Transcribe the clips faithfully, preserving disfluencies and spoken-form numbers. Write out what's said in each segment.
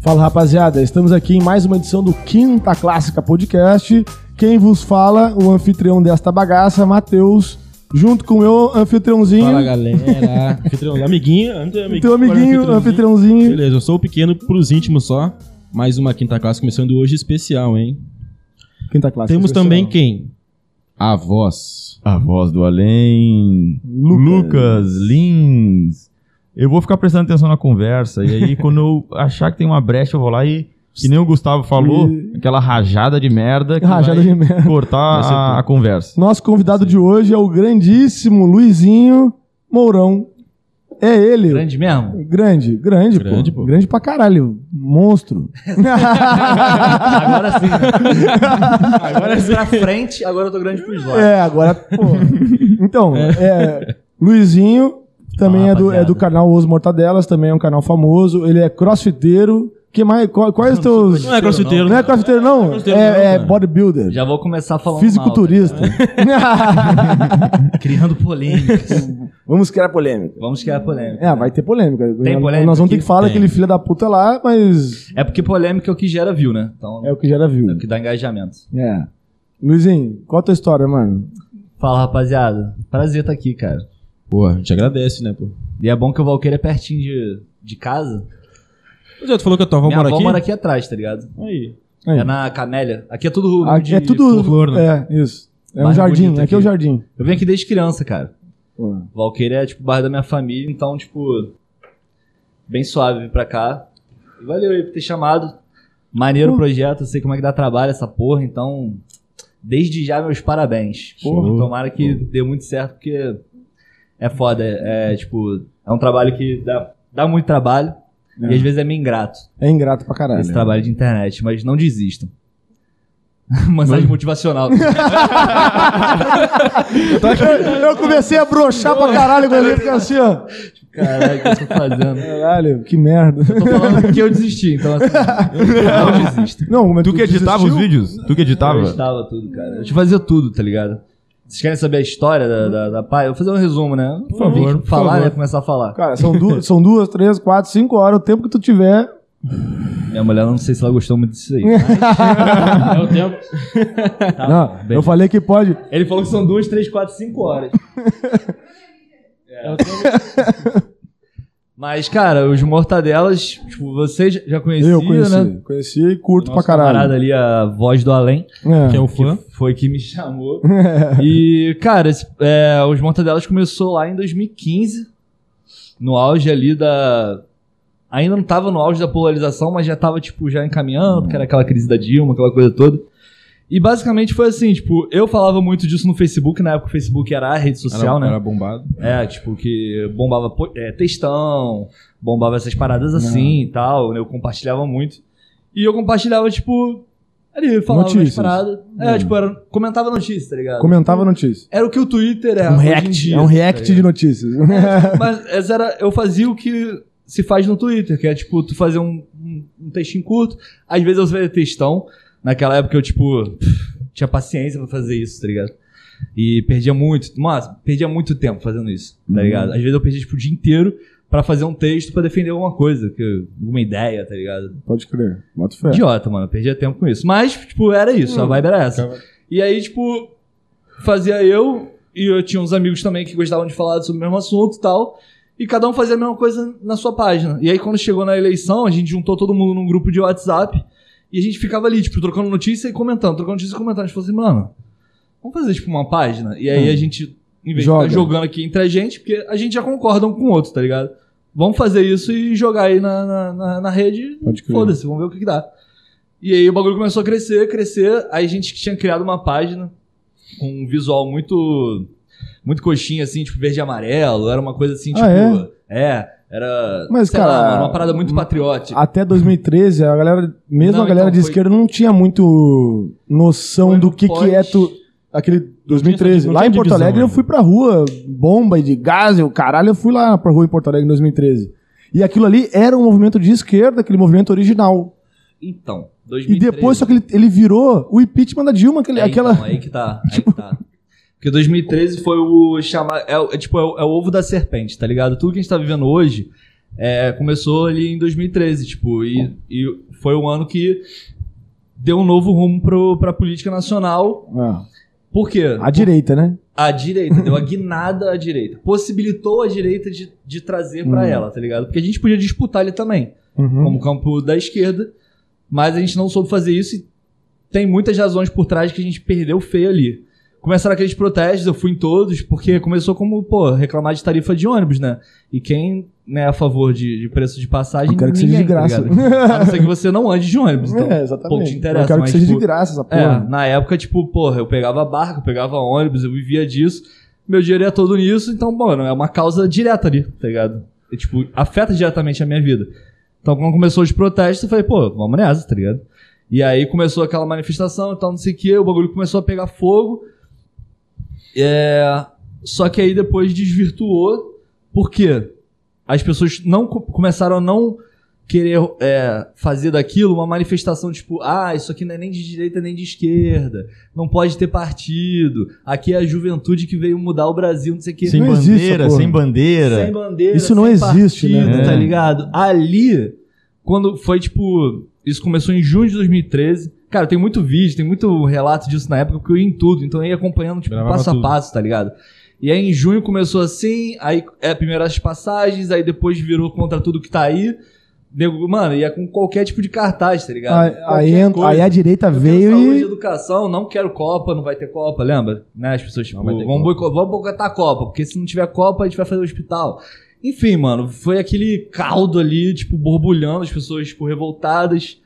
Fala, rapaziada, estamos aqui em mais uma edição do Quinta Clássica Podcast. Quem vos fala, o anfitrião desta bagaça, Matheus, junto com o meu anfitriãozinho. Fala, galera. Anfitrião, amiguinho. amiguinho Teu amiguinho, anfitriãozinho. anfitriãozinho. Beleza, eu sou o pequeno pros íntimos só. Mais uma Quinta Clássica começando hoje especial, hein? Quinta Clássica Temos especial. também quem? A voz. A voz do além. Lucas. Lucas Lins. Eu vou ficar prestando atenção na conversa. E aí, quando eu achar que tem uma brecha, eu vou lá e, que nem o Gustavo falou, E... aquela rajada de merda que Rajada vai de merda. cortar a, a conversa. Nosso convidado de hoje é o grandíssimo Luizinho Mourão. É ele. Grande mesmo? Grande, grande, Grande, pô. pô. Grande pra caralho. Monstro. Agora sim. Agora sim. Pra frente, agora eu tô grande pros lados. É, agora, pô. Então, é, Luizinho também Fala, é, do, é rapaziada. do canal Os Mortadelas, também é um canal famoso. Ele é crossfiteiro. Que mais, qual- quais os teus... Não é crossfiteiro, Não é crossfiteiro, não? Não é crossfiteiro, É, não, é cara. bodybuilder. Já vou começar falando Fisiculturista. mal, tá? Criando polêmicas. Vamos criar polêmica. Vamos criar polêmica. É, vai ter polêmica. Tem polêmica Nós vamos ter aqui? que falar Tem. daquele filho da puta lá, mas É porque polêmica é o que gera view, né? Então, é o que já viu. é o que dá engajamento. É. Luizinho, qual a tua história, mano? Fala, rapaziada. Prazer estar aqui, cara. Pô, a gente agradece, né, pô? E é bom que o Valqueiro é pertinho de, de casa. Pois é, tu falou que a tua avó Minha mora avó aqui? mora aqui atrás, tá ligado? Aí. Aí. É na Camélia. Aqui é tudo... Ah, de é tudo... flor, né? É, isso. É um Mais jardim, bonito aqui é o aqui. jardim. Eu venho aqui desde criança, cara. Pô. Valqueira é, tipo, o bairro da minha família, então, tipo, bem suave vir pra cá. E valeu aí por ter chamado. Maneiro o projeto, eu sei como é que dá trabalho essa porra, então, desde já, meus parabéns. Porra. Tomara que dê muito certo, porque é foda. É, tipo, é um trabalho que dá, dá muito trabalho É. e às vezes é meio ingrato, É ingrato pra caralho. esse trabalho de internet, mas não desistam. Mensagem motivacional. Eu comecei a broxar pra caralho quando ele fica assim, ó. Caralho, o que eu tô fazendo? Caralho, que merda. Tô falando porque eu desisti, então assim, não desista. Não, mas Tu que editava os desistiu? vídeos? Tu que Eu editava? editava tudo, cara. Eu te fazia tudo, tá ligado? Vocês querem saber a história da, da, da pai? Eu vou fazer um resumo, né? Por favor, por falar, favor. né? Começar a falar. Cara, são duas, são duas, três, quatro, cinco horas. O tempo que tu tiver. Minha mulher, não sei se ela gostou muito disso aí. É o tempo. Tá não, bom, bem. eu falei que pode. Ele falou que são duas, três, quatro, cinco horas. É o tempo. Mas, cara, os Mortadelas, tipo, você já- já conhecia, Eu conheci. né? Conheci e curto Nosso pra caralho. camarada ali, a Voz do Além, É. Que é o fã. que foi que me chamou. E, cara, esse- é, os Mortadelas começou lá em dois mil e quinze, no auge ali da... Ainda não tava no auge da polarização, mas já tava, tipo, já encaminhando, porque era aquela crise da Dilma, aquela coisa toda. E basicamente foi assim, tipo, eu falava muito disso no Facebook, na época o Facebook era a rede social, Era, né? era bombado. É, tipo, que bombava po- é, textão, bombava essas paradas assim e tal, né? Eu compartilhava muito. E eu compartilhava, tipo, ali, falava umas Notícias. paradas. É, Hum. tipo, era, comentava notícias, tá ligado? Comentava notícia. Era o que o Twitter é. Um hoje em react. dia, É um tá react ligado? de notícias. Mas essa era, eu fazia o que se faz no Twitter, que é, tipo, tu fazer um, um, um textinho curto. Às vezes eu fazia textão. Naquela época eu, tipo, tinha paciência pra fazer isso, tá ligado? E perdia muito, mas perdia muito tempo fazendo isso, tá ligado? Às vezes eu perdia, tipo, o dia inteiro pra fazer um texto pra defender alguma coisa, que, alguma ideia, tá ligado? Pode crer. Bota fé. Idiota, mano, eu perdia tempo com isso. Mas, tipo, era isso, a vibe era essa. E aí, tipo, fazia eu, e eu tinha uns amigos também que gostavam de falar sobre o mesmo assunto e tal, e cada um fazia a mesma coisa na sua página. E aí, quando chegou na eleição, a gente juntou todo mundo num grupo de WhatsApp, e a gente ficava ali, tipo, trocando notícia e comentando, trocando notícia e comentando. A gente falou assim, mano, vamos fazer, tipo, uma página? E aí Hum. a gente, em vez Joga. de ficar jogando aqui entre a gente, porque a gente já concorda um com o outro, tá ligado? Vamos fazer isso e jogar aí na, na, na, na rede, Pode crer. foda-se, vamos ver o que, que dá. E aí o bagulho começou a crescer, crescer, aí a gente tinha criado uma página com um visual muito, muito coxinha, assim, tipo verde e amarelo, era uma coisa assim, tipo... Ah, é? era, Mas, sei cara, lá, mano, uma parada muito patriótica. Até dois mil e treze, a galera, mesmo Não, a galera então, de foi- esquerda não tinha muito noção Foi do no que, pós- que é tu, aquele dois mil e treze. não Lá tinha em Porto divisão Alegre eu ainda. fui pra rua, bomba e de gás, e o caralho, eu fui lá pra rua em Porto Alegre em dois mil e treze. E aquilo ali era um movimento de esquerda, aquele movimento original. Então, dois mil E e treze... depois só que ele, ele virou o impeachment da Dilma, aquele, É, aquela... então, aí que tá, aí que tá. Porque dois mil e treze foi o chamar, é, o- é tipo é o, é o ovo da serpente, tá ligado? Tudo que a gente tá vivendo hoje é, começou ali em dois mil e treze, tipo, e, e foi um ano que deu um novo rumo pro, pra política nacional. Ah. Por quê? A direita, né? A direita, deu a guinada à direita. Possibilitou a direita de, de trazer pra Hum. ela, tá ligado? Porque a gente podia disputar ali também, Uhum. como campo da esquerda, mas a gente não soube fazer isso e tem muitas razões por trás que a gente perdeu feio ali. Começaram aqueles protestos, eu fui em todos, porque começou como, pô, reclamar de tarifa de ônibus, né? E quem não é a favor de, de preço de passagem, Eu quero que ninguém, seja de graça. tá ligado? A não ser que você não ande de ônibus, então. É, exatamente. Pouco te interessa, eu quero mas, que seja tipo, de graça essa É, porra. na época, tipo, porra, eu pegava barco, eu pegava ônibus, eu vivia disso, meu dinheiro ia todo nisso, então, mano, é uma causa direta ali, tá ligado? E, tipo, afeta diretamente a minha vida. Então, quando começou os protestos, eu falei, pô, vamos nessa, tá ligado? E aí começou aquela manifestação e tal, não sei o que, o bagulho começou a pegar fogo. É... Só que aí depois desvirtuou, por quê? As pessoas não co- começaram a não querer é, fazer daquilo uma manifestação tipo, ah, isso aqui não é nem de direita nem de esquerda, não pode ter partido, aqui é a juventude que veio mudar o Brasil, não sei o que. Sem Não existe bandeira, essa porra. sem bandeira. Sem bandeira, Isso não sem existe, partido, né? tá É. ligado? Ali, quando foi tipo, isso começou em junho de dois mil e treze. Cara, tem muito vídeo, tem muito relato disso na época, porque eu ia em tudo, então eu ia acompanhando, tipo, Gravava passo a tudo. passo, tá ligado? E aí em junho começou assim, aí é primeiro as passagens, aí depois virou contra tudo que tá aí. Nego, mano, ia com qualquer tipo de cartaz, tá ligado? Aí, Qualquer aí, ent- coisa. aí a direita Eu quero veio saúde e e. educação, não quero Copa, não vai ter Copa, lembra? Né? As pessoas, tipo, vai ter vamos, Copa. boico- vamos boicotar a Copa, porque se não tiver Copa, a gente vai fazer o hospital. Enfim, mano, foi aquele caldo ali, tipo, borbulhando, as pessoas, tipo, revoltadas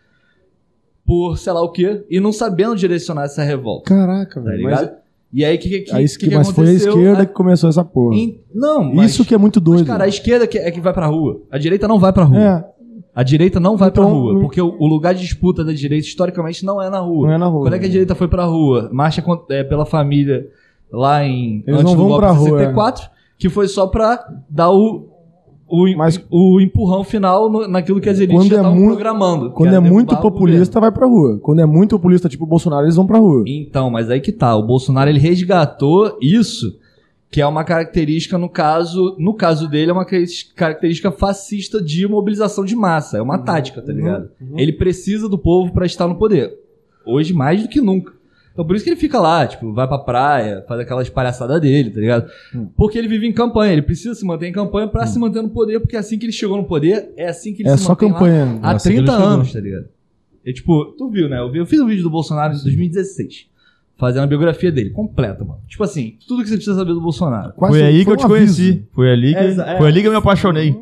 por sei lá o quê, e não sabendo direcionar essa revolta, Caraca, tá velho. ligado? mas E aí, o que, que, que, a esqui- que que mas foi a aconteceu? esquerda A- que começou essa porra. em- Não, mas... Isso que é muito mas, doido. cara, a esquerda que- é que vai pra rua. A direita não vai pra rua. É, A direita não vai Então, pra rua, não- porque o, o lugar de disputa da direita, historicamente, não é na rua. não é na rua. Quando é que a direita foi pra rua? Marcha con- é, pela família lá em... Eles antes não do vão golpe pra de rua, sessenta e quatro, que foi só pra dar o, o, em- Mas- o empurrão final no- naquilo que as elites Quando já é estavam muito- programando. que Quando era é muito derrubar o populista, vai pra rua. Quando é muito populista, tipo o Bolsonaro, eles vão pra rua. governo. Então, mas aí que tá. O Bolsonaro, ele resgatou isso, que é uma característica, no caso, no caso dele, é uma característica- característica fascista de mobilização de massa. É uma tática, tá ligado? Ele precisa do povo pra estar no poder. Hoje, mais do que nunca. Então, por isso que ele fica lá, tipo, vai pra praia, faz aquelas palhaçadas dele, tá ligado? Hum. Porque ele vive em campanha, ele precisa se manter em campanha pra se manter no poder, porque assim que ele chegou no poder, é assim que ele É se só mantém campanha. lá há Assim que ele trinta chegou. anos, tá ligado? E, tipo, tu viu, né? Eu, vi- eu fiz um vídeo do Bolsonaro em dois mil e dezesseis, fazendo a biografia dele, completa, mano. Tipo assim, tudo que você precisa saber do Bolsonaro. Quase Foi aí que foi eu te um aviso. conheci. Foi ali que, É, é. foi ali que eu me apaixonei.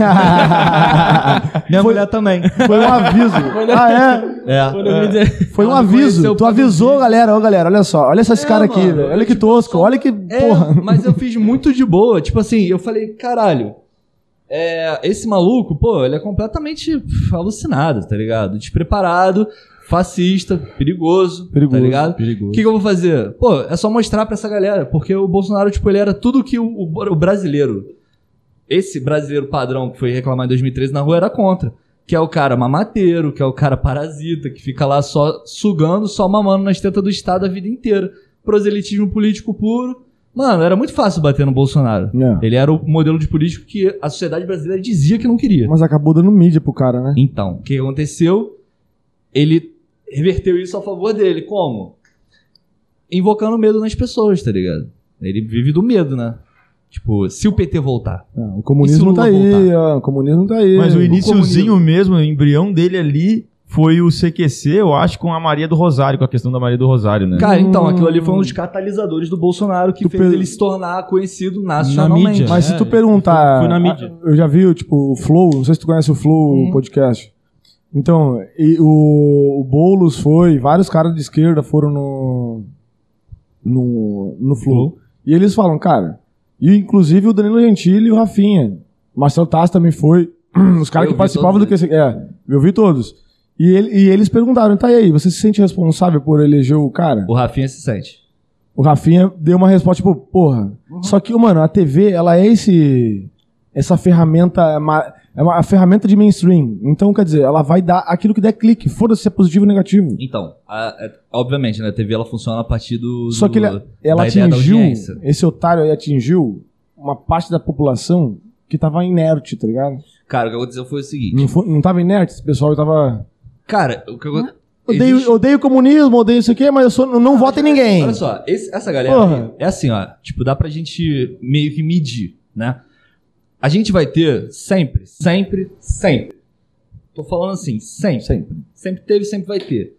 Minha Foi- mulher também. Foi um aviso. Ah, é? É. Foi um Ela me aviso. conheceu Tu por causa avisou, disso. galera. Ó, galera, olha só. Olha esses É, caras aqui, mano, velho. Olha eu, que tipo, tosco. só- Olha que É, porra. mas eu fiz muito de boa. Tipo assim, eu falei, caralho, é, esse maluco, pô, ele é completamente pff, alucinado, tá ligado? Despreparado, fascista, perigoso, Perigoso, tá ligado? O Perigoso. que, que eu vou fazer? Pô, é só mostrar pra essa galera, porque o Bolsonaro, tipo, ele era tudo que o, o- o brasileiro, esse brasileiro padrão que foi reclamar em dois mil e treze na rua era contra. Que é o cara mamateiro, que é o cara parasita, que fica lá só sugando, só mamando nas tetas do Estado a vida inteira. Proselitismo político puro. Mano, era muito fácil bater no Bolsonaro. É. Ele era o modelo de político que a sociedade brasileira dizia que não queria. Mas acabou dando mídia pro cara, né? Então, o que aconteceu? Ele reverteu isso a favor dele. Como? Invocando medo nas pessoas, tá ligado? Ele vive do medo, né? Tipo, se o P T voltar. É, o E se comunismo o Lula tá aí, voltar? ó, o comunismo tá aí. Mas o O iniciozinho comunismo. mesmo, o embrião dele ali foi o C Q C, eu acho, com a Maria do Rosário, com a questão da Maria do Rosário, né? Cara, então, Hum. aquilo ali foi um dos catalisadores do Bolsonaro que Tu fez pe- ele se tornar conhecido nacionalmente. mídia. Mas se É, tu perguntar. foi na mídia. Eu já vi, tipo, o Flow, não sei se tu conhece o Flow Uhum. podcast. Então, e o, o Boulos foi, vários caras de esquerda foram no. no, no Flow. E eles falam, cara, e inclusive o Danilo Gentili e o Rafinha. O Marcelo Tassi também foi. Os caras Eu que vi participavam do que. todos É, eu vi todos. E, ele- e eles perguntaram, tá e aí, você se sente responsável por eleger o cara? O Rafinha se sente. O Rafinha deu uma resposta, tipo, porra. Só que, mano, a T V, ela é esse. Essa ferramenta. ma- É uma a ferramenta de mainstream. Então, quer dizer, ela vai dar aquilo que der clique. Foda-se se é positivo ou negativo. Então, a- é- obviamente, né, a T V ela funciona a partir do. Só que do- ele, ela da ideia da atingiu. audiência. Esse otário aí atingiu uma parte da população que tava inerte, tá ligado? Cara, o que aconteceu foi o seguinte. Não, foi, não tava inerte, esse pessoal tava... Cara, o que eu... Odeio, existe... odeio comunismo, odeio isso aqui, mas eu sou, não, não voto em ninguém. Olha só, esse, essa galera aí, é assim, ó. Tipo, dá pra gente meio que medir, né? A gente vai ter sempre, sempre, sempre. Tô falando assim, sempre. Sempre, sempre teve, sempre vai ter.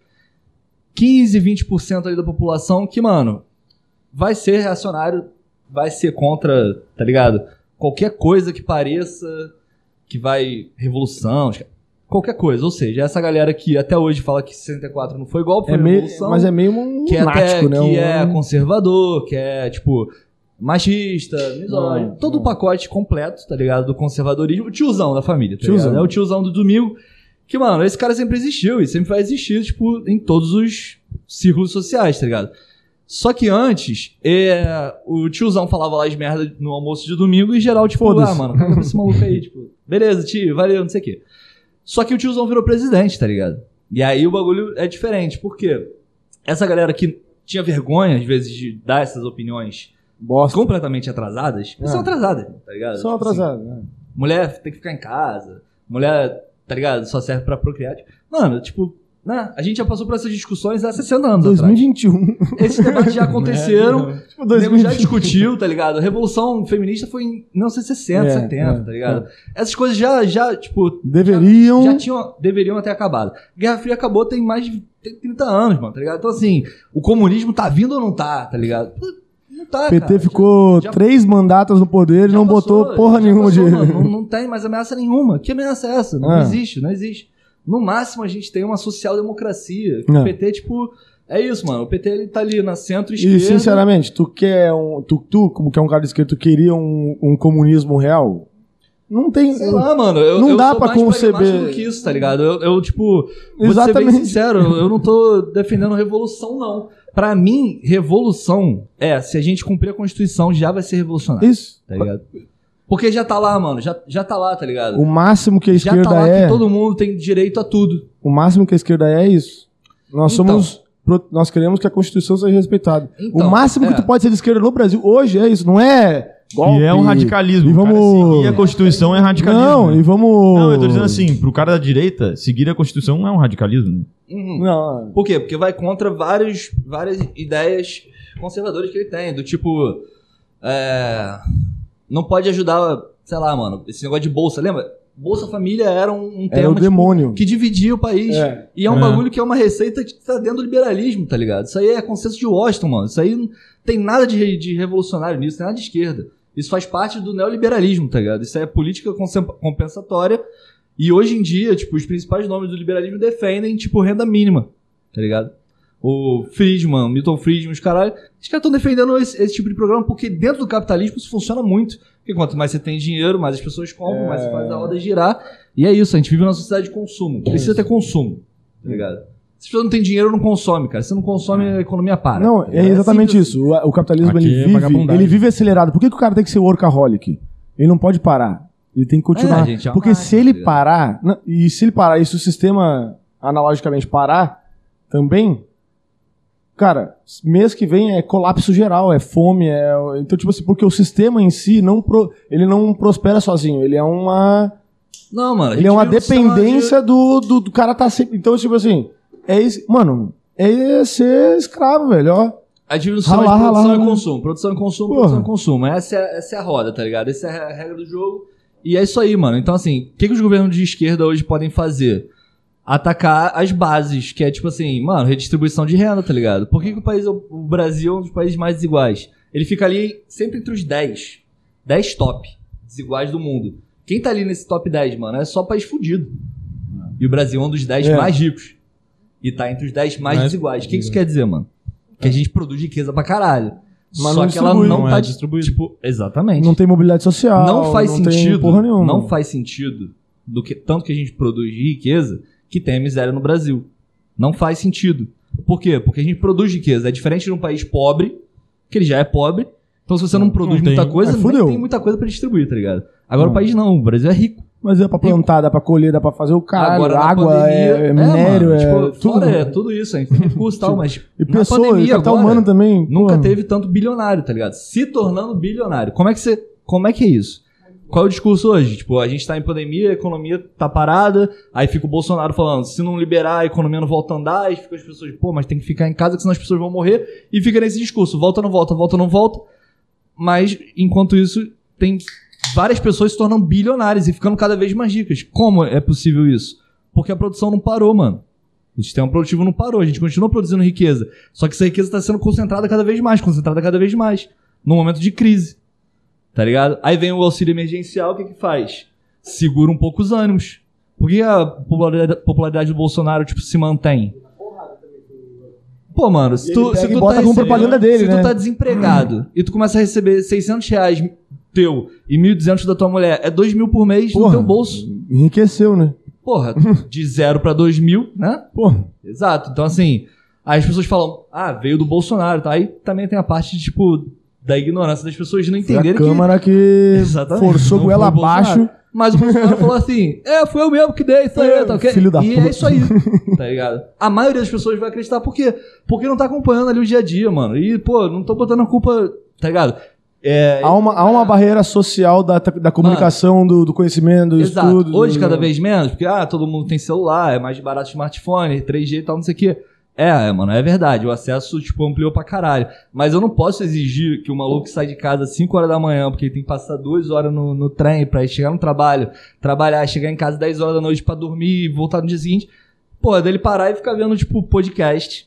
quinze, vinte por cento ali da população que, mano, vai ser reacionário, vai ser contra, tá ligado? Qualquer coisa que pareça que vai... Revolução, qualquer coisa. Ou seja, essa galera que até hoje fala que sessenta e quatro não foi golpe, foi é meio, revolução. Mas é meio um que lunático, até, né? Que um... é conservador, que é, tipo... Machista, misógino, não, todo não. o pacote completo, tá ligado? Do conservadorismo, o tiozão da família, tá tiozão. ligado? É o tiozão do domingo, que, mano, esse cara sempre existiu e sempre vai existir, tipo, em todos os círculos sociais, tá ligado? Só que antes, é, o tiozão falava lá as merdas no almoço de domingo e geral, tipo, ah, mano, caga pra esse maluco aí, tipo, beleza, tio, valeu, não sei o quê. Só que o tiozão virou presidente, tá ligado? E aí o bagulho é diferente, porque essa galera que tinha vergonha, às vezes, de dar essas opiniões Bosta. completamente atrasadas, É. são atrasadas, tá ligado? São Tipo atrasados, assim, né? mulher tem que ficar em casa, mulher, tá ligado? Só serve pra procriar. Mano, tipo, né? A gente já passou por essas discussões há sessenta anos dois mil e atrás. vinte e um. Esses debates já aconteceram, Tipo, o dois nego mil e já vinte e um. discutiu, tá ligado? A Revolução Feminista foi em mil novecentos e sessenta, É, setenta, é, tá ligado? Essas coisas já, já tipo... Deveriam... Já, já tinham, deveriam ter acabado. Guerra Fria acabou tem mais de tem trinta anos, mano, tá ligado? Então, assim, o comunismo tá vindo ou não tá, tá ligado? Não tá, O P T cara. ficou Já- três mandatos no poder e Já não passou, botou porra já nenhuma passou, de... mano. Não, não tem mais ameaça nenhuma. Que ameaça é essa? Não É. existe, não existe. No máximo a gente tem uma social-democracia. É. O P T, tipo, é isso, mano. O P T ele tá ali na E, centro-esquerda. sinceramente, tu quer um... Tu, tu, como que é um cara de esquerda, tu queria um, um comunismo real? Não tem... Sei lá, mano. Eu, Não eu dá sou pra mais conceber- pragmático do que isso, tá ligado? Eu, eu tipo, vou Exatamente. ser bem sincero, eu não tô defendendo revolução, não. Pra mim, revolução é, se a gente cumprir a Constituição, já vai ser revolucionário. Isso. Tá ligado? Porque já tá lá, mano. Já, já tá lá, tá ligado? O máximo que a Já esquerda tá lá é... que todo mundo tem direito a tudo. O máximo que a esquerda é isso. Nós Então. somos... pro- Nós queremos que a Constituição seja respeitada. Então, o máximo é. que tu pode ser de esquerda no Brasil hoje é isso. Não é... golpe, E é um radicalismo. E O cara vamos... seguir a Constituição é radicalismo. Não, né? e vamos... Não, eu tô dizendo assim, pro cara da direita, seguir a Constituição não é um radicalismo. Né? Uhum. Não, Por quê? Porque vai contra vários, várias ideias conservadoras que ele tem. Do tipo, é, não pode ajudar, sei lá, mano, esse negócio de bolsa. Lembra? Bolsa Família era um, um era tema o demônio. tipo, que dividia o país. É. E é um É. bagulho que é uma receita que tá dentro do liberalismo, tá ligado? Isso aí é consenso de Washington, mano. Isso aí não tem nada de, de revolucionário nisso, tem nada de esquerda. Isso faz parte do neoliberalismo, tá ligado? Isso é política consem- compensatória. E hoje em dia, tipo, os principais nomes do liberalismo defendem, tipo, renda mínima, tá ligado? O Friedman, Milton Friedman, os caralho, os caras estão defendendo esse, esse tipo de programa porque dentro do capitalismo isso funciona muito. Porque quanto mais você tem dinheiro, mais as pessoas compram, É. mais você faz a roda girar. E é isso, a gente vive numa sociedade de consumo. Precisa ter consumo, tá ligado? Se você não tem dinheiro, não consome, cara. Se você não consome, a economia para. Não, tá é ligado? exatamente simples. isso. O, o capitalismo, Aqui ele é vive, vagabundagem. ele vive acelerado. Por que, que o cara tem que ser workaholic? Ele não pode parar. Ele tem que continuar. É, gente, é uma Porque máquina, se ele tá ligado? parar... não, e se ele parar, e se o sistema, analogicamente, parar também... Cara, mês que vem é colapso geral, é fome, é... Então, tipo assim, porque o sistema em si, não pro, ele não prospera sozinho. Ele é uma... Não, mano. a Ele gente é uma vive um sistema dependência do, do, do cara tá sempre... Então, tipo assim... É esse, mano, é ser escravo, velho, ó. A gente vive no sistema Ralar, de produção ralar, e ralar. consumo. Produção e consumo, Porra. produção e consumo. Essa é, essa é a roda, tá ligado? Essa é a regra do jogo. E é isso aí, mano. Então, assim, o que, que os governos de esquerda hoje podem fazer? Atacar as bases, que é tipo assim, mano, redistribuição de renda, tá ligado? Por que, que o país, o Brasil é um dos países mais desiguais? Ele fica ali sempre entre os dez. dez top desiguais do mundo. Quem tá ali nesse top dez, mano, é só país fudido. E o Brasil é um dos dez É. mais ricos. E tá entre os dez mais Mais desiguais. O que, que isso quer dizer, mano? Que a gente produz riqueza pra caralho. Mas Só não que ela distribui. não, Não tá é dis- distribuído. Tipo, exatamente. Não tem mobilidade social. Não faz não tem sentido. porra nenhuma. Não faz sentido do que tanto que a gente produz de riqueza que tem a miséria no Brasil. Não faz sentido. Por quê? Porque a gente produz riqueza. É diferente de um país pobre, que ele já é pobre. Então, se você não, produz não tem. muita coisa, É, nem fudeu. tem muita coisa pra distribuir, tá ligado? Agora Não. o país não. O Brasil é rico. Mas é pra plantar, dá pra colher, dá pra fazer o caralho. Agora, na água, pandemia, é, é minério, mano, é, tipo, tudo. fora é tudo isso, a gente tem recurso e tal, mas E na pessoa, e pandemia capital agora, humano também. nunca porra. teve tanto bilionário, tá ligado? Se tornando bilionário. Como é que você, como é que é isso? qual é o discurso hoje? Tipo, a gente tá em pandemia, a economia tá parada, aí fica o Bolsonaro falando, se não liberar, a economia não volta a andar, aí fica as pessoas, pô, mas tem que ficar em casa, que senão as pessoas vão morrer, e fica nesse discurso, volta, não volta, volta, não volta, mas, enquanto isso, tem várias pessoas se tornam bilionárias e ficando cada vez mais ricas. Como é possível isso? Porque a produção não parou, mano. O sistema produtivo não parou, a gente continua produzindo riqueza, só que essa riqueza está sendo concentrada cada vez mais, concentrada cada vez mais, no momento de crise. Tá ligado? Aí vem o auxílio emergencial, o que que faz? Segura um pouco os ânimos. Por que a popularidade, popularidade do Bolsonaro, tipo, se mantém? Pô, mano, se tu, se tu bota tá como propaganda dele, se né? tu tá desempregado e tu começa a receber seiscentos reais teu e mil e duzentos da tua mulher, é dois mil por mês Porra, no teu bolso. Enriqueceu, né? Porra, de zero pra dois mil, né? Porra. Exato. Então, assim, aí as pessoas falam, ah, veio do Bolsonaro, tá? Aí também tem a parte, de, tipo, da ignorância das pessoas de não Foi entenderem a Câmara que, Exatamente. forçou Não goela foi o Bolsonaro. abaixo. Mas o Bolsonaro falou assim, é, foi eu mesmo que dei, isso aí, É, tá ok? filho da e puta. é isso aí, tá ligado? A maioria das pessoas vai acreditar, por quê? Porque não tá acompanhando ali o dia a dia, mano. E, pô, não tô botando a culpa, tá ligado? É, Há uma, há uma barreira social da, da comunicação, do, do conhecimento, do Exato. estudo. Hoje, do... cada vez menos, porque, ah, todo mundo tem celular, é mais barato smartphone, três G e tal, não sei o quê. É, é, mano, é verdade. O acesso, tipo, ampliou pra caralho. Mas eu não posso exigir que o maluco sai de casa às cinco horas da manhã, porque ele tem que passar duas horas no, no trem pra chegar no trabalho, trabalhar, chegar em casa dez horas da noite pra dormir e voltar no dia seguinte. Pô, dele parar e ficar vendo, tipo, podcast.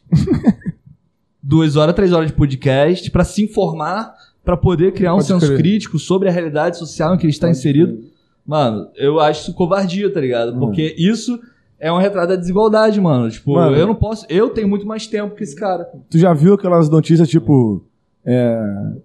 Duas horas, três horas de podcast pra se informar, pra poder criar um Pode senso crer. crítico sobre a realidade social em que ele está Pode inserido. crer. Mano, eu acho isso covardia, tá ligado? Porque isso é um retrato da desigualdade, mano. Tipo, Mano. eu não posso... Eu tenho muito mais tempo que esse cara. Tu já viu aquelas notícias tipo. É,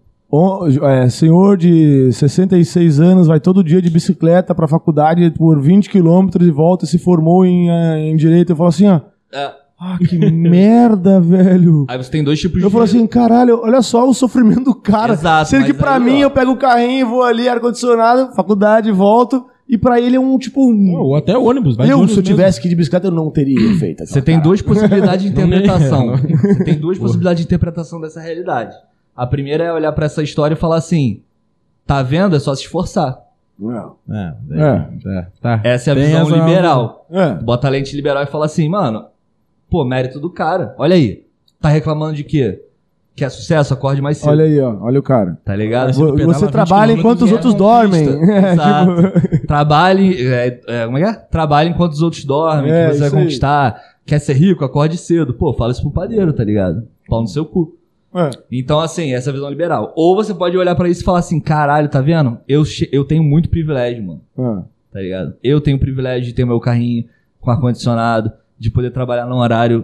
on- é, senhor de sessenta e seis anos vai todo dia de bicicleta pra faculdade por vinte quilômetros e volta e se formou em, é, em direito. Eu falo assim, ó. É. Ah, que merda, velho. Aí você tem dois tipos de... Eu falo assim, caralho, olha só o sofrimento do cara. Exato, Sendo que mas pra aí, mim, ó. eu pego o carrinho, vou ali, ar-condicionado, faculdade, volto. E pra ele é um tipo. Um... Ou até ônibus. Vai de eu, ônibus se eu mesmo. tivesse que ir de bicicleta, eu não teria feito. Você tem duas possibilidades de Não nem- interpretação. não. Você tem duas possibilidades de interpretação dessa realidade. A primeira é olhar pra essa história e falar assim, tá vendo? É só se esforçar. Não. É, É. é, tá. Essa é a Tem visão essa- liberal. É. Bota a lente liberal e fala assim, mano, pô, mérito do cara. Olha aí. Tá reclamando de quê? Quer sucesso? Acorde mais cedo. Olha aí, ó. Olha o cara. Tá ligado? Vo- pedala Você vinte trabalha enquanto os quilômetros outros é dormem. conquista. É, Exato. tipo, Trabalhe, é, é, como é que é? Trabalhe enquanto os outros dormem, É, que você isso vai aí. conquistar. Quer ser rico? Acorde cedo. Pô, fala isso pro padeiro, tá ligado? Pau no seu cu. é. Então, assim, essa é a visão liberal. Ou você pode olhar pra isso e falar assim, caralho, tá vendo? Eu, che- eu tenho muito privilégio, mano. É. Tá ligado? Eu tenho o privilégio de ter meu carrinho com ar-condicionado, de poder trabalhar num horário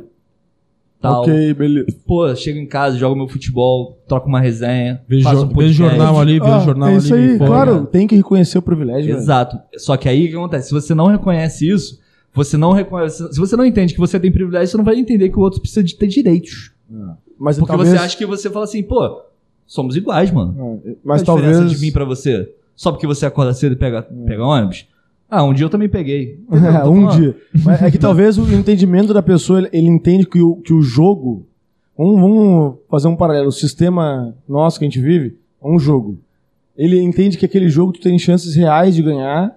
tal. Ok, beleza. Pô, chego em casa, jogo meu futebol, troco uma resenha, Vejo, faço um jo- podcast. vejo jornal ali, vejo Ah, jornal é ali. isso aí, me folga. claro, tem que reconhecer o privilégio. velho. Exato. Só que aí o que acontece? Se você não reconhece isso, você não reconhece. Se você não entende que você tem privilégio, você não vai entender que o outro precisa de ter direitos. Mas Porque talvez, você acha que você fala assim, pô, somos iguais, mano. É, Qual mas a diferença talvez de mim pra você? Só porque você acorda cedo e pega, pega ônibus? Ah, um dia eu também peguei. É, Tô um falando. dia. Mas é que talvez o entendimento da pessoa, ele, ele entende que o, que o jogo. Vamos, vamos fazer um paralelo. O sistema nosso que a gente vive é um jogo. Ele entende que aquele jogo tu tem chances reais de ganhar.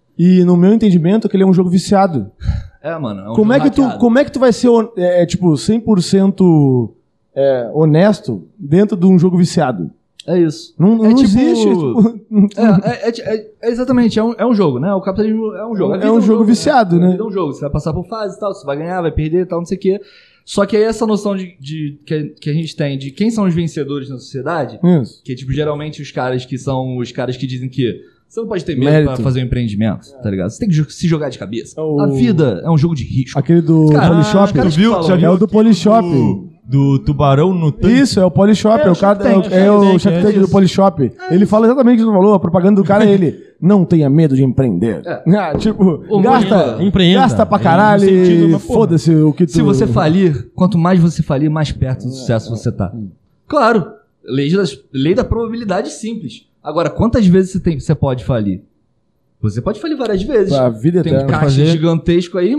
E no meu entendimento, aquele é um jogo viciado. É, mano. É um como, é jogo que tu, hackeado. como é que tu vai ser, hon- é, tipo, cem por cento é, honesto dentro de um jogo viciado? É isso. Não, não É tipo- existe. tipo, É, é- é- é- é exatamente, é um, é um jogo, né? O capitalismo é um jogo. A É vida um jogo viciado, A né? vida é um jogo. Você vai passar por fase e tal, você vai ganhar, vai perder e tal, não sei o quê. Só que aí essa noção de, de- que, que a gente tem de quem são os vencedores na sociedade, Isso. que é tipo, geralmente os caras que são os caras que dizem que você não pode ter medo Mérito. pra fazer um empreendimento, tá ligado? Você tem que jo- se jogar de cabeça. É o- A vida é um jogo de risco. Aquele do Cara, Polishop. os caras Tu viu? que falam, Já É viu o do aquele Polishop. Do, do tubarão no tanque? Isso, é o Polishop, é, É, o o cara, Shark é, o- Tank, é o Shark Shark Tank, Tank é do isso. Polishop. Ele fala exatamente o que você falou, a propaganda do cara é ele. Não tenha medo de empreender. É. Ah, tipo, Ô, gasta, mano, empreenda. gasta pra É, caralho no sentido, e mas, porra, foda-se o que tu... Se você falir, quanto mais você falir, mais perto do sucesso você tá. Claro, lei, das, lei da probabilidade simples. Agora, quantas vezes você, tem, você pode falir? Você pode falir várias vezes. Pra vida Tem um eterna. caixa fazer- gigantesco aí, irmão.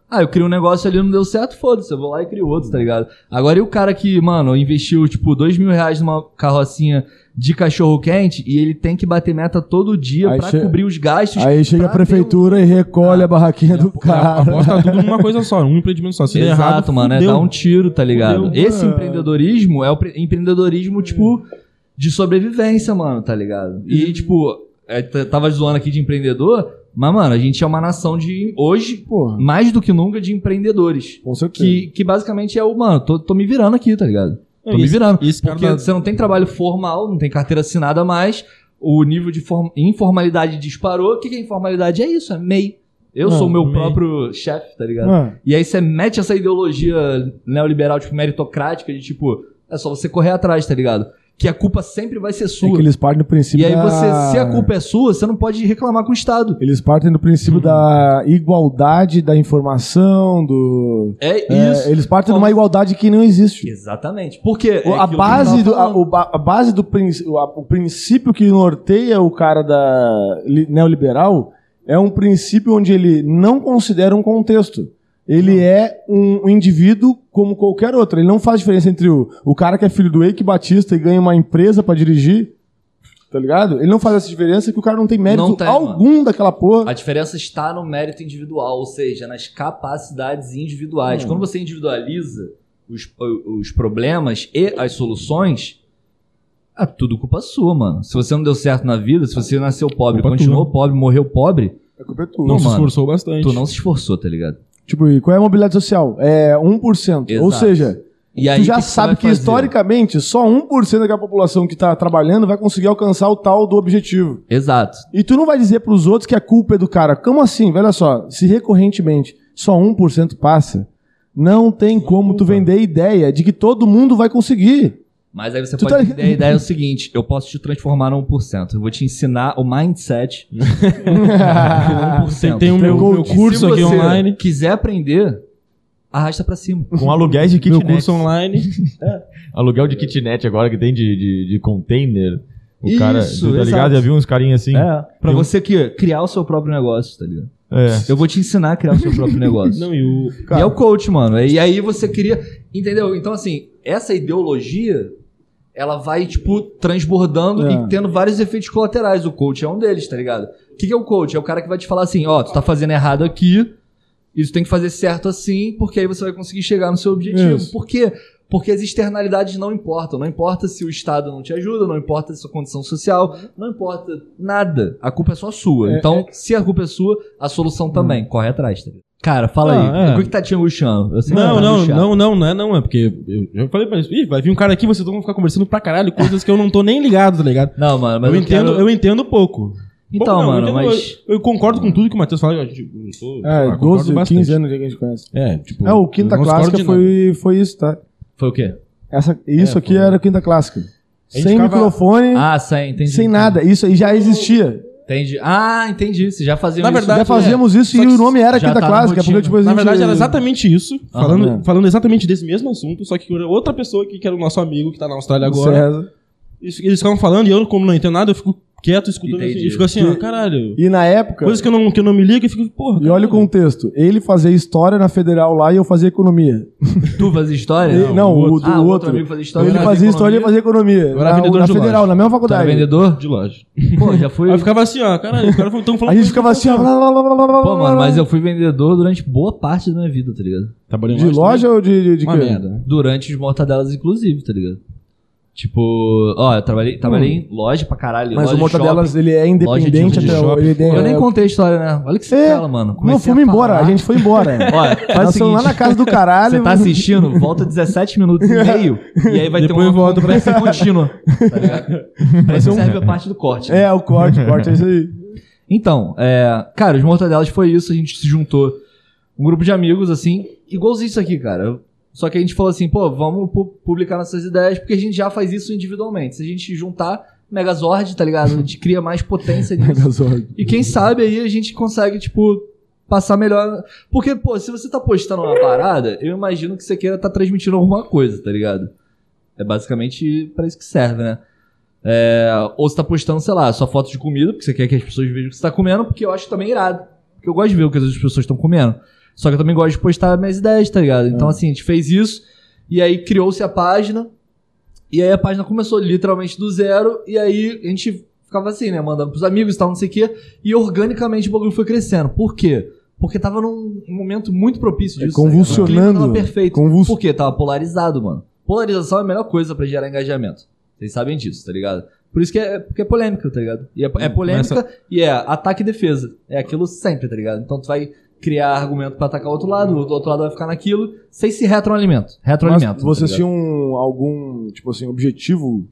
Ah, eu crio um negócio ali, não deu certo, foda-se, eu vou lá e crio outro, tá ligado? Agora e o cara que, mano, investiu, tipo, dois mil reais numa carrocinha de cachorro-quente e ele tem que bater meta todo dia Aí pra che- cobrir os gastos. Aí chega a pra ter prefeitura um- e recolhe Ah, a barraquinha do cara. Aposta tudo numa coisa só, um empreendimento só. Se der Exato, errado, mano, é fudeu. dar um tiro, tá ligado? Fudeu. Esse empreendedorismo é o pre- empreendedorismo, tipo, de sobrevivência, mano, tá ligado? E, tipo, é, t- tava zoando aqui de empreendedor, mas, mano, a gente é uma nação de, hoje, Porra, mais do que nunca, de empreendedores. com certeza. Que, que basicamente é o, mano, tô, tô me virando aqui, tá ligado? Tô É, me esse- virando. esse cara Porque da- você não tem trabalho formal, não tem carteira assinada mais, o nível de form- informalidade disparou. O que, que é informalidade? É isso, é M E I. Eu Ah, sou o meu M E I. próprio chefe, tá ligado? Ah, E aí você mete essa ideologia neoliberal, tipo, meritocrática, de tipo, é só você correr atrás, tá ligado? Que a culpa sempre vai ser é sua. que eles partem do princípio E aí da... você, se a culpa é sua, você não pode reclamar com o Estado. Eles partem do princípio Uhum. da igualdade da informação, do... É É, isso. eles partem de Como- uma igualdade que não existe. Exatamente. Porque O- é a, aquilo que base a gente do, tava a, falando. o ba- a base do princ- o, a- o princípio que norteia o cara da li- neoliberal é um princípio onde ele não considera um contexto. Ele é um, um indivíduo como qualquer outro. Ele não faz diferença entre o, o cara que é filho do Eike Batista e ganha uma empresa pra dirigir, tá ligado? Ele não faz essa diferença que o cara não tem mérito Não tem, algum daquela porra. A diferença está no mérito individual, ou seja, nas capacidades individuais. Hum. Quando você individualiza os, os problemas e as soluções, é tudo culpa sua, mano. Se você não deu certo na vida, se você nasceu pobre, Culpa continuou tua. pobre, morreu pobre, A culpa é tua. Não se mano, esforçou bastante. tu não se esforçou, tá ligado? Tipo, e qual é a mobilidade social? É um por cento. Ou Exato. seja, E aí, tu o já que que você sabe vai que fazer? historicamente só um por cento da população que tá trabalhando vai conseguir alcançar o tal do objetivo. Exato. E tu não vai dizer pros outros que a culpa é do cara. Como assim? Olha só, se recorrentemente só um por cento passa, não tem como tu vender a ideia de que todo mundo vai conseguir. Mas aí você Tu pode tá- ter a ideia é o seguinte, eu posso te transformar no um por cento. Eu vou te ensinar o mindset do um por cento. Tem, tem o meu, Pegou meu o- curso Se aqui você online. quiser aprender, arrasta pra cima. Com aluguéis de Meu kitnet. curso online. Aluguel de kitnet agora que tem de, de, de container. O Isso, cara, tu tá ligado? exato. Já viu uns carinhas assim? É, pra Tem um- você que criar o seu próprio negócio, tá ligado? É. Eu vou te ensinar a criar o seu próprio negócio. Não, e o. E é o coach, mano. E aí você cria. Entendeu? Então, assim, essa ideologia, ela vai, tipo, transbordando É. e tendo vários efeitos colaterais. O coach é um deles, tá ligado? O que, que é o coach? É o cara que vai te falar assim: ó, tu tá fazendo errado aqui, isso tem que fazer certo assim, porque aí você vai conseguir chegar no seu objetivo. Isso. Por quê? Porque as externalidades não importam. Não importa se o Estado não te ajuda, não importa a sua condição social, não importa nada. A culpa é só sua. É, então, se a culpa é sua, a solução também. Corre atrás, tá ligado? Cara, fala Ah, aí. é. O que, que tá te angustiando? Eu sei que Não, tá não, angustiado. não, não, não é não, é porque eu já falei pra eles, ih, vai vir um cara aqui, vocês vão ficar conversando pra caralho, coisas que eu não tô nem ligado, tá ligado? Não, mano, mas eu, eu, entendo, quero... eu entendo pouco. Então, Pouco não, mano, eu entendo- mas... Eu, eu concordo com tudo que o Matheus fala, eu, tipo, eu sou, É, ah, concordo doze, bastante. quinze anos que a gente conhece. É, tipo, É, o Quinta não Clássica discordo de nada. foi, foi isso, tá? Foi o quê? Essa, isso É, aqui foi. era o Quinta Clássica. gente Sem ficava- microfone, Ah, sem, entendi. sem nada. Isso aí já existia. Entendi. Ah, entendi. Você já fazia Na isso. verdade, Já fazíamos isso Só e que o nome era já Quinta tá na Clássica. rotina. Porque, tipo, a Na gente- verdade, era exatamente isso, Aham. falando, É. falando exatamente desse mesmo assunto, só que outra pessoa aqui, que era o nosso amigo que tá na Austrália o agora, César. eles, eles ficavam falando e eu, como não entendo nada, eu fico quieto, escutando Entendi. assim, e fico assim, ó, caralho, E na época... coisas que eu não, que eu não me ligo e fico, porra, E olha o caralho. contexto. Ele fazia história na Federal lá e eu fazia economia. Tu fazia história? Ele- não, o do ah, o outro outro. amigo fazia história. Ele eu fazia história e eu economia. fazia economia. Agora é na, vendedor na de Federal, loja. na mesma Tu era faculdade. vendedor? De loja. Pô, já fui... Aí eu ficava assim, ó, caralho, os caras estão falando A gente ficava assim, ó. blá, blá, blá, blá, blá, Pô, mano, blá. mas eu fui vendedor durante boa parte da minha vida, tá ligado? Trabalhei em De loja ou de, de, de Uma quê? merda. Durante os mortadelas, inclusive, tá ligado? Tipo, ó, eu trabalhei, trabalhei em loja pra caralho. Mas loja o de Mortadelas, shopping. ele é independente loja de até o... shopping. Ele tem, Eu nem é- contei a história, né? Olha que você É, fala, mano. Não, Comecei fomos a embora. falar. A gente foi embora. Olha, faz o Nós fomos lá seguinte, na casa do caralho. você tá assistindo, volta dezessete minutos e meio, e aí vai Depois ter uma volta pra- conversa contínua, tá ligado? Pra isso serve a parte do corte. né? É, o corte, o corte é isso aí. Então, é, cara, os Mortadelas foi isso, a gente se juntou, um grupo de amigos, assim, igualzinho isso aqui, cara. Só que a gente falou assim, pô, vamos pu- publicar nossas ideias, porque a gente já faz isso individualmente. Se a gente juntar Megazord, tá ligado? A gente cria mais potência nisso. Megazord. E quem sabe aí a gente consegue, tipo, passar melhor. Porque, pô, se você tá postando uma parada, eu imagino que você queira tá transmitindo alguma coisa, tá ligado? É basicamente pra isso que serve, né? É, ou você tá postando, sei lá, sua foto de comida, porque você quer que as pessoas vejam o que você tá comendo, porque eu acho também irado. Porque eu gosto de ver o que as outras pessoas estão comendo. Só que eu também gosto de postar minhas ideias, tá ligado? Então, É. assim, a gente fez isso, e aí criou-se a página, e aí a página começou literalmente do zero, e aí a gente ficava assim, né? Mandando pros amigos e tal, não sei o quê, e organicamente o bagulho foi crescendo. Por quê? Porque tava num momento muito propício É, disso. convulsionando. Tá ligado? O clima tava perfeito. Convuls- Por quê? Tava polarizado, mano. Polarização é a melhor coisa pra gerar engajamento. Vocês sabem disso, tá ligado? Por isso que é, porque é polêmica, tá ligado? E é, é polêmica Começa- e é ataque e defesa. É aquilo sempre, tá ligado? Então tu vai criar argumento pra atacar o outro lado, o outro lado vai ficar naquilo, sem se retroalimento. Retroalimento. Mas vocês tá ligado? tinham algum, tipo assim, objetivo?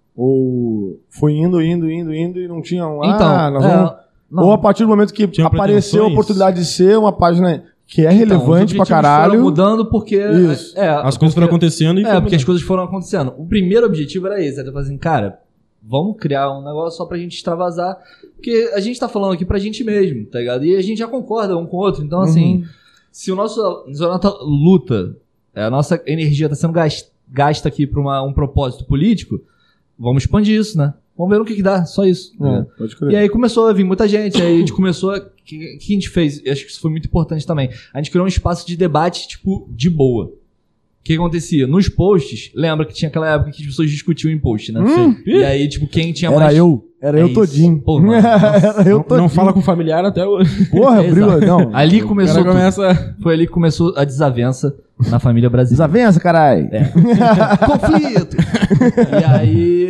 Ou foi indo, indo, indo, indo e não tinham... Então, ah, nós é, vamos... não. Ou a partir do momento que Tinha apareceu a pretensões? oportunidade de ser uma página que é Então, os relevante pra objetivos caralho... foram mudando porque... Isso. É, As coisas porque- foram acontecendo e... É, porque as coisas foram acontecendo. O primeiro objetivo era esse, era falar assim, cara, vamos criar um negócio só pra gente extravasar, porque a gente tá falando aqui pra gente mesmo, tá ligado? E a gente já concorda um com o outro, então assim, se o nosso, se a nossa luta, a nossa energia tá sendo gas- gasta aqui pra uma- um propósito político, vamos expandir isso, né? Vamos ver o que que dá, só isso. tá É, ligado? pode crer. E aí começou a vir muita gente, aí a gente começou a... O que, que a gente fez? Eu acho que isso foi muito importante também. A gente criou um espaço de debate, tipo, de boa. O que acontecia? Nos posts, lembra que tinha aquela época que as pessoas discutiam em post, né? Hum. E aí, tipo, quem tinha Era mais... eu, era É eu isso. todinho. Pô, mano, era eu Não, todinho. não fala com familiar até o... Porra, Exato. brigou. Não. Ali O começou cara tudo. começa... Foi ali que começou a desavença na família brasileira. Desavença, caralho. É. Conflito! E aí...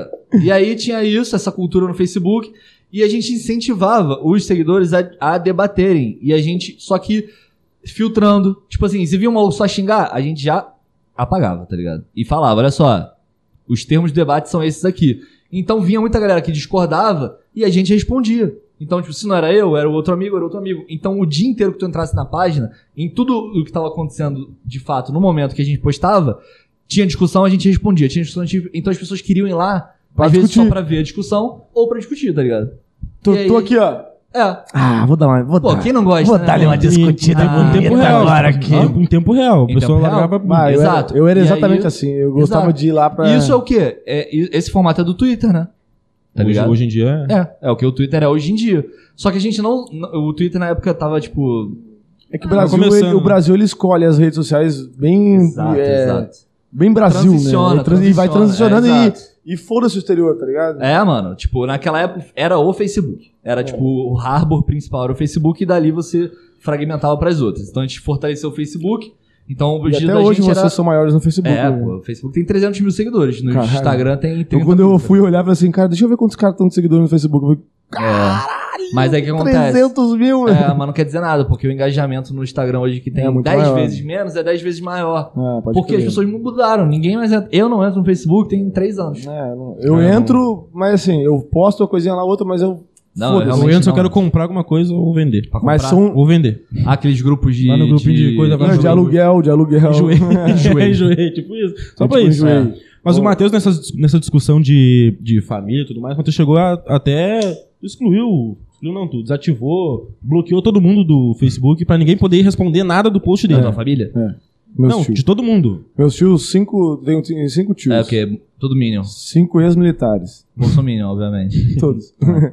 E aí tinha isso, essa cultura no Facebook, e a gente incentivava os seguidores a, a debaterem. E a gente, só que filtrando. Tipo assim, se via uma só xingar, a gente já apagava, tá ligado? E falava, olha só, os termos de debate são esses aqui. Então vinha muita galera que discordava e a gente respondia. Então, tipo, se não era eu, era o outro amigo, era outro amigo. Então, o dia inteiro que tu entrasse na página, em tudo o que estava acontecendo de fato, no momento que a gente postava, tinha discussão, a gente respondia. Tinha discussão, a gente... Então as pessoas queriam ir lá, Pra às vezes discutir. só pra ver a discussão ou pra discutir, tá ligado? Tô, E aí- tô aqui, ó. É. Ah, vou dar uma. Vou Pô, dar. quem não gosta, Vou né, dar-lhe uma mano? discutida Ah, Em tempo bonita real. agora aqui. Em tempo real. O Em pessoal tempo real? largava... Ah, eu, Exato. Era, eu era E exatamente aí- assim. Eu gostava Exato. de ir lá pra. Isso é o quê? É, esse formato é do Twitter, né? Tá hoje, ligado? hoje em dia... é- É, é o que o Twitter é hoje em dia. Só que a gente não... O Twitter na época tava, tipo... É que o Brasil, começando. ele, o Brasil ele escolhe as redes sociais bem. Exato, é, exato. Bem Brasil, Transiciona, né? E, trans- e vai transiciona, transicionando é, e, exato. e foda-se o exterior, tá ligado? É, mano. Tipo, naquela época era o Facebook. Era, tipo, o harbor principal era o Facebook e dali você fragmentava pras outras. Então a gente fortaleceu o Facebook. Então o E objetivo até da hoje gente vocês era... são maiores no Facebook. É, né? pô, o Facebook tem trezentos mil seguidores. No Caralho. Instagram tem trinta Então, quando eu mil, fui olhar, eu falei assim, cara, deixa eu ver quantos caras estão de seguidores no Facebook. Eu falei, É. Mas aí o que acontece? trezentos mil, velho. É, mas não quer dizer nada, porque o engajamento no Instagram hoje que tem É muito dez maior. vezes menos é dez vezes maior. Ah, pode Porque crer. as pessoas mudaram. Ninguém mais entra. Eu não entro no Facebook tem três anos. É, não- eu É, entro, mas assim, eu posto uma coisinha lá, outra, mas eu. Não, foda-se. eu Eu realmente entro, eu não. quero comprar alguma coisa ou vender. Pra Mas comprar. são. Ou vender. Aqueles grupos de. Lá no grupinho de coisa, vai Não, de jogar- aluguel, de aluguel. Enjoei. Enjoei. Enjoei, tipo isso. Só É pra tipo isso. enjoei. Mas Bom. o Matheus, nessa, nessa discussão de, de família e tudo mais, o Matheus chegou a, até excluiu, excluiu não, tu desativou, bloqueou todo mundo do Facebook pra ninguém poder responder nada do post Da dele. tua família? Meus Não, tios. de todo mundo. Meus tios, cinco. Tenho tenho cinco tios. É o quê? Tudo Minion. Cinco ex-militares. Bolsominion, obviamente. Todos.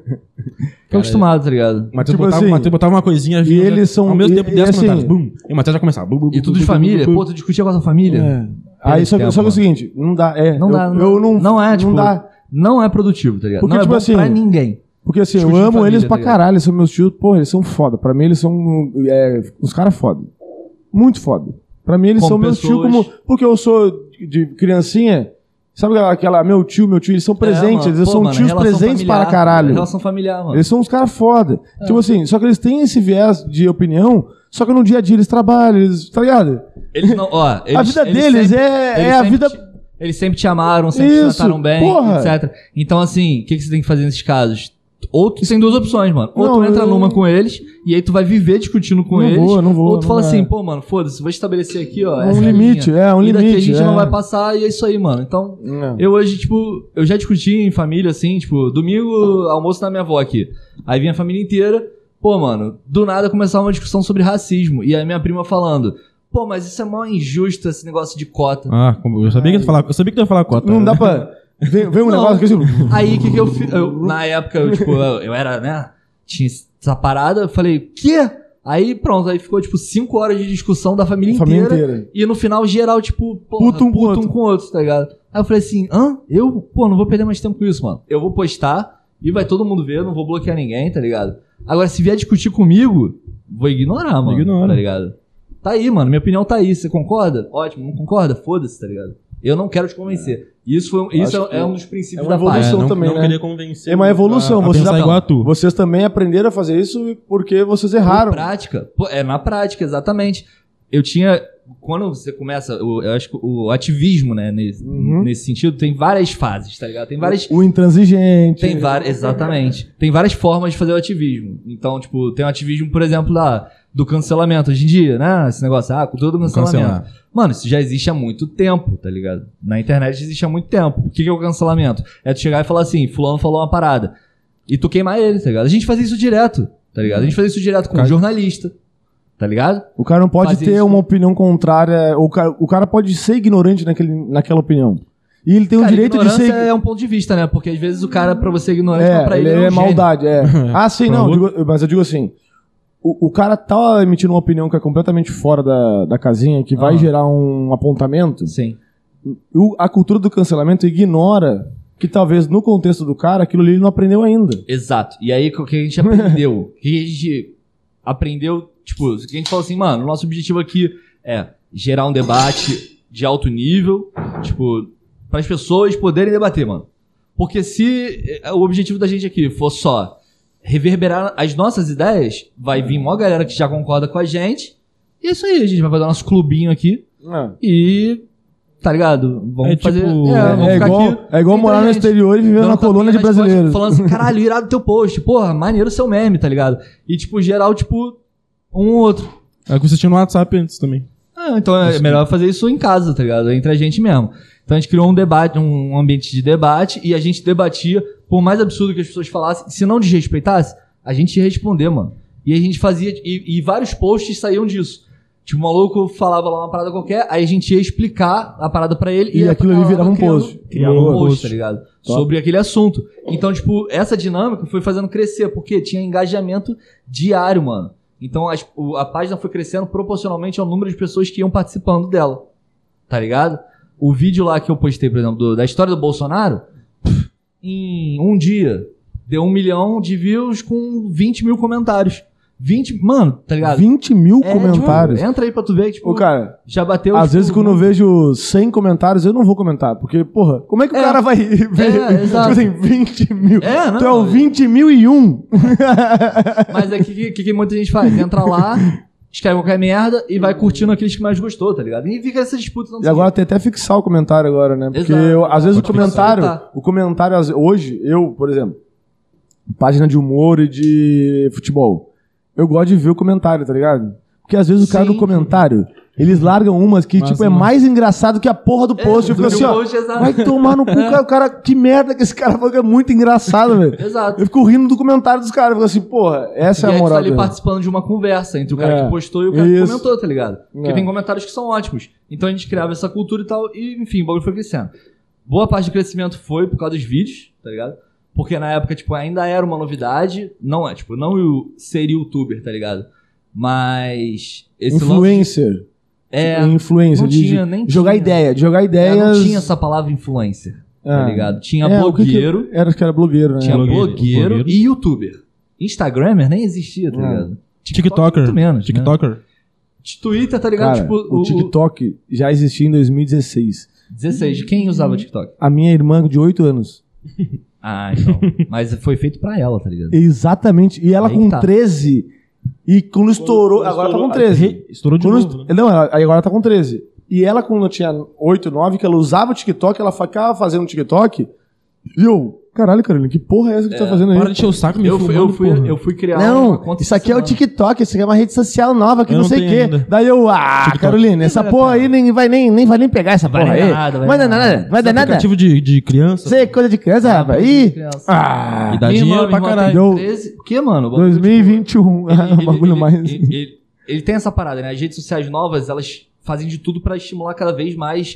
Tô acostumado, tá ligado? O Matheus Tipo botava, assim, o Matheus botava uma coisinha e eles são- ao mesmo e- tempo e dez assim- comentários. Bum, e o Matheus já começava. Bum, bum, E bum, tudo bum, de bum, família? bum, bum. Pô, tu discutia com a tua família? É. Aí Esse só, que- tempo, só que é o mano. seguinte, não dá. É, Não eu, dá, não, eu não. não é, tipo, Não dá. não é produtivo, tá ligado? Porque, não é tipo bom assim, pra ninguém. Porque assim, eu Discutir em amo família, eles tá pra ligado? caralho, são meus tios, porra, eles são foda. Pra mim eles são é, uns caras foda. Muito foda. Pra mim eles Como são meus tios pessoas- como. Porque eu sou de, de criancinha. Sabe aquela, meu tio, meu tio, eles são presentes, É, mano. eles Pô, são mano, tios relação presentes familiar, para caralho. Relação familiar, mano. Eles são uns caras foda. Tipo assim, só que eles têm esse viés de opinião, só que no dia a dia eles trabalham, eles. Tá ligado? Eles não, ó, eles, a vida eles deles sempre- é, eles é a sempre vida. te- Eles sempre te amaram, sempre Isso, te trataram bem, porra. etcétera. Então, assim, o que, que você tem que fazer nesses casos? Ou tu tem duas opções, mano. Ou Não, tu entra eu- numa com eles, e aí tu vai viver discutindo com Não eles. vou, não vou, ou tu não fala vai. assim, pô, mano, foda-se, vou estabelecer aqui, ó. Um essa é a limite, linha. é, um e daqui a limite, gente é. não vai passar, e é isso aí, mano. Então, Não. eu hoje, tipo, eu já discuti em família, assim, tipo, domingo, almoço na minha avó aqui. Aí vinha a família inteira, pô, mano, do nada começava uma discussão sobre racismo. E aí minha prima falando, pô, mas isso é mó injusto, esse negócio de cota. Ah, como- eu sabia que tu ia falar, eu sabia que tu ia falar cota. Não dá pra. Vem, vem um Não. negócio que assim. Aí o que, que eu fiz? Eu, na época, eu, tipo, eu, eu era, né? Tinha essa parada, eu falei, quê? Aí pronto, aí ficou tipo cinco horas de discussão da família, Família inteira, inteira. E no final, geral, tipo, porra, Puto um com o outro. um com o outro, tá ligado? Aí eu falei assim, hã? Eu? Pô, não vou perder mais tempo com isso, mano. Eu vou postar e vai todo mundo ver, não vou bloquear ninguém, tá ligado? Agora, se vier discutir comigo, vou ignorar, mano. Ignora. Tá ligado? Tá aí, mano. Minha opinião tá aí. Você concorda? Ótimo. Não concorda? Foda-se, tá ligado? Eu não quero te convencer. Isso, foi, isso Acho é, é que um dos princípios é uma da paz. evolução. não, também, não né? querer convencer. É uma evolução. A, a Vocês, pensar igual a tu. vocês também aprenderam a fazer isso porque vocês erraram. Na prática. Pô, é na prática, exatamente. Eu tinha... Quando você começa... o- Eu acho que o ativismo, né? Nesse, Uhum. nesse sentido, tem várias fases, tá ligado? Tem várias... O intransigente. Tem várias... Exatamente. Tem várias formas de fazer o ativismo. Então, tipo, tem o ativismo, por exemplo, da, do cancelamento hoje em dia, né? Esse negócio, ah, a cultura do cancelamento. Cancelar. Mano, isso já existe há muito tempo, tá ligado? Na internet existe há muito tempo. O que que é o cancelamento? É tu chegar e falar assim, fulano falou uma parada. E tu queimar ele, tá ligado? A gente fazia isso direto, tá ligado? A gente fazia isso direto com um Cara- jornalista, tá ligado? O cara não pode Fazer ter isso. uma opinião contrária. O cara, o cara pode ser ignorante naquele, naquela opinião. E ele tem o Cara, direito de ignorância ser. é um ponto de vista, né? Porque às vezes o cara, pra você ignorante, mas É, pra ele, ele é, um é gênio. maldade, é. Ah, sim, não, Por digo- mas eu digo assim. O, o cara tá emitindo uma opinião que é completamente fora da, da casinha, que vai Aham. gerar um apontamento. Sim. O- a cultura do cancelamento ignora que talvez no contexto do cara aquilo ali ele não aprendeu ainda. Exato. E aí, o que a gente aprendeu? O que a gente aprendeu, tipo, o que a gente falou assim, mano, o nosso objetivo aqui é gerar um debate de alto nível, tipo, para as pessoas poderem debater, mano. Porque se eh, o objetivo da gente aqui for só reverberar as nossas ideias, vai vir uma galera que já concorda com a gente, e é isso aí, a gente vai fazer nosso clubinho aqui É. e... Tá ligado? Vamos É tipo- fazer... vamos É, ficar igual, aqui é igual entre morar a no gente. exterior e viver Dando na colônia de tapinha nas costas, brasileiros. Falando assim, caralho, irado teu post. Porra, maneiro seu meme, tá ligado? E, tipo, geral, tipo, um ou outro. É o que você tinha no WhatsApp antes também. Ah, então é melhor fazer isso em casa, tá ligado? Entre a gente mesmo. Então a gente criou um debate, um ambiente de debate, e a gente debatia, por mais absurdo que as pessoas falassem, se não desrespeitasse, a gente ia responder, mano. E a gente fazia, e, e vários posts saíam disso. Tipo, o maluco falava lá uma parada qualquer, aí a gente ia explicar a parada pra ele E ia aquilo ali pra- virava um criando- post. Criava um Boa. post, tá ligado? Sobre aquele assunto. Então, tipo, essa dinâmica foi fazendo crescer, porque tinha engajamento diário, mano. Então, as- o- a página foi crescendo proporcionalmente ao número de pessoas que iam participando dela. Tá ligado? O vídeo lá que eu postei, por exemplo, do- da história do Bolsonaro, em um dia, deu um milhão de views com vinte mil comentários. vinte, mano, tá ligado? vinte mil É, comentários. tipo, entra aí pra tu ver, tipo, Ô, cara, já bateu... às tipo, vezes quando eu vejo cem comentários, eu não vou comentar. Porque, porra, como é que o É. cara vai ver? exato. Tipo assim, vinte mil. É, não, Tu é o é. vinte mil e um. Mas é o que, que, que muita gente faz? Entra lá, escreve qualquer merda e vai curtindo aqueles que mais gostou, tá ligado? E fica essa disputa. Não E agora tem até fixar o comentário agora, né? Porque Exato. eu- às vezes o Pode comentário, facilitar. o comentário às- hoje, eu, por exemplo, página de humor e de futebol, eu gosto de ver o comentário, tá ligado? Porque às vezes o cara Sim. no comentário, eles largam umas que, Mas tipo, é não. mais engraçado que a porra do post. eu do fico assim, que o ó, post, exato. vai tomar no cu, cara, o cara, que merda que esse cara falou que é muito engraçado, velho. Exato. Eu fico rindo do comentário dos caras, eu fico assim, porra, essa E é aí a tu tá moral ali dele. participando de uma conversa entre o cara É. que postou e o cara Isso. que comentou, tá ligado? Porque É. tem comentários que são ótimos. Então a gente criava essa cultura e tal, e enfim, o bagulho foi crescendo. Boa parte do crescimento foi por causa dos vídeos, tá ligado? Porque na época, tipo, ainda era uma novidade. Não é, tipo, não eu ser youtuber, tá ligado? Mas esse lance... Influencer. É, Influencer. não de, de tinha, nem jogar tinha. ideia, de jogar é, ideias. não tinha essa palavra influencer, tá Ah. ligado? Tinha É, o que que- blogueiro, Era que era blogueiro, né? tinha blogueiro, blogueiro, blogueiro. e youtuber. Instagramer nem existia, tá Ah. ligado? TikToker. muito menos, né? TikToker. Twitter, tá ligado? Cara, tipo, o TikTok já existia em dois mil e dezesseis. dezesseis. Quem usava TikTok? A minha irmã de oito anos. Ah, então. Mas foi feito pra ela, tá ligado? Exatamente. E ela Aí com tá. treze. E quando estourou. quando agora estourou, tá com treze. Estourou de Quando novo, est- Não, ela- aí agora tá com treze. E ela, quando tinha oito, nove, que ela usava o TikTok, ela ficava fazendo TikTok. E eu, caralho, Carolina, que porra é essa que tu tá fazendo aí? Para de encher o saco me Eu fui, eu, filmando, fui, porra. eu fui criar uma Não, conta isso aqui é o essa semana. TikTok, isso aqui é uma rede social nova que Eu não não sei o tenho quê. ainda. Daí eu, ah, TikTok. Carolina, essa Não, porra não. aí nem vai nem, nem vai nem pegar essa Vai porra dar aí. nada, vai vai dar dar nada, nada. vai dar nada. Aplicativo de, de criança. Isso aí é coisa de criança, rapaz. coisa de Ih, criança. ah, E dá Minha dinheiro irmã- pra minha irmã caralho. tem treze. O que, mano? O bagulho, dois mil e vinte e um, tipo, o ele- bagulho ele- mais... Ele, ele- ele tem essa parada, né? As redes sociais novas, elas fazem de tudo pra estimular cada vez mais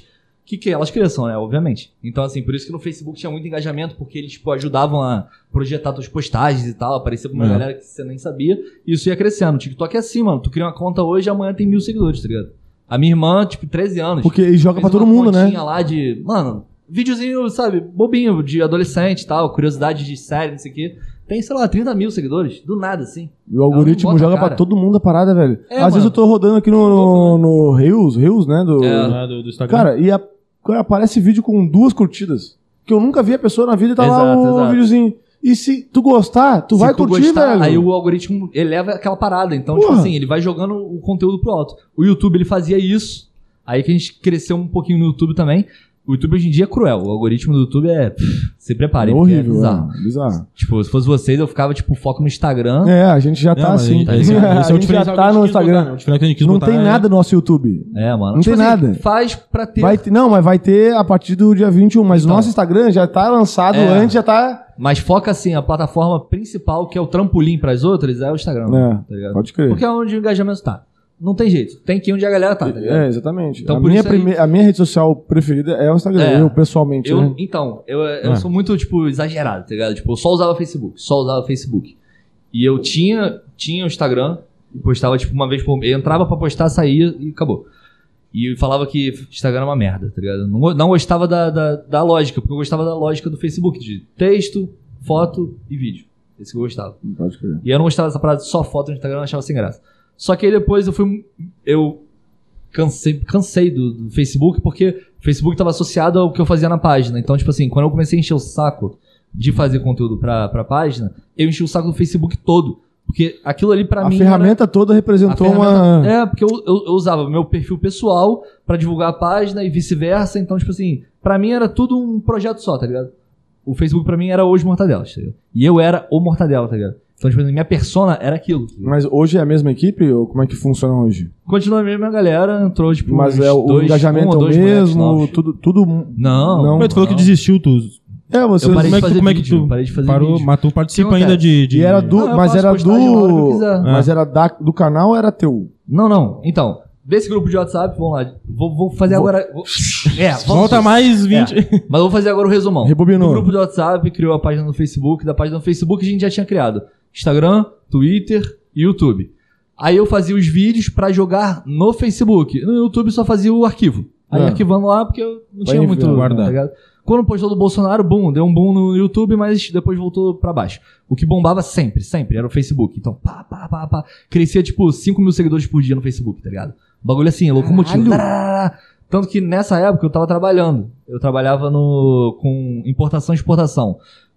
que, que elas cresçam, né? Obviamente. Então, assim, por isso que no Facebook tinha muito engajamento, porque eles, tipo, ajudavam a projetar suas postagens e tal, aparecer pra uma É. galera que você nem sabia, e isso ia crescendo. O TikTok é assim, mano. Tu cria uma conta hoje e amanhã tem mil seguidores, tá ligado? A minha irmã, tipo, treze anos. Porque e joga fez pra todo uma mundo, né? continha lá de, mano, videozinho, sabe, bobinho, de adolescente e tal, curiosidade de série, não sei o quê. Tem, sei lá, trinta mil seguidores, do nada, assim. E o algoritmo Ela não bota joga a cara. pra todo mundo a parada, velho. É, Às mano. vezes eu tô rodando aqui no, no, no Reels, Reels, né? Do, É. Lá do, do Instagram. Cara, e a- aparece vídeo com duas curtidas. Que eu nunca vi a pessoa na vida e tá lá Exato, o exato. videozinho. E se tu gostar, tu Se vai tu curtir, gostar, velho. aí o algoritmo eleva aquela parada. Então, tipo Porra. assim, ele vai jogando o conteúdo pro alto. O YouTube, ele fazia isso. Aí que a gente cresceu um pouquinho no YouTube também. O YouTube hoje em dia é cruel. O algoritmo do YouTube é... pff, se preparem, É porque horrível, é bizarro. é, bizarro. Tipo, se fosse vocês, eu ficava, tipo, foco no Instagram. É, a gente já tá Não, mas assim. esse- esse é o a gente já diferencial que tá a gente no quis botar, Instagram. né? O diferencial que a gente quis Não botar tem é- nada no nosso YouTube. É, mano. Não tem nada. Faz pra ter... Vai ter, não, mas vai ter a partir do dia vinte e um. Mas Então. o nosso Instagram já tá lançado É. antes, já tá... Mas foca, assim, a plataforma principal, que é o trampolim pras outras, é o Instagram. É, tá ligado? pode crer. Porque é onde o engajamento tá. Não tem jeito. Tem que ir onde a galera tá, tá ligado? É, exatamente. Então, a, por minha isso aí- prime- a minha rede social preferida é o Instagram, É. eu pessoalmente, Eu, né? Então, eu, eu É. sou muito, tipo, exagerado, tá ligado? Tipo, eu só usava Facebook, só usava Facebook. E eu tinha, tinha o Instagram, e postava, tipo, uma vez por mês. Entrava pra postar, saía e acabou. E eu falava que Instagram é uma merda, tá ligado? Não, go- não gostava da, da, da lógica, porque eu gostava da lógica do Facebook, de texto, foto e vídeo. Esse que eu gostava. Pode crer. E eu não gostava dessa parada de só foto no Instagram, eu achava sem graça. Só que aí depois eu fui. Eu cansei, cansei do, do Facebook, porque o Facebook estava associado ao que eu fazia na página. Então, tipo assim, quando eu comecei a encher o saco de fazer conteúdo pra, pra página, eu enchi o saco do Facebook todo. Porque aquilo ali pra A mim. ferramenta toda era, representou a ferramenta- uma... É, porque eu, eu, eu usava meu perfil pessoal pra divulgar a página e vice-versa. Então, tipo assim, pra mim era tudo um projeto só, tá ligado? O Facebook pra mim era Os Mortadelas, tá ligado? E eu era o Mortadela, tá ligado? Então, tipo, minha persona era aquilo. tá ligado? Mas hoje é a mesma equipe ou como é que funciona hoje? Continua a mesma galera, entrou, tipo, Mas uns é o dois, engajamento um é ou o dois moleques mesmo, novos. tudo, tudo... Não, Não. Mas tu falou não. que desistiu, tu É, você... Eu parei como é de que, tu- fazer como é que vídeo, tu parei de fazer parou, vídeo. mas tu participa O que ainda acontece? de... de- E era do... Não, eu mas faço era postagem a hora que eu do... quiser. Mas era da, do canal ou era teu? Não, não. Então, desse grupo de WhatsApp, vamos lá. Vou, vou fazer Vou- agora... Vou... É, vamos- Volta mais vinte... É, mas eu vou fazer agora o resumão. Rebobinou. O grupo de WhatsApp criou a página no Facebook. Da página no Facebook a gente já tinha criado Instagram, Twitter e YouTube. Aí eu fazia os vídeos pra jogar no Facebook. No YouTube só fazia o arquivo. Aí É. arquivando lá porque eu não Vai tinha muito... guardar. Tá ligado? Quando postou do Bolsonaro, boom, deu um boom no YouTube, mas depois voltou pra baixo. O que bombava sempre, sempre, era o Facebook. Então, pá, pá, pá, pá. Crescia, tipo, cinco mil seguidores por dia no Facebook, tá ligado? O bagulho assim, locomotivo. Caralho. Tarará. Tanto que nessa época eu tava trabalhando. Eu trabalhava no, com importação e exportação.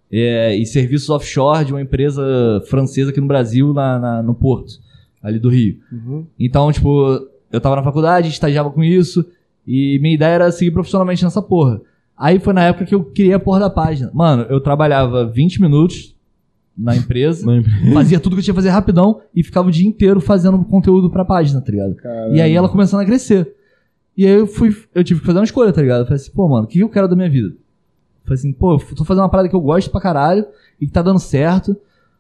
É, e serviços offshore de uma empresa francesa aqui no Brasil, na, na- no Porto, ali do Rio. Uhum. Então, tipo, eu tava na faculdade, estagiava com isso, e minha ideia era seguir profissionalmente nessa porra. Aí foi na época que eu criei a porra da página. Mano, eu trabalhava vinte minutos na empresa, fazia tudo que eu tinha que fazer rapidão e ficava o dia inteiro fazendo conteúdo pra página, tá ligado? Caramba. E aí ela começando a crescer. E aí eu fui, eu tive que fazer uma escolha, tá ligado? Eu falei assim, pô, mano, o que eu quero da minha vida? Eu falei assim, pô, eu tô fazendo uma parada que eu gosto pra caralho e que tá dando certo.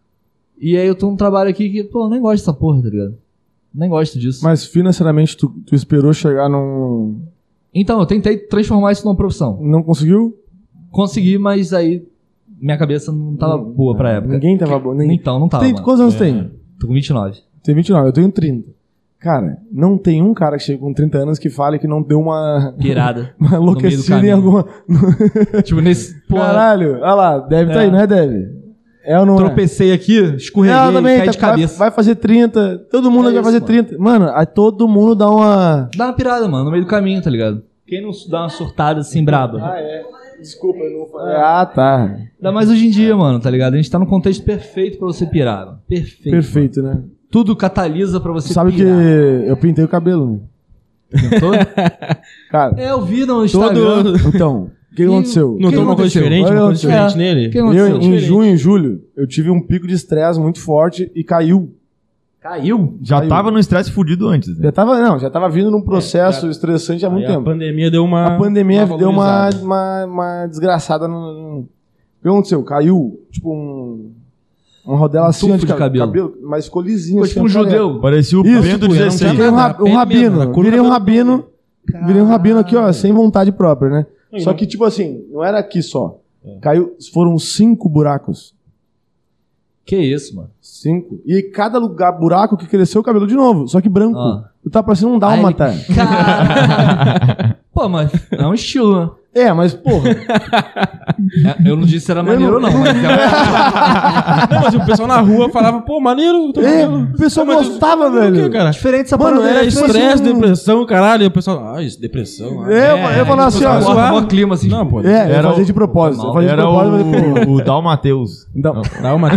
E aí eu tô num trabalho aqui que, pô, eu nem gosto dessa porra, tá ligado? Nem gosto disso. Mas financeiramente tu, tu esperou chegar num... Então, eu tentei transformar isso numa profissão. Não conseguiu? Consegui, mas aí minha cabeça não tava boa pra época. Ninguém tava bom. Ninguém... Então, não tava, Tem, mano. quantos anos tem? Tô com vinte e nove. Tem vinte e nove, eu tenho trinta. Cara, não tem um cara que chega com trinta anos que fale que não deu uma... Pirada. uma No meio do enlouquecida em caminho. alguma... Tipo, nesse... Porra, Caralho, olha lá, deve tá É. aí, não é deve? É ou não tropecei aqui, é? escorreguei, Ela também caí tá- de cabeça. Vai, vai fazer trinta, todo mundo É vai isso, fazer mano. trinta. Mano, aí todo mundo dá uma... Dá uma pirada, mano, no meio do caminho, tá ligado? Quem não dá uma surtada assim, braba? é. Desculpa, eu não falei. Ah, tá. Ainda mais hoje em dia, mano, tá ligado? A gente tá num contexto perfeito pra você pirar, mano. Perfeito. Perfeito, né? Tudo catalisa pra você Sabe que pirar. eu pintei o cabelo, né? Pintou? Cara, É, eu vi no Instagram. Todo... então, o que E- aconteceu? Não que tem uma coisa aconteceu? diferente, Olha, uma coisa é. diferente nele? O que Eu, aconteceu? em Diferente. junho e julho, eu tive um pico de estresse muito forte e caiu. Caiu? Já Caiu. tava no estresse fudido antes, né? Já tava, não, já tava vindo num processo já- estressante há muito Aí a tempo. pandemia deu uma... A pandemia uma deu uma, valorizada. uma, uma desgraçada no, no... O que aconteceu? Caiu, tipo, um... Uma rodela Um assim tufo de de ca- cabelo. mas ficou lisinho. Ficou assim, tipo um ó, careca. judeu. Parecia o Isso, Bento tipo, dezesseis. Virei um, nada, ra- um pele rabino, mesmo, a cor do virei um cabelo- rabino, Virei um rabino aqui, ó, sem vontade própria, né? Só que, tipo assim, não era aqui só. Caiu, foram cinco buracos. Que isso, mano? Cinco. E cada lugar, buraco que cresceu o cabelo de novo. Só que branco. Ah. Tu tá parecendo um dálmata. Ai, ele... Cara... Pô, mas é um estilo, né? É, mas, porra. É, eu não disse se era maneiro ou não, mas é um... Não, mas o pessoal na rua falava, pô, maneiro. É, o pessoal Não, mas gostava, Por velho. quê, cara? Diferente essa Mano, parada. era É tipo estresse, assim, um- depressão, caralho. E o pessoal, ah, isso, depressão. ah, É, eu falava assim, ó. pessoal Zoar, zoava. mó clima, assim. Não, pô. É, eu Era fazia o- de propósito. Eu fazia de Era propósito, mas, porra. o, o Dal Mateus. Não, Dá uma...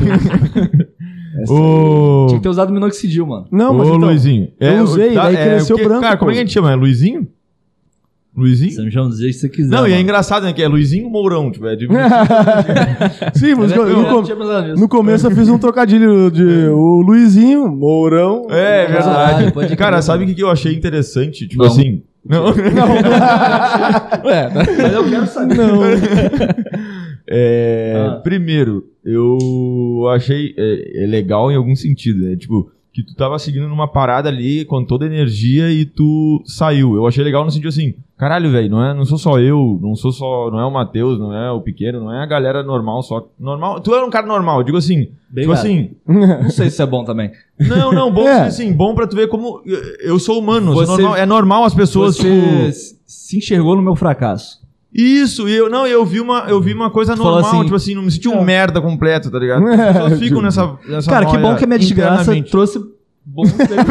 O... Tinha que ter usado minoxidil, mano. não, mas Ô, então, Luizinho. eu usei, tá- daí cresceu o quê? branco, Cara, como é pô. que a gente chama? É Luizinho? Luizinho? Você me chama do jeito que você quiser. Não, e é mano. engraçado, né? Que é Luizinho Mourão, tipo, é de... Sim, mas Eu no, não com- tinha pensado nisso. no começo eu fiz um trocadilho de o Luizinho, Mourão. É, é verdade. Caralho, pode crer, Cara, sabe o mano. que que eu achei interessante? Tipo Não. assim... Não. Ué, tá. Mas eu quero saber. Não. É, Ah. Primeiro, eu achei é, é legal em algum sentido, né? Tipo, que tu tava seguindo numa parada ali com toda a energia e tu saiu. Eu achei legal no sentido assim, caralho, velho, não, é, não sou só eu, não sou só, não é o Matheus, não é o Pequeno, não é a galera normal só. Normal, tu é um cara normal, eu digo assim, tipo Obrigado. assim, Não sei se é bom também. não, não, bom, É. assim, bom pra tu ver como eu sou humano, eu sou Você- normal, é normal as pessoas, Você tipo... se enxergou no meu fracasso. Isso, e eu não, eu vi uma, eu vi uma coisa Tu falou normal, assim, tipo assim, não me senti um merda completo, tá ligado? As pessoas ficam Tipo, nessa, nessa Cara, que noia bom que a minha desgraça internamente. trouxe bons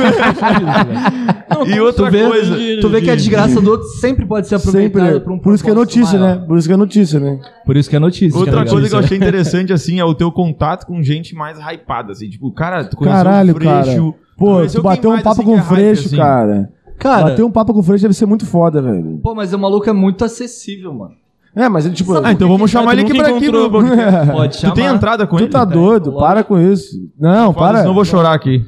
E outra tu vê, coisa, tu vê que a desgraça do outro sempre pode ser aproveitada Sempre. pra um Por isso que é propósito notícia, maior. né? Por isso que é notícia, né? Por isso que é notícia. outra cara. coisa que eu achei interessante, assim, é o teu contato com gente mais hypada, assim, tipo, cara, tu conheceu Caralho, o Freixo, cara. Pô, conheceu tu quem bateu um mais, papo assim, com que o é hype, Freixo, assim? cara. Cara, Bater um papo com o Freixo deve ser muito foda, velho. pô, mas o maluco é muito acessível, mano. É, mas ele, tipo... Ah, então vamos chamar tu ele aqui nunca pra aqui encontrou- no podcast. Pode Tu chamar. tem entrada com Tu ele? tá doido, lógico. para com isso. Não, Fala, para. senão eu vou chorar aqui.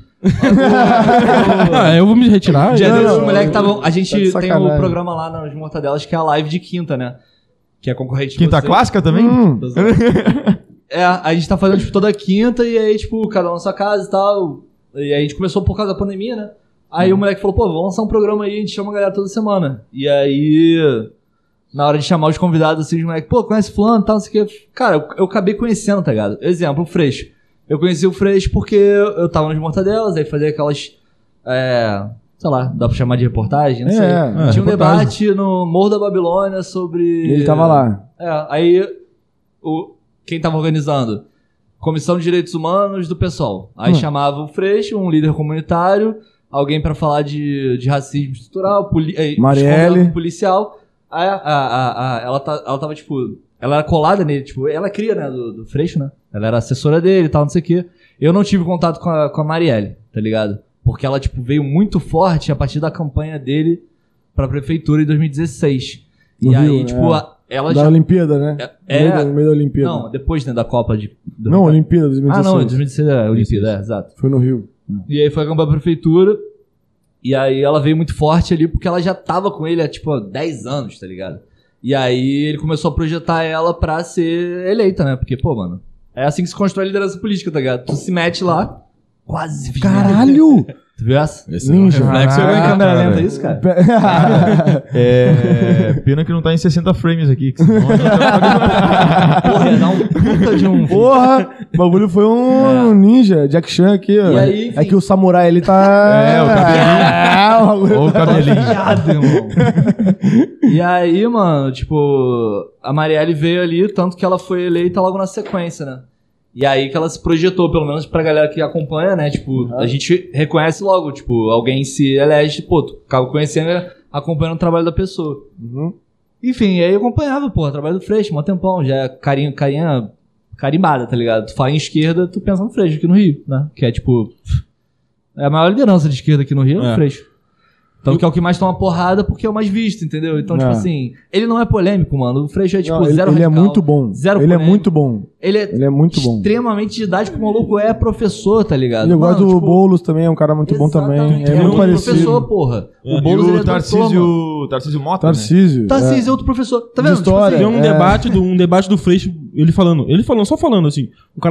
Ah, eu vou me retirar. Dia eu- Não, desses não, moleques não. estavam. A Tá gente de tem sacanagem. o programa lá nas Mortadelas que é a live de quinta, né? Que é concorrente de Quinta vocês. clássica também? Hum, Tô zoando. É, a gente tá fazendo tipo, toda quinta e aí, tipo, cada um na sua casa e tal. E aí a gente começou por causa da pandemia, né? Aí o moleque falou, pô, vamos lançar um programa aí, a gente chama a galera toda semana. E aí, na hora de chamar os convidados, assim, os moleques, pô, conhece fulano e tal, não sei o quê. Cara, eu, eu acabei conhecendo, tá ligado? Exemplo, o Freixo. Eu conheci o Freixo porque eu tava nas Mortadelas, aí fazia aquelas, é, sei lá, dá pra chamar de reportagem, não É, sei. é, Tinha um reportagem. debate no Morro da Babilônia sobre... ele tava lá. É, aí o, quem tava organizando? Comissão de Direitos Humanos do PSOL. Aí Hum. chamava o Freixo, um líder comunitário, alguém pra falar de, de racismo estrutural, poli, eh, Marielle. escondendo policial. Aí a, a, a, a- ela, tá, ela tava, tipo, ela era colada nele, tipo, ela é cria, né, do, do Freixo, né? Ela era assessora dele e tal, não sei o quê. Eu não tive contato com a, com a Marielle, tá ligado? Porque ela, tipo, veio muito forte a partir da campanha dele pra prefeitura em dois mil e dezesseis. No e aí, Rio, tipo, é. a- ela Da já... Olimpíada, né? É, No meio da, no meio da Olimpíada. Não, depois, né, da Copa de... do- Não, Olimpíada, dois mil e Ah, dezesseis. não, dois mil e dezesseis é a Olimpíada, é, exato. Foi no Rio. E aí foi a campanha da prefeitura, e aí ela veio muito forte ali, porque ela já tava com ele há, tipo, há dez anos, tá ligado? E aí ele começou a projetar ela pra ser eleita, né? Porque, pô, mano, é assim que se constrói a liderança política, tá ligado? Tu se mete lá, quase... fiz merda. Caralho! Tu viu essa? Esse Ninja. é um reflexo. Pegou em Caraca, câmera lenta velho. isso, cara? É, pena que não tá em sessenta frames aqui. Que senão a gente Porra, ia dar um puta de um... Porra! O bagulho foi um ninja, Jack Chan aqui, ó. E aí, enfim. É que o samurai, ele tá... É, o cabelinho. É, o bagulho Ou o cabelinho. Viado, irmão. E aí, mano, tipo, a Marielle veio ali, tanto que ela foi eleita logo na sequência, né? E aí que ela se projetou, pelo menos pra galera que acompanha, né? Tipo, a gente reconhece logo, tipo, alguém se elege, pô, tu acaba conhecendo, acompanhando o trabalho da pessoa. Uhum. Enfim, aí eu acompanhava, pô, o trabalho do Freixo, mó tempão, já é carinho, carinha carimbada, tá ligado? Tu fala em esquerda, tu pensa no Freixo aqui no Rio, né? Que é, tipo, é a maior liderança de esquerda aqui no Rio, é o É. Freixo. Tanto que é o que mais toma porrada porque é o mais visto, entendeu? Então, tipo É. assim, ele não é polêmico, mano. O Freixo é, tipo, Não, ele, zero ele é radical, muito bom. Zero ele é polêmico. muito bom. Ele é, Ele é muito bom. extremamente didático, o maluco é professor, tá ligado? Eu gosto Mano, do tipo, Boulos também, é um cara muito bom também. exatamente, É ele muito um parecido. professor, porra. O E Boulos, ele é o doutor, mano. Tarcísio, Tarcísio Mota, né? Tarcísio. Tarcísio é outro professor. Tá De vendo? história. Tem um É. debate do um debate do Freixo, ele falando, ele falando, só falando assim, o cara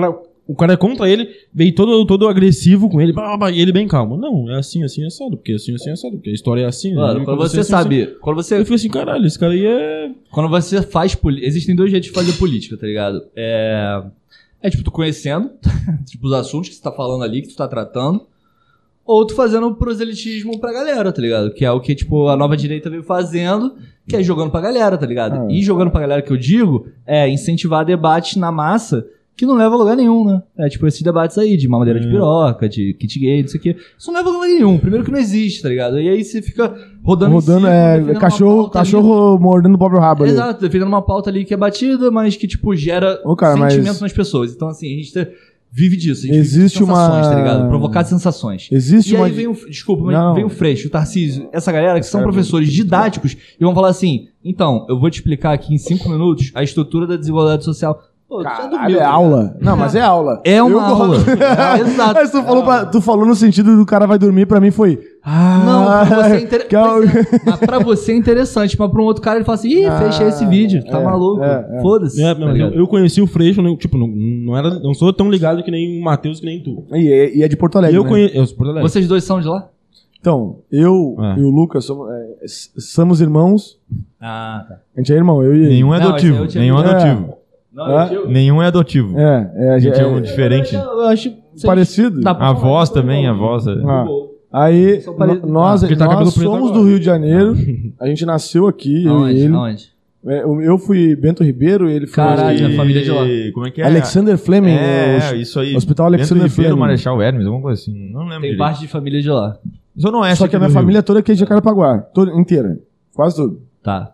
o cara é contra ele, veio todo, todo agressivo com ele, blá, blá, e ele bem calmo. Não, é assim, assim, assado, porque assim, assim, assado, porque a história é assim. Mano, né? quando Assim, você assim, sabe, assim. quando você... Eu fiquei assim, caralho, esse cara aí é... Quando você faz política... Existem dois jeitos de fazer política, tá ligado? É... É tipo, tu conhecendo, tipo, os assuntos que você tá falando ali, que tu tá tratando, ou tu fazendo proselitismo pra galera, tá ligado? Que é o que, tipo, a nova direita veio fazendo, que é jogando pra galera, tá ligado? Ah. E jogando pra galera que eu digo é incentivar debates na massa que não leva a lugar nenhum, né? É tipo esses debates aí, de mamadeira de piroca, de kit gay, isso aqui. Isso não leva a lugar nenhum. Primeiro que não existe, tá ligado? E aí você fica rodando Rodando, em círculo, é, defendendo uma cachorro, pauta ali. cachorro mordendo o próprio rabo ali. Exato, defendendo uma pauta ali que é batida, mas que, tipo, gera Ô, cara, mas- sentimento nas pessoas. Então, assim, a gente te- vive disso. A gente Existe vive de sensações, uma- tá ligado? Provocar sensações. Existe E uma... aí vem o... Desculpa, mas Não. vem o Freixo, o Tarcísio, essa galera que são É. professores didáticos e vão falar assim, então, eu vou te explicar aqui em cinco minutos a estrutura da desigualdade social. Pô, tu já Caralho, dormiu, é tá aula. ligado? Não, mas é aula. É uma Eu aula. gosto. É, exato. Mas tu falou, pra- tu falou no sentido do cara vai dormir, pra mim foi... Ah, Não, pra você é inter... que é o- Pois é, mas pra você é interessante, mas pra um outro cara ele fala assim, ih, Ah, fechei esse vídeo, tá é, maluco, é, é. foda-se. É, tá mas eu, ligado? eu conheci o Freixo, não, tipo, não, não, era, não sou tão ligado que nem o Matheus, que nem tu. E é, e é de Porto Alegre, eu né? conheço... Eu sou Porto Alegre. Vocês dois são de lá? Então, eu É. e o Lucas somos, é, s- somos irmãos. Ah, tá. A gente é irmão, eu e ele. Nenhum é Não, adotivo. esse aí eu tinha Nenhum é visto. adotivo. Não, Ah. eu- Nenhum é adotivo. É, é, a A gente gente é um é diferente. Eu acho parecido. Dá pra A falar, voz foi também, bom. a voz. é- Ah. Aí, São pare- no- nós, Porque tá nós cabelo preto somos agora. do Rio de Janeiro. A gente nasceu aqui, eu e Aonde? ele. Aonde? É, eu- eu fui Bento Ribeiro e ele foi Caralho, E- a família de lá. Como é que é? Alexander Fleming. É, o- isso aí. Hospital Alexander Bento Ribeiro, Fleming. Marechal Hermes, alguma coisa assim. Não lembro Tem direito. parte de família de lá. Só não é essa Só que a aqui minha do Rio. família toda aqui é de Jacarepaguá. Toda, inteira. Quase tudo. Tá.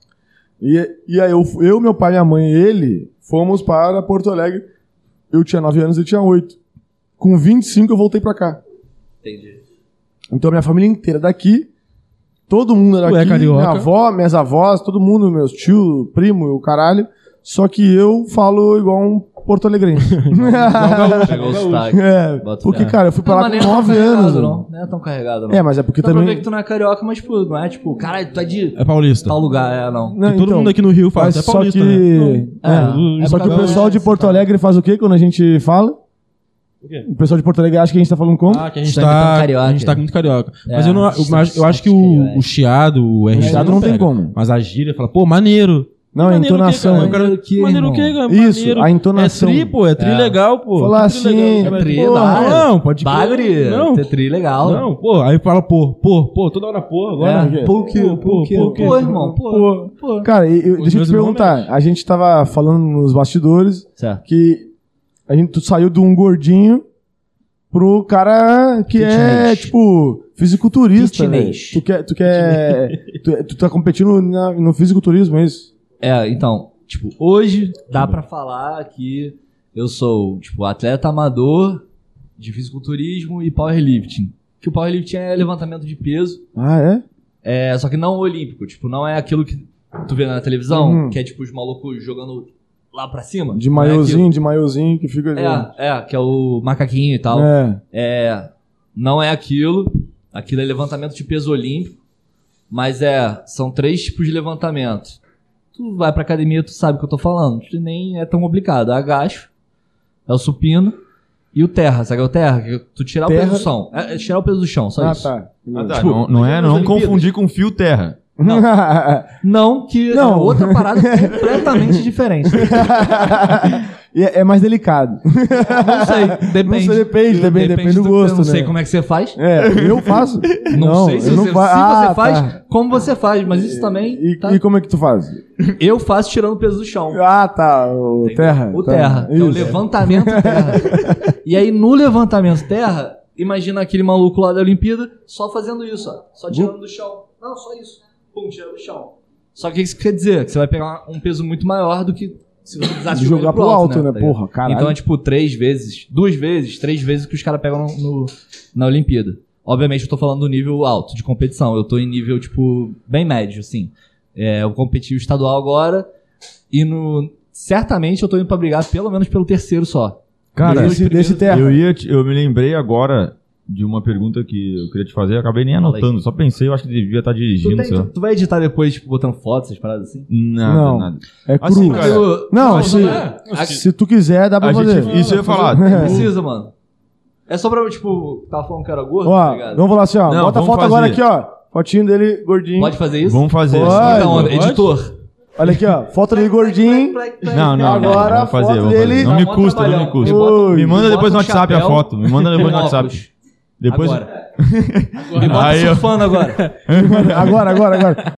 E, e aí eu, eu, meu pai, minha mãe e ele fomos para Porto Alegre. Eu tinha nove anos e ele tinha oito. Com vinte e cinco eu voltei pra cá. Entendi. Então minha família inteira é daqui. Todo mundo era Tu é aqui. carioca. Minha avó, minhas avós, todo mundo, meus tios, primo, o caralho. Só que eu falo igual um porto-alegrense. Pegou o sotaque. É, Bota porque, fé. cara, eu fui pra Não, lá mas com nem é tão nove carregado, anos. Não. mano. não é tão carregado, não. É, mas é porque Dá pra também... ver que tu não é carioca, mas, tipo, não é tipo, caralho, tu é de É paulista. tal lugar, é, não. Não, E todo então, mundo aqui no Rio fala, mas é só paulista, que... né? É, É, do- é só que o porque- pessoal de Porto Alegre faz o quê quando a gente fala? O quê? O pessoal de Porto Alegre acha que a gente tá falando como? Ah, que a gente, Tá imitando tá, carioca. a gente tá muito carioca. É, Mas eu, não, eu, acho- eu acho que carioca. o, o chiado, o R G chiado não tem pega. como. Mas a gíria fala, pô, maneiro. Não, a Maneiro o quê, entonação. cara? Eu quero- Maneiro o quê, Maneiro o irmão? quê, cara? Isso, Maneiro. a entonação. É tri, pô, é tri É. legal, pô. Falar É tri assim, legal. É tri, Porra, é. não, pode Bagre, Não, ter tri legal. não, pô, aí fala pô, pô, pô, toda hora pô, agora. É, pô, o quê? Pô, Pô, o quê? pô, Pô, irmão, pô. Pô, Pô. cara, e- eu- Os deixa eu meus te perguntar. irmãos A gente tava falando nos bastidores Certo. que a gente tu saiu de um gordinho pro cara que é, Fitness. tipo, fisiculturista, né? Fitness. Tu quer, tu quer, tu, tu tá competindo na- no fisiculturismo, é isso? É, então, tipo, hoje dá pra falar que eu sou, tipo, atleta amador de fisiculturismo e powerlifting. Que o powerlifting é levantamento de peso, Ah, é? é, só que não olímpico, tipo, não é aquilo que tu vê na televisão, Uhum. que é tipo os malucos jogando lá pra cima. De Não é maiôzinho, de maiôzinho que fica... aquilo. É, é, que é o macaquinho e tal. É. É, não é aquilo. Aquilo é levantamento de peso olímpico. Mas é, são três tipos de levantamento. Tu vai pra academia, tu sabe o que eu tô falando. Nem é tão complicado. É agacho, é o supino e o terra. Sabe o que é o terra? Que tu tirar o Terra. peso do chão. É, é tirar o peso do chão, só Ah, isso. tá. Ah, tá, Tipo, não, não é, nas não Olimpíadas. confundir com fio terra. Não, que Não. é outra parada completamente diferente. E é, é mais delicado. Não sei, depende. Não sei, depende, depende, depende do gosto, Não sei né? como é que você faz. É, eu faço. Não, sei se, eu não você, fa- se Ah, você faz, tá. como você faz, mas isso também. E, tá? e como é que tu faz? Eu faço tirando o peso do chão. Ah, tá. O Entendeu? terra. O tá. terra. Que é o Isso. levantamento terra. E aí, no levantamento terra, imagina aquele maluco lá da Olimpíada só fazendo isso, ó. Só tirando do chão. Não, só isso. Pum, tirando do chão. Só que o que isso quer dizer? Que você vai pegar um peso muito maior do que se você precisasse De jogar jogar ele pro alto, né? tá ligado? Porra, caralho. Então é tipo três vezes, duas vezes, três vezes que os caras pegam no, no- na Olimpíada. Obviamente eu tô falando do nível alto de competição. Eu tô em nível, tipo, bem médio, assim. É, eu competi o estadual agora e no... certamente eu tô indo pra brigar pelo menos pelo terceiro só. Cara, desse, desse terra. Eu, ia, te- eu me lembrei agora de uma pergunta que eu queria te fazer, eu acabei nem Fala anotando, aí. só pensei, eu acho que devia estar Tu, dirigindo, tem- sei lá. tu- tu vai editar depois, tipo, botando fotos, essas paradas assim? Nada, Não. nada. É cru. Assim, cara, Eu- Não, mas se, é. se tu quiser, dá pra A fazer. gente, isso eu ia falar. Não precisa, mano. É só pra, tipo, tava falando que era gordo, Ó, tá ligado? vamos falar assim, ó. Não, bota a vamos foto agora fazer. aqui, ó. Fotinho dele, gordinho. Pode fazer isso? Vamos fazer. Pode. assim. Então, Pode? editor. Olha aqui, ó. Foto dele gordinho. Não, não, Agora, não, vamos fazer, a foto vamos fazer. dele- Não me Dá um custa, não me trabalhão. custa. Me bota- Me manda me depois no bota um WhatsApp a chapéu foto. Me manda depois no com WhatsApp. óculos. Depois. Agora. Me bota Aí eu- surfando agora. Agora, agora, agora.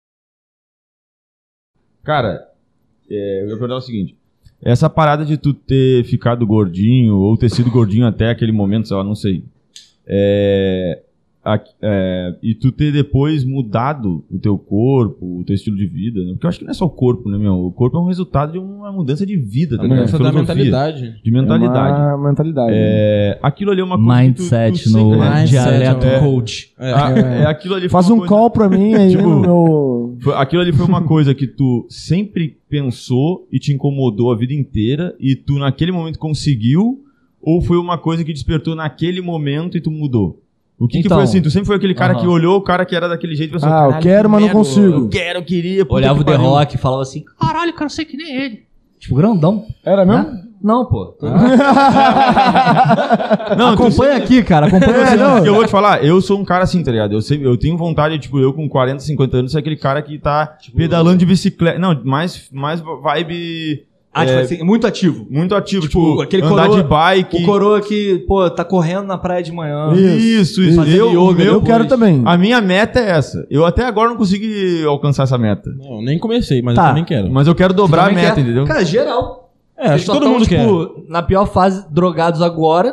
Cara, é, eu ia perguntar o seguinte. Essa parada de tu ter ficado gordinho, ou ter sido gordinho até aquele momento, sei lá, não sei. É, a- é, e tu ter depois mudado o teu corpo, o teu estilo de vida, né? Porque eu acho que não é só o corpo, né, meu? O corpo é um resultado de uma mudança de vida, tá A ligado? mudança da Filosofia, mentalidade. de mentalidade. É uma mentalidade. É, aquilo ali é uma coisa Mindset que tu, tu no sempre- Mindset, dialeto é. coach. É. Ah, é, aquilo ali foi Faz uma um coisa- call pra mim aí Tipo, no meu... Foi- Aquilo ali foi uma coisa que tu sempre pensou e te incomodou a vida inteira e tu naquele momento conseguiu, ou foi uma coisa que despertou naquele momento e tu mudou? O que, que Então, foi assim? Tu sempre foi aquele cara aham. que olhou o cara que era daquele jeito e pensou, Ah, eu "Caralho, quero, que mas não merda, consigo." Eu quero, eu queria. puta Olhava que o The pariu. Rock e falava assim, caralho, eu quero ser que nem ele. Tipo, grandão. Era mesmo? Né? Não, pô. Não, tu Acompanha aqui, cara. Acompanha É, você. não. Eu vou te falar, eu sou um cara assim, tá ligado? Eu, sempre, eu tenho vontade, tipo, eu com quarenta, cinquenta anos, ser aquele cara que tá pedalando de bicicleta. Não, mais, mais vibe Ah, tipo é, assim, muito ativo. muito ativo, Tipo, tipo, aquele andar coroa- de bike. O coroa que, pô, tá correndo na praia de manhã. Isso, isso. Fazendo Eu, yoga meu, Eu quero também. a minha meta é essa. Eu até agora não consegui alcançar essa meta. Não, nem comecei, mas Tá. eu também quero. Mas eu quero dobrar a Também meta, quer- entendeu? Cara, geral. É, acho que Só todo tão, mundo quer. tipo, na pior fase, drogados agora.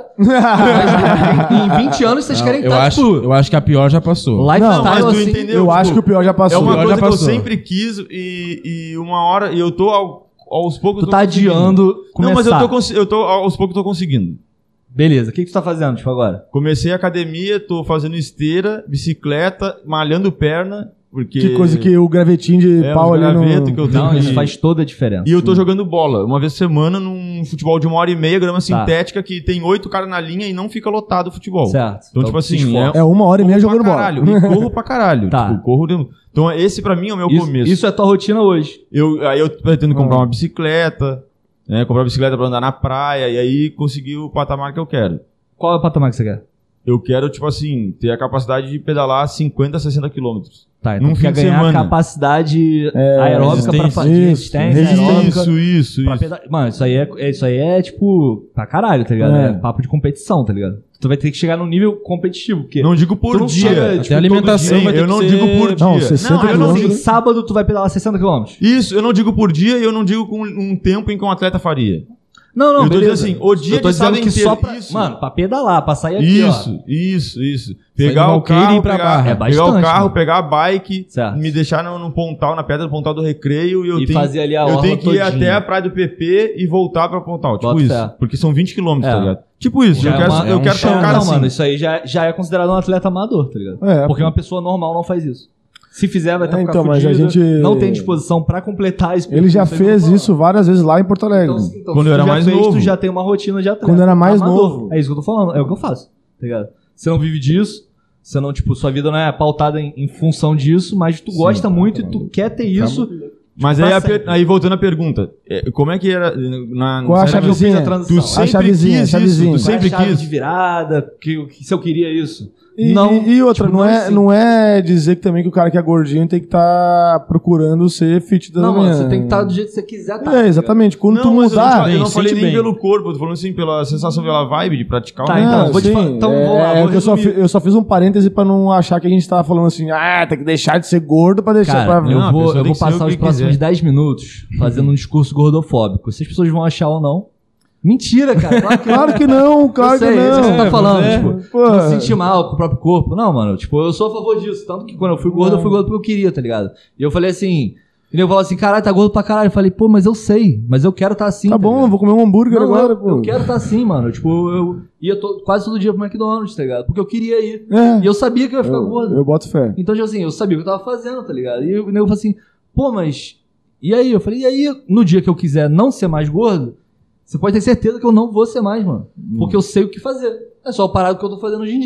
Mas em vinte anos vocês Não, querem eu, estar, acho, tipo, eu acho que a pior já passou. Não, mas lifestyle tu assim. entendeu? Eu Tipo, acho que o pior já É passou. uma pior coisa já que eu passou. sempre quis e, e uma hora... E eu tô ao- aos poucos... Tu tô tá conseguindo. adiando começar. Não, mas eu tô, cons- eu tô aos poucos tô conseguindo. Beleza, o que, que tu tá fazendo, tipo, agora? Comecei a academia, tô fazendo esteira, bicicleta, malhando perna, porque... Que coisa que o gravetinho de É, pau uns ali gravetos no... que eu tenho Não, que- isso faz toda a diferença. E eu tô jogando bola, uma vez por semana, num futebol de uma hora e meia, grama Tá. sintética, que tem oito caras na linha e não fica lotado o futebol. Certo. Então, tipo se assim, esforça. É uma hora e meia Corro jogando pra bola. caralho, e corro pra caralho. Tá. Tipo, corro de- Então, esse pra mim é o meu Isso, começo. isso é tua rotina hoje. Eu, aí eu pretendo comprar Hum. uma bicicleta, né? Comprar uma bicicleta pra andar na praia, e aí conseguir o patamar que eu quero. Qual é o patamar que você quer? Eu quero, tipo assim, ter a capacidade de pedalar cinquenta, sessenta quilômetros. Tá, então Num tu fim quer de ganhar semana. capacidade É, aeróbica pra resistência. fazer Isso, resistência resistência. aeróbica. Isso, isso, Pra isso. peda- Mano, isso aí, é, é- isso aí é tipo pra caralho, tá ligado? É. É. papo de competição, tá ligado? Tu vai ter que chegar num nível competitivo, porque Não digo por tu não dia. chega, Até tipo, a alimentação Sim, vai ter eu que não ser- digo por dia. Não, sessenta eu não então, quilômetros. assim, sábado tu vai pedalar sessenta quilômetros. Isso, eu não digo por dia e eu não digo com um tempo em que um atleta faria. Não, não, Eu tô beleza. dizendo assim, o dia eu tô de sábado dizendo que inteiro, só pra, isso. mano, pra pedalar, pra sair aqui, Isso, isso, isso. Sair Pegar do o Valqueire e carro, ir pra pegar, Barra. pegar É o bastante, carro, mano. pegar a bike, Certo. me deixar no, no pontal, na pedra do pontal do Recreio e eu E tenho, fazer ali a eu orla tenho que ir todinha. até a praia do P P e voltar pra pontal, tipo Bota isso. fé. Porque são vinte quilômetros, É. tá ligado? Tipo isso, Já eu é quero, uma- eu é um quero ser um chão. cara não, assim. mano, isso aí já, já é considerado um atleta amador, tá ligado? É, Porque uma pessoa normal não faz isso. Se fizer, vai estar É, ficar então, mas a fudido, gente- não tem disposição pra completar esse Ele já percurso aí, fez vamos isso várias vezes lá em Porto falar. Alegre. Então, então, Quando se eu tu era já mais fez, novo. Tu já tem uma rotina de atleta. Quando eu era mais amador. novo. É isso que eu tô falando, é o que eu faço, tá ligado? Você não vive disso, você não, tipo, sua vida não é pautada em, em função disso, mas tu gosta muito e tu quer ter isso. Mas pra aí, a per- sempre. aí voltando à pergunta, é, como é que era na Qual a na- Como é que eu fiz chavezinha? a transição? Tu A sempre chavezinha, a quis chavezinha. isso, tu sempre Qual é a chave quis. de virada, que, que- se eu queria isso. E, não, e outra, tipo, não, é, assim. não é dizer que também que o cara que é gordinho tem que estar procurando ser fit da Não, mano, manhã. você tem que estar do jeito que você quiser tá, É, exatamente. Quando tu mas eu não, mudar... falei- eu não bem, falei sente nem bem. pelo corpo, eu tô falando assim pela sensação, pela vibe de praticar Tá, um então, negócio. vou te sim, falar- então, é, vamos lá, é vou que eu, só resumir. fi- eu só fiz um parêntese pra não achar que a gente tava falando assim, ah, tem que deixar de ser gordo pra deixar Cara, pra... eu Não, a vou, pessoa eu tem vou que ser passar o os que próximos quiser. dez minutos fazendo um discurso gordofóbico. Se as pessoas vão achar ou não. Mentira, cara. Claro que, Claro que não, claro eu sei, que isso que você não. tá falando. é, tipo, pô. não se sentir mal com o próprio corpo. Não, mano. Tipo, eu sou a favor disso. Tanto que quando eu fui gordo, eu fui gordo porque eu queria, tá ligado? E eu falei assim. E eu falei assim, caralho, tá gordo pra caralho. Eu falei, pô, mas eu sei. Mas eu quero estar assim. Tá bom, eu ligado? vou comer um hambúrguer Não, agora, eu, pô. eu quero estar assim, mano. Tipo, eu ia to- quase todo dia pro McDonald's, tá ligado? Porque eu queria ir. É, E eu sabia que eu ia ficar gordo. eu, eu boto fé. Então, tipo assim, eu sabia o que eu tava fazendo, tá ligado? E o nego falou assim, pô, mas... E aí? Eu falei, e aí, no dia que eu quiser não ser mais gordo, você pode ter certeza que eu não vou ser mais, mano. Porque eu sei o que fazer. É só parar do que eu tô fazendo hoje em dia.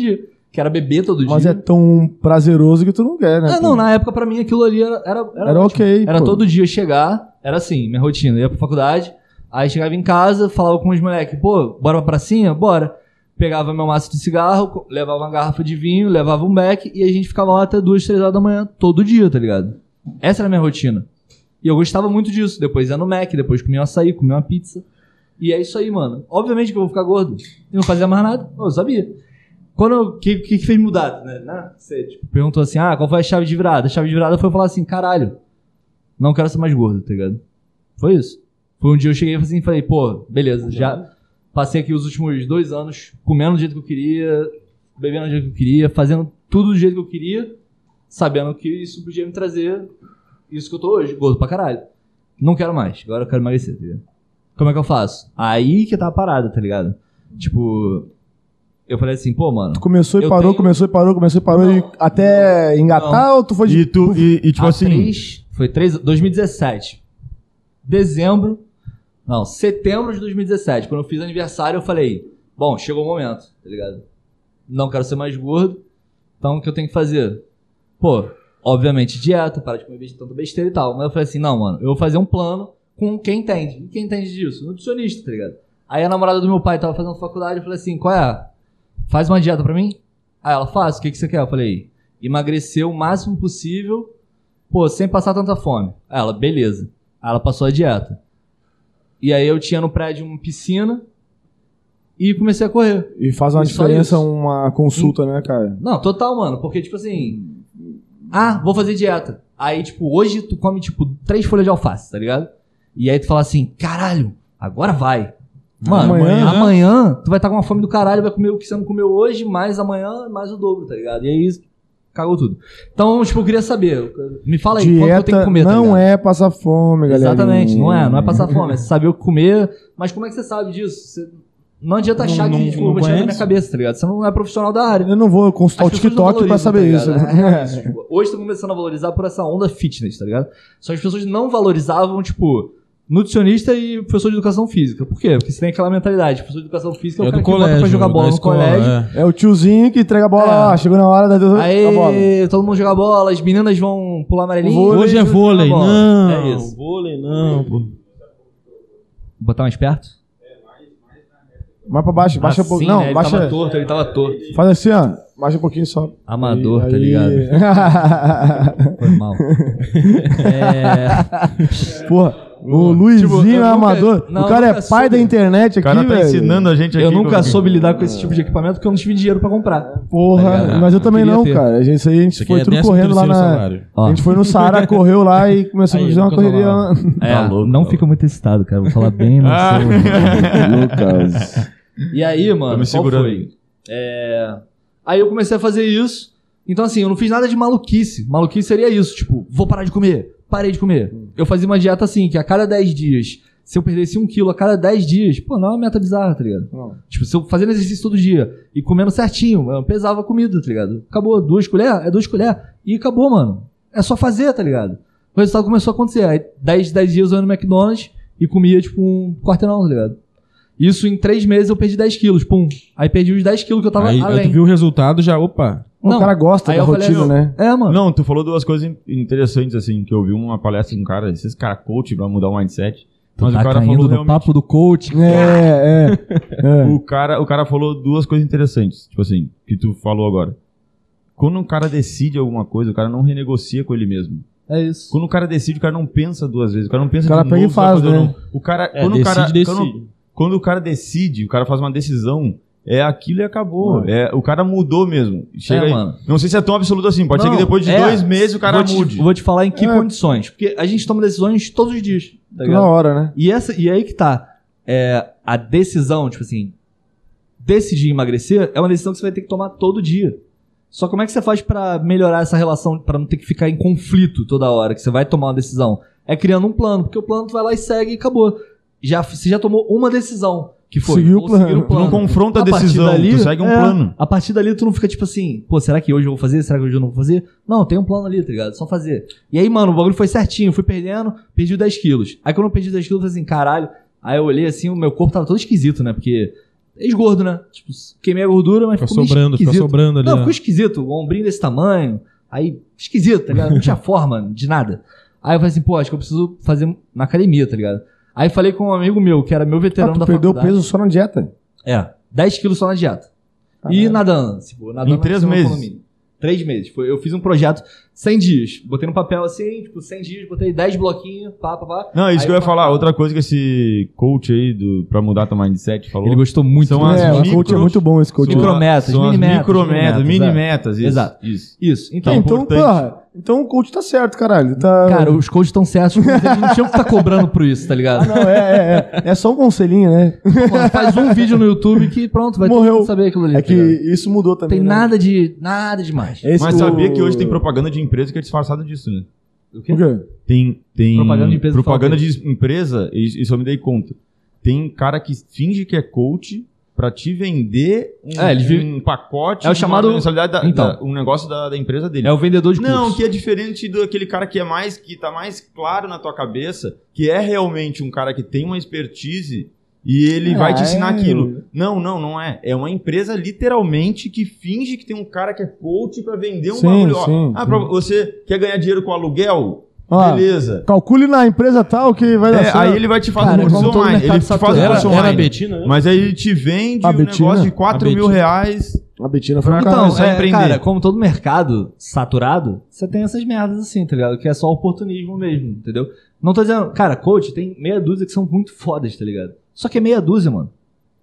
que era beber todo Mas dia. é tão prazeroso que tu não quer, né? Ah, pô? não, na época pra mim aquilo ali era Era, era, Era ótimo. ok, Era pô. todo dia chegar, era assim, minha rotina. Eu ia pra faculdade, aí chegava em casa, falava com os moleques, pô, bora pra pracinha? Bora. Pegava meu maço de cigarro, levava uma garrafa de vinho, levava um beck e a gente ficava lá até duas, três horas da manhã, todo dia, tá ligado? Essa era a minha rotina. E eu gostava muito disso. Depois ia no Mac, depois comia um açaí, comia uma pizza. E é isso aí, mano. Obviamente que eu vou ficar gordo. E não fazia mais nada. Eu sabia. Quando o que, que, que fez mudar, né? Você tipo, perguntou assim, ah, qual foi a chave de virada? A chave de virada foi falar assim, caralho, não quero ser mais gordo, tá ligado? Foi isso. Foi um dia eu cheguei assim e falei, pô, beleza, já passei aqui os últimos dois anos comendo do jeito que eu queria, bebendo do jeito que eu queria, fazendo tudo do jeito que eu queria, sabendo que isso podia me trazer isso que eu tô hoje, gordo pra caralho. Não quero mais, agora eu quero emagrecer, tá ligado? Como é que eu faço? Aí que tá a parada, tá ligado? Tipo, eu falei assim, pô, mano... Tu começou e eu parou, tenho- começou e parou, começou e parou Não, e até engatar ou tu foi de... E, tu, e, e tipo a assim, três, foi três, dois mil e dezessete. Dezembro. Não, setembro de dois mil e dezessete. Quando eu fiz aniversário, eu falei: bom, chegou o momento, tá ligado? Não quero ser mais gordo. Então o que eu tenho que fazer? Pô, obviamente, dieta, parar de comer beste- tanta besteira e tal. Mas eu falei assim: não, mano, eu vou fazer um plano com quem entende. E quem entende disso? Nutricionista, tá ligado? Aí a namorada do meu pai tava fazendo faculdade. Eu falei assim: qual é? Faz uma dieta pra mim? Aí ela, faz, o que, que você quer? Eu falei: emagrecer o máximo possível, pô, sem passar tanta fome. Aí ela, beleza. Aí ela passou a dieta. E aí eu tinha no prédio uma piscina e comecei a correr. E faz uma E só diferença isso. uma consulta, né, cara? Não, total, mano. Porque, tipo assim... Ah, vou fazer dieta. Aí, tipo, hoje tu come, tipo, três folhas de alface, tá ligado? E aí tu fala assim, caralho, agora vai. Mano, Amanhã, amanhã, né? tu vai estar com uma fome do caralho, vai comer o que você não comeu hoje, mais amanhã, mais o dobro, tá ligado? E aí, cagou tudo. Então, tipo, eu queria saber. Me fala aí, quanto eu tenho Dieta que comer, tá não ligado? é passar fome, galera. Exatamente, não é, não é passar fome, é saber o que comer. Mas como é que você sabe disso? Você... Não adianta achar Não- que, não- tipo, não eu vou tirar da minha conhece? cabeça, tá ligado? Você não é profissional da área. Eu não vou consultar As o pessoas não TikTok pra valorizam, saber tá isso. ligado? É isso, tipo, hoje tô começando a valorizar por essa onda fitness, tá ligado? Só que as pessoas não valorizavam, tipo, nutricionista e professor de educação física. Por quê? Porque você tem aquela mentalidade. Professor de educação física é o É cara do que bota colégio. pra jogar bola da no escola, colégio. é. É o tiozinho que entrega a bola É. lá, chegou na hora da, da bola. Aí, todo mundo joga bola, as meninas vão pular amarelinho. Vôlei, Hoje é vôlei. jogar bola. Não, É isso. vôlei não, pô. Botar mais perto? Mais pra baixo, baixa um pouco. Assim, Não, né? Ele baixa. tava torto, ele tava torto. Faz assim, ó. Baixa um pouquinho só. Amador, Aí- tá ligado? aí- Foi mal. É... Porra, o Luizinho Tipo, eu é nunca- amador. não, o cara eu é nunca pai soube. da internet o aqui, cara tá velho. ensinando a gente aqui. Eu nunca como- soube lidar com esse tipo de equipamento porque eu não tive dinheiro pra comprar. Porra, Tá ligado? mas eu também Queria não, ter. cara. A gente, isso aí a gente Isso aqui foi é tudo décimo correndo lá terceiro na... salário. Ó. A gente foi no Saara, correu lá e começou Aí, a fazer uma Lucas correria lá. É, Tá louco, não tá fica muito excitado, cara. Vou falar bem no Ah. seu- Lucas. E aí, mano, Tô me qual segurando. foi? É... Aí eu comecei a fazer isso. Então, assim, eu não fiz nada de maluquice. Maluquice seria isso, tipo, vou parar de comer. Parei de comer. Eu fazia uma dieta assim, que a cada dez dias, se eu perdesse um quilo a cada dez dias, pô, não é uma meta bizarra, tá ligado? Não. Tipo, se eu fazendo exercício todo dia e comendo certinho, eu pesava a comida, tá ligado? Acabou, duas colheres, é duas colheres. E acabou, mano. É só fazer, tá ligado? O resultado começou a acontecer. Aí, dez, dez dias eu ia no McDonald's e comia, tipo, um quarteirão, tá ligado? Isso em três meses eu perdi dez quilos, pum. Aí perdi os dez quilos que eu tava Aí, aí além. tu viu o resultado já, opa. O cara gosta Aí da eu falei, rotina, meu, né? É, mano. Não, tu falou duas coisas in- interessantes, assim, que eu vi uma palestra de um cara, esses cara coach pra mudar o mindset. Mas tá o cara caindo falou no realmente... papo do coach. É, é. é. O cara, o cara falou duas coisas interessantes, tipo assim, que tu falou agora. Quando um cara decide alguma coisa, o cara não renegocia com ele mesmo. É isso. Quando o cara decide, o cara não pensa duas vezes. O cara não pensa O cara de pega novo, e faz, vai fazer ou né? não. O cara, É, quando o cara, decide, quando, decide. quando o cara decide, o cara faz uma decisão, é aquilo e acabou. É, o cara mudou mesmo. Chega É, aí. mano. Não sei se é tão absoluto assim. Pode ser Não, que depois de é. dois meses o cara vou te, mude. Vou te falar em que É. condições. Porque a gente toma decisões todos os dias. Tá Na ligado? hora, né? E, essa, e aí que tá. É, a decisão, tipo assim, decidir emagrecer é uma decisão que você vai ter que tomar todo dia. Só como é que você faz pra melhorar essa relação, pra não ter que ficar em conflito toda hora, que você vai tomar uma decisão? É criando um plano, porque o plano tu vai lá e segue e acabou. Já, você já tomou uma decisão, que foi Seguiu vou o plano. seguir o Tu não confronta a A partir decisão, dali, tu segue um é, plano. A partir dali tu não fica tipo assim, pô, será que hoje eu vou fazer? Será que hoje eu não vou fazer? Não, tem um plano ali, tá ligado? Só fazer. E aí, mano, o bagulho foi certinho, fui perdendo, perdi dez quilos. Aí quando eu perdi dez quilos, eu falei assim, caralho. Aí eu olhei assim, o meu corpo tava todo esquisito, né? Porque ex-gordo, né? Tipo, queimei a gordura, mas Ficou ficou meio sobrando, ficou esquisito. sobrando ali. Não, ó. ficou esquisito. O ombrinho desse tamanho. Aí, esquisito, tá ligado? Não tinha forma de nada. Aí eu falei assim, pô, acho que eu preciso fazer na academia, tá ligado? Aí falei com um amigo meu, que era meu veterano Ah, tu da perdeu faculdade. peso só na dieta. É, dez quilos só na dieta. E nadando, tipo, nadando Em três na piscina meses? do condomínio. Três meses. Foi, eu fiz um projeto cem dias. Botei no papel assim, tipo, cem dias, botei dez bloquinhos, pá, pá, pá. Não, isso Aí que eu ia eu falar. marcava. Outra coisa que esse coach aí do, pra mudar teu mindset falou. Ele gostou muito. São do as é, negócio. o coach é micro- muito bom, esse coach. são a- micrometas, são as mini-metas, micrometas, mini-metas, mini-metas. Isso, Exato. Isso. Isso, É, então... então, importante. porra, então o coach tá certo, caralho. Tá... Cara, os coaches estão certos, mas eles não tinham que estar cobrando por isso, tá ligado? Ah, não, é, é, é. É só um conselhinho, né? Mano, faz um vídeo no YouTube que pronto, vai todo Morreu. mundo saber aquilo ali. É tá que ligado? isso mudou também. Tem né? nada de... Nada demais. Esse Mas o- sabia que hoje tem propaganda de empresa que é disfarçada disso, né? O quê? O quê? Tem, tem Propaganda de empresa propaganda fala de empresa, e isso eu me dei conta. Tem cara que finge que é coach pra te vender um, É, eles vivem- um pacote, É o uma chamado- mensalidade da, Então. da- um negócio da, da empresa dele. É o vendedor de Não, curso. que é diferente daquele cara que é mais, que tá mais claro na tua cabeça, que é realmente um cara que tem uma expertise e ele Ah, vai te ensinar é. aquilo. Não, não, não é. É uma empresa literalmente que finge que tem um cara que é coach pra vender um Sim, bagulho. Ó, sim, ah, sim. pra- você quer ganhar dinheiro com aluguel? Ó, Beleza. Calcule na empresa tal que vai dar É, certo. aí ele vai te fazer Cara, um curso como todo online. mercado Ele te faz um saturado. curso Era, era a online. Betina, né? Mas aí ele te vende A um Betina. negócio de quatro A mil Betina. reais. A Betina foi um Pra cara. Então, começar a é, empreender. cara, como todo mercado saturado, você tem essas merdas assim, tá ligado? Que é só oportunismo mesmo, entendeu? Não tô dizendo... Cara, coach tem meia dúzia que são muito fodas, tá ligado? Só que é meia dúzia, mano.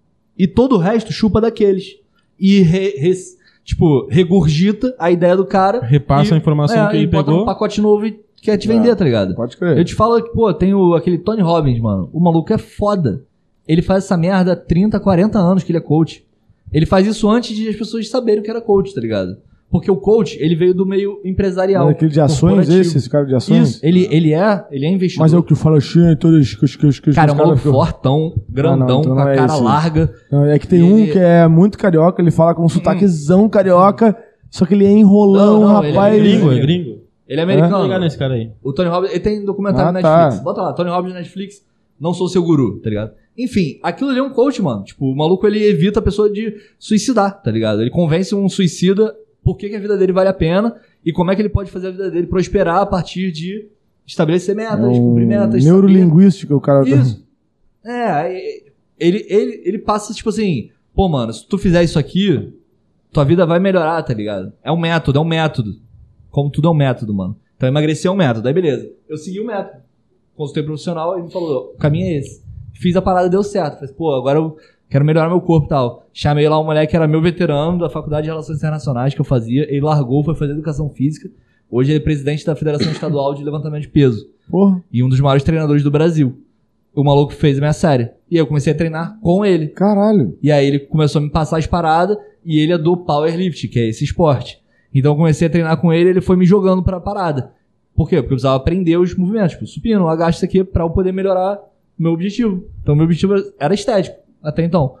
E todo o resto chupa daqueles. E, re- res- tipo, regurgita a ideia do cara. Repassa e- a informação é, que e ele bota pegou. um pacote novo e quer te vender, É. tá ligado? Pode crer. Eu te falo que, pô, tem o, aquele Tony Robbins, mano. O maluco é foda. Ele faz essa merda há trinta, quarenta anos que ele é coach. Ele faz isso antes de as pessoas saberem o que era coach, tá ligado? Porque o coach, ele veio do meio empresarial. Mas aquele de ações, corporativo. esse, esse cara de ações? Isso, ele, ele é, ele é investidor. Mas é o que fala assim, todos que os que os que os Cara, é um caras maluco ficam- fortão, grandão, Ah, não, então com não a é cara esse. larga. Não, é que tem Ele- um que é muito carioca, ele fala com um sotaquezão carioca, só que ele é enrolão, Não, não, ele é rapaz. Gringo, é gringo. Ele é Vou americano. ligar nesse cara aí. O Tony Robbins, ele tem documentário Ah, na tá. Netflix. Bota lá, Tony Robbins na Netflix, não sou seu guru, tá ligado? Enfim, aquilo ali é um coach, mano. Tipo, o maluco, ele evita a pessoa de suicidar, tá ligado? Ele convence um suicida por que, que a vida dele vale a pena e como é que ele pode fazer a vida dele prosperar a partir de estabelecer metas, É cumprir um metas. neurolinguístico, o cara. Isso. É, aí ele, ele, ele passa, tipo assim, pô, mano, se tu fizer isso aqui, tua vida vai melhorar, tá ligado? É um método, é um método. Como tudo é um método, mano. Então emagrecer é um método, aí beleza. Eu segui o método. Consultei profissional e me falou, o caminho é esse. Fiz a parada, deu certo. Falei, pô, agora eu quero melhorar meu corpo e tal. Chamei lá um moleque que era meu veterano da Faculdade de Relações Internacionais que eu fazia. Ele largou, foi fazer educação física. Hoje ele é presidente da Federação Estadual de Levantamento de Peso. Porra, E um dos maiores treinadores do Brasil. O maluco fez a minha série. E eu comecei a treinar com ele. caralho. E aí ele começou a me passar as paradas. E ele é do powerlift, que é esse esporte. Então eu comecei a treinar com ele e ele foi me jogando pra parada. Por quê? Porque eu precisava aprender os movimentos. Tipo, supino, agacho, isso aqui, pra eu poder melhorar o meu objetivo. Então meu objetivo era estético, até então.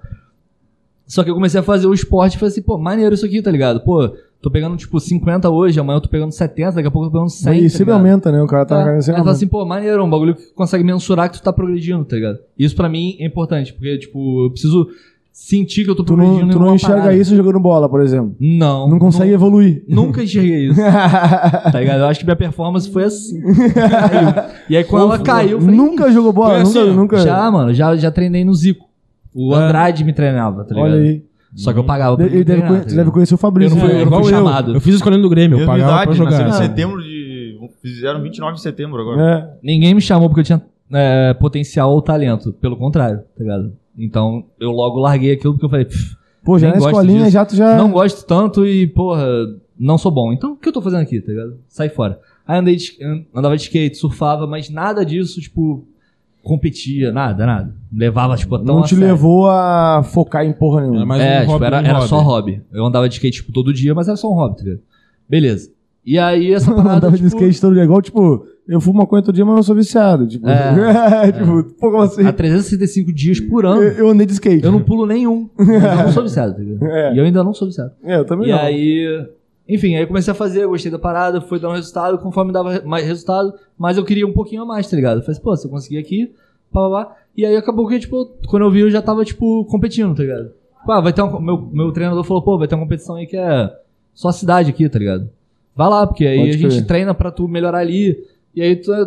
Só que eu comecei a fazer o esporte e falei assim, pô, maneiro isso aqui, tá ligado? Pô, tô pegando tipo cinquenta hoje, amanhã eu tô pegando setenta, daqui a pouco eu tô pegando cem, E tá sempre ligado? aumenta, né? O cara tá Tá. na Aí sempre fala aumenta. assim, pô, maneiro, é um bagulho que consegue mensurar que tu tá progredindo, tá ligado? Isso pra mim é importante, porque, tipo, eu preciso sentir que eu tô Tu progredindo não, tu em não alguma enxerga parada. isso jogando bola, por exemplo. Não. Não consegue evoluir. Nunca enxerguei isso, tá ligado? Eu acho que minha performance foi assim. Caiu. E aí quando ela caiu, eu falei, Nunca jogou bola, Foi nunca, assim, ó. nunca. já, mano, já, já treinei no Zico. O É. Andrade me treinava, tá ligado? Olha aí. Só que eu pagava pra Ele ele deve, treinar, conhe- tá você deve ligado? conhecer o Fabrício. Eu não fui- né? eu não fui igual chamado. Eu fiz escolhendo do Grêmio, eu Mesma pagava pra idade, nasceu jogar. em Ah. setembro de... Fizeram vinte e nove de setembro agora. É. Ninguém me chamou porque eu tinha é, potencial ou talento. Pelo contrário, tá ligado? Então eu logo larguei aquilo porque eu falei, "Pff, Pô, já Nem na gosto escolinha disso. já tu já. não gosto tanto e, porra, não sou bom. Então o que eu tô fazendo aqui, tá ligado? Sai fora. Aí andei de, andava de skate, surfava, mas nada disso, tipo, competia, nada, nada. Levava, tipo, tão Não a te sério. levou a focar em porra nenhuma. É, mas é, um tipo, hobby, era, um era hobby. só hobby. Eu andava de skate, tipo, todo dia, mas era só um hobby, tá ligado? Beleza. E aí essa parada, Andava de tipo, skate todo dia. Igual, tipo, eu fumo maconha todo dia, mas não sou viciado. Tipo, É, tipo, pô, como assim? há trezentos e sessenta e cinco dias por ano, Eu, eu andei de skate. eu não pulo nenhum. Mas eu não sou viciado, tá ligado? É. E eu ainda não sou viciado. É, eu também E não. aí, enfim, aí eu comecei a fazer, eu gostei da parada, foi dando resultado, conforme dava mais resultado, mas eu queria um pouquinho a mais, tá ligado? Eu falei assim, pô, se eu conseguir aqui, pá, pá, pá. E aí acabou que, tipo, quando eu vi, eu já tava, tipo, competindo, tá ligado? Tipo, ah, vai ter um... Meu, meu treinador falou, pô, vai ter uma competição aí que é só cidade aqui, tá ligado? Vai lá, porque aí Pode a gente crer. treina pra tu melhorar ali. E aí tu...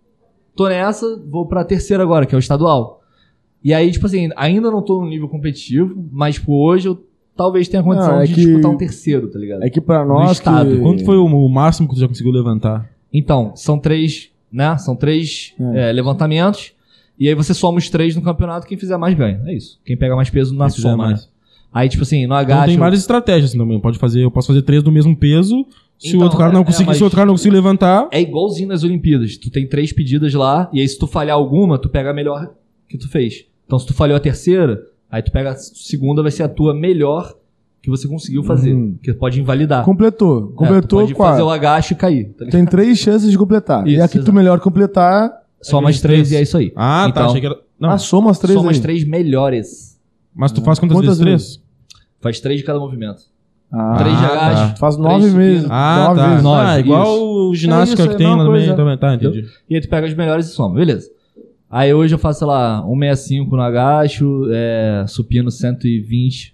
Tô nessa, vou pra terceira agora, que é o estadual. E aí, tipo assim, ainda não tô no nível competitivo, mas, tipo, hoje eu talvez tenha condição Não, é de que- disputar um terceiro, tá ligado? É que pra No nós estado. que... Quanto foi o, o máximo que tu já conseguiu levantar? Então, são três, né? São três É. é, levantamentos. E aí você soma os três no campeonato, quem fizer mais ganha. É isso. Quem pega mais peso na Quem fizer soma, mais. né? Aí, tipo assim, no Então agacho... tem várias estratégias assim, também. Pode fazer, eu posso fazer três do mesmo peso. Se Então, o outro cara é, não é, conseguir, mas- se o outro cara não conseguir levantar. É igualzinho nas Olimpíadas. Tu tem três pedidas lá, e aí se tu falhar alguma, tu pega a melhor que tu fez. Então se tu falhou a terceira, aí tu pega a segunda, vai ser a tua melhor que você conseguiu fazer. Uhum. Que pode invalidar. Completou. É, tu Completou pode quatro. fazer o agacho e cair. Tá ligado? Tem três chances de completar. e Isso, aqui tu exato. melhor completar, Só É mais aqueles três três. e é isso aí. Ah, tá. Então, Achei que era. Não, ah, soma as três Só mais aí. três melhores. mas tu faz quantas, Quantas vezes? Três? Faz três de cada movimento. Ah, três de tá. agacho. Tu faz três nove supino. meses. Ah, nove tá. vezes. Nove, Ah, igual isso. o ginástica É isso, que é a tem mesma lá também. coisa. Também, tá, entendi. E aí tu pega os melhores e soma, beleza. Aí hoje eu faço, sei lá, cento e sessenta e cinco no agacho, é, supino cento e vinte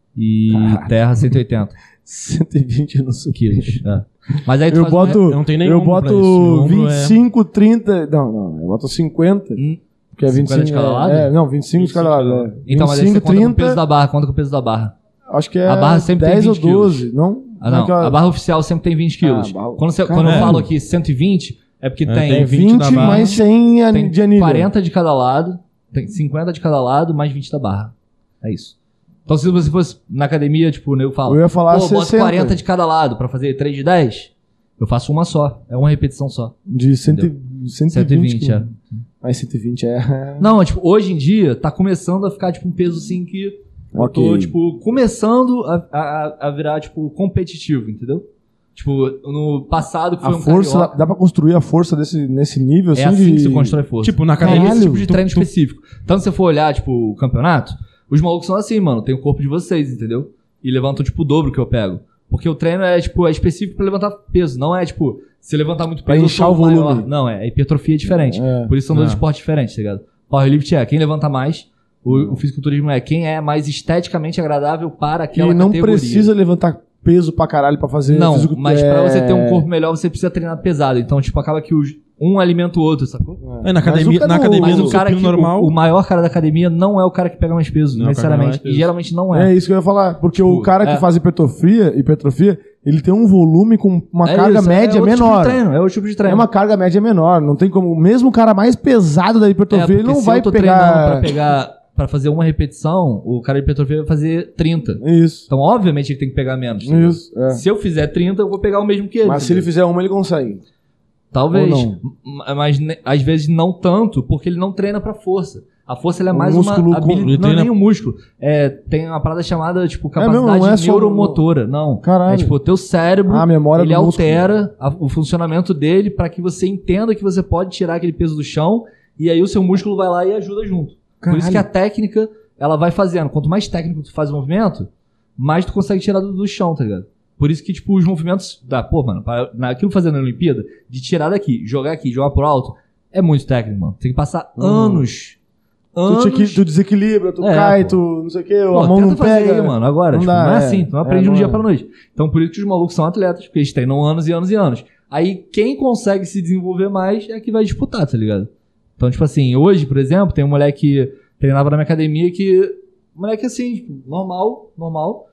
e Caralho. terra cento e oitenta cento e vinte no supino. quilos. É. Mas aí tu Eu faz um boto, Eu não tenho nem eu ombro pra boto isso. Meu ombro vinte e cinco, trinta. Não, não, eu boto cinquenta. Hum, Que é vinte e cinco cinquenta de cada lado? É, não, vinte e cinco de cada lado. É. Então, mas aí você vinte e cinco, conta com o peso trinta. da barra, conta com o peso da barra. Acho que é A barra sempre tem dez ou vinte quilos. doze, não? Ah, não, Aquela- a barra oficial sempre tem vinte quilos. Ah, barra- Quando, você- quando eu Caralho. falo aqui cento e vinte, é porque É, tem, tem É vinte vinte da barra. mais cem ani- tem de anilha. quarenta de cada lado, tem cinquenta de cada lado, mais vinte da barra. É isso. Então se você fosse na academia, tipo, o nego fala, Eu ia falar pô, boto sessenta. quarenta de cada lado pra fazer três de dez, eu faço uma só. É uma repetição só. De cento, e- cento e vinte. cento e vinte, é. Mas cento e vinte é... Não, é, tipo, hoje em dia tá começando a ficar, tipo, um peso assim que eu Ok. tô, tipo, começando a, a, a virar, tipo, competitivo, entendeu? Tipo, no passado que A foi um força, carioca, dá pra construir a força desse, nesse nível, assim, é assim de... que se constrói força. Tipo, na É academia. esse tipo de tu- treino tu- específico. Tanto se você for olhar, tipo, o campeonato, os malucos são assim, mano, tem o corpo de vocês, entendeu? E levantam, tipo, o dobro que eu pego. Porque o treino é, tipo, é específico pra levantar peso, não é, tipo, se levantar muito Pra peso, eu inchar sou o volume. maior. Não, é, a hipertrofia é diferente. É. Por isso são dois Ah. esportes diferentes, tá ligado? Powerlift é quem levanta mais, o, o fisiculturismo é quem é mais esteticamente agradável para aquela E não categoria. precisa levantar peso pra caralho pra fazer... Não, fisico- mas é... pra você ter um corpo melhor, você precisa treinar pesado. Então, tipo, acaba que os, um alimenta o outro, sacou? É, na Mas academia- o cara na não- academia Mas no o cara que, supino normal- o, o maior cara da academia não é o cara que pega mais peso, Não é o cara que pega necessariamente. mais peso. E geralmente não é. É isso que eu ia falar. Porque Tipo, o cara que é. faz hipertrofia, hipertrofia, ele tem um volume com uma É carga isso, média é outro menor. Tipo de treino, é outro tipo de treino. É uma carga média menor. Não tem como. Mesmo o cara mais pesado da É, hipertrofia, ele porque não se vai eu tô treinando pegar. pra pegar, pra fazer uma repetição, o cara de hipertrofia vai fazer trinta. Isso. Então, obviamente, ele tem que pegar menos. entendeu? Isso. é. Se eu fizer trinta, eu vou pegar o mesmo que ele. Mas se ele entendeu? fizer uma, ele consegue. Talvez. ou M- Mas ne- às vezes não tanto, porque ele não treina pra força. A força ela é O mais músculo uma com- habilidade. ele Não é treina- nem o músculo. É, tem uma parada chamada, tipo, mesmo, capacidade não é só- neuromotora. Não. Caralho. É tipo, o teu cérebro, Ah, a memória ele do músculo. altera a- o funcionamento dele pra que você entenda que você pode tirar aquele peso do chão e aí o seu músculo vai lá e ajuda junto. Por isso Caralho. que a técnica, ela vai fazendo. Quanto mais técnico tu faz o movimento, mais tu consegue tirar do, do chão, tá ligado? Por isso que, tipo, os movimentos da, pô, mano, pra, naquilo fazendo na Olimpíada, de tirar daqui, jogar aqui, jogar pro alto, é muito técnico, mano. Tem que passar Hum. anos. Tu, Anos. te equi- tu desequilibra, tu É, cai, pô. tu não sei o que, Pô, a mão não tenta fazer pega. aí, mano, agora. Não Tipo, dá, não é, é. assim, tu não É, aprende de um não dia é. pra noite. Então, por isso que os malucos são atletas, porque eles treinam anos e anos e anos. Aí, quem consegue se desenvolver mais é que vai disputar, tá ligado? Então, tipo assim, hoje, por exemplo, tem um moleque que treinava na minha academia que... Moleque assim, tipo, normal, normal.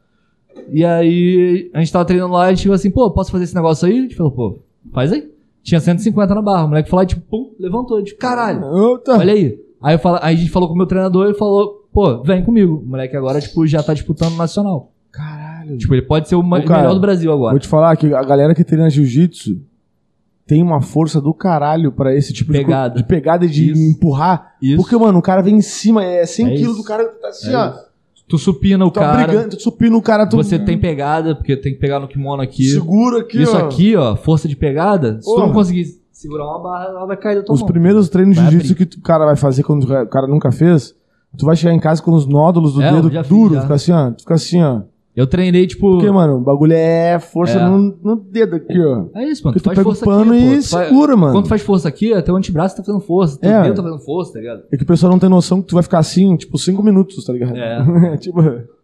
E aí, a gente tava treinando lá e a gente falou assim, pô, posso fazer esse negócio aí? A gente falou, pô, faz aí. Tinha cento e cinquenta na barra. O moleque foi lá e, tipo, pum, levantou. A gente, caralho, Outra. olha aí. Aí, eu falo, aí a gente falou com o meu treinador e ele falou, pô, vem comigo. O moleque agora, tipo, já tá disputando o nacional. Caralho. Tipo, ele pode ser o ma- Ô, cara, melhor do Brasil agora. Vou te falar que a galera que treina jiu-jitsu tem uma força do caralho pra esse tipo de, co- Pegada. de pegada e de Isso. empurrar. Isso. Porque, mano, o cara vem em cima, é cem É quilos isso. do cara tá assim, É ó. isso. Tu supina o Tá cara, brigando, tu subindo o cara, tu você tem pegada, porque tem que pegar no kimono aqui. segura aqui, Isso ó. aqui, ó, força de pegada, se tu Porra. não conseguir segurar uma barra, ela vai cair da tua Os mão. primeiros treinos de Vai jiu-jitsu abrir. que o cara vai fazer quando o cara nunca fez, tu vai chegar em casa com os nódulos do É, eu dedo já fiz, duro, já. fica assim, ó. Tu fica assim, ó. Eu treinei, tipo... Porque, mano, o bagulho é força É. no, no dedo aqui, ó. É isso, mano. Porque tu faz pega o força pano aqui, e pô. Tu faz- segura, mano. Quando tu faz força aqui, até o antebraço tá fazendo força, teu É. dedo tá fazendo força, tá ligado? É que o pessoal não tem noção que tu vai ficar assim, tipo, cinco minutos, tá ligado? É. tipo,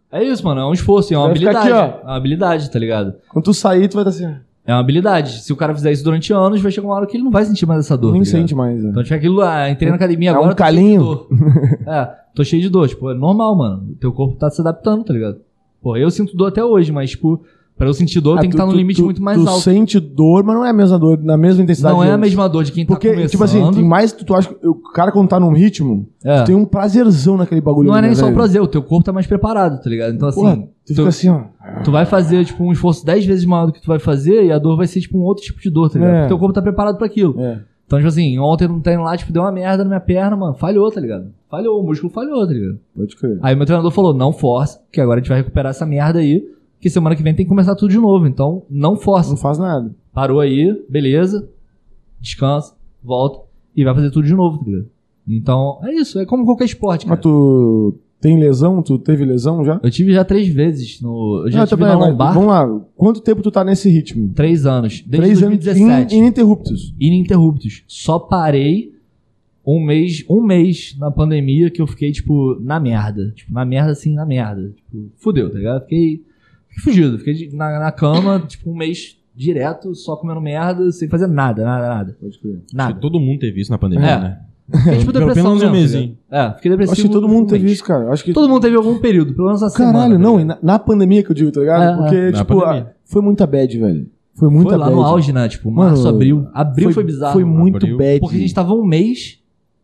É isso, mano. É um esforço, é uma Vai ficar habilidade. aqui, É uma habilidade, tá ligado? Quando tu sair, tu vai estar assim. É uma habilidade. Se o cara fizer isso durante anos, vai chegar uma hora que ele não vai sentir mais essa dor. Nem tá ligado? sente mais. né? Então, tipo, aquilo, ah, entrei na academia É agora. um tô cheio de calinho. dor. É, tô cheio de dor. Tipo, é normal, mano. O teu corpo tá se adaptando, tá ligado? Pô, eu sinto dor até hoje, mas, tipo, pra eu sentir dor, Ah, tem que tu- estar no tu- limite tu- muito mais tu alto. sente dor, mas não é a mesma dor, na mesma intensidade. Não é de a antes. mesma dor de quem tá Porque, começando. tipo assim, tem mais. Tu, tu acha que o cara, quando tá num ritmo, É. tu tem um prazerzão naquele bagulho. Não é ali, nem né, só o velho? prazer, o teu corpo tá mais preparado, tá ligado? Então, assim, Porra, tu tu, fica assim, ó. tu vai fazer, tipo, um esforço dez vezes maior do que tu vai fazer e a dor vai ser, tipo, um outro tipo de dor, tá ligado? É. Porque teu corpo tá preparado pra aquilo. É. Então, tipo assim, ontem no treino lá, tipo, deu uma merda na minha perna, mano. Falhou, tá ligado? Falhou, o músculo falhou, tá ligado? Pode crer. Aí o meu treinador falou, não força, que agora a gente vai recuperar essa merda aí, que semana que vem tem que começar tudo de novo. Então, não força. Não faz nada. Parou aí, beleza, descansa, volta e vai fazer tudo de novo, tá ligado? Então, é isso, é como qualquer esporte, cara. Mas tu tem lesão? Tu teve lesão já? Eu tive já três vezes no... Eu já Não, tive tá na bem, mas lombar, Vamos lá. Quanto tempo tu tá nesse ritmo? três anos, desde Três dois mil e anos dezessete. in- ininterruptos. Ininterruptos. Só parei um mês, um mês na pandemia que eu fiquei, tipo, na merda. Tipo, na merda, assim, na merda. Tipo, fudeu, tá ligado? Fiquei, fiquei fugido. Fiquei de- na, na cama, tipo, um mês direto, só comendo merda, sem fazer nada, nada, nada. Pode crer. Acho que Nada. todo mundo teve isso na pandemia, É. né? Fiquei, tipo, Pelo depressão menos um mesmo, mês, tá hein? ligado? É, fiquei depressivo. Acho que todo mundo um teve mês. isso, cara. Acho que. Todo mundo teve algum período, pelo menos uma semana. Caralho, tá não. ligado? e Na, na pandemia que eu digo, tá ligado? É, Porque, é. Na tipo, pandemia. a- foi muita bad, velho. Foi muita Foi lá bad. no auge, né? Tipo, março, Mano, abril. Abril foi, bizarro. Foi muito Abril. bad. Porque a gente tava um mês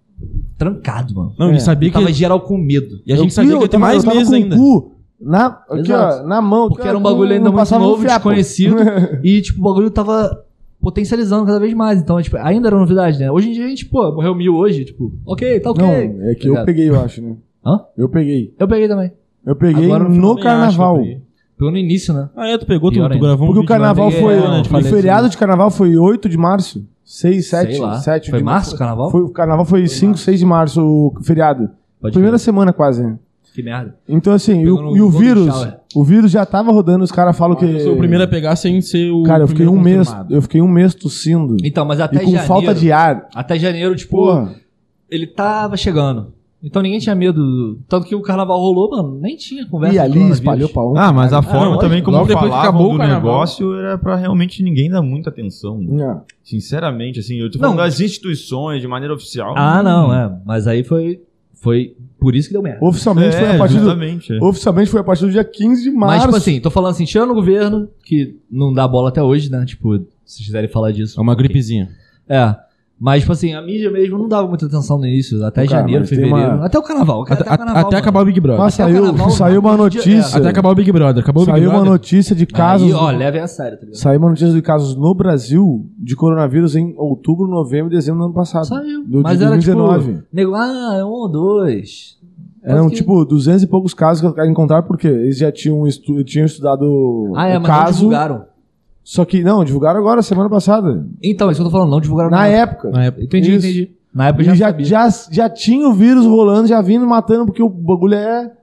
trancado, mano. Não, É. e sabia E que... tava geral com medo. E a gente Eu sabia fui, que ia eu ter tava- mais eu tava meses com ainda. O cu na, aqui, Exato. ó, na mão. Porque aqui, era um ó, bagulho ainda não muito passava um novo, fiapo. desconhecido. E, tipo, o bagulho tava potencializando cada vez mais. Então, tipo, ainda era novidade, né? Hoje em dia a gente, pô, morreu mil hoje, tipo, ok, tá ok. Não, é que Tá eu ligado? peguei, eu acho, né? Hã? Eu peguei. Eu peguei também. Eu peguei Agora, no, final, nem acho que eu carnaval. peguei. Pegou no início, né? Ah, é, tu pegou, tu, Pior tu ainda. gravou um Porque o vídeo lá, carnaval né? foi. É, né, o falei feriado assim. de carnaval foi oito de março. seis, sete, Sei lá. sete Foi de março o carnaval? Foi, o carnaval foi cinco, seis de março, o feriado. Pode Primeira crer. semana quase. né? Que merda. Então, assim, e Pegou o, no e o Golden vírus. Shower. O vírus já tava rodando, os caras falam que. Eu sou o primeiro a pegar sem ser o Cara, eu fiquei primeiro um mês. confirmado. Eu fiquei um mês tossindo. Então, mas até E com janeiro... falta de ar. Até janeiro, tipo, Porra. ele tava chegando. Então ninguém tinha medo. Tanto que o carnaval rolou, mano, nem tinha conversa E de ali coronavírus. espalhou pra um. Ah, mas a forma lógico. também como Logo depois que falavam acabou o do carnaval. negócio era pra realmente ninguém dar muita atenção. É. Sinceramente, assim, eu tô falando Não. das instituições de maneira oficial. Ah, não, é. Mas aí foi, foi por isso que deu merda. Oficialmente, foi a É, partir do, justamente. é. oficialmente foi a partir do dia quinze de março. Mas, tipo assim, tô falando assim, tirando o governo, que não dá bola até hoje, né? Tipo, se quiserem falar disso. É uma ok. gripezinha. É. Mas, tipo assim, a mídia mesmo não dava muita atenção nisso. Até Cara, janeiro, mas tem fevereiro. uma- Até o carnaval. Até, Até, o carnaval, até mano. acabar o Big Brother. Mas Até o saiu, carnaval, saiu uma no dia- notícia. Até acabar o Big Brother. Acabou o Big Saiu uma Brother. notícia de casos. Aí, ó, levem a sério, tá ligado? Saiu uma notícia de casos no Brasil de coronavírus em outubro, novembro e dezembro do ano passado. Saiu. Do, Mas de era, dois mil e dezenove. tipo, nego, ah, é um ou dois. Eram, Porque- tipo, duzentos e poucos casos que os caras encontraram porque eles já tinham, estu tinham estudado Ah, é, o mas não caso. divulgaram. Só que, não, divulgaram agora, semana passada. Então, isso que eu tô falando, não divulgaram Na nada. época. Na época. Entendi, Isso. entendi. Na época E eu já, já, sabia. já, já tinha o vírus rolando, já vindo matando, porque o bagulho é.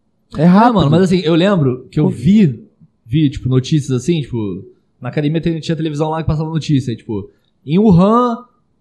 É rápido. Ah, mano, mas assim, eu lembro que eu vi, vi, tipo, notícias assim, tipo, na academia tem- tinha televisão lá que passava notícia, aí, tipo, em Wuhan,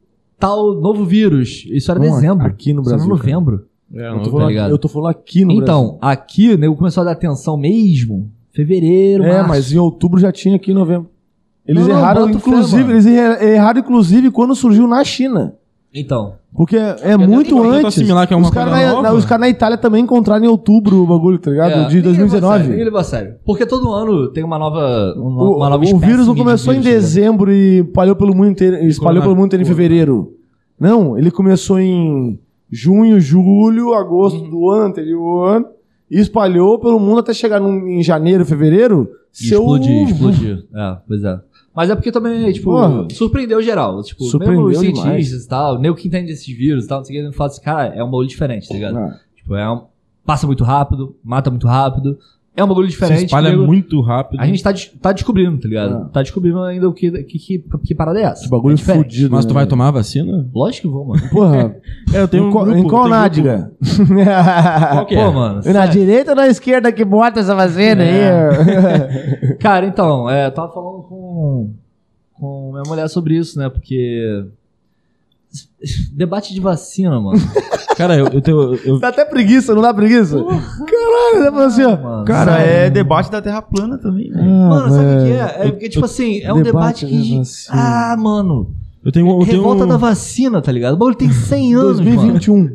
tal novo vírus. Isso era Não, dezembro. aqui no Isso era Brasil, novembro. É, eu, não, tô tá falando, ligado? eu tô falando aqui no Então, aqui o nego começou a dar atenção mesmo. Fevereiro, Brasil. É, março. mas em outubro já tinha aqui em novembro. Eles Não, não, erraram, bota fé, inclusive, mano. eles erra- erraram, inclusive, quando surgiu na China. Então, Porque é até muito tenta antes. assimilar que é uma os caras coisa na, nova. na- os caras na Itália também encontraram em outubro o bagulho, tá ligado? é, De ninguém dois mil e levou a sério, dezenove. Ninguém levou a sério. Porque todo ano tem uma nova, uma, O, uma nova o espécie vírus não de começou em vírus, tá ligado? dezembro e espalhou pelo mundo inteiro, espalhou pelo mundo inteiro em Corona- fevereiro. Não, ele começou em junho, julho, agosto Uhum. do ano anterior e espalhou pelo mundo até chegar num- em janeiro, fevereiro. E seu- explodir, explodir. É, pois é. Mas é porque também, tipo, Porra. surpreendeu geral. Tipo, Surpreendeu mesmo os demais. cientistas e tal, nem o que entende desses vírus e tal, não sei o que, fala assim, cara, é um bagulho diferente, tá ligado? Ah, Tipo, é um, passa muito rápido, mata muito rápido. É um bagulho diferente. Se espalha nego- muito rápido. A gente tá, des- tá descobrindo, tá ligado? Ah. Tá descobrindo ainda o que, que, que, que parada é essa. que bagulho é diferente. fudido. Mas tu né? vai tomar a vacina? Lógico que vou, mano. Porra, É, eu tenho em, um qual- grupo, em qual tem nádega? Qual que Pô, é? mano. Na sério. direita ou na esquerda que bota essa vacina aí? Cara, então, é, eu tava falando com, com minha mulher sobre isso, né? Porque Debate de vacina, mano. Cara, eu, eu tenho. Eu, Dá até preguiça, não dá preguiça? Caralho, dá pra assim, ó. Mano, Cara, sabe? é debate da Terra plana também, né? Mano, sabe o velho. que é? É porque, tipo assim, é um debate, Debate que... da vacina. Ah, mano. eu tenho. Eu tenho Revolta da vacina, tá ligado? O bagulho tem cem anos, dois mil e vinte e um. mano.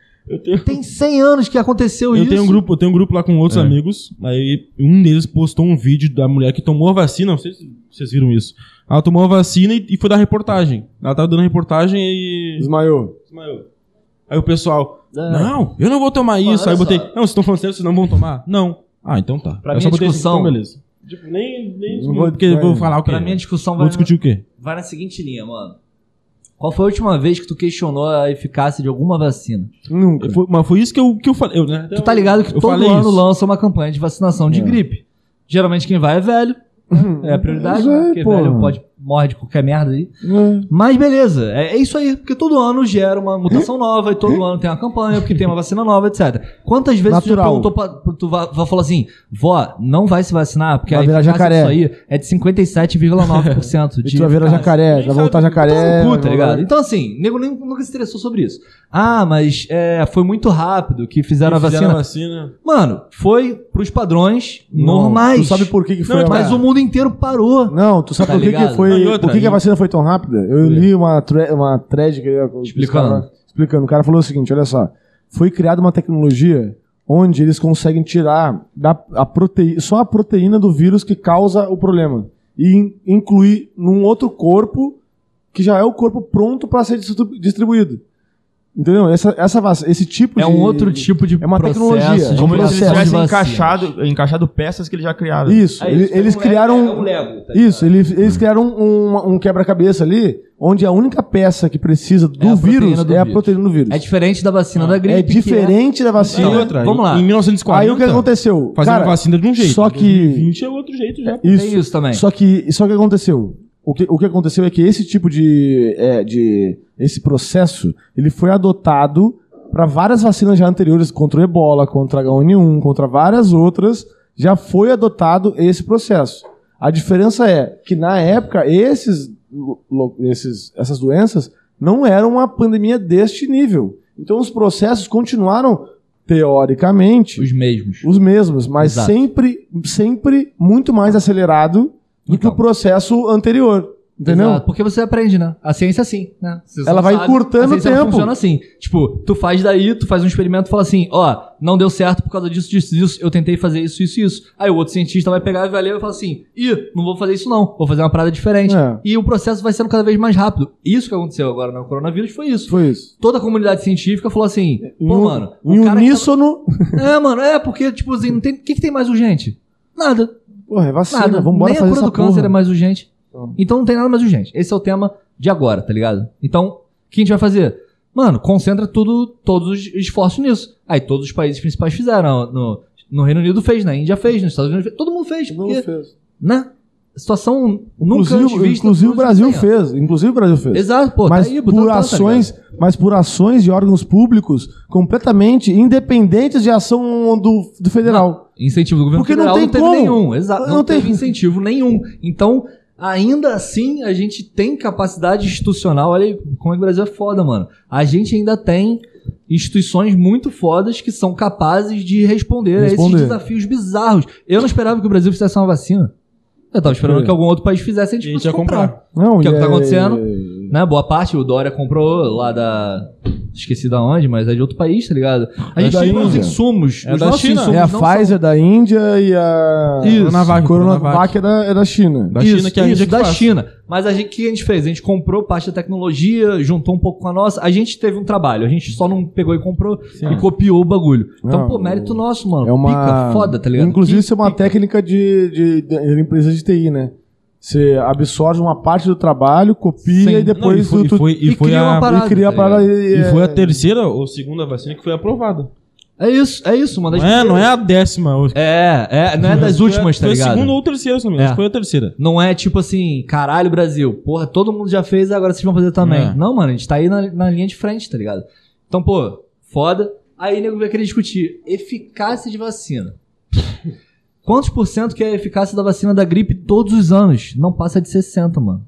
Tem cem anos que aconteceu Eu isso. tenho um grupo, eu tenho um grupo lá com outros amigos. Aí um deles postou um vídeo da mulher que tomou a vacina. Não sei se vocês viram isso. Ela tomou a vacina e, e foi dar reportagem. Ela tava dando reportagem e. Desmaiou. Desmaiou. Aí o pessoal. É. Não, eu não vou tomar Mano, isso. Aí eu olha botei. só. Não, vocês estão falando sério, vocês não vão tomar? Não. Ah, então tá. Pra eu mim só a botei discussão- assim, então beleza. Tipo, nem. nem Não vou- porque eu vou falar o quê? Pra mim a discussão Vou vai, discutir o quê? vai na seguinte linha, mano. Qual foi a última vez que tu questionou a eficácia de alguma vacina? Nunca. Foi- mas foi isso que eu, que eu falei. Eu, né, Tu tá ligado que eu todo falei ano isso. lança uma campanha de vacinação de É. gripe. Geralmente quem vai é velho. É a prioridade, Mas é, né? Porque porra. velho pode, morre de qualquer merda aí. É. Mas beleza, é, é isso aí, porque todo ano gera uma mutação nova e todo ano tem uma campanha, porque tem uma vacina nova, etcétera. Quantas vezes tu já Natural. perguntou pra, pra- tu va- va- falou assim, vó, não vai se vacinar, porque Vai a virar eficácia jacaré. disso aí é de cinquenta e sete vírgula nove por cento E de tu vai virar eficácia. jacaré, Nem vai voltar sabe- jacaré. Tá no cu, tá vai- ligado? Então assim, nego nem- nunca se interessou sobre isso. Ah, mas é, foi muito rápido que fizeram, Que a fizeram vacina. a vacina. Mano, foi pros padrões Não, normais. Tu sabe por que, que foi Não, a Mas o mundo inteiro parou. Não, tu sabe Tá por que, que ligado? foi. Não, e outra, por que, que a e- vacina foi tão rápida? Eu li uma, thre- uma thread que eu- Explicando. os caras- explicando. O cara falou o seguinte: olha só. Foi criada uma tecnologia onde eles conseguem tirar da, a proteína, só a proteína do vírus que causa o problema. E in- incluir num outro corpo que já é o corpo pronto para ser distribu- distribuído. Entendeu? Essa, essa vac- esse tipo É de. um outro tipo de é uma processo tecnologia, de Como se eles criação de tivessem vacina. encaixado, encaixado peças que eles já criaram. Isso, É ele- isso, eles é um criaram. Lego, é um Lego, tá Isso, eles, eles criaram um, um quebra-cabeça ali, onde a única peça que precisa do É a vírus proteína do é a vírus. proteína do vírus. É diferente da vacina da gripe. É diferente da E vacina. outra, Vamos lá. Em mil novecentos e quarenta, Aí o que aconteceu? fazendo Cara, vacina de um jeito. só que- dois mil e vinte é outro jeito já. Isso, Tem isso também. Só que, só que aconteceu? O que, o que aconteceu é que esse tipo de, é, de. Esse processo, ele foi adotado para várias vacinas já anteriores, contra o ebola, contra H um N um, contra várias outras, já foi adotado esse processo. A diferença é que, na época, esses, lo- esses, essas doenças não eram uma pandemia deste nível. Então, os processos continuaram, teoricamente, Os mesmos. os mesmos, mas Exato. sempre, sempre muito mais acelerado do que Então. o processo anterior. Entendeu? Exato, porque você aprende, né? A ciência é assim, né? Você Ela só vai sabe, encurtando a ciência o não tempo. funciona assim. Tipo, tu faz daí, tu faz um experimento e fala assim, ó, não deu certo por causa disso, disso, disso, eu tentei fazer isso, isso, isso. Aí o outro cientista vai pegar e vai ler e vai falar assim, ih, não vou fazer isso não, vou fazer uma parada diferente. É. E o processo vai sendo cada vez mais rápido. Isso que aconteceu agora no coronavírus foi isso. Foi isso. Toda a comunidade científica falou assim, Em pô, um- mano, em o cara que uníssono. tava- É, mano, é, porque, tipo assim, não tem... o que, que tem mais urgente? Nada. Porra, é vacina. Nada. Vamos embora Nem a fazer cura essa do câncer porra. é mais urgente. Então. Então não tem nada mais urgente. Esse é o tema de agora, tá ligado? Então, o que a gente vai fazer? Mano, concentra tudo, todos os esforços nisso. Aí todos os países principais fizeram. No, no Reino Unido fez, na Índia fez, nos Estados Unidos fez. Todo mundo fez, Todo porque, mundo fez. né? Situação nunca antes Inclusive, vista. inclusive o nos Brasil últimos cem anos. fez. Inclusive o Brasil fez. Exato, pô, mas, tá aí, botando por tanto, tá ações, ligado? mas por ações de órgãos públicos completamente independentes de ação do, do federal. Incentivo do governo Porque não federal tem não teve como. nenhum. Exato, não, Não tem- teve incentivo nenhum. Então, ainda assim, a gente tem capacidade institucional. Olha aí como é que o Brasil é foda, mano. A gente ainda tem instituições muito fodas que são capazes de responder, a Responder. esses desafios bizarros. Eu não esperava que o Brasil fizesse uma vacina. Eu tava esperando É. que algum outro país fizesse e a gente E a gente fosse ia comprar. comprar. Não, Que é o e que tá acontecendo. Né? Boa parte, o Dória comprou lá da... Esqueci da onde, mas é de outro país, tá ligado? A É gente da tem os Índia. insumos. É os da nossos China. insumos É a não Pfizer são- da Índia e a Isso. Coronavac, Coronavac é da, é da China. Da Isso, China, que é a isso, Índia que da faz. China. Mas a gente, o que a gente fez? A gente comprou parte da tecnologia, juntou um pouco com a nossa. A gente teve um trabalho. A gente só não pegou e comprou e copiou o bagulho. Então, Não, pô, mérito nosso, mano. É uma... Pica, foda, tá ligado? Inclusive, Que isso é uma pica. técnica de, de, de empresas de T I, né? Você absorve uma parte do trabalho, copia Sim. e depois Não, e foi, tu, e foi, e e foi cria uma a, parada, e cria a tá parada ligado? e, e é- foi a terceira ou segunda vacina que foi aprovada. É isso, é isso, uma Não das é, não é a décima. ou- É, é, não é das Foi a- últimas, tá foi ligado? a segunda ou terceira, se não me engano. É. Foi a terceira. Não é tipo assim, caralho, Brasil, porra, todo mundo já fez, agora vocês vão fazer também. É. Não, mano, a gente tá aí na, na linha de frente, tá ligado? Então, pô, foda. Aí nego vai querer discutir eficácia de vacina. Quantos por cento que é a eficácia da vacina da gripe todos os anos? Não passa de sessenta, mano.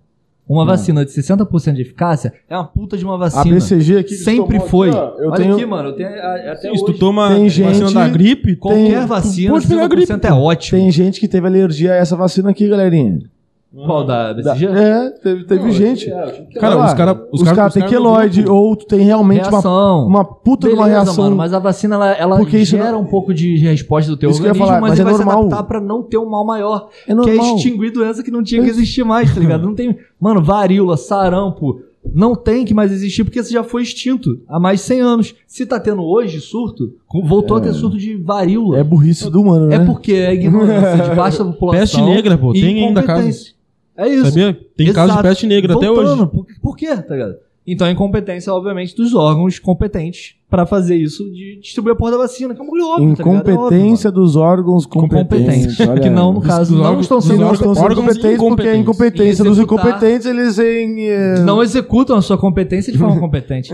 Uma vacina de sessenta por cento de eficácia é uma puta de uma A vacina. B C G aqui... que Sempre tomou foi. aqui, ó, eu Olha tenho... aqui, mano. Eu tenho, a- até Se tu hoje, toma tem vacina gente- da gripe, qualquer tem- vacina, pode pegar sessenta por cento gripe, é ótimo. Tem gente que teve alergia a essa vacina aqui, galerinha. Qual, da B C Da- G? É, teve, teve Não, gente. é, eu tive que- Cara, Olha lá, os cara- os os cara- caras os têm cara do queloide, grupo- ou tu tem realmente uma, Reação. uma puta de uma Beleza, reação. mano, mas a vacina, ela, ela Porque isso gera não- um pouco de resposta do teu Isso que eu ia organismo, falar, mas, mas ele é vai normal. se adaptar pra não ter um mal maior. É Que é normal. extinguir doença que não tinha que existir mais, tá ligado? Não tem... Mano, varíola, sarampo, não tem que mais existir porque isso já foi extinto há mais de cem anos. Se tá tendo hoje surto, voltou a ter surto de varíola. É burrice do humano, né? É porque é ignorância de baixa população. Peste negra, pô, e tem ainda incompetência. casos. É isso. Sabia? Tem Exato. casos de peste negra até Voltando, hoje. Por, por quê, tá ligado? Então a incompetência, obviamente, dos órgãos competentes pra fazer isso de distribuir a porra da vacina, que é um bagulho óbvio, tá ligado? É óbvio, Incompetência dos órgãos competentes. competentes. Olha Que aí. não, no caso, Dos não órgãos- estão dos Que sendo... não órgãos- estão sendo órgãos competentes porque a incompetentes. incompetência Em dos executar- incompetentes, eles em... eh, não executam a sua competência de forma competente.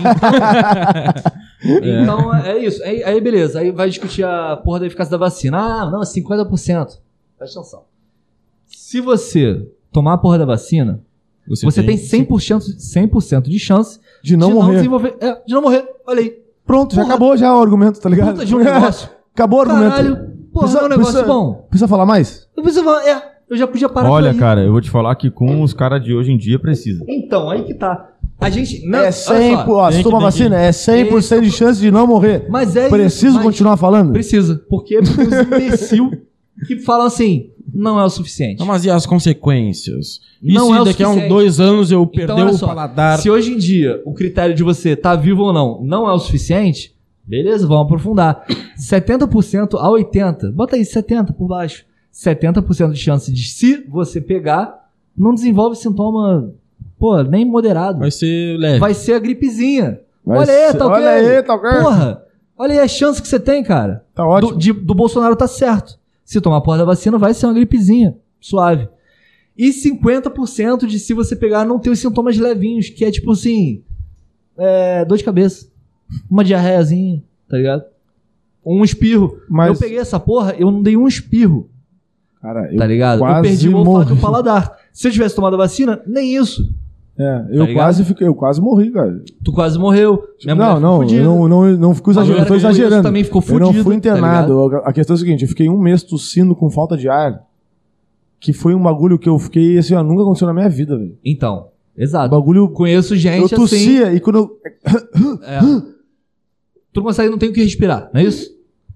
Então, então, é isso. Aí, aí, beleza. Aí vai discutir a porra da eficácia da vacina. Ah, não, é cinquenta por cento. Presta atenção. Se você tomar a porra da vacina, você, tem cem por cento, cem por cento de chance de não morrer. desenvolver... É, de não morrer. Olha aí. Pronto, já Porra. acabou já o argumento, tá ligado? Puta de um negócio. Acabou o argumento. Caralho. Porra, Precisa- é um negócio precisa- bom. Precisa falar mais? Eu preciso falar, é, eu já podia parar Olha, por aí. cara, eu vou te falar que com os caras de hoje em dia precisa. Então, aí que tá. A gente... Não, é olha cem só. por cento. Ó, Tem se que- toma tem vacina, que- é cem por cento de chance de não morrer. Mas é isso, Preciso mas- continuar falando? Precisa. Porque é porque os imbecil que falam assim, não é o suficiente. Não, mas e as consequências? E Não se é o daqui a uns suficiente. dois anos eu perder Então, olha o só, paladar? Se hoje em dia o critério de você tá vivo ou não não é o suficiente, beleza, vamos aprofundar. setenta por cento a oitenta por cento, bota aí setenta por cento por baixo. setenta por cento de chance de, se você pegar, não desenvolve sintoma, pô, nem moderado. Vai ser leve. Vai ser a gripezinha. Vai olha aí, ser- tá ok? olha aí, tá ok? Porra, olha aí a chance que você tem, cara. Tá ótimo. Do, de- do Bolsonaro tá certo. Se tomar a porra da vacina, vai ser uma gripezinha. Suave. E cinquenta por cento de se você pegar não ter os sintomas levinhos, que é tipo assim, é, dor de cabeça, uma diarreiazinha, tá ligado? Um espirro. Mas- Eu peguei essa porra, eu não dei um espirro, Cara, eu tá ligado? Eu quase perdi o olfato e o morri. paladar. Se eu tivesse tomado a vacina, nem isso. É, eu ligado? quase fiquei, eu quase morri, cara. Tu quase morreu. Minha mulher não, ficou não, eu fudida. não, não, não fico exagerando, eu tô mulher que eu conheço exagerando. também ficou eu não fudida, fui tá internado. a questão é a seguinte, eu fiquei um mês tossindo com falta de ar, que foi um bagulho que eu fiquei, assim, ó, nunca aconteceu na minha vida, velho. Então, exato. Bagulho... Conheço gente Eu assim. tossia e quando eu... É. Tu não consegue, não tem o que respirar, não é isso?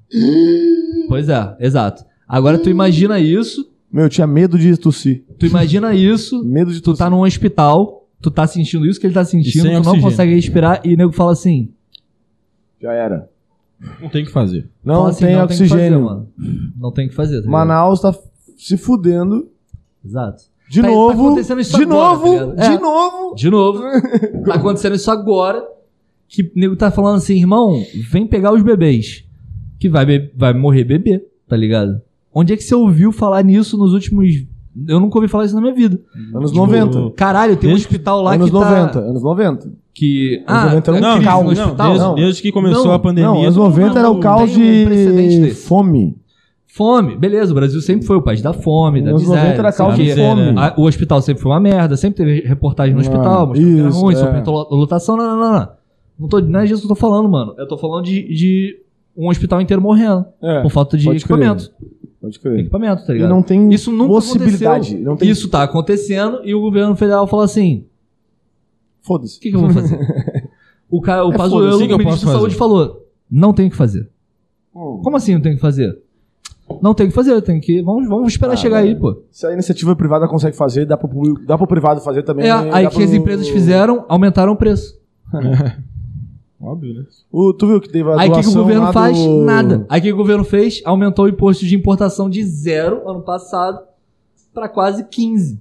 Pois é, exato. Agora tu imagina isso, Meu, eu tinha medo de tossir. tu imagina isso, Medo de tu tossir. tá num hospital, tu tá sentindo isso que ele tá sentindo, sem tu não oxigênio. consegue respirar e o nego fala assim, Já era. Não tem o que fazer. Não fala assim, tem não oxigênio. Tem que fazer, mano. Não tem o que fazer. Tá ligado? Manaus tá se fudendo. Exato. De Tá- tá novo. acontecendo isso de agora, novo. tá ligado? É. de novo. De novo, tá acontecendo isso agora, que o nego tá falando assim, irmão, vem pegar os bebês, que vai, be- vai morrer bebê, tá ligado? Onde é que você ouviu falar nisso nos últimos... Eu nunca ouvi falar isso na minha vida. Anos Tipo, noventa. Caralho, tem um Desde- hospital lá Anos que tá... noventa. Anos noventa. Que... Anos noventa era um Não, crise caos. no não, hospital? desde, Não. desde que começou Não, a pandemia. Não, anos todo mundo- noventa era o não caos tem um precedente de desse. fome. Fome, beleza, o Brasil sempre foi o país da fome, da Anos miséria. noventa era não sei caos o de quê. fome. A- o hospital sempre foi uma merda, sempre teve reportagem no Ah, hospital, mostrando que era isso, ruim, é. superlotação, não, não, não, não. Não, tô, não é disso que eu tô falando, mano. Eu tô falando de, de um hospital inteiro morrendo É, por falta de pode equipamento. Pode crer. Equipamento, tá E ligado? não tem Isso nunca possibilidade. aconteceu. Não tem... Isso tá acontecendo e o governo federal fala assim, Foda-se. o que, que eu vou fazer? o cara, o É Pazuello, foda-se, o que que o eu ministro posso da Saúde, fazer? falou, não tem o que fazer. Hum. Como assim não tem o que fazer? Não tem o que fazer, tem que... Vamos, vamos esperar Ah, chegar aí, pô. Se a iniciativa privada consegue fazer, dá pro, público- dá pro privado fazer também. É, dá aí que pro- as empresas fizeram, aumentaram o preço. Óbvio, né? O, tu viu que teve a Aí o que, que o doação governo lá faz? do- Nada. Aí o que o governo fez? Aumentou o imposto de importação de zero ano passado para quase quinze.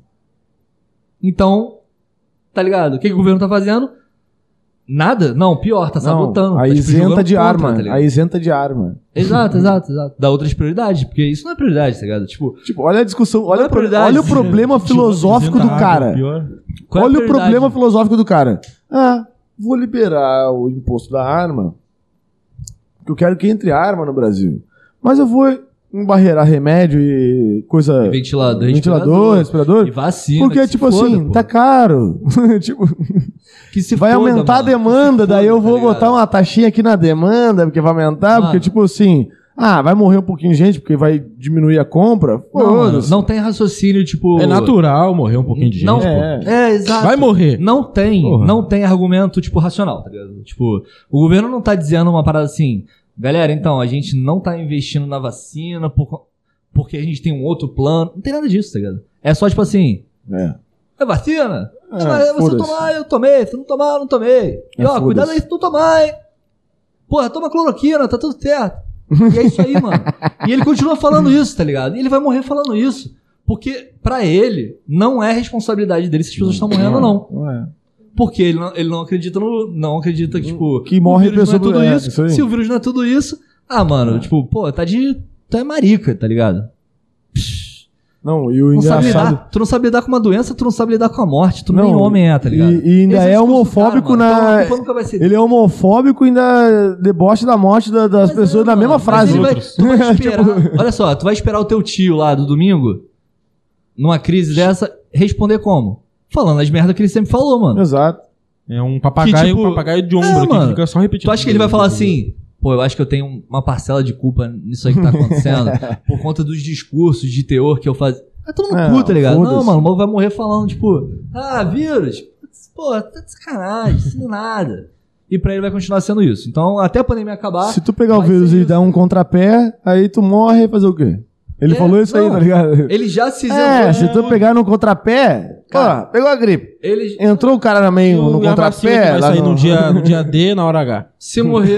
Então, tá ligado? O que, que o governo tá fazendo? Nada? Não, pior, tá Não, sabotando. a tá, tipo, isenta jogando de contra, arma. tá ligado? a isenta de arma. Exato, exato, exato. Dá outras prioridades, porque isso não é prioridade, tá ligado? Tipo, Tipo, olha a discussão, olha, Não é o, pro- prioridade. olha o problema filosófico do Isenta cara. água, pior. qual é a Olha o prioridade? problema filosófico do cara. Ah, vou liberar o imposto da arma, porque eu quero que entre arma no Brasil. Mas eu vou um barreira, remédio e coisa... E ventilador, ventilador, respirador. E vacina. Porque, que tipo se assim, foda, pô. tá caro. Tipo, Que se vai foda, aumentar mano. a demanda, Que se daí eu foda, vou tá ligado? botar uma taxinha aqui na demanda, porque vai aumentar, Mano. porque, tipo assim, ah, vai morrer um pouquinho de gente, porque vai diminuir a compra. Não, mano, Foda-se. não tem raciocínio, tipo... É natural morrer um pouquinho de gente. Não, pô. É. é, exato. Vai morrer. Não tem, Porra. não tem argumento, tipo, racional, tá ligado? Tipo, o governo não tá dizendo uma parada assim, galera, então, a gente não tá investindo na vacina por, porque a gente tem um outro plano. Não tem nada disso, tá ligado? É só, tipo assim, É. é vacina? É, Ah, mas você foda-se. tomar, eu tomei. Se não tomar, eu não tomei. E É, ó, cuidado aí foda-se. se tu tomar, hein? Porra, toma cloroquina, tá tudo certo. E é isso aí, mano. E ele continua falando isso, tá ligado? E ele vai morrer falando isso. Porque, pra ele, não é responsabilidade dele se as pessoas estão morrendo ou não. Não é. Porque ele não, ele não acredita no. Não acredita que, tipo. Que morre o vírus pessoa- não é tudo é, isso. isso aí. Se o vírus não é tudo isso. Ah, mano, tipo, pô, tá de. Tu é marica, tá ligado? Não, e o Não sabe engraçado... lidar. Tu não sabe lidar com uma doença, tu não sabe lidar com a morte. Tu Não, nem homem é, tá ligado? E, e ainda Esse é o discurso do homofóbico cara, mano. Então, a na... culpa nunca vai ser Ele é homofóbico e ainda deboche da morte da- das Mas pessoas é, na mano, mesma mas frase. ele vai- Outros. tu vai esperar, olha só, tu vai esperar o teu tio lá do domingo, numa crise dessa, responder como? Falando as merdas que ele sempre falou, mano. Exato. É um papagaio, Que, tipo, um papagaio de ombro é, aqui mano. que fica só repetindo. Tu acha que ele vai falar assim, pô, eu acho que eu tenho uma parcela de culpa nisso aí que tá acontecendo, por conta dos discursos de teor que eu fazia. Vai todo É, no cu, tá ligado? foda-se. Não, mano, o maluco vai morrer falando, tipo, ah, vírus, pô, tá de sacanagem, isso não é nada. E pra ele vai continuar sendo isso. Então, até a pandemia acabar... Se tu pegar o vai vírus ser e isso. dar um contrapé, aí tu morre e fazer o quê? Ele É, falou isso aí, não. tá ligado? Ele já se É, isentou se de tu tudo. pegar no contrapé, Cara, ó, pegou a gripe. Ele, Entrou o cara no meio no E a vacina que contrapé. vai lá sair no... no, dia, no dia D, na hora H. se morrer.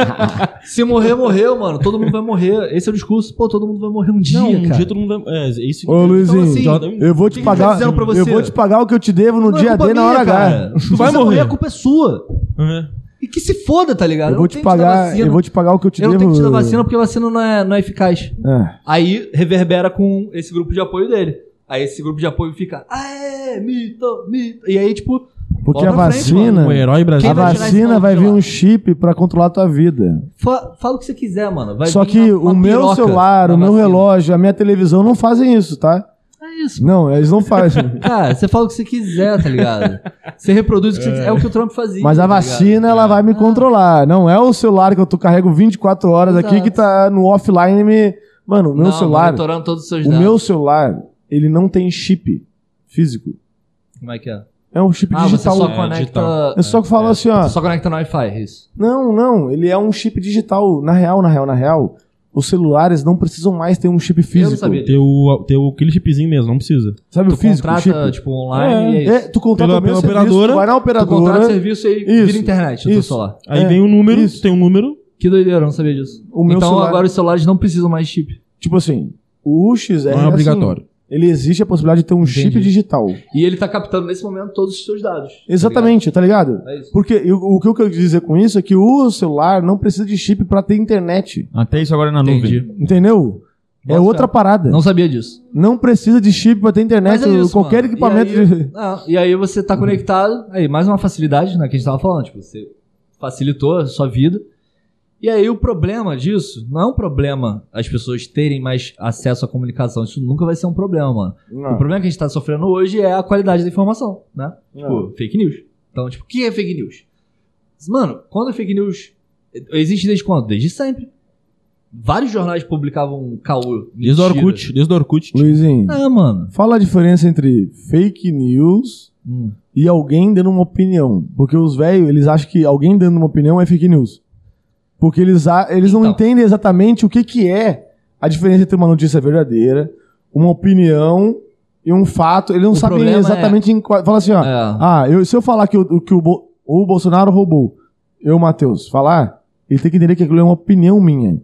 se morrer, morreu, mano. Todo mundo vai morrer. Esse é o discurso. Pô, todo mundo vai morrer um dia, Não, um cara. dia todo mundo vai... É, é isso que... Ô, Luizinho, assim, Jordan- eu vou o te que que ele tá pagar. dizendo pra você? Eu vou te pagar o que eu te devo no Não é dia culpa D na minha, hora cara. H. Se vai você morrer. A culpa é sua. É. E que se foda, tá ligado? Eu vou não te tenho que te dar pagar, vacina. eu vou te pagar o que eu te Eu não devo. tenho que te dar vacina porque a vacina não é, não é eficaz. É. Aí reverbera com esse grupo de apoio dele. Aí esse grupo de apoio fica, ah, é, mito, mito. E aí, tipo, Porque bola a pra frente, vacina, mano. O herói a brasileiro. vai tirar esse vacina maluco vai de vir lá? um chip pra controlar a tua vida. fa- fala o que você quiser, mano. Vai Só vir que uma- uma o meu piroca celular, na o meu vacina. relógio, a minha televisão não fazem isso, tá? É isso. Não, eles não fazem. Cara, você fala o que você quiser, tá ligado? Você reproduz o que você quiser. É o que o Trump fazia. Mas a tá vacina, ligado? ela vai me controlar. Não é o celular que eu tô carrego vinte e quatro horas aqui Exato. que tá no offline me... Mano, o meu Não, celular, monitorando todos os seus o dados. meu celular, ele não tem chip físico. Como é que é? É um chip Ah, você digital. só É, conecta... digital. Eu só falo assim, ó. Você só conecta no Wi-Fi, é isso. Não, não, ele é um chip digital. Na real, na real, na real, os celulares não precisam mais ter um chip físico. sabia. Ter o, ter o, aquele chipzinho mesmo, não precisa. Sabe Tu o físico? o contrata, chip? tipo, online e é É, isso. é, tu contrata Pela- o meu pela serviço, operadora, tu vai na Tu contrata operadora, serviço e Isso, vira internet no teu isso. celular. Aí É, vem um número, isso. tem um número. Que doideira, eu não sabia disso. O meu então celular- agora os celulares não precisam mais de chip. tipo assim, o X R Não é assim, obrigatório. ele existe a possibilidade de ter um chip Entendi. digital. E ele tá captando nesse momento todos os seus dados. Exatamente, tá ligado? Tá ligado? É isso. Porque eu- o que eu quero dizer com isso é que o celular não precisa de chip pra ter internet. Até isso agora é na nuvem. Entendi. Entendeu? É Nossa, outra parada. Não sabia disso. Não precisa de chip pra ter internet. Mas é isso, qualquer mano. equipamento. E aí, de- ah, e aí você tá conectado. Aí, mais uma facilidade, né, que a gente tava falando. Tipo, você facilitou a sua vida. E aí o problema disso não é um problema as pessoas terem mais acesso à comunicação. Isso nunca vai ser um problema, mano. Não. O problema que a gente tá sofrendo hoje é a qualidade da informação, né? Não. Tipo, fake news. Então, tipo, o que é fake news? Mano, quando é fake news existe desde quando? Desde sempre. Vários jornais publicavam caô. Desde o mentira. Orkut. Desde o Orkut. Luizinho, Ah, mano. fala a diferença entre fake news Hum. e alguém dando uma opinião. Porque os velhos, eles acham que alguém dando uma opinião é fake news. Porque eles, a- eles não Então. entendem exatamente o que, que é a diferença entre uma notícia verdadeira, uma opinião e um fato. Eles não O sabem problema exatamente em qual... Fala assim, ó. É. Ah, eu, se eu falar que, o, que o, Bo- o Bolsonaro roubou, eu, Matheus, falar, ele tem que entender que aquilo é uma opinião minha.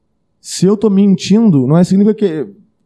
Se eu tô mentindo, não é significa que...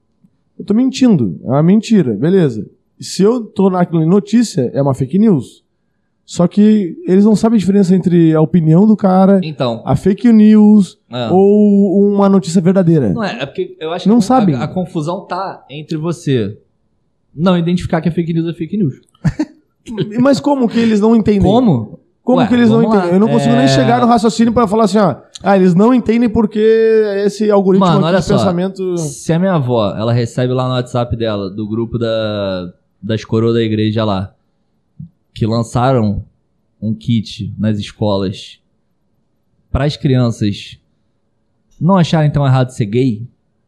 Eu tô mentindo, é uma mentira, beleza. E se eu tô naquela notícia, é uma fake news. Só que eles não sabem a diferença entre a opinião do cara, Então. a fake news É. ou uma notícia verdadeira. Não é, é porque eu acho Não que a- sabem. A, a confusão tá entre você não identificar que a fake news é fake news. Mas como que eles não entendem? Como? Como Ué, que eles não vamos lá. entendem? Eu não consigo É... nem chegar no raciocínio pra falar assim, ó. Ah, eles não entendem porque esse algoritmo Mano, aqui olha de só, pensamento... se a minha avó, ela recebe lá no WhatsApp dela, do grupo da, das coroas da igreja lá, que lançaram um kit nas escolas para as crianças não acharem tão errado ser gay,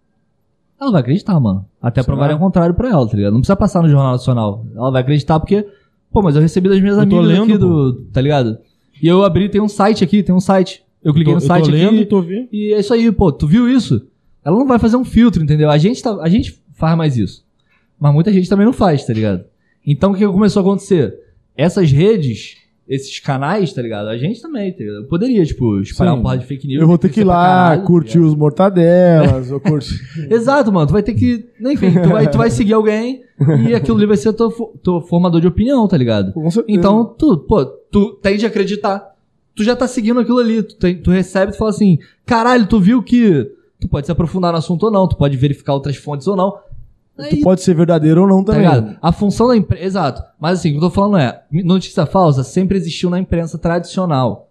ela vai acreditar, mano. Até Será? provarem o contrário pra ela, tá ligado? Não precisa passar no Jornal Nacional. Ela vai acreditar porque, pô, mas eu recebi das minhas Eu tô amigas lendo, aqui do, tá ligado? E eu abri, tem um site aqui, tem um site. Eu cliquei Tô- no eu site tô lendo e aqui tô vendo. e é isso aí, pô. Tu viu isso? Ela não vai fazer um filtro, entendeu? A gente, tá, a gente faz mais isso. Mas muita gente também não faz, tá ligado? Então o que começou a acontecer? Essas redes, esses canais, tá ligado? A gente também, tá ligado? Eu poderia, tipo, espalhar Sim. um porra de fake news. Eu vou ter que ir crescer pra lá, caralho, tá curtir ligado? os mortadelas, eu curtir... Exato, mano. Tu vai ter que. Enfim, tu vai, tu vai seguir alguém e aquilo ali vai ser teu, fo- teu formador de opinião, tá ligado? Com certeza. Então, tu, pô, tu tende a acreditar. Tu já tá seguindo aquilo ali. Tu, tem- tu recebe e tu fala assim: caralho, tu viu que. Tu pode se aprofundar no assunto ou não, tu pode verificar outras fontes ou não. Aí, Pode ser verdadeiro ou não tá também. ligado? A função da imprensa. Exato. Mas assim, o que eu tô falando é: notícia falsa sempre existiu na imprensa tradicional.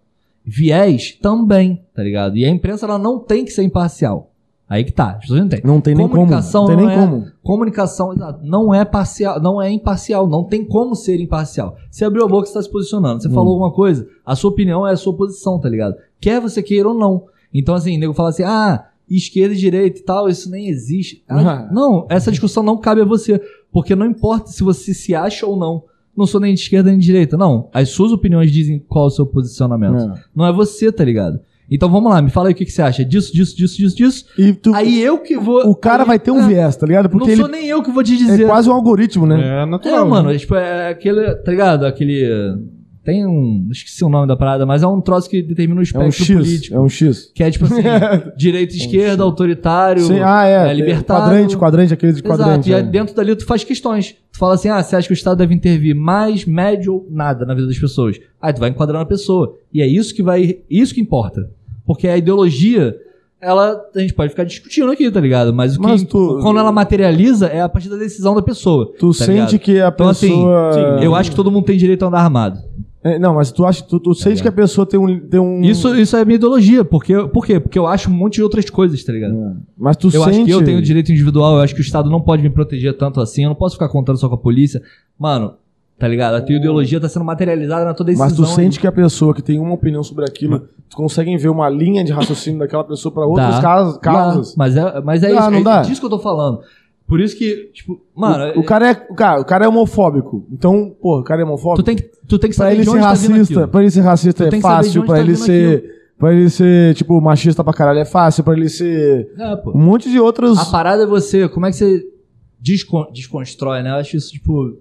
Viés também, tá ligado? E a imprensa ela não tem que ser imparcial. Aí que tá, as pessoas não tem. Não tem nem como. Comunicação Não tem nem não é- como. Comunicação, exato, não é parcial, não é imparcial, não tem como ser imparcial. Você abriu a boca, você tá se posicionando. Você Hum. falou alguma coisa, a sua opinião é a sua posição, tá ligado? Quer você queira ou não. Então, assim, o nego fala assim, ah, esquerda e direita e tal, isso nem existe. Ah, não, essa discussão não cabe a você. Porque não importa se você se acha ou não. Não sou nem de esquerda nem de direita. Não, as suas opiniões dizem qual é o seu posicionamento. É. Não é você, tá ligado? Então vamos lá, me fala aí o que, que você acha disso, disso, disso, disso, disso. E tu, Aí eu que vou... o cara aí- vai ter um é, viés, tá ligado? Porque não ele sou nem eu que vou te é dizer. quase um algoritmo, né? É natural. É, mano, né? é, tipo, é aquele, tá ligado? Aquele... Tem um... Esqueci o nome da parada, mas é um troço que determina o É um espectro X. político. É um X. Que é tipo assim, direita, esquerda, autoritário, Sim, ah, é. é, libertário. Quadrante, quadrante, aqueles de quadrante. Exato, e aí é. dentro dali tu faz questões. Tu fala assim, ah, você acha que o Estado deve intervir mais, médio ou nada na vida das pessoas? Aí tu vai enquadrando a pessoa. E é isso que vai... Isso que importa. Porque a ideologia... Ela, a gente pode ficar discutindo aqui, tá ligado? Mas, o que, Mas tu- quando ela materializa é a partir da decisão da pessoa. Tu tá sente ligado? que a Então, assim, pessoa... sim, Eu acho que todo mundo tem direito a andar armado. É, não, mas tu acha, tu, tu sente que a pessoa tem um... Tem um... Isso, isso é a minha ideologia. Porque, por quê? Porque eu acho um monte de outras coisas, tá ligado? É. Mas tu Eu sente... acho que eu tenho direito individual, eu acho que o Estado não pode me proteger tanto assim, eu não posso ficar contando só com a polícia. Mano, tá ligado? A tua ideologia tá sendo materializada na tua decisão. Mas tu sente aí. que a pessoa que tem uma opinião sobre aquilo, tu consegue ver uma linha de raciocínio daquela pessoa pra outras Dá. causas. Dá, causas. mas é, mas é Dá, isso, não é dá? disso que eu tô falando. Por isso que, tipo, mano, o, o cara é, o cara, o cara é homofóbico. Então, pô, o cara é homofóbico. tu tem que, tu tem que Pra saber ele de ser onde tá vindo racista, aquilo. pra ele ser racista Tu é tem que saber de fácil, onde pra tá ele vindo ser, pra ele ser tipo machista pra caralho é fácil, pra ele ser É, pô. um monte de outros. A parada é você, como é que você descon- desconstrói, né? Eu acho isso, tipo...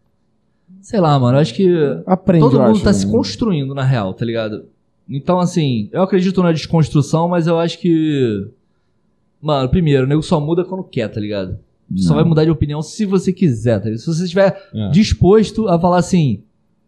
Sei lá, mano, eu acho que Aprende, todo eu mundo acho, tá né? se construindo, na real, tá ligado? Então, assim, eu acredito na desconstrução, mas eu acho que... Mano, primeiro, o nego só muda quando quer, tá ligado? Só vai mudar de opinião se você quiser, tá ligado? Se você estiver É. disposto a falar assim...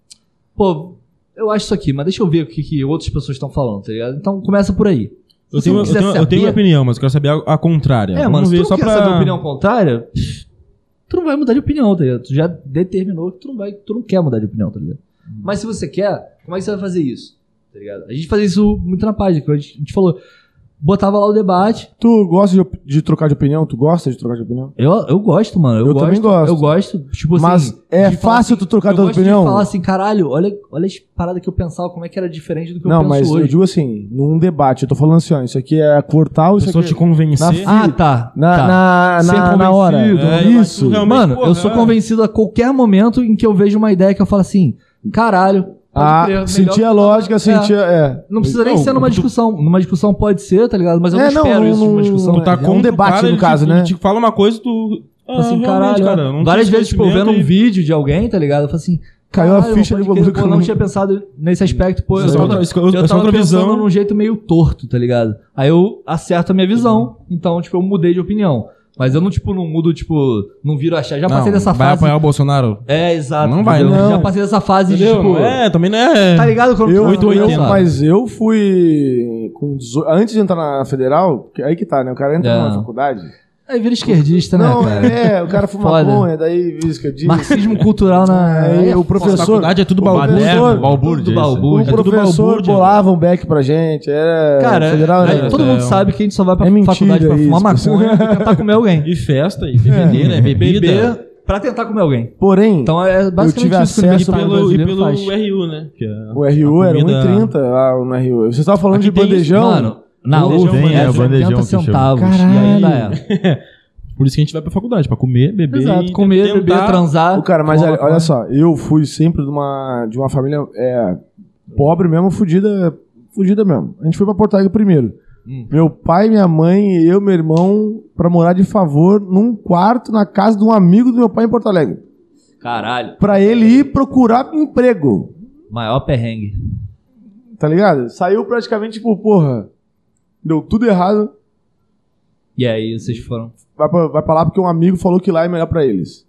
Pô, eu acho isso aqui, mas deixa eu ver o que, que outras pessoas estão falando, tá ligado? Então começa por aí. Se Eu você tenho, não eu, quiser tenho, eu saber- tenho uma opinião, mas eu quero saber a, a contrária. É, Vamos mano, se ver tu só não quer pra... saber a opinião contrária, tu não vai mudar de opinião, tá ligado? Tu já determinou que tu não vai, tu não quer mudar de opinião, tá ligado? Mas se você quer, como é que você vai fazer isso? Tá ligado? A gente fazia isso muito na página, que a gente, a gente falou, botava lá o debate. Tu gosta de, op- de trocar de opinião? Tu gosta de trocar de opinião? Eu, eu gosto, mano. Eu, Eu gosto, também gosto. Eu gosto, tipo assim. Mas é de falar fácil assim, tu trocar eu tua gosto opinião? De falar assim, caralho, olha, olha as paradas que eu pensava, como é que era diferente do que eu Não, penso mas hoje. eu digo assim, num debate, eu tô falando assim, ó, isso aqui é cortar, A isso pessoa aqui te convencer. Na- Ah, tá. na, tá. na, Ser na, na hora. convencido, É, Isso. eu acho realmente, Mano, porra, eu sou é. convencido a qualquer momento em que eu vejo uma ideia que eu falo assim, caralho, pode Ah, crer, melhor sentir a que- lógica, É. sentir. É. Não precisa nem Não, ser numa tu- discussão. Numa discussão pode ser, tá ligado? Mas eu não É, não, espero isso de não- uma discussão. Tu tá É um contra o debate, cara, no ele te- caso, né? Ele te fala uma coisa, tu... Ah, assim, realmente, caralho. cara, é. não Várias tinha vezes, tipo, vendo um conhecimento vídeo de alguém, tá ligado? Eu falo assim, Caiu a caralho, ficha pode de crer, bagulho pô, que não eu- tinha pensado nesse aspecto, pô. Eu Essa é tava, outra- essa é eu outra tava pensando visão. num jeito meio torto, tá ligado? Aí eu acerto a minha visão, então, tipo, eu mudei de opinião. Mas eu não, tipo, não mudo, tipo, não viro achar. Já Não, passei dessa vai fase. apoiar o Bolsonaro? É, exato. Não vai, entendeu? não. Já passei dessa fase de, Entendeu? tipo... É, também não é... Tá ligado? Quando Eu, tu- oito ou eu- oitenta. mas eu fui com dezoito, antes de entrar na federal, que- aí que tá, né? O cara entra É. numa faculdade, Aí vira esquerdista, né, Não, cara? é, o cara fuma Foda. maconha, daí vira esquerdista. Marxismo cultural na... Aí o Nossa, a professor... faculdade é tudo o balbúrdia. professor- balbúrdia, Tudo isso. O balbúrdia. É tudo professor balbúrdia, bolava um beck pra gente, era Cara, federal, aí né? todo É, mundo é. sabe que a gente só vai pra É mentira faculdade pra fumar isso. maconha e tentar comer alguém. E festa, e bebedeira, é bebida. Beber pra tentar comer alguém. Porém, Então é basicamente tive isso que o acesso E universitário pelo, e brasileiro pelo faz. R U, né? Que é o R U a era comida- um e trinta lá no R U. Você estava falando Aqui de tem isso, bandejão. Mano, na Bandejão, U V mano, é é o bandejão setenta que chama. centavos. E Caralho. ainda é. Por isso que a gente vai pra faculdade, pra comer, beber Exato, e comer, tentar- beber, transar. O cara, mas fumar olha, olha maconha. só, eu fui sempre de uma, de uma família é, pobre mesmo, fudida, fudida mesmo. A gente foi pra Porto Alegre primeiro. Hum. Meu pai, minha mãe e eu, meu irmão, pra morar de favor num quarto na casa de um amigo do meu pai em Porto Alegre. Caralho. Pra ele ir procurar emprego. Maior perrengue. Tá ligado? Saiu praticamente, tipo, porra, deu tudo errado. E aí vocês foram... Vai pra, vai pra lá porque um amigo falou que lá é melhor pra eles.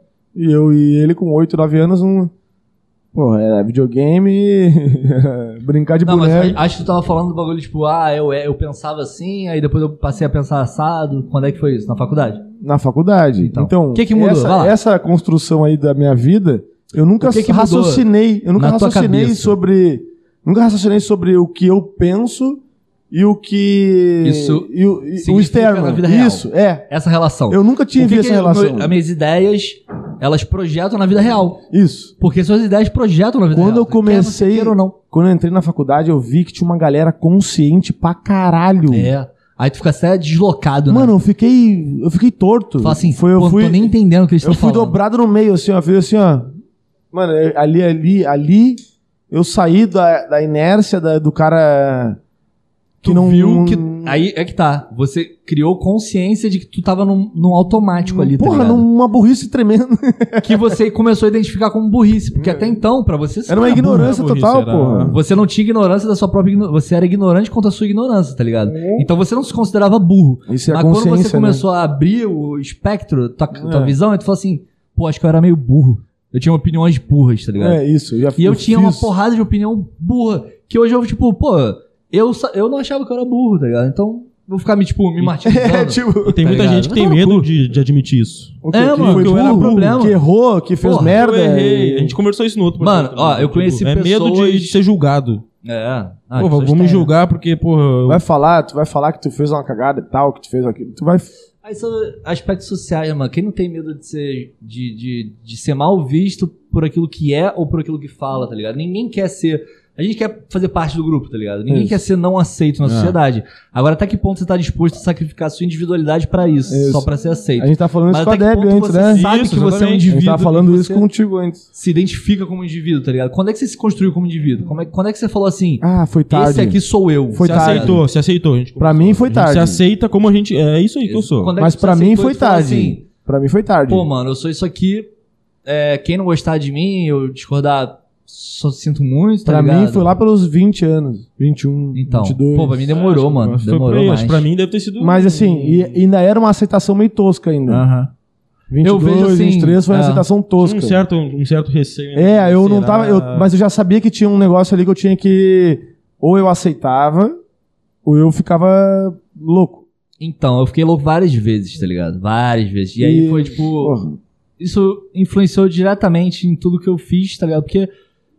E eu e ele com oito, nove anos, um... Porra, era videogame, brincar de Não, mas boneco. acho que tu tava falando do bagulho, tipo, ah, eu, eu pensava assim, aí depois eu passei a pensar assado. Quando é que foi isso? Na faculdade? Na faculdade. Então, Então, o que que mudou? Vai Essa, lá. essa construção aí da minha vida, eu nunca O que que mudou raciocinei. Eu nunca na tua raciocinei cabeça? sobre. Nunca raciocinei sobre o que eu penso e o que. Isso e o, e o significa externo. na vida real. Isso, é. Essa relação. Eu nunca O tive que essa que relação. As minhas ideias, elas projetam na vida real. Isso. Porque suas ideias projetam na vida Quando real. eu comecei. Quer você queira ou não. Quando eu entrei na faculdade, eu vi que tinha uma galera consciente pra caralho. É. Aí tu fica até deslocado, né? Mano, eu fiquei. Eu fiquei torto. Tu fala assim, Foi, eu pô, fui, não tô nem entendendo o que eles Eu estão fui falando. dobrado no meio, assim, ó. Fiz assim, ó. Mano, eu- ali, ali, ali, eu saí da, da inércia da- do cara que Tu não viu que... Aí é que tá. Você criou consciência de que tu tava num, num automático ali, tá Porra, ligado? numa burrice tremenda. Que você começou a identificar como burrice. Porque até então, pra você... você Era uma não burro. ignorância burrice, total, era- porra. Você não tinha ignorância da sua própria ignorância. Você era ignorante contra a sua ignorância, tá ligado? Então você não se considerava burro. Isso é Mas a quando você consciência, começou a abrir o espectro, tua, tua É. visão, aí tu falou assim, pô, acho que eu era meio burro. Eu tinha opiniões burras, tá ligado? É isso. Eu já E eu tinha uma fiz- porrada de opinião burra. Que hoje eu, tipo, pô, eu, sa- eu não achava que eu era burro, tá ligado? Então, vou ficar me, tipo, me martirizando. É, tipo... E tem Tá muita ligado? gente que tem Não, medo de, de admitir isso. o quê? É, Que mano, foi que eu era burro, problema. que errou, que fez Porra, merda. Eu errei. e- A gente conversou isso no outro Mano, podcast ó, também, eu conheci É medo de, pessoas- de ser julgado. É. Ah, Pô, as pessoas vou me têm, né? julgar porque, porra... eu- Vai falar, tu vai falar que tu fez uma cagada e tal, que tu fez aquilo. Tu vai... Aí são aspectos sociais, mano. Quem não tem medo de ser, de, de, de ser mal visto por aquilo que é ou por aquilo que fala, tá ligado? Ninguém quer ser... A gente quer fazer parte do grupo, tá ligado? Ninguém Isso. quer ser não aceito na É. sociedade. Agora, até que ponto você tá disposto a sacrificar a sua individualidade pra isso, Isso. só pra ser aceito? A gente tá falando Mas isso com a até que Debbie ponto antes, você né? sabe Isso, que você é um exatamente. A indivíduo. gente tava falando e isso você contigo antes. se identifica como indivíduo, tá ligado? Quando é que você se construiu como indivíduo? Como é, quando é que você falou assim, Ah, foi tarde. esse aqui sou eu? Foi se tarde. aceitou, se aceitou. A gente Pra conversou. mim foi A gente tarde. Se aceita como a gente... É isso aí que eu sou. Quando é que Mas você pra mim aceitou foi e falou tarde. assim, Pra mim foi tarde. pô, mano, eu sou isso aqui, é, quem não gostar de mim, eu discordar, só sinto muito, tá Pra ligado? mim foi lá pelos vinte anos. vinte e um, Então, vinte e dois. pô, pra mim demorou, Acho- mano. acho que foi por Demorou aí, mais. Acho que pra mim deve ter sido... Mas assim, e, ainda era uma aceitação meio tosca ainda. Aham. vinte e Eu dois, vejo assim, vinte e três foi uma é. aceitação tosca. um certo, um certo receio. É, eu não Será? tava. Eu, mas eu já sabia que tinha um negócio ali que eu tinha que. Ou eu aceitava, ou eu ficava louco. Então, eu fiquei louco várias vezes, tá ligado? Várias vezes. E, aí E, foi, tipo... Porra. Isso influenciou diretamente em tudo que eu fiz, tá ligado? Porque,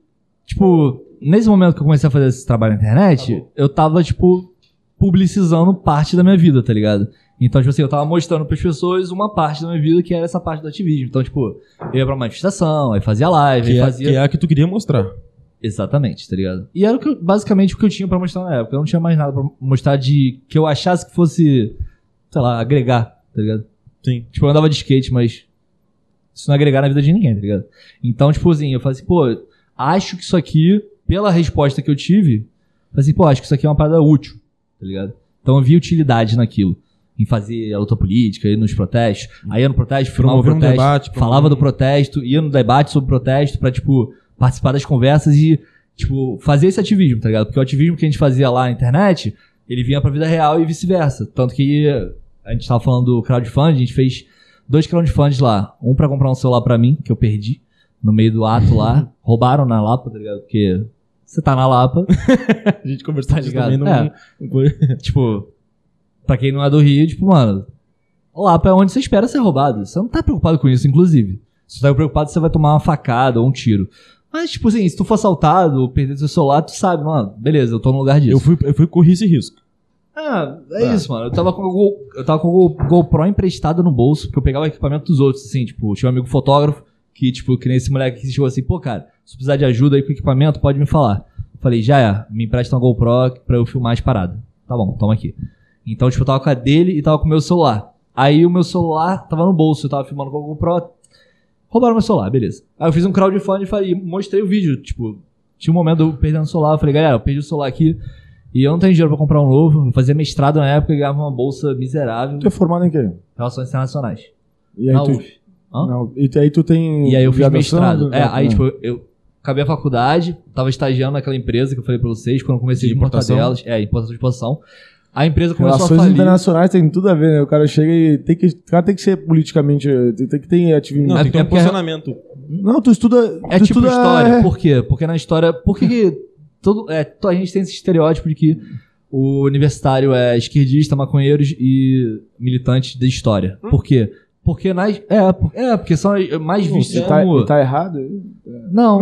tipo, nesse momento que eu comecei a fazer esse trabalho na internet, eu tava, tipo, publicizando parte da minha vida, tá ligado? Então, tipo assim, eu tava mostrando pras pessoas uma parte da minha vida que era essa parte do ativismo. Então, tipo, eu ia pra manifestação, aí fazia live, aí Que é, fazia... que é a que tu queria mostrar. Exatamente, tá ligado? E era o que eu- basicamente o que eu tinha pra mostrar na época. Eu não tinha mais nada pra mostrar de que eu achasse que fosse, sei lá, agregar, tá ligado? Sim. Tipo, eu andava de skate, mas isso não é agregar na vida de ninguém, tá ligado? Então, tipo assim, eu falei assim, pô, acho que isso aqui, pela resposta que eu tive, eu falei assim, pô, acho que isso aqui é uma parada útil, tá ligado? Então eu vi utilidade naquilo. Em fazer a luta política, ir nos protestos. Aí ia no protesto, filmava o Promover um protesto, debate, promover falava um- do protesto, ia no debate sobre o protesto pra, tipo, participar das conversas e, tipo, fazer esse ativismo, tá ligado? Porque o ativismo que a gente fazia lá na internet, ele vinha pra vida real e vice-versa. Tanto que a gente tava falando do crowdfunding, a gente fez dois crowdfunds lá. Um pra comprar um celular pra mim, que eu perdi no meio do ato lá. Roubaram na Lapa, tá ligado? Porque você tá na Lapa. A gente conversou Tá disso ligado? também. Não, É. não foi... Tipo, pra quem não é do Rio, tipo, mano, lá pra onde você espera ser roubado. Você não tá preocupado com isso, inclusive. Você tá preocupado se você vai tomar uma facada ou um tiro. Mas, tipo assim, se tu for assaltado ou perder seu celular, tu sabe, mano, beleza, eu tô no lugar disso. Eu fui, eu fui correr esse risco. Ah, é ah. isso, mano. Eu tava com o Go, eu tava com o GoPro emprestada no bolso, porque eu pegava o equipamento dos outros, assim, tipo, tinha um amigo fotógrafo, que, tipo, que nem esse moleque que chegou assim, pô, cara, se precisar de ajuda aí com o equipamento, pode me falar. Eu falei, já é, me empresta uma GoPro pra eu filmar as paradas. Tá bom, toma aqui. Então, tipo, eu tava com a dele e tava com o meu celular. Aí o meu celular tava no bolso, eu tava filmando com a GoPro, roubaram meu celular, beleza. Aí eu fiz um crowdfunding e mostrei o vídeo, tipo, tinha um momento eu perdendo o celular, eu falei, galera, eu perdi o celular aqui, e eu não tenho dinheiro pra comprar um novo. Eu fazia mestrado na época e ganhava uma bolsa miserável. Tu é formado em quê? Relações Internacionais. E aí, na tu, U F. Não, e aí tu tem... E aí eu fiz graduação, mestrado. do... É, aí tipo, eu, eu acabei a faculdade, tava estagiando naquela empresa que eu falei pra vocês, quando eu comecei De de importação. mortadelas. É, importação de exposição. A empresa começou Relações a falir. internacionais tem tudo a ver, né? O cara chega e tem que... O cara tem que ser politicamente... Tem, tem que ter atividade. Não, tem que ter é um porque- posicionamento. Não, tu estuda... É tu tipo estuda, história. é... Por quê? Porque na história... Por que que todo, é, to- a gente tem esse estereótipo de que o universitário é esquerdista, maconheiros e militante de história. Hum. Por quê? Porque nas... É, por- é, porque são mais vistos E tá, como... e tá errado? Não.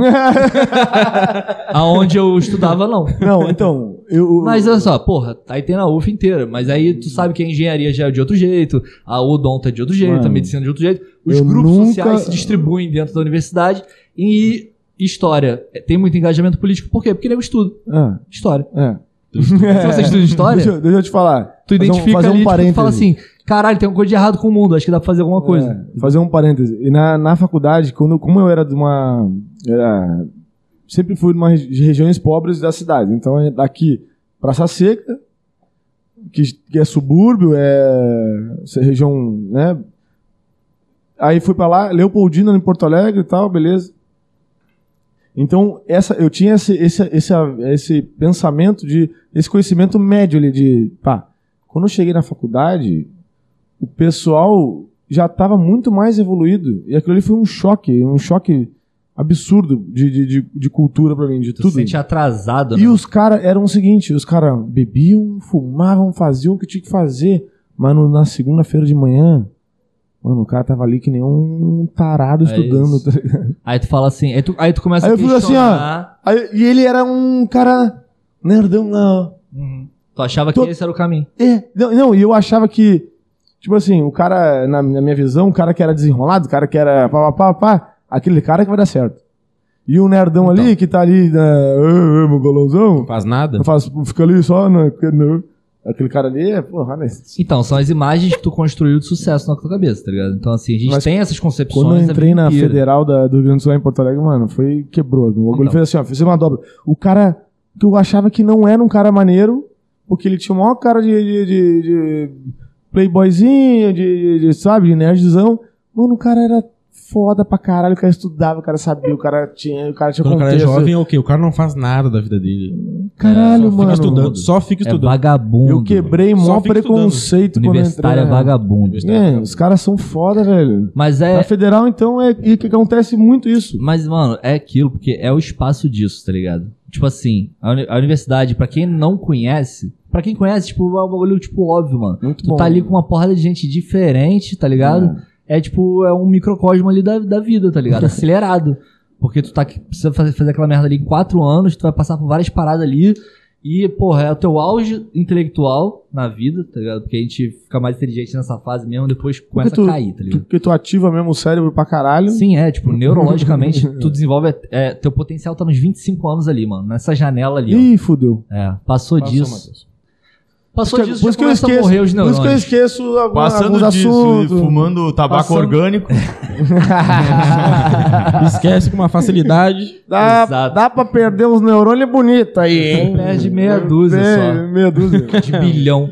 Aonde eu estudava, não. Não, então... Eu, Mas olha só, porra, aí tem na U F inteira. Mas aí tu sabe que a engenharia já é de outro jeito, a odonto é de outro jeito, Mano, a medicina é de outro jeito. Os eu grupos nunca- sociais se distribuem dentro da universidade. E história tem muito engajamento político. Por quê? Porque nego estuda. Ah, História. é. Se você estuda história, Deixa, eu- deixa eu te falar. tu Fazer um- identifica fazer um ali, tipo, tu parêntese. fala assim, caralho, tem uma coisa de errado com o mundo, acho que dá pra fazer alguma coisa. É, fazer um parêntese. E na, na faculdade, quando, como eu era de uma... Era, sempre fui de uma regi- de regiões pobres da cidade. Então, é daqui, Praça Seca, que, que é subúrbio, é essa região, né? Aí fui pra lá, Leopoldina, em Porto Alegre e tal, beleza. Então, essa, eu tinha esse, esse, esse, esse pensamento, de esse conhecimento médio ali de... Pá, quando eu cheguei na faculdade, o pessoal já estava muito mais evoluído. E aquilo ali foi um choque, um choque absurdo de, de, de, de cultura pra mim, de Tu tudo. se sente atrasado, E né? os caras eram o seguinte, os caras bebiam, fumavam, faziam o que tinha que fazer. Mas no- na segunda-feira de manhã, mano, o cara tava ali que nem um tarado É estudando. isso. Tá ligado? Aí tu fala assim, aí tu, aí tu começa Aí a eu fui assim, ó. questionar. Aí- e ele era um cara nerdão lá, ó. Uhum. Tu achava que Tô- esse era o caminho. É, não, não, e eu achava que, tipo assim, o cara, na, na minha visão, o cara que era desenrolado, o cara que era pá, pá, pá, pá, aquele cara que vai dar certo. E o nerdão Então. ali, que tá ali, né, "Ah, ah, meu golãozão, Não faz nada. eu faço, fica ali só, né, porque não." Aquele cara ali, é, porra, né? Então, são as imagens que tu construiu de sucesso na tua cabeça, tá ligado? Então, assim, a gente Mas tem essas concepções. Quando eu a entrei vida na inteira. Federal da, do Rio Grande do Sul, lá em Porto Alegre, mano, foi, quebrou. O bagulho Então. fez assim, ó, fez uma dobra. O cara, que eu achava que não era um cara maneiro, porque ele tinha o maior cara de, de, de, de playboyzinho, de, de, de, sabe, de nerdzão. Mano, o cara era foda pra caralho, o cara estudava, o cara sabia, o cara tinha, o cara tinha Quando o cara é contexto. jovem, é o quê? O cara não faz nada da vida dele. Caralho, só fica mano. estudando. Só fica É estudando. vagabundo. Eu quebrei Só mó fica preconceito quando eu entrei. Universitário é na- vagabundo. É, os caras são foda, velho. Mas é. Na Federal, então, é e que acontece muito isso. Mas, mano, é aquilo, porque é o espaço disso, tá ligado? Tipo assim, a, uni- a universidade, pra quem não conhece, pra quem conhece, tipo, é um bagulho, tipo, óbvio, mano. Muito Tu bom. tá ali com uma porrada de gente diferente, tá ligado? É, tipo, é um microcosmo ali da, da vida, tá ligado? Acelerado. Porque tu tá aqui, precisa fazer, fazer aquela merda ali em quatro anos, tu vai passar por várias paradas ali. E, porra, é o teu auge intelectual na vida, tá ligado? Porque a gente fica mais inteligente nessa fase mesmo, depois começa tu- a cair, tá ligado? Porque tu ativa mesmo o cérebro pra caralho. Sim, é, tipo, neurologicamente, tu desenvolve, é, teu potencial tá nos vinte e cinco anos ali, mano, nessa janela ali, ó. Ih, fudeu. É, passou, Passou, disso. Matheus. Passou Por isso disso, que- por já isso que eu começa a esqueço. morrer os Por isso que eu neurônios. esqueço algum- Passando alguns disso assuntos. e fumando tabaco Passando- orgânico. Esquece com uma facilidade. Dá, Exato. dá pra perder uns neurônios bonitos aí, hein? Perde meia dúzia É, meia dúzia. só, de bilhão.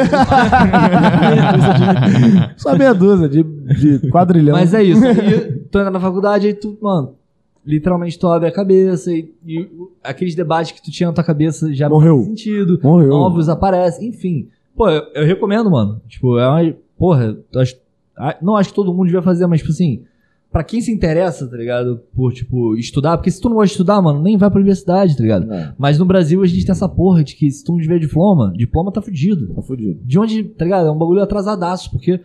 Só meia dúzia de, de quadrilhão. Mas é isso, aí tu entra na faculdade, aí tu, mano, literalmente tu abre a cabeça e, e o- aqueles debates que tu tinha na tua cabeça já Morreu. não faz sentido. Morreu. Novos aparecem, enfim. Pô, eu, eu recomendo, mano. Tipo, é uma. Porra, eu acho- ah, não acho que todo mundo devia fazer, mas, tipo assim, pra quem se interessa, tá ligado? Por, tipo, estudar, porque se tu não gosta de estudar, mano, nem vai pra universidade, tá ligado? É, Mas no Brasil a gente tem essa porra de que se tu não tiver diploma, diploma tá fudido. tá fudido. De onde, tá ligado? É um bagulho atrasadaço, porque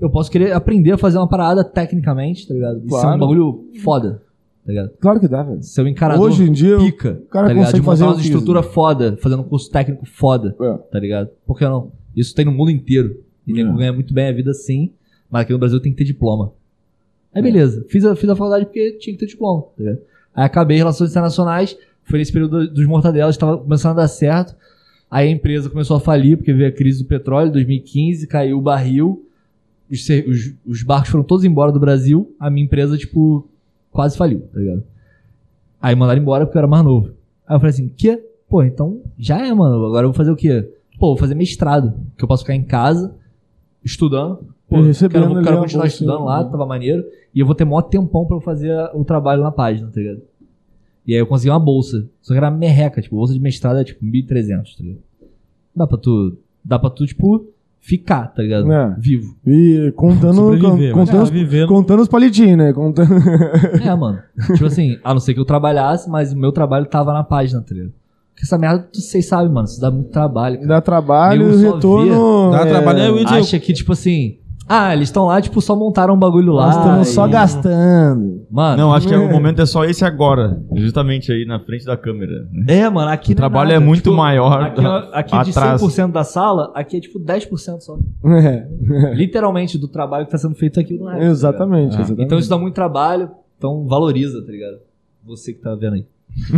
eu posso querer aprender a fazer uma parada tecnicamente, tá ligado? E Claro. ser um bagulho foda, tá ligado? Claro que dá, velho. Ser um encarador Hoje em dia, pica, o cara tá ligado? consegue De fazer montar o uma que estrutura foda, fazendo um curso técnico foda, É. tá ligado? Por que não? Isso tem no mundo inteiro. E É. nego ganha muito bem a vida sim, mas aqui no Brasil tem que ter diploma. Aí beleza, fiz a, fiz a faculdade porque tinha que ter diploma, tá ligado? Aí acabei Relações Internacionais, foi nesse período dos mortadelas, tava começando a dar certo. Aí a empresa começou a falir, porque veio a crise do petróleo, dois mil e quinze, caiu o barril, os, ser- os, os barcos foram todos embora do Brasil, a minha empresa, tipo, quase faliu, tá ligado? Aí mandaram embora porque eu era mais novo. Aí eu falei assim, quê? Pô, então já é, mano, agora eu vou fazer o quê? Pô, vou fazer mestrado, que eu posso ficar em casa, estudando, pô, E recebendo quero, ali quero a continuar bolsa, estudando lá, né? tava maneiro, e eu vou ter maior tempão pra eu fazer o trabalho na página, tá ligado? E aí eu consegui uma bolsa. Só que era merreca, tipo, bolsa de mestrado é tipo mil e trezentos, tá ligado? Dá pra tu, dá pra tu, tipo, ficar, tá ligado? É. Vivo. E contando, Sobreviver, con- mas contando, tá os, vivendo. contando os palitinhos, né? Contando... É, mano. Tipo assim, a não ser que eu trabalhasse, mas o meu trabalho tava na página, tá ligado? Porque essa merda, vocês sabem, mano, isso dá muito trabalho, cara. Dá trabalho e Nego o só retorno... Dá é, trabalho, é, eu ia dizer, Acha que, tipo assim, ah, eles estão lá, tipo, só montaram um bagulho lá. Nós estamos só e- gastando. Mano, Não, acho que o momento é só esse agora. Justamente aí na frente da câmera. né? é, mano, aqui O não trabalho nada. é muito Tipo, maior Aqui, aqui de atrás. cem por cento da sala, aqui é tipo dez por cento só. É. Literalmente, do trabalho que tá sendo feito aqui no resto, tá ligado? Exatamente, Ah. exatamente. Então isso dá muito trabalho, então valoriza, tá ligado? Você que tá vendo aí.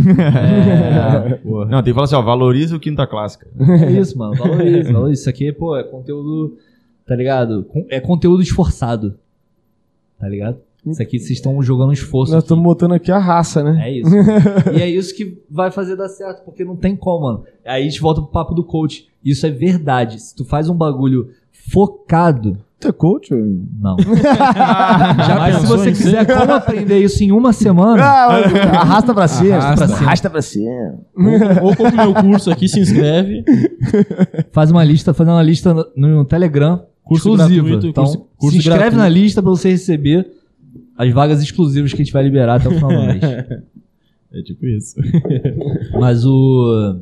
É, porra. Não, tem que falar assim, ó, valoriza o quinta clássica. É isso, mano, valoriza, valoriza. Isso aqui, pô, é conteúdo, tá ligado? Com- É conteúdo esforçado, tá ligado? Isso aqui vocês estão jogando esforço. Nós aqui. estamos botando aqui a raça, né? É isso. E é isso que vai fazer dar certo, porque não tem como, mano. Aí a gente volta pro papo do coach. Isso é verdade. Se tu faz um bagulho focado, Tu é coach? não. Mas se pensou você em quiser ser? como aprender isso em uma semana, Ah, mas arrasta pra cima. Arrasta. Arrasta pra cima. Ou, ou compra o meu curso aqui, se inscreve. faz uma lista, faz uma lista no, no Telegram, Curso exclusiva. gratuito, Então, curso- curso se inscreve gratuito. na lista pra você receber as vagas exclusivas que a gente vai liberar até o final do mês. É tipo isso. Mas o...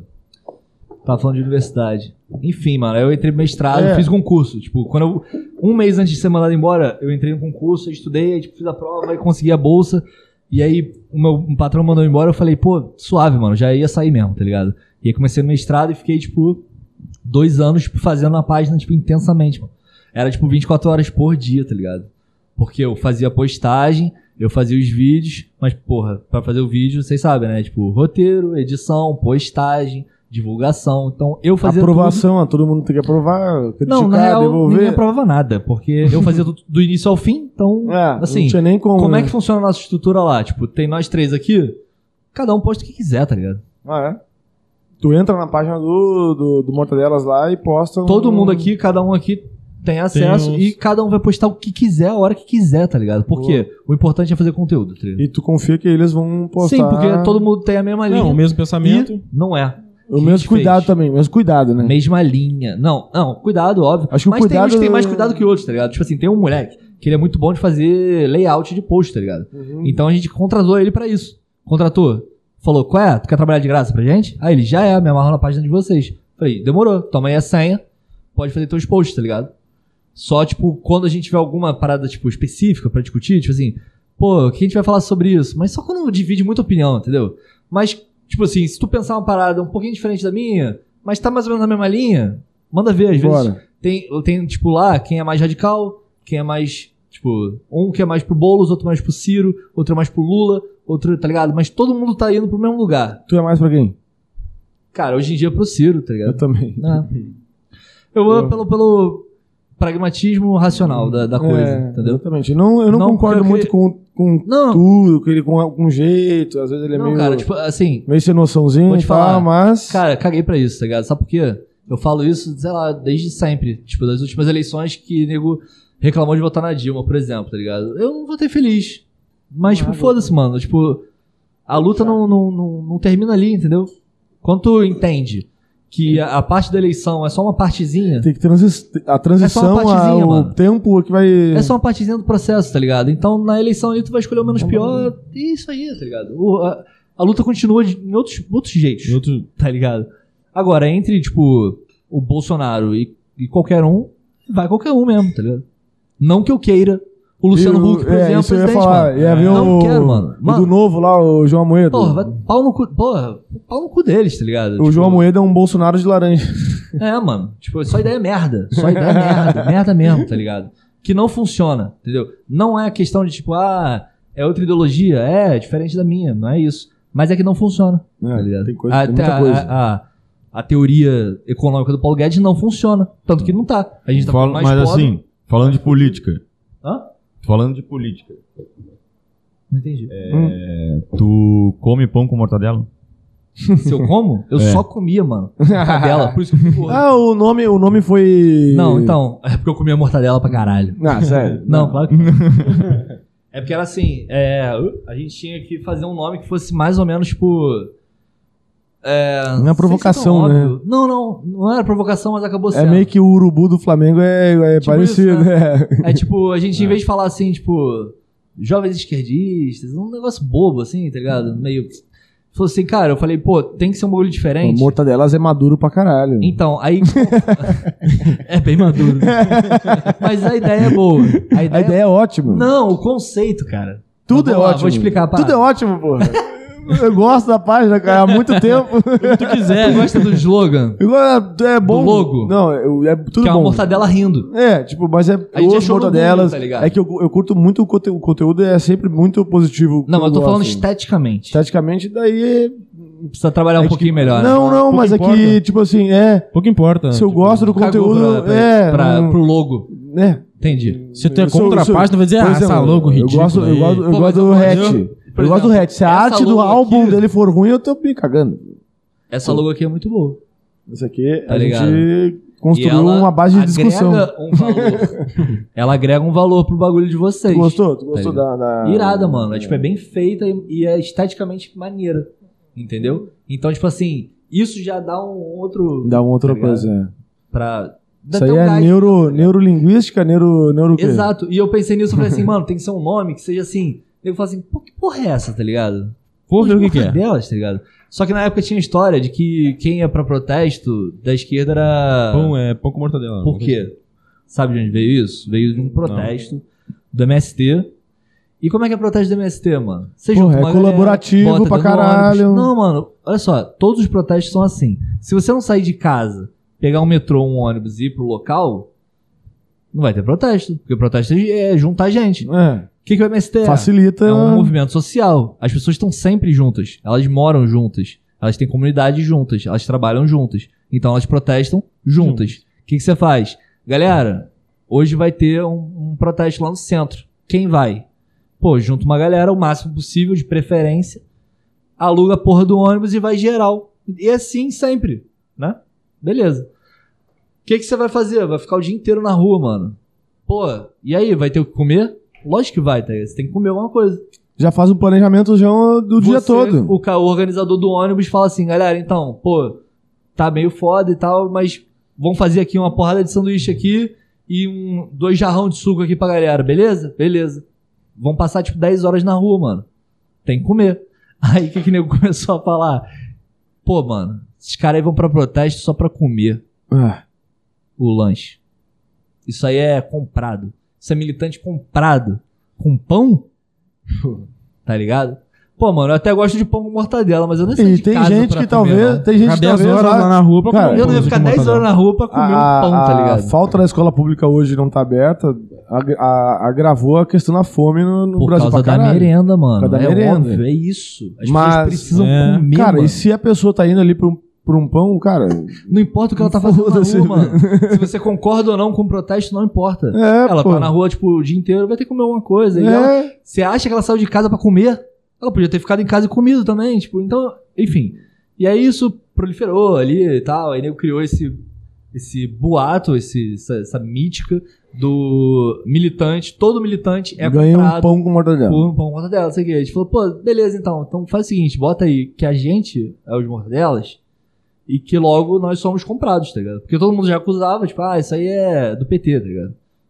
Tava falando de universidade. Enfim, mano, aí eu entrei no mestrado, É. fiz concurso. Tipo, quando eu... Um mês antes de ser mandado embora, eu entrei no concurso, eu estudei, aí, tipo, fiz a prova e consegui a bolsa. E aí, o meu um patrão mandou embora, eu falei, pô, suave, mano, já ia sair mesmo, tá ligado? E aí comecei no mestrado e fiquei, tipo, dois anos, tipo, fazendo a página, tipo, intensamente, mano. Era, tipo, vinte e quatro horas por dia, tá ligado? Porque eu fazia postagem, eu fazia os vídeos, mas, porra, pra fazer o vídeo, vocês sabem, né? Tipo, roteiro, edição, postagem, divulgação. Então, eu fazia tudo. Aprovação, ó, todo mundo tem que aprovar, criticar, Não, na real, devolver. ninguém aprovava nada, porque eu fazia tudo do início ao fim, então, É, assim, não tinha nem como. como é né? que funciona a nossa estrutura lá? Tipo, tem nós três aqui, cada um posta o que quiser, tá ligado? Ah, é? Tu entra na página do, do, do Mortadelas lá e posta. um- Todo mundo aqui, cada um aqui tem acesso uns- e cada um vai postar o que quiser, a hora que quiser, tá ligado? Porque o importante é fazer conteúdo, tá ligado? E tu confia que eles vão postar. Sim, porque todo mundo tem a mesma linha. Não, o mesmo pensamento. E não é. O que a mesmo gente cuidado fez? também, mesmo cuidado, né? Mesma linha. Não, não, cuidado, óbvio. Acho que o Mas tem cuidado uns que tem mais do- cuidado que outros, tá ligado? Tipo assim, tem um moleque que ele é muito bom de fazer layout de post, tá ligado? Uhum. Então a gente contratou ele pra isso. Contratou. Falou, qual é? Tu quer trabalhar de graça pra gente? Aí ele, já é, me amarrou na página de vocês. Falei, demorou, toma aí a senha, pode fazer teus posts, tá ligado? Só, tipo, quando a gente tiver alguma parada, tipo, específica pra discutir, tipo assim, pô, o que a gente vai falar sobre isso? Mas só quando divide muita opinião, entendeu? Mas, tipo assim, se tu pensar uma parada um pouquinho diferente da minha, mas tá mais ou menos na mesma linha, manda ver, às Bora. vezes. Tem, tem, tipo, lá, quem é mais radical, quem é mais, tipo, um que é mais pro Boulos, outro mais pro Ciro, outro é mais pro Lula, outro, tá ligado? Mas todo mundo tá indo pro mesmo lugar. Tu é mais pra quem? Cara, hoje em dia é pro Ciro, tá Eu ligado? também. É. Eu vou pelo, pelo pragmatismo racional da, da coisa, É, entendeu? Exatamente. Não, eu não, Não, concordo porque eu muito com, com Não, tudo, com ele com, com jeito. Às vezes ele é não, meio, cara, tipo, assim, meio sem noçãozinho vou e te tal, falar, mas. cara, caguei pra isso, tá ligado? Sabe por quê? Eu falo isso, sei lá, desde sempre. Tipo, das últimas eleições que o nego reclamou de votar na Dilma, por exemplo, tá ligado? Eu não votei feliz. Mas, tipo, Nada. foda-se, mano. Tipo, a luta não, não, não, não termina ali, entendeu? Quando tu entende que a, a parte da eleição é só uma partezinha, Tem que transi a transição, partezinha, a- o mano. tempo que vai. é só uma partezinha do processo, tá ligado? Então, na eleição ali, tu vai escolher o menos pior. E isso aí, tá ligado? O- a, a luta continua de, em outros, outros jeitos, Em outro- tá ligado? Agora, entre, tipo, o Bolsonaro e, e qualquer um, vai qualquer um mesmo, tá ligado? Não que eu queira o Luciano E o- Huck, por é, exemplo, isso eu ia presidente, falar. mano. Ia ver Não o, quero, mano. o Mano, do novo lá, o João Amoedo. Porra, vai pau no cu, porra, pau no cu deles, tá ligado? O Tipo, João Amoedo é um Bolsonaro de laranja. É, mano. Tipo, só ideia é merda. Só ideia é merda. Merda mesmo, tá ligado? Que não funciona, entendeu? Não é questão de tipo, ah, é outra ideologia. É, é diferente da minha, não é isso. Mas é que não funciona, É, tá ligado? tem coisa- a, tem muita a- coisa. A, a, a teoria econômica do Paulo Guedes não funciona. Tanto que não tá. A gente tá Fala- mais mas pobre. assim, falando de política. Hã? Falando de política. Não entendi. É, tu come pão com mortadela? Se eu como, eu É. só comia, mano. Mortadela. Por isso que eu fico gordo. Ah, o nome, o nome foi... Não, então. É porque eu comia mortadela pra caralho. Ah, sério. Não, claro que não. É porque era assim, é, a gente tinha que fazer um nome que fosse mais ou menos, tipo... É, Não é sei se provocação, tão né? óbvio. Não, não, não era provocação, mas acabou É sendo. meio que o urubu do Flamengo é, é Tipo parecido, isso, né? É tipo, a gente, em vez de falar assim, tipo, jovens esquerdistas, um negócio bobo, assim, tá ligado? Meio... Falou assim, cara, eu falei, pô, tem que ser um bagulho diferente. Mortadelas é maduro pra caralho. Então, aí... é bem maduro. Mas a ideia é boa. A ideia, A ideia é ótima. Não, o conceito, cara. Tudo Mas é vamos lá, ótimo. Vou explicar a Tudo é parada. ótimo, porra. Eu gosto da página, cara, há muito tempo. tu quiser. Gosta do slogan? Eu gosto- é bom. Do logo? Não, é, é tudo Que é uma bom. mortadela rindo. É, tipo, mas é A gente os achou no mortadelas. Google, tá ligado? É que eu, eu curto muito o conteúdo. O conteúdo é sempre muito positivo. Não, mas eu tô gosto, falando assim. esteticamente. Esteticamente, daí. Precisa trabalhar um é que- pouquinho melhor. né? Não, não, Pouco mas é que, importa. tipo assim, é. Pouco importa. Se eu tipo, gosto do Cagou conteúdo. pra, pra, é. pra- não- pro logo. é. Entendi. Se tu é Eu sou- contra eu sou- a página, vai dizer, por ah, exemplo, essa logo eu ridículo gosto, eu aí. gosto, eu Pô, gosto mas do eu- hatch. eu- por Eu gosto do exemplo, hatch. Se a essa arte do logo álbum aqui- dele for ruim, eu tô me cagando. Essa logo aqui é muito boa. Isso aqui, Tá a ligado? gente E construiu ela uma base de discussão. agrega um valor. Ela agrega um valor pro bagulho de vocês. Tu gostou? Tu gostou Tá da, da... Irada, mano. É, tipo, é bem feita e, e é esteticamente maneira. Entendeu? Então, tipo assim, isso já dá um outro... Dá uma outra tá ligado? coisa, é. Pra... dá Isso até aí um é gás. neuro, neurolinguística, neuro, neuro o quê? Exato. E eu pensei nisso, eu falei assim, mano, tem que ser um nome que seja assim... Eu falo assim, pô, que porra é essa, tá ligado? Porra, o que que é? Delas, tá ligado? Só que na época tinha história de que quem ia pra protesto da esquerda era... Pão é pão com mortadela. Por quê? Sabe de onde veio isso? Veio de um protesto do M S T. E como é que é protesto do M S T, mano? Você Porra, junta é uma galera, colaborativo bota pra dentro do caralho. ônibus. Não, mano, olha só, todos os protestos são assim. Se você não sair de casa, pegar um metrô, um ônibus e ir pro local, não vai ter protesto. Porque o protesto é juntar gente. O É, que, que o M S T é? facilita. É um movimento social. As pessoas estão sempre juntas. Elas moram juntas. Elas têm comunidade juntas. Elas trabalham juntas. Então elas protestam juntas. O que, que você faz? Galera, hoje vai ter um, um protesto lá no centro. Quem vai? Pô, junta uma galera o máximo possível, de preferência. Aluga a porra do ônibus e vai geral. E assim sempre, né? Beleza. O que, que você vai fazer? Vai ficar o dia inteiro na rua, mano. Pô, e aí? Vai ter o que comer? Lógico que vai, tá? Você tem que comer alguma coisa. Já faz o planejamento já do dia Você, todo. O, ca- o organizador do ônibus fala assim, galera, então, pô, tá meio foda e tal, mas vamos fazer aqui uma porrada de sanduíche aqui e um, dois jarrão de suco aqui pra galera, beleza? Beleza. Vão passar, tipo, dez horas na rua, mano. Tem que comer. Aí, o que que o nego começou a falar? Pô, mano, esses caras aí vão pra protesto só pra comer Ah, o lanche. Isso aí é comprado. Isso é militante comprado. Com pão? Tá ligado? Pô, mano, eu até gosto de pão com mortadela, mas eu não sei e de tem casa gente pra que comer, talvez. não. Tem gente Ficar que dez talvez. horas lá- lá na rua pra Cara, comer Eu um não ia pão ficar com dez mortadela. horas na rua pra comer a, um pão, tá a ligado? falta da escola pública hoje não tá aberta, ag- a- agravou a questão da fome no, no Por Brasil causa pra da caralho. merenda, mano. Por causa da é merenda. óbvio, é isso. As Mas, pessoas precisam é, comer, Cara, mano. e se a pessoa tá indo ali pra um, pra um pão, cara. Não importa o que ela tá fazendo na Foda-se. rua, mano. Se você concorda ou não com o protesto, não importa. É, ela pô. tá na rua, tipo, o dia inteiro, vai ter que comer alguma coisa. E ela, É, você acha que ela saiu de casa pra comer? Ela podia ter ficado em casa e comido também, tipo, então, enfim. E aí isso proliferou ali e tal, aí nego criou esse, esse boato, esse, essa, essa mítica do militante, todo militante é ganha um comprado pão com mortadela. por um pão com mortadela, não sei o que. A gente falou, pô, beleza então, então faz o seguinte, bota aí que a gente é os mortadelas e que logo nós somos comprados, tá ligado? Porque todo mundo já acusava, tipo, ah, isso aí é do P T, tá ligado?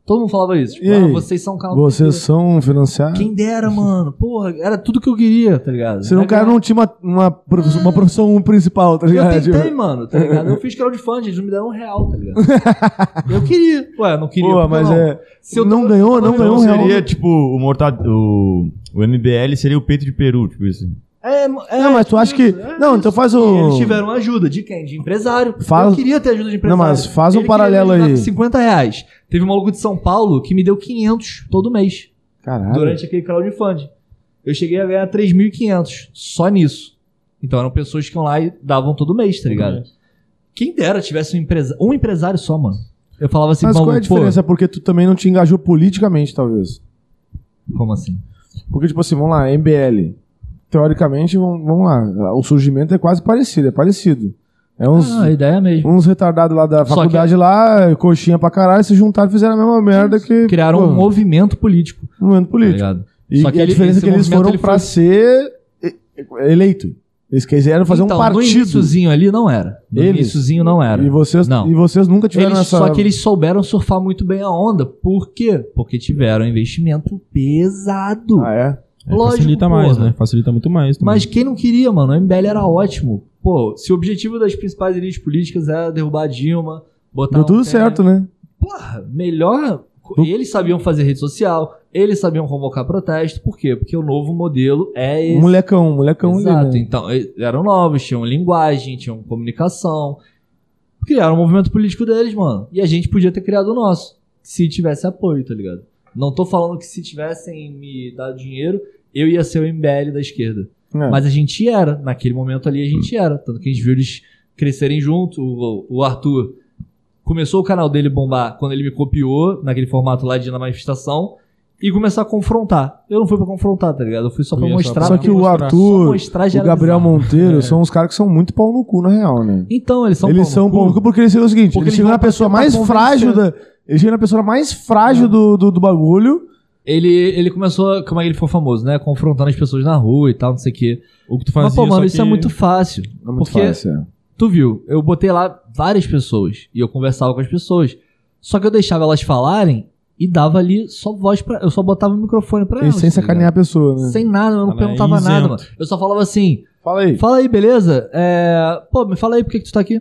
Todo mundo falava isso. Tipo, E aí? ah, vocês são um canal Vocês são financiados? Quem dera, mano. Porra, era tudo que eu queria, tá ligado? Se não, Era cara ganhar- não tinha uma, uma, profissão, uma profissão principal, tá Eu ligado? tentei, Tipo, mano, tá ligado? Eu fiz crowdfunding, eles não me deram um real, tá ligado? Eu queria. Ué, não queria. Pô, por que mas não? é. Se eu não tô- ganhou, não Então ganhou um real. seria, tipo, o, mortad... o, o M B L seria o peito de peru, tipo isso. É, é, Não, mas tu acha que. é Não, isso. então faz E o. eles tiveram ajuda de quem? De empresário. Faz- Eu queria ter ajuda de Não, empresário. mas faz um Ele queria paralelo me ajudar aí. com cinquenta reais. Teve um maluco de São Paulo que me deu quinhentos todo mês. Caralho. Durante aquele crowdfunding. Eu cheguei a ganhar três mil e quinhentos só nisso. Então eram pessoas que iam lá e davam todo mês, tá ligado? Quem dera tivesse um, empresa... um empresário só, mano. Eu falava assim, Mas maluco, qual é a diferença? pô, Porque tu também não te engajou politicamente, talvez. como assim? Porque, tipo assim, vamos lá, M B L. Teoricamente, vamos, vamos lá. O surgimento é quase parecido, é parecido. É uns, Ah, a ideia mesmo. uns retardados lá da Só faculdade lá, coxinha pra caralho, se juntaram e fizeram a mesma merda que. Criaram pô, um movimento político, um momento tá político. ligado? E, Só que e a ele- diferença é esse que eles movimento, foram ele pra foi- ser e- e- eleito. Eles quiseram fazer então, um partido. no iniciozinho ali não era. No Eles? iniciozinho não era. E vocês, Não. e vocês nunca tiveram Eles- essa. Só que eles souberam surfar muito bem a onda. Por quê? Porque tiveram um investimento pesado. Ah, é? É, Lógico, facilita porra. mais, né? Facilita muito mais. também. Mas quem não queria, mano? O M B L era ótimo. Pô, se o objetivo das principais elites políticas era derrubar a Dilma, botar Deu um tudo pé- certo, né? Porra, melhor... Eles sabiam fazer rede social, eles sabiam convocar protesto. Por quê? Porque o novo modelo é esse. Um molecão, um molecão Exato. ali, né? Então, e- eram novos, tinham linguagem, tinham comunicação. Criaram o movimento político deles, mano. E a gente podia ter criado o nosso, se tivesse apoio, tá ligado? Não tô falando que se tivessem me dado dinheiro, eu ia ser o M B L da esquerda. É. Mas a gente era, naquele momento ali a gente era. Tanto que a gente viu eles crescerem junto. O, o Arthur começou o canal dele bombar quando ele me copiou, naquele formato lá de ir na manifestação, e começar a confrontar. Eu não fui pra confrontar, tá ligado? Eu fui só Eu pra ia só mostrar. pra Só que o mostrar. Só Arthur, mostrar já o era Gabriel bizarro. Monteiro É. são uns caras que são muito pau no cu, na real, né? Então, eles são eles pau no são cu. pau no cu porque eles chegam o seguinte, Porque eles eles chegam vão na pessoa tentar mais convencer. frágil da... Eles chegam na pessoa mais frágil do, do, do bagulho. Ele, ele começou, como é que ele ficou famoso, né? Confrontando as pessoas na rua e tal, não sei o quê. O que tu fazia, Mas, pô, mano, só isso que- é muito fácil. É muito porque, fácil, é. tu viu, eu botei lá várias pessoas e eu conversava com as pessoas. Só que eu deixava elas falarem e dava ali só voz pra... Eu só botava o microfone pra E elas. sem tá sacanear a ligado? pessoa, né? Sem nada, eu não Ela é perguntava nada, isento. mano. Eu só falava assim, Fala aí. fala aí, beleza? É... Pô, me fala aí por que, que tu tá aqui.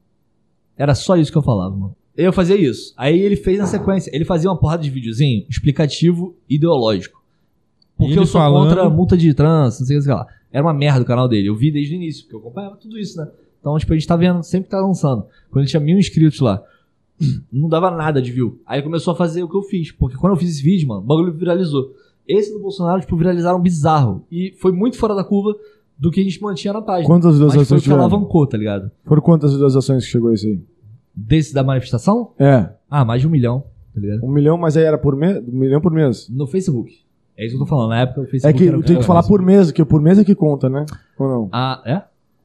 Era só isso que eu falava, mano. Eu fazia isso. Aí ele fez na sequência. Ele fazia uma porrada de videozinho explicativo ideológico. Porque Ele eu sou falando- contra a multa de trânsito, não sei o que lá. Era uma merda o canal dele. Eu vi desde o início, porque eu acompanhava tudo isso, né? Então, tipo, a gente tá vendo, sempre tá lançando. Quando ele tinha mil inscritos lá, não dava nada de view. Aí ele começou a fazer o que eu fiz. Porque quando eu fiz esse vídeo, mano, o bagulho viralizou. Esse do Bolsonaro, tipo, viralizaram bizarro. E foi muito fora da curva do que a gente mantinha na página. Quantas Mas foi visualizações o que tiveram? alavancou, tá ligado? Foram quantas visualizações que chegou esse aí? Desse da manifestação? É. Ah, mais de um milhão, tá ligado? Um milhão, mas aí era por mês? Um milhão por mês? No Facebook. É isso que eu tô falando. Na época o É Facebook que era o tem que falar por mês, que por mês é que conta, né? Ou não? Ah, é?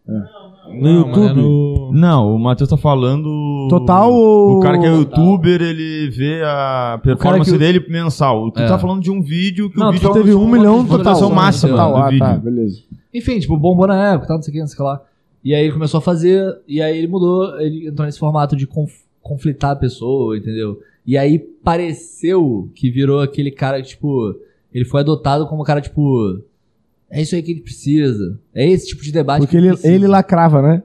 Não, mas é YouTube. no... Não, o Matheus tá falando... Total ou... O cara que é youtuber, ele vê a performance que- dele mensal. Tu É. tá falando de um vídeo que Não, o tu vídeo Teve um alcançou milhão uma visualização total. máxima Total, do Ah, vídeo. tá, beleza. Enfim, tipo, bombou na época, tal, não sei o que, não sei o que lá. E aí ele começou a fazer, e aí ele mudou, ele entrou nesse formato de conf- conflitar a pessoa, entendeu? E aí pareceu que virou aquele cara que, tipo, ele foi adotado como um cara, tipo, é isso aí que ele precisa. É esse tipo de debate Porque que ele, precisa. ele lacrava, né?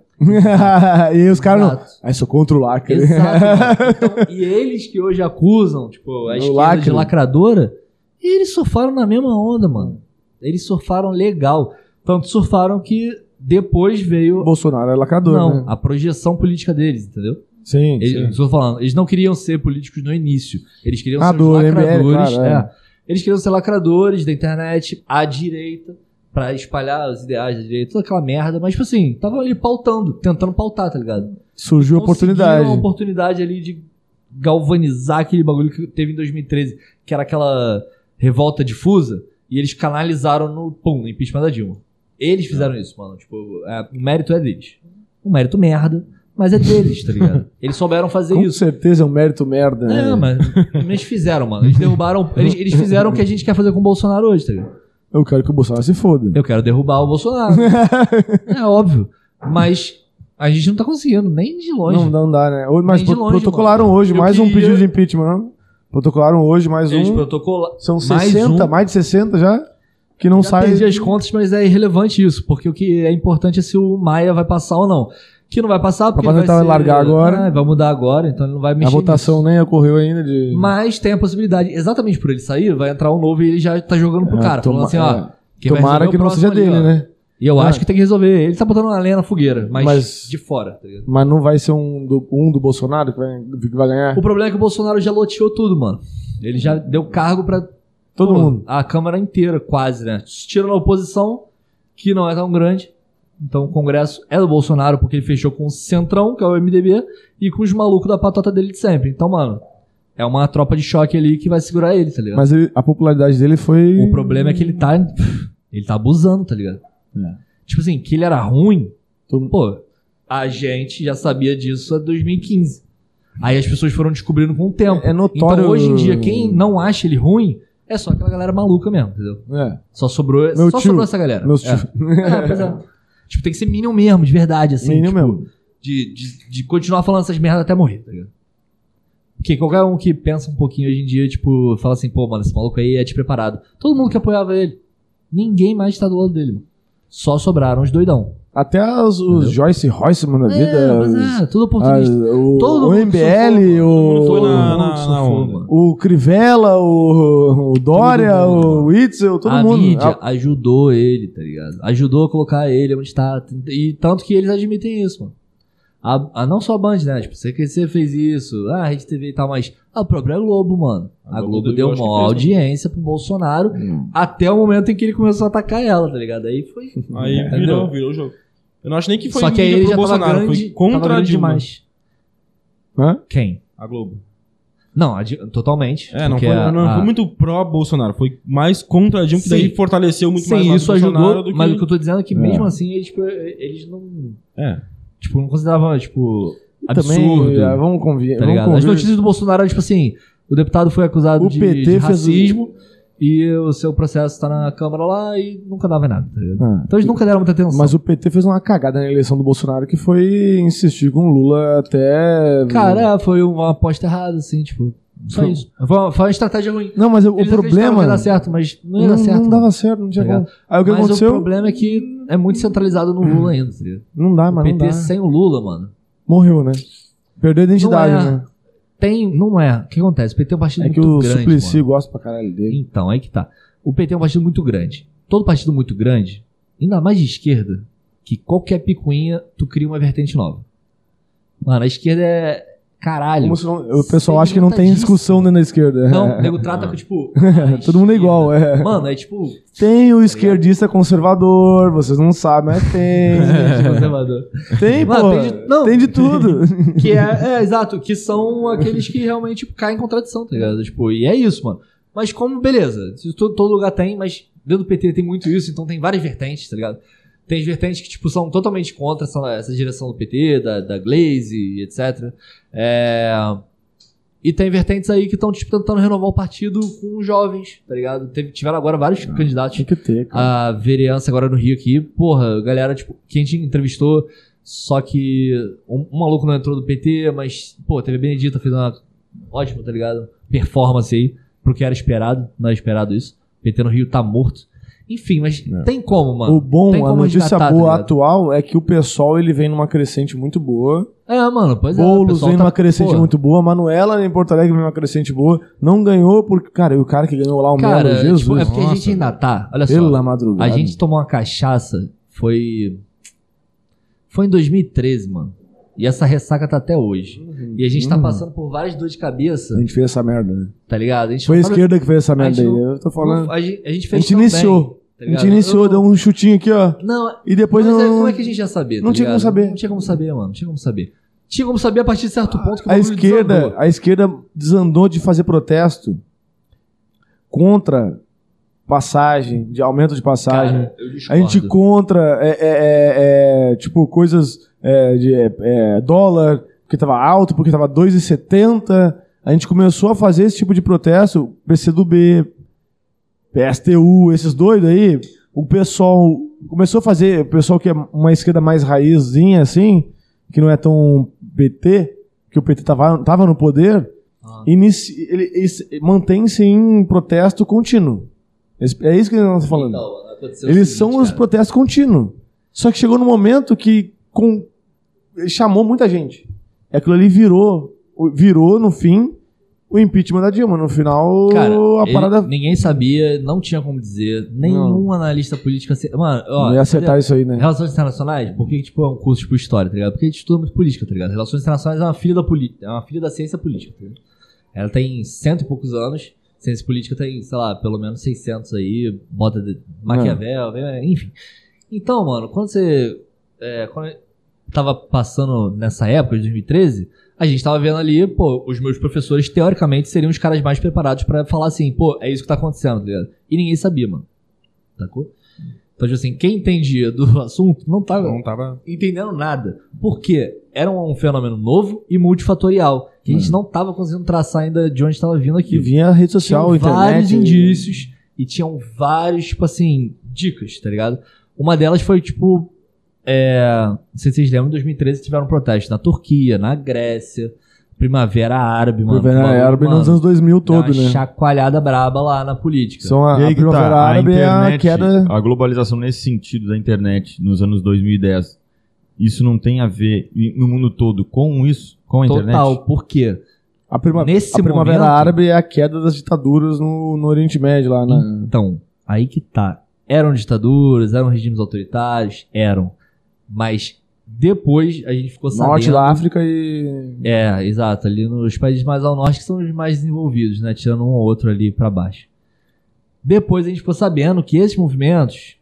e aí os caras não... Exato. Ah, sou contra o lacre. Exato. Mano. Então, e eles que hoje acusam, tipo, a O esquerda lacre. de lacradora, eles surfaram na mesma onda, mano. Eles surfaram legal. Tanto surfaram que depois veio... O Bolsonaro é lacrador, não, né? a projeção política deles, entendeu? Sim, Eles, sim. eu tô falando, eles não queriam ser políticos no início. Eles queriam Ah, ser os do M B L, lacradores. claro, é. é. Eles queriam ser lacradores da internet à direita pra espalhar os ideais da direita, toda aquela merda. Mas, tipo assim, estavam ali pautando, tentando pautar, tá ligado? Surgiu a Conseguiram oportunidade. uma oportunidade ali de galvanizar aquele bagulho que teve em dois mil e treze, que era aquela revolta difusa, e eles canalizaram no, pum, no impeachment da Dilma. Eles fizeram isso, mano. Tipo, é, o mérito é deles. Um mérito merda, mas é deles, tá ligado? Eles souberam fazer Com isso. certeza é um mérito merda, né? É, mas eles fizeram, mano. Eles derrubaram. Eles, eles fizeram o que a gente quer fazer com o Bolsonaro hoje, tá ligado? Eu quero que o Bolsonaro se foda. Eu quero derrubar o Bolsonaro. É óbvio. Mas a gente não tá conseguindo, nem de longe. Não, não dá, né? Hoje- Mas Nem de pro- longe, protocolaram mano. hoje Eu mais um queria- pedido de impeachment, não? Protocolaram hoje mais Eles um. protocolam. São mais sessenta, um. mais de sessenta já, que não Já sai. perdi as contas, mas é irrelevante isso, porque o que é importante é se o Maia vai passar ou não. Que não vai passar porque Vai ele vai, tentar ser... largar agora. Ah, vai mudar agora, então ele não vai mexer A votação nisso. nem ocorreu ainda de. Mas tem a possibilidade, exatamente por ele sair, vai entrar um novo e ele já tá jogando pro É, cara, toma- falando assim, ó... é. quem vai Tomara resolver que é o não seja próximo ali, dele, ó. né? E eu Ah. acho que tem que resolver. Ele tá botando uma lenha na fogueira, mas, Mas- de fora, tá ligado? Mas não vai ser um do, um do Bolsonaro que vai, que vai ganhar? O problema é que o Bolsonaro já loteou tudo, mano. Ele já deu cargo pra Todo pô, mundo. a Câmara inteira, quase, né? Tirando a oposição, que não é tão grande. Então o Congresso é do Bolsonaro, porque ele fechou com o Centrão, que é o M D B, e com os malucos da patota dele de sempre. Então, mano, é uma tropa de choque ali que vai segurar ele, tá ligado? Mas ele- a popularidade dele foi. O problema é que ele tá. Ele tá abusando, tá ligado? É. Tipo assim, que ele era ruim, Todo- pô, a gente já sabia disso em dois mil e quinze. Aí as pessoas foram descobrindo com o tempo. É notório- Então hoje em dia, quem não acha ele ruim é só aquela galera maluca mesmo, entendeu? É. Só sobrou, Meu só tio. sobrou essa galera. Meus é. tio. É, pois é. Tipo, tem que ser Minion mesmo, de verdade, assim. Minion tipo, mesmo. De, de, de continuar falando essas merdas até morrer, tá ligado? Porque qualquer um que pensa um pouquinho hoje em dia, tipo, fala assim, pô, mano, esse maluco aí é despreparado. Todo mundo que apoiava ele. Ninguém mais tá do lado dele, mano. Só sobraram os doidão. Até os, os Joyce Royceman da vida. É, mas os- é, tudo as- oportunista. o, Todo o mundo M B L, surfou, mano. o, Todo mundo foi na- Todo mundo na- surfou, na onda. mano. o Crivella, o, o Dória, Todo mundo, o Witzel, todo a mundo. mídia Ah, ajudou ele, tá ligado? Ajudou a colocar ele onde tá. E tanto que eles admitem isso, mano. A, a- não só a Band, né? Tipo, C Q C fez isso, a Rede T V e tal, mas a própria Globo, mano. A, A Globo, Globo deu eu acho uma que fez, né? audiência pro Bolsonaro até o momento em que ele começou a atacar ela, tá ligado? Aí foi. Aí Entendeu? virou, virou o jogo. Eu não acho nem que foi Só que aí mídia ele pro já Bolsonaro, tava grande, foi contra tava a grande Dilma. demais. Hã? Quem? A Globo. Não, a Di- totalmente. É, não porque foi, a- não a- foi muito pró-Bolsonaro, foi mais contra a Dilma, que Sim. daí fortaleceu muito mais Sim, o lado isso do Bolsonaro ajudou, do que... mas o que eu tô dizendo é que É. mesmo assim eles, tipo, eles não. É. Tipo, não consideravam, tipo, absurdo. Também, é, vamos convir. Tá vamos ligado? As convir. notícias do Bolsonaro eram tipo assim: o deputado foi acusado O de, P T de fez o- racismo e o seu processo tá na Câmara lá e nunca dava em nada, tá ligado? Ah. Então eles nunca deram muita atenção. Mas o P T fez uma cagada na eleição do Bolsonaro que foi insistir com o Lula até. Cara, foi uma aposta errada, assim, tipo, só Foi- isso. Foi uma, foi uma estratégia ruim. Não, mas o Eles acreditavam que problema. ia dar certo, mas não ia Não, dar certo. não mano, dava certo, não tinha tá como. ligado? Aí o que mas aconteceu? o problema é que é muito centralizado no Lula ainda, tá ligado? Não dá, O mas P não T dá. sem o Lula, mano. Morreu, né? Perdeu a identidade, Não é. né? Tem, não é. O que acontece? O P T é um partido É que muito o grande, Suplicy mano. gosta pra caralho dele. Então, aí que tá. O P T é um partido muito grande. Todo partido muito grande, ainda mais de esquerda, que qualquer picuinha, tu cria uma vertente nova. Mano, a esquerda é... Caralho. Como se não- o pessoal acha que não tem discussão dentro da esquerda. Não, o nego trata com, tipo... a Todo mundo é esquerda. igual, é. Mano, é tipo... Tem o esquerdista conservador, vocês não sabem, mas tem. conservador. Tem, Mano, pô. tem de- não. Tem de tudo. Que é, é, exato, que são aqueles que realmente tipo, caem em contradição, tá ligado? Tipo, e é isso, mano. Mas como, beleza, se todo, todo lugar tem, mas dentro do P T tem muito isso, então tem várias vertentes, tá ligado? Tem as vertentes que, tipo, são totalmente contra essa, essa direção do P T, da, da Glaze, etcétera. É... E tem vertentes aí que estão, tipo, tentando renovar o partido com os jovens, tá ligado? Teve, tiveram agora vários candidatos Tinha que ter, cara. a vereança agora no Rio aqui, porra, galera, tipo, que a gente entrevistou, só que um, um maluco não entrou do P T, mas, pô, teve a Benedita, fez uma ótima, tá ligado? Performance aí, pro que era esperado, não era esperado isso. O P T no Rio tá morto. Enfim, mas É. tem como, mano. O bom, tem a como notícia resgatar, boa tá ligado? atual é que o pessoal ele vem numa crescente muito boa. É, mano, pois é. o Boulos pessoal vem tá- numa crescente pô, muito boa. Manuela em Porto Alegre vem numa crescente boa. Não ganhou porque, cara, e o cara que ganhou lá o Cara, Melo, Jesus. tipo, é porque a nossa, gente ainda tá, olha só. pela madrugada. A gente tomou uma cachaça, foi. Foi em dois mil e treze, mano. E essa ressaca tá até hoje. E a gente tá Uhum. passando por várias dores de cabeça, A gente fez essa merda, né? tá ligado? A gente Foi a não tá- esquerda que fez essa merda gente aí. não- Eu tô falando. não- a, gente, a gente A fez gente tão iniciou. bem, tá A gente ligado? iniciou, Eu deu um chutinho aqui, ó. Não, E depois mas não. é, como é que a gente ia saber? não tá tinha como ligado? saber. Não tinha como saber, mano. Não tinha como saber. Tinha como saber a partir de certo ponto que o A bagulho esquerda, desandou. a esquerda desandou de fazer protesto contra passagem, de aumento de passagem. Cara, eu a discordo. gente contra, é, é, é, é, tipo, coisas é, de é, é, dólar, porque tava alto, porque tava dois e setenta. A gente começou a fazer esse tipo de protesto, P C do B, P S T U, esses doidos aí. O pessoal começou a fazer, o pessoal que é uma esquerda mais raizinha, assim, que não é tão P T, que o P T tava, tava no poder, Ah. inici... ele, ele mantém-se em protesto contínuo. É isso que nós estamos falando. Então, aconteceu o Eles seguinte, são os cara. protestos contínuos. Só que chegou no momento que com... ele chamou muita gente. E aquilo ali virou, virou no fim, o impeachment da Dilma. No final, Cara, a ele- parada... ninguém sabia, não tinha como dizer, nenhum Não. analista político... ace- Mano, ó, Não ia acertar isso aí, né? Relações internacionais, por que tipo, é um curso tipo história, tá ligado? Porque a gente estuda muito política, tá ligado? Relações internacionais é uma filha da política, é uma filha da ciência política, tá ligado? Ela tem cento e poucos anos, ciência política tem, sei lá, pelo menos seiscentos aí, bota de Maquiavel, é, enfim. Então, mano, quando você é, quando eu tava passando nessa época de dois mil e treze, a gente tava vendo ali, pô, os meus professores teoricamente seriam os caras mais preparados pra falar assim, pô, é isso que tá acontecendo, tá ligado? E ninguém sabia, mano. Sacou? Então, tipo assim, quem entendia do assunto não tava Não tava... entendendo nada. Por quê? Era um fenômeno novo e multifatorial. Que a gente não tava conseguindo traçar ainda de onde estava vindo E aquilo. vinha a rede social, Tinham internet... vários indícios e tinham vários, tipo assim, dicas, tá ligado? Uma delas foi, tipo, é, não sei se vocês lembram, em dois mil e treze tiveram protestos na Turquia, na Grécia, Primavera Árabe, mano. Primavera O bagulho, Árabe mano, nos anos dois mil deu uma todo, né? chacoalhada braba lá na política. São a, E a aí que Primavera tá, a Árabe é a internet, queda... a globalização nesse sentido da internet nos anos dois mil e dez, isso não tem a ver e- no mundo todo com isso, com a internet? Total, por quê? A, prima, Nesse a Primavera momento- Árabe é a queda das ditaduras no, no Oriente Médio, lá na... Então, aí que tá. Eram ditaduras, eram regimes autoritários, eram. Mas depois a gente ficou sabendo... Norte da África e... É, exato. Ali nos países mais ao norte que são os mais desenvolvidos, né? Tirando um ou outro ali pra baixo. Depois a gente ficou sabendo que esses movimentos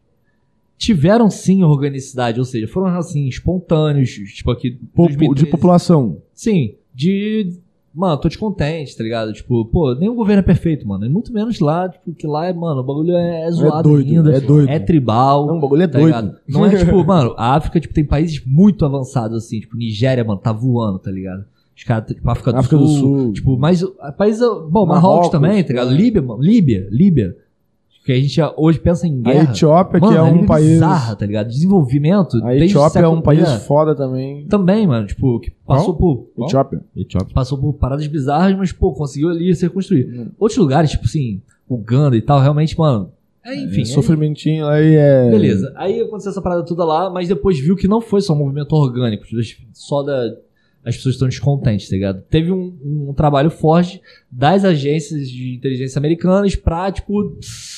tiveram sim organicidade, ou seja, foram assim, espontâneos, tipo aqui... po- dois mil e de treze. população. Sim, de... Mano, tô descontente, tá ligado? Tipo, pô, nenhum governo é perfeito, mano. E muito menos lá, tipo, que lá, é, mano, o bagulho é, é zoado doido, ainda. é doido. É tribal. Não, o bagulho é tá doido. ligado? Não é tipo, mano, a África, tipo, tem países muito avançados, assim, tipo, Nigéria, mano, tá voando, tá ligado? Os caras, tipo, África do África Sul. do Sul. Tipo, mas, uh, país, uh, bom, Marrocos, Marrocos, também, tá ligado? é. Líbia, mano, Líbia, Líbia. Que a gente já hoje pensa em A guerra. Etiópia, Mano, que é um Líbia país... bizarra, tá ligado? Desenvolvimento. A desde o Etiópia é século- um país é, foda também. Também, mano, tipo, que passou por... Etiópia. Etiópia. Passou por paradas bizarras, mas, pô, conseguiu ali se reconstruir. Hum. Outros lugares, tipo assim, Uganda e tal, realmente, mano. É, enfim. É, sofrimentinho aí é... Beleza. Aí aconteceu essa parada toda lá, mas depois viu que não foi só um movimento orgânico, só da. As pessoas estão descontentes, tá ligado? Teve um, um trabalho forte das agências de inteligência americanas pra, tipo,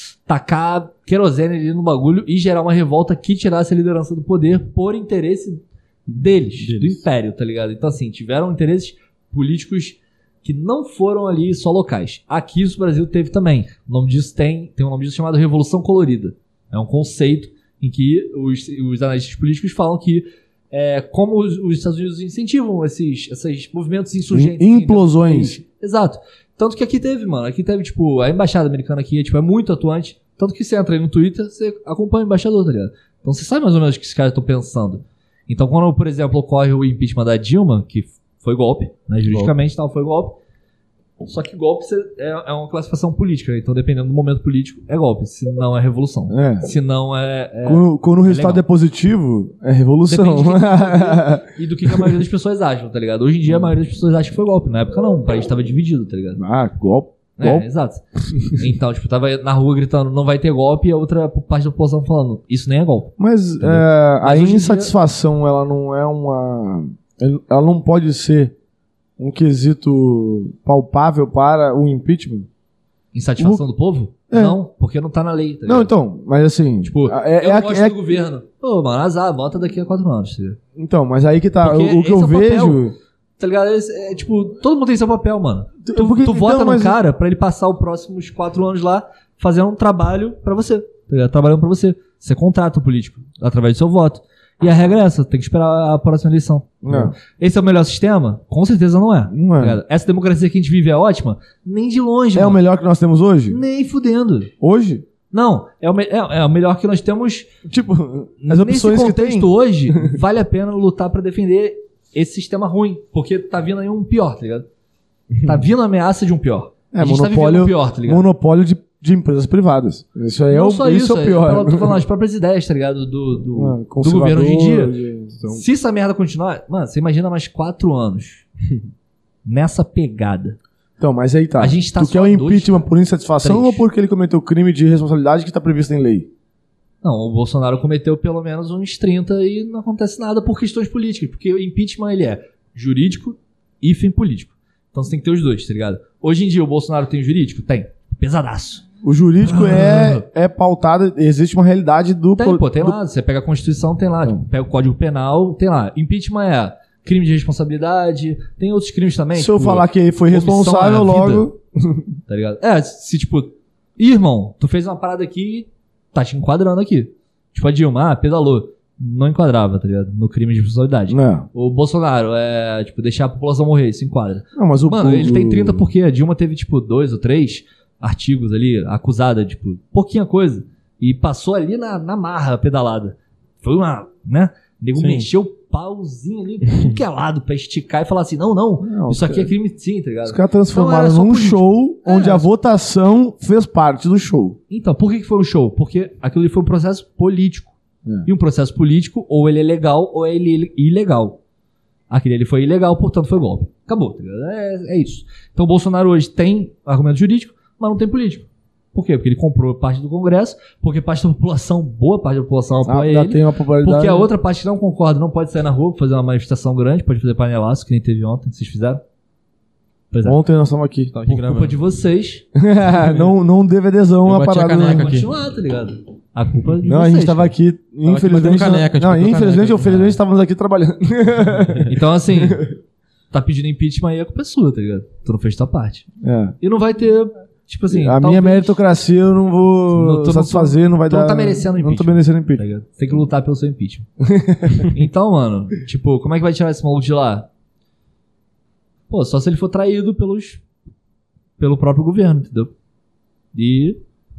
tacar querosene ali no bagulho e gerar uma revolta que tirasse a liderança do poder por interesse deles, Deles. do império, tá ligado? Então, assim, tiveram interesses políticos que não foram ali só locais. Aqui no Brasil teve também. O nome disso tem, tem um nome disso chamado Revolução Colorida. É um conceito em que os, os analistas políticos falam que é, como os, os Estados Unidos incentivam esses, esses movimentos insurgentes. Im- assim, implosões. dentro do país. Exato. Tanto que aqui teve, mano. Aqui teve, tipo, a embaixada americana aqui é, tipo, é muito atuante. Tanto que você entra aí no Twitter, você acompanha o embaixador, tá ligado? Então você sabe mais ou menos o que esses caras estão pensando. Então quando, por exemplo, ocorre o impeachment da Dilma, que foi golpe, né? Juridicamente tal, foi golpe. Só que golpe você- é, é uma classificação política, né? Então dependendo do momento político, é golpe. Se não é revolução. É. Se não é... é- Quando, quando o resultado legal. é positivo, é revolução. Depende de quem e do que, que a maioria das pessoas acham, tá ligado? Hoje em dia a maioria das pessoas acha que foi golpe. Na época não, o país tava dividido, tá ligado? ah, golpe. É, golpe. exato. Então, tipo, tava na rua gritando, não vai ter golpe, e a outra parte da população falando, isso nem é golpe. Mas, é, Mas a hoje em dia- insatisfação, ela não é uma... Ela não pode ser um quesito palpável para o impeachment? Insatisfação do povo? É. Não, porque não tá na lei, tá ligado? Não, então, mas assim... Tipo, é, eu é, não gosto é- do governo. Pô, mano, azar, vota daqui a quatro anos, tá ligado? Então, mas aí que tá. Porque O, o que esse eu é o papel. vejo... Tá ligado? É, é, tipo, todo mundo tem seu papel, mano. Tu, Porque- tu vota então, num mas- cara pra ele passar os próximos quatro anos lá fazendo um trabalho pra você. Tá ligado? Trabalhando pra você. Você contrata o político através do seu voto. E a regra é essa, tem que esperar a próxima eleição. Não. Esse é o melhor sistema? Com certeza não é. Não Tá é. ligado? Essa democracia que a gente vive é ótima? Nem de longe, É o mano. melhor que nós temos hoje? Nem fudendo. Hoje? Não, é o, me- é, é o melhor que nós temos. Tipo, as Nesse opções que contexto tem... hoje, vale a pena lutar pra defender esse sistema ruim. Porque tá vindo aí um pior, tá ligado? Tá vindo a ameaça de um pior. É, a gente tá monopólio, vivendo um pior, tá ligado? monopólio de, de empresas privadas. Isso aí é Não o, só isso isso, é o pior. eu tô falando as próprias ideias, tá ligado? Do, do, Ah, do conservador, governo hoje em dia. de- então- Se essa merda continuar, mano, você imagina mais quatro anos nessa pegada. Então, mas aí tá. A gente tá tu só quer o dois, impeachment por insatisfação três. ou porque ele cometeu crime de responsabilidade que tá previsto em lei? Não, o Bolsonaro cometeu pelo menos uns trinta e não acontece nada por questões políticas. Porque o impeachment, ele é jurídico e fim político. Então você tem que ter os dois, tá ligado? Hoje em dia o Bolsonaro tem jurídico? Tem. Pesadaço. O jurídico é, é pautado, existe uma realidade do... Tem, pô, tem do- lá. Você pega a Constituição, tem lá. Então. Tipo, pega o Código Penal, tem lá. Impeachment é crime de responsabilidade. Tem outros crimes também. Se eu tipo, falar que ele foi omissão responsável, à vida. logo... Tá ligado? É, se tipo... Ih, irmão, tu fez uma parada aqui, tá te enquadrando aqui. Tipo a Dilma, ah, pedalou. Não enquadrava, tá ligado? No crime de responsabilidade. Não, O Bolsonaro é, tipo, deixar a população morrer, isso enquadra. não, mas o... Mano, o- ele tem trinta porque a Dilma teve, tipo, dois ou três artigos ali, acusada, tipo, pouquinha coisa. E passou ali na, na marra, pedalada. Foi uma, né? O nego Sim. mexeu o pauzinho ali, tudo que é lado, pra esticar e falar assim, não, não, Não, isso os aqui é caras- crime sim, tá ligado? Os caras transformaram Então, era só num político. show onde É. a votação fez parte do show. Então, por que que foi um show? Porque aquilo ali foi um processo político. É. E um processo político, ou ele é legal, ou ele é ilegal. Aquele ali foi ilegal, portanto foi golpe. Acabou, tá ligado? É, é isso. Então o Bolsonaro hoje tem argumento jurídico, mas não tem político. Por quê? Porque ele comprou parte do Congresso, porque parte da população, boa parte da população Ah, apoia já ele, tem uma popularidade. porque a outra parte que não concorda, não pode sair na rua pra fazer uma manifestação grande, pode fazer panelaço, que nem teve ontem, vocês fizeram? Pois é. Ontem nós estamos aqui. Tava aqui Por culpa gravando. de vocês, não, não deve adesão Eu a bati a parada. caneca Né? aqui. continuar, tá ligado? A culpa é de Não, vocês. a gente tava cara. aqui, aqui infelizmente. batendo caneca, não, tipo, batendo infelizmente caneca. ou felizmente estávamos aqui trabalhando. Então, assim, tá pedindo impeachment aí, a culpa é sua, tá ligado? Tu não fez tua parte. É. E não vai ter, tipo assim... a minha talvez- meritocracia eu não vou Não, tu não- satisfazer, não vai tu dar. não tá merecendo Não tô impeachment. merecendo Tá impeachment. ligado? Você tem que lutar pelo seu impeachment. Então, mano, tipo, como é que vai tirar esse maluco de lá? Pô, só se ele for traído pelos... pelo próprio governo, entendeu? E...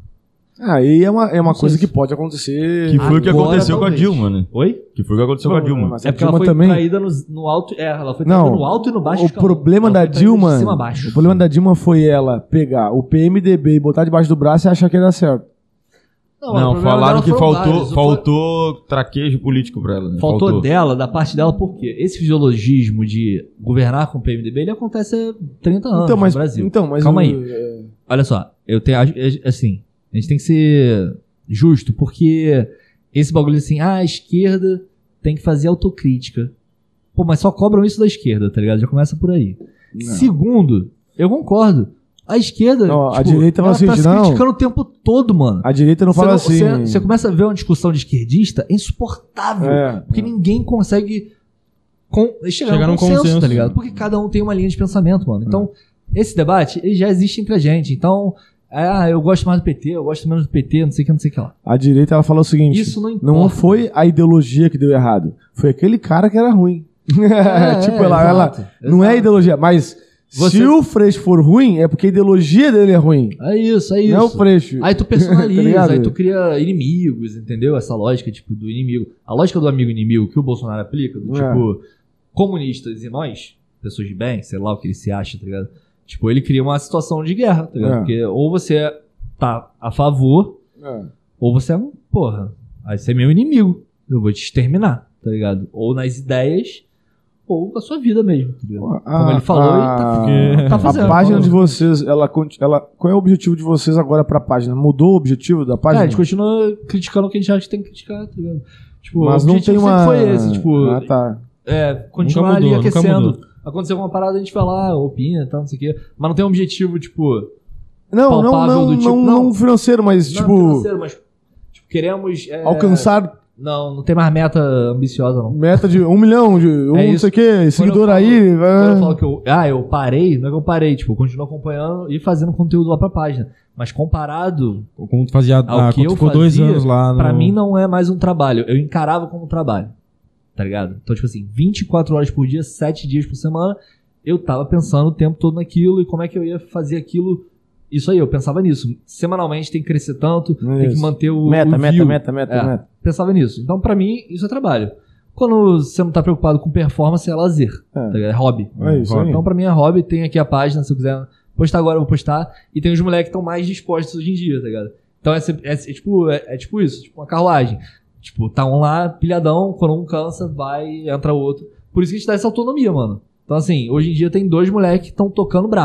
Aí é uma, é uma Não coisa sei que se- pode acontecer. Que foi o que Agora, aconteceu com a talvez. Dilma, né? Oi? Que foi o que aconteceu com a Dilma. Mas É a porque ela Dilma foi também. traída no, no alto... É, ela foi traída Não, no alto e no baixo O escalão. problema Ela da foi traída Dilma. de cima a baixo. O problema da Dilma foi ela pegar o P M D B e botar debaixo do braço e achar que ia dar certo. Não, Não, o problema falaram dela que foram faltou, vários. faltou traquejo político pra ela. Né? Faltou, dela, da parte dela, porque esse fisiologismo de governar com o P M D B, ele acontece há trinta anos então, mas, no Brasil. então, mas Calma o- aí. é, Olha só, eu tenho, assim, a gente tem que ser justo, porque esse bagulho assim, ah, a esquerda tem que fazer autocrítica. Pô, mas só cobram isso da esquerda, tá ligado? Já começa por aí. Segundo, eu concordo. A esquerda, Não, a tipo, direita fala ela tá assim, se não. criticando o tempo todo, mano. A direita não Você fala não- assim. Você, você começa a ver uma discussão de esquerdista, é insuportável. É, Porque é. ninguém consegue com, chegar, Chegar num num consenso, consenso. tá ligado? Porque cada um tem uma linha de pensamento, mano. Então, esse debate, ele já existe entre a gente. Então, ah, eu gosto mais do P T, eu gosto menos do P T, não sei o que, não sei o que lá. A direita ela fala o seguinte: Isso não importa. não foi a ideologia que deu errado, foi aquele cara que era ruim. É, tipo, é, ela, ela exato, não é a exato. ideologia, mas Você- se o Freixo for ruim, é porque a ideologia dele é ruim. É isso, é isso. Não é o Freixo. Aí tu Tá personaliza, ligado? aí tu cria inimigos, entendeu? Essa lógica, tipo, do inimigo. A lógica do amigo-inimigo que o Bolsonaro aplica, do É. tipo, comunistas e nós, pessoas de bem, sei lá o que ele se acha, tá ligado? Tipo, ele cria uma situação de guerra, tá ligado? É. Porque ou você tá a favor, É. ou você é um, porra, aí você é meu inimigo, eu vou te exterminar, tá ligado? Ou nas ideias, ou com a sua vida mesmo, tá ligado? A- Como ele falou, ele tá, Porque- tá fazendo. A página falou. de vocês, ela, conti- ela, qual é o objetivo de vocês agora pra página? Mudou o objetivo da É, página? a gente continua criticando o que a gente acha que tem que criticar, tá ligado? Tipo, Mas o não objetivo tem uma. sempre foi esse, tipo, Ah, tá. é, continuar mudou, ali nunca aquecendo. mudou. Aconteceu alguma parada, a gente vai lá, opina e tal, não sei o quê. Mas não tem um objetivo, tipo, Não, não, palpável não, do tipo, não, não. não financeiro, mas não tipo, financeiro, mas tipo, queremos... é, alcançar Não, não tem mais meta ambiciosa, não. meta de um milhão, de um É não isso. sei o que, seguidor eu falo- aí. Quando eu vai- falo que eu, ah, eu parei, não é que eu parei, tipo, eu continuo acompanhando e fazendo conteúdo lá pra página. Mas comparado, Como tu fazia. Ao Ah, que quando eu tu ficou dois fazia, anos lá. No... pra mim não é mais um trabalho. Eu encarava como um trabalho. Tá ligado? Então, tipo assim, vinte e quatro horas por dia, sete dias por semana, eu tava pensando o tempo todo naquilo e como é que eu ia fazer aquilo. Isso aí, eu pensava nisso. Semanalmente tem que crescer tanto, tem que Isso. manter o. Meta, o meta, view. meta, meta, É. meta. Pensava nisso. Então, pra mim, isso é trabalho. Quando você não tá preocupado com performance, é lazer. É. Tá ligado? É hobby. É isso aí. Então, pra mim é hobby. Tem aqui a página, se eu quiser postar agora, eu vou postar. E tem os moleques que estão mais dispostos hoje em dia, tá ligado? Então, é, é, é tipo, é, é tipo isso, tipo uma carruagem. Tipo, tá um lá, pilhadão, quando um cansa, vai, entra outro. Por isso que a gente dá essa autonomia, mano. Então, assim, hoje em dia tem dois moleques que estão tocando brabo.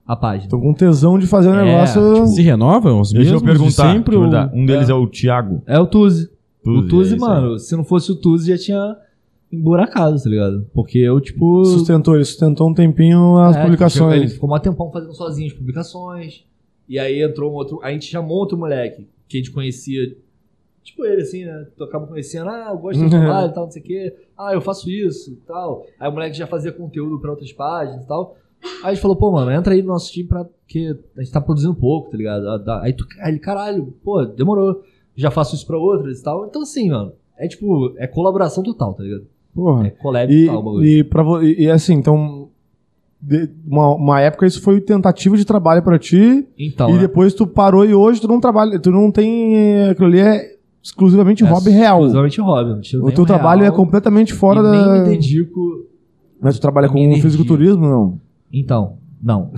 a página. Tô com tesão de fazer o É, negócio. Se renovam os Deixa eu mesmos de perguntar. sempre? deixa eu ou- perguntar. Um deles é, o Thiago. É o Tuzi. Tuzi, O Tuzi, é isso mano, se não fosse o Tuzi, já tinha emburacado, tá ligado? Porque eu, tipo... Sustentou, ele sustentou um tempinho as É, publicações. Ele ficou um tempão fazendo sozinho as publicações. E aí entrou um outro... A gente chamou outro moleque que a gente conhecia... Tipo ele, assim, né? Tu acaba conhecendo, ah, eu gosto do trabalho e tal, não sei o quê. Ah, eu faço isso e tal. Aí o moleque já fazia conteúdo pra outras páginas e tal. Aí a gente falou, pô, mano, entra aí no nosso time pra... Porque a gente tá produzindo pouco, tá ligado? Aí tu... Aí ele, caralho, pô, demorou. Já faço isso pra outras e tal. Então assim, mano, é tipo... É colaboração total, tá ligado? Porra. É collab E, total o bagulho. e, pra, vo- e, e assim, então. de- uma, uma época isso foi tentativa de trabalho pra ti. Então, e né? depois tu parou e hoje tu não trabalha. Tu não tem. eh, Aquilo ali é exclusivamente É hobby real. Exclusivamente hobby. Não tiro O nem teu um trabalho real é completamente fora e da. nem me dedico... Mas tu trabalha a com minha energia. fisiculturismo, não? Então, não.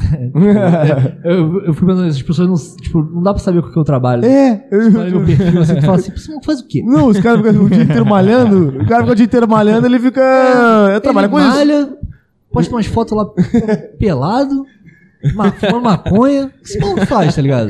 eu, eu fico pensando, as pessoas não, tipo, não dá pra saber com o que eu trabalho. É, eu, Olha meu perfil assim, tu fala assim, você faz o quê? não, os caras ficam o dia inteiro malhando. O cara fica o dia inteiro malhando, ele fica. Eu trabalho Ele com isso. malha, posta umas fotos lá pelado, ma- fumando maconha. O que esse maluco faz, tá ligado?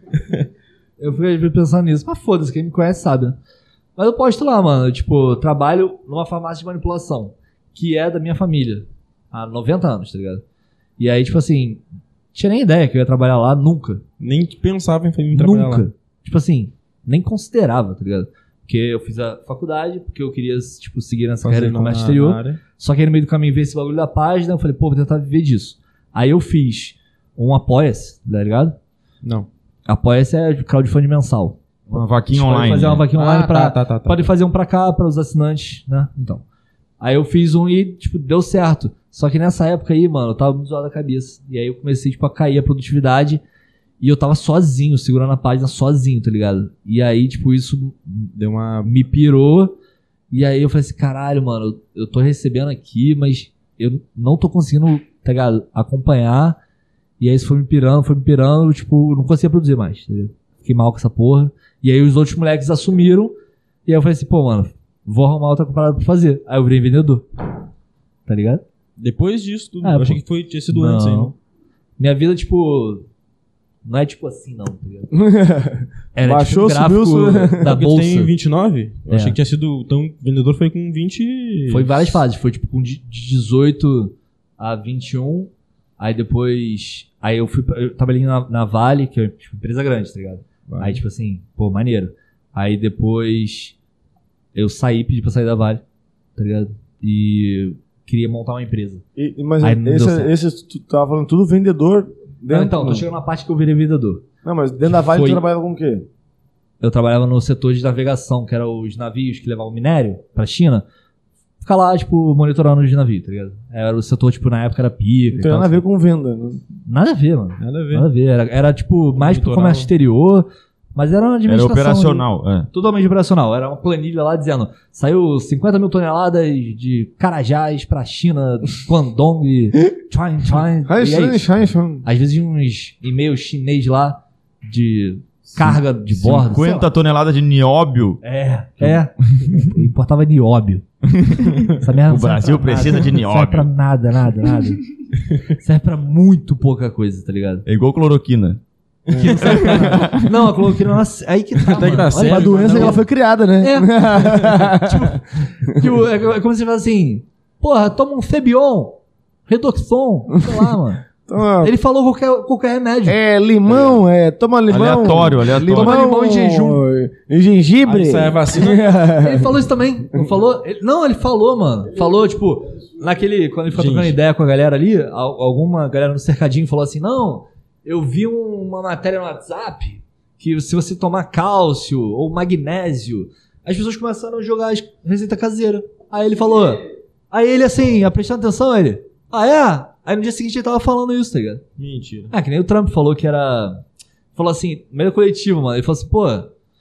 Eu fico às vezes pensando nisso. Mas foda-se, quem me conhece sabe, né? Mas eu posto lá, mano. Eu, tipo, eu trabalho numa farmácia de manipulação, que é da minha família. Há noventa anos, tá ligado? E aí, tipo assim, tinha nem ideia que eu ia trabalhar lá, nunca. Nem pensava em em trabalhar Nunca. lá. Tipo assim, nem considerava, tá ligado? Porque eu fiz a faculdade, porque eu queria, tipo, seguir nessa carreira de Fazendo comércio na- exterior. na área. Só que aí no meio do caminho veio esse bagulho da página, eu falei, pô, vou tentar viver disso. Aí eu fiz um Apoia-se, tá ligado? Não. Apoia-se é crowdfunding mensal. Uma vaquinha Vocês podem online. fazer uma né? vaquinha online Ah, pra... tá, tá, tá, tá. Pode fazer um pra cá, para os assinantes, né? Então. Aí eu fiz um e, tipo, deu certo. Só que nessa época aí, mano, eu tava muito zoado da cabeça. E aí eu comecei, tipo, a cair a produtividade. E eu tava sozinho, segurando a página sozinho, tá ligado? E aí, tipo, isso Deu uma. me pirou. E aí eu falei assim, caralho, mano, eu tô recebendo aqui, mas eu não tô conseguindo, tá ligado? Acompanhar. E aí isso foi me pirando, foi me pirando, tipo, eu não conseguia produzir mais, tá ligado? Fiquei mal com essa porra. E aí os outros moleques assumiram. E aí eu falei assim, pô, mano, vou arrumar outra parada pra fazer. Aí eu virei vendedor. Tá ligado? Depois disso tudo. Ah, eu pô. achei que foi, tinha sido antes aí. Não. Minha vida, tipo... Não é tipo assim, não, tá ligado? Era Baixou, tipo um gráfico subiu, subiu. da Porque tu bolsa. tem vinte e nove? Eu É. achei que tinha sido. Então, vendedor foi com vinte. Foi várias fases. Foi tipo com de de dezoito a vinte e um. Aí depois... Aí eu fui... pra- Eu trabalhei na, na Vale, que é tipo, empresa grande, tá ligado? Vale. Aí tipo assim, pô, maneiro. Aí depois... Eu saí, pedi pra sair da Vale, tá ligado? E queria montar uma empresa. E- mas Aí não deu esse, certo. esse, tu tava falando tudo vendedor. Não, então, tô chegando na parte que eu virei vendedor. Não, mas dentro da Vale Foi- tu trabalhava com o quê? Eu trabalhava no setor de navegação, que eram os navios que levavam minério pra China. Ficar lá, tipo, monitorando os navios, tá ligado? Era o setor, tipo, na época era pica. Não e tem tal. nada a ver com venda. né? Nada a ver, mano. Nada a ver. Nada a ver. Era, era tipo, mais pro Litoral. comércio exterior, mas era uma Era administração. operacional. É. ali. Totalmente operacional. Era uma planilha lá dizendo, saiu cinquenta mil toneladas de carajás pra China, Guangdong, Chuan, Chuan. Ai, E é shine, isso. shine, shine. Às vezes uns e-mails chinês lá de carga de bordo. sei lá. cinquenta toneladas de nióbio. É, é. Eu importava nióbio. Essa merda não O serve Brasil pra precisa nada. de Não serve pra nióbio. nada, nada, nada. Serve pra muito pouca coisa, tá ligado? É igual cloroquina. Que não serve pra nada. Não, a cloroquina não... Aí que tá, Até que mano. dá Olha certo, Uma pra doença mas que não- ela foi criada, né? É. tipo, tipo, é como você fala assim, porra, toma um Febion, Redoxon, sei lá, mano. Então, Ele falou qualquer, qualquer remédio. é limão, é, toma limão. Aleatório, aleatório. Toma limão e jejum. E gengibre. Aí sai a vacina. Ele falou isso também. Não falou? Ele- não, ele falou, mano. Falou, tipo, naquele. Quando ele ficou Gente. trocando ideia com a galera ali, al- alguma galera no cercadinho falou assim: não, eu vi um- uma matéria no WhatsApp que se você tomar cálcio ou magnésio, as pessoas começaram a jogar as receita caseira. Aí ele falou. Aí ele assim, a prestando atenção, ele. Ah, é? Aí no dia seguinte ele tava falando isso, tá ligado? Mentira. Ah, que nem o Trump falou que era. Falou assim, no meio coletivo, mano. Ele falou assim, pô,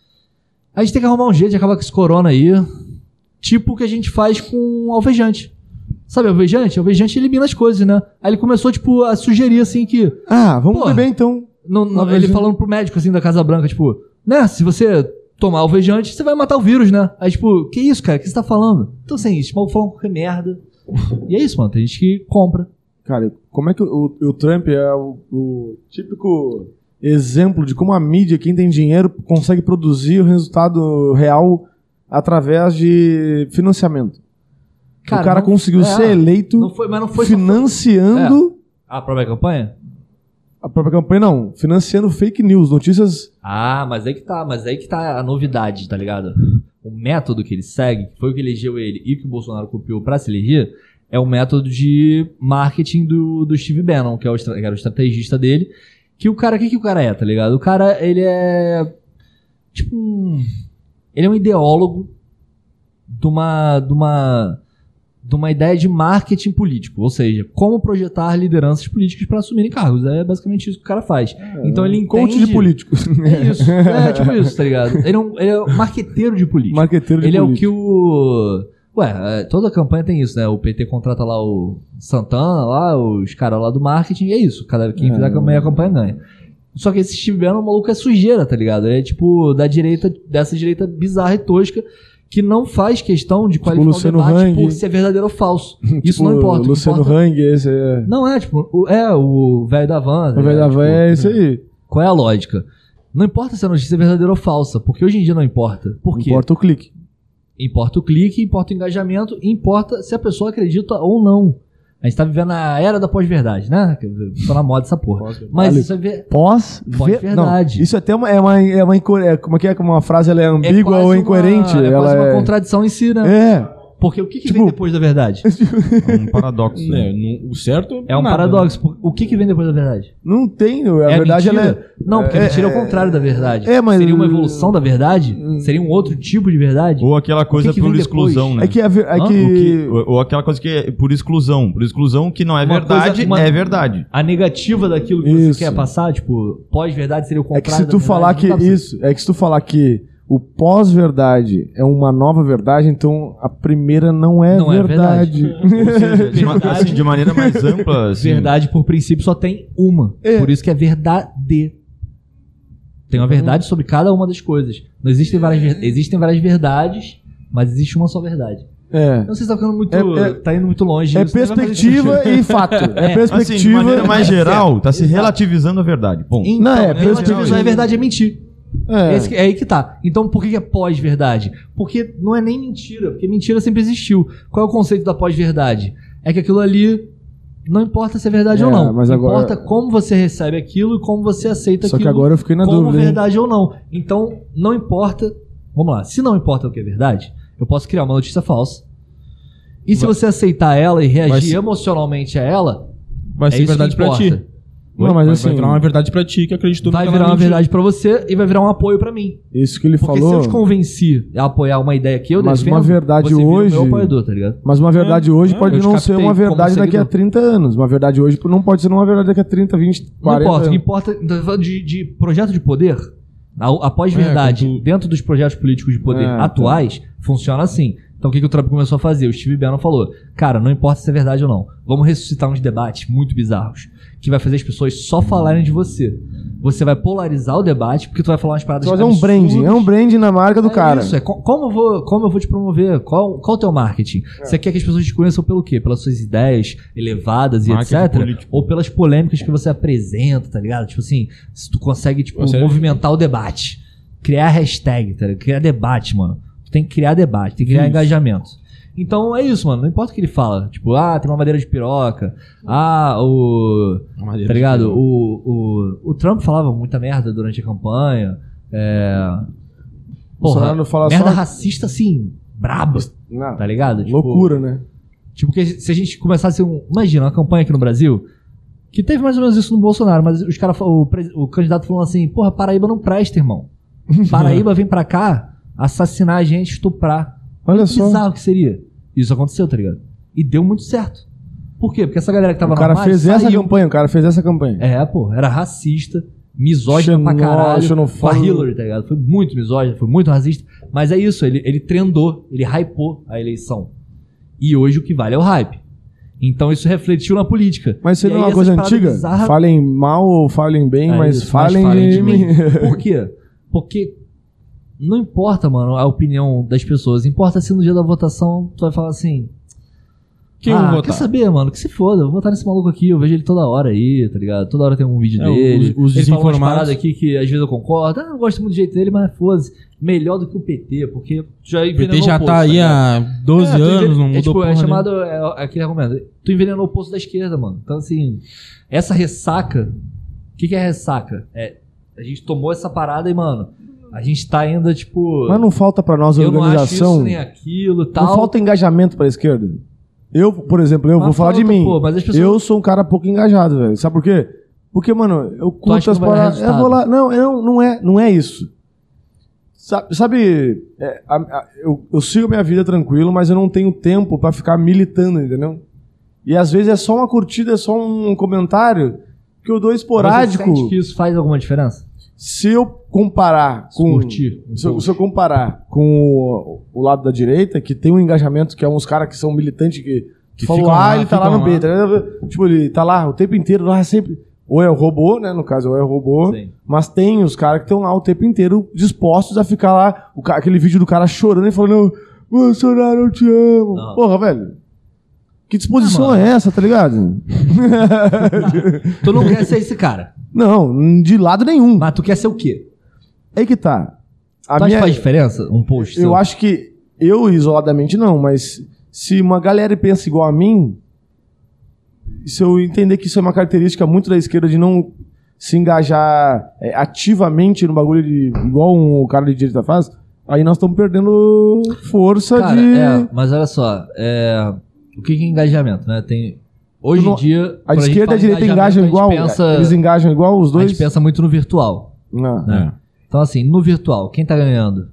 a gente tem que arrumar um jeito de acabar com esse corona aí. Tipo o que a gente faz com alvejante. Sabe, alvejante? Alvejante elimina as coisas, né? Aí ele começou, tipo, a sugerir assim que. Ah, vamos Porra. beber então. No, no- Alvejante. ele falando pro médico assim da Casa Branca, tipo, né? Se você tomar alvejante, você vai matar o vírus, né? Aí, tipo, que isso, cara? O que você tá falando? Então, assim, esse maluco falando qualquer merda. E é isso, mano. Tem gente que compra. Cara, como é que o, o Trump é o, o típico exemplo de como a mídia, quem tem dinheiro, consegue produzir o resultado real através de financiamento. Cara, o cara não- conseguiu é, ser eleito não foi- mas não foi só- financiando A própria campanha? a própria campanha, não. Financiando fake news, notícias. Ah, mas aí que tá, mas aí que tá a novidade, tá ligado? O método que ele segue, que foi o que elegeu ele e que o Bolsonaro copiou pra se eleger, é o método de marketing do, do Steve Bannon, que, é o, estra- que era o estrategista dele. Que o cara, o que, que o cara é, tá ligado? O cara, ele é. Tipo um. Ele é um ideólogo de uma. de uma. de uma ideia de marketing político. Ou seja, como projetar lideranças políticas para assumirem cargos. É basicamente isso que o cara faz. Então ele entende. Coach de políticos. É isso. É tipo isso, tá ligado? Ele é um, ele é um marqueteiro de política. Marqueteiro de Ele é o político. que o. Ué, é, toda campanha tem isso, né? O P T contrata lá o Santana, lá, os caras lá do marketing, e é isso. Cada, quem fizer a campanha, a campanha ganha. Só que esse Steve Bannon, o maluco é sujeira, tá ligado? Ele é tipo da direita, dessa direita bizarra e tosca, que não faz questão de qualificar Luciano o debate Hang. por se é verdadeiro ou falso. Isso Tipo, não importa. O que Luciano importa- Hang, esse é. Não é, tipo, o- é o velho da van. tá O velho da ligado? van Tipo, é isso aí. Qual é a lógica? Não importa se a notícia é verdadeira ou falsa, porque hoje em dia não importa. Por quê? Importa o clique. Importa o clique, importa o engajamento, importa se a pessoa acredita ou não. A gente tá vivendo a era da pós-verdade, né? Tô na moda essa porra. Mas Olha, isso é ver... Pós, Pós-verdade. Não, isso até é uma, é uma, é uma inco- é, como é que é? Como uma frase ela é é ambígua quase ou uma- incoerente. É ela quase uma é... contradição em si, né? É. Porque o que, que Tipo- vem depois da verdade? É um paradoxo. né? É, não- o certo É um nada, paradoxo. Por- O que, que vem depois da verdade? Não tem, a É verdade ela mentira? é. Não, porque é- mentira é o é- contrário da verdade. é, mas- Seria uma evolução da verdade? Seria um outro tipo de verdade? Ou aquela coisa que vem por depois? exclusão, né? É que a ver- é Hã? que. O que- ou, ou aquela coisa que é por exclusão. Por exclusão que não é Uma verdade, coisa- uma- é verdade. A negativa daquilo que Isso. você quer passar, tipo, pós-verdade seria o É contrário que se da tu verdade, falar que não dá pra ser. isso, é que se tu falar que o pós-verdade é uma nova verdade, então a primeira não é Não é verdade. Ou seja, de, ma- Verdade. assim, de maneira mais ampla, assim, Verdade, por princípio, só tem uma. É. Por isso que é verdade. Tem uma verdade sobre cada uma das coisas. Não existem várias, ver- existem várias verdades, mas existe uma só verdade. É. Não sei se tá ficando muito. É- é- tá indo muito longe. É isso nem vai fazer perspectiva sentido. e fato. É, É, perspectiva. assim, de maneira mais É, geral, certo. tá se Exato. relativizando a verdade. Bom, Então, Não, é, é relativizar perspectiva. a verdade é mentir. É. Esse que- é aí que tá. Então por que que é pós-verdade? Porque não é nem mentira, porque mentira sempre existiu. Qual é o conceito da pós-verdade? É que aquilo ali não importa se é verdade É, ou não. mas agora- Importa como você recebe aquilo e como você aceita Só que aquilo agora eu fiquei na como dúvida. hein? verdade ou não. Então não importa. Vamos lá. Se não importa o que é verdade, eu posso criar uma notícia falsa. E se Vai- você aceitar ela e vai reagir ser- emocionalmente a ela, Vai é ser isso verdade que pra importa. ti. Não, mas vai, assim- vai virar uma verdade pra ti que acreditou Vai no virar uma verdade pra você e vai virar um apoio pra mim. Isso que ele Porque falou. se eu te convenci a apoiar uma ideia que eu Mas defendo, uma verdade você vira o hoje- meu apoiador, tá ligado? Mas uma verdade É, hoje é, pode eu te não ser captei uma como verdade daqui a seguidor. trinta anos. Uma verdade hoje não pode ser uma verdade daqui a trinta, vinte, Não quarenta importa, o que anos. importa então, falando de, de projeto de poder, a, a pós-verdade, É, quando tu- dentro dos projetos políticos de poder É, atuais, funciona assim. Então o que, que o Trump começou a fazer? O Steve Bannon falou, cara, não importa se é verdade ou não, vamos ressuscitar uns debates muito bizarros, que vai fazer as pessoas só falarem de você. Você vai polarizar o debate, porque tu vai falar umas paradas Fazer um absurdas. branding. É um branding na marca do É cara. Isso, é co- como, eu vou, como eu vou te promover? Qual, qual o teu marketing? Você quer que as pessoas te conheçam pelo quê? Pelas suas ideias elevadas e Marketing etcétera? político. Ou pelas polêmicas que você apresenta, tá ligado? Tipo assim, se tu consegue, tipo, Você- movimentar o debate. Criar hashtag, tá ligado? Criar debate, mano. Tu tem que criar debate, tem que criar Isso. engajamento. Então é isso, mano. Não importa o que ele fala. Tipo, ah, tem uma madeira de piroca. Ah, o... Tá ligado? O, o, o Trump falava muita merda durante a campanha. É... Bolsonaro fala merda só- racista, assim, braba, Não, tá ligado? Tipo, loucura, né? Tipo, que se a gente começasse um... Imagina, uma campanha aqui no Brasil, que teve mais ou menos isso no Bolsonaro, mas os caras, o, pres- o candidato falando assim, porra, Paraíba não presta, irmão. Paraíba vem pra cá assassinar a gente, estuprar. Olha Que só. bizarro que seria. Isso aconteceu, tá ligado? E deu muito certo. Por quê? Porque essa galera que tava O cara na margem fez essa saiu. campanha, o cara fez essa campanha. É, pô, era racista, misógino pra Xenó- caralho. xenofóbico. Com a Hillary, tá ligado? Foi muito misógino, foi muito racista. Mas é isso, ele, ele trendou, ele hypou a eleição. E hoje o que vale é o hype. Então isso refletiu na política. Mas isso E não é aí uma essas coisa paradas antiga? bizarras- Falem mal ou falem bem, É mas isso, falem, mas de mim. Por quê? Porque não importa, mano, a opinião das pessoas. Importa se no dia da votação tu vai falar assim... Quem eu ah, vou quer votar? saber, mano? Que se foda, eu vou votar nesse maluco aqui, eu vejo ele toda hora aí, tá ligado? Toda hora tem um vídeo É, dele. os- os ele fala umas desinformados. paradas aqui que às vezes eu concordo. Ah, não gosto muito do jeito dele, mas foda-se. Melhor do que o P T, porque já O P envenenou T já o poço, tá aí ligado? há doze É, tu anos, enven- não é, mudou tipo, porra é nenhuma. chamado, é, é aquele argumento. Tu envenenou o poço da esquerda, mano. Então, assim, essa ressaca. O que, que é ressaca? É, a gente tomou essa parada e, mano, a gente tá ainda, tipo. Mas não falta pra nós eu não acho organização. isso nem aquilo e tal. Não falta engajamento pra esquerda. Eu, por exemplo, eu Mas vou falar de falta, mim. pô, mas as pessoas- Eu sou um cara pouco engajado, velho. Sabe por quê? Porque, mano, eu acha curto que as não vai dar paradas. Eu resultado? vou lá. Não, não, não é, não é isso. Sabe, sabe, é, a- a- eu, eu sigo a minha vida tranquilo, mas eu não tenho tempo pra ficar militando, entendeu? E às vezes é só uma curtida, é só um comentário que eu dou esporádico. Você sente que isso faz alguma diferença? Se eu comparar Se com. curtir um Se eu, post. se eu comparar com o, o lado da direita, que tem um engajamento, que é uns caras que são militantes que, que falam, ficam ah, lá, ele tá lá ficam no B. lá. Tá ligado? Tipo, ele tá lá o tempo inteiro, lá sempre. Ou é o robô, né? No caso, ou é o robô. Sim. Mas tem os caras que estão lá o tempo inteiro dispostos a ficar lá. O ca- aquele vídeo do cara chorando e falando: Bolsonaro, eu te amo. Não. Porra, velho. Que disposição Ah, mano. é essa, tá ligado? Tu não quer ser esse cara. Não, de lado nenhum. Mas tu quer ser o quê? Aí que tá. A Tu acha minha- que faz diferença um post? Eu seu? acho que eu isoladamente não, mas se uma galera pensa igual a mim, se eu entender que isso é uma característica muito da esquerda de não se engajar é, ativamente no bagulho de, igual um cara de direita faz, aí nós estamos perdendo força Cara, de. é, mas olha só, é, o que que é engajamento, né? Tem, hoje Tu não- em dia... A quando gente esquerda e a fala em direita engajamento, engajam a gente igual? pensa- Eles engajam igual os A dois? gente pensa muito no virtual. Não. Né? Então, assim, no virtual, quem tá ganhando?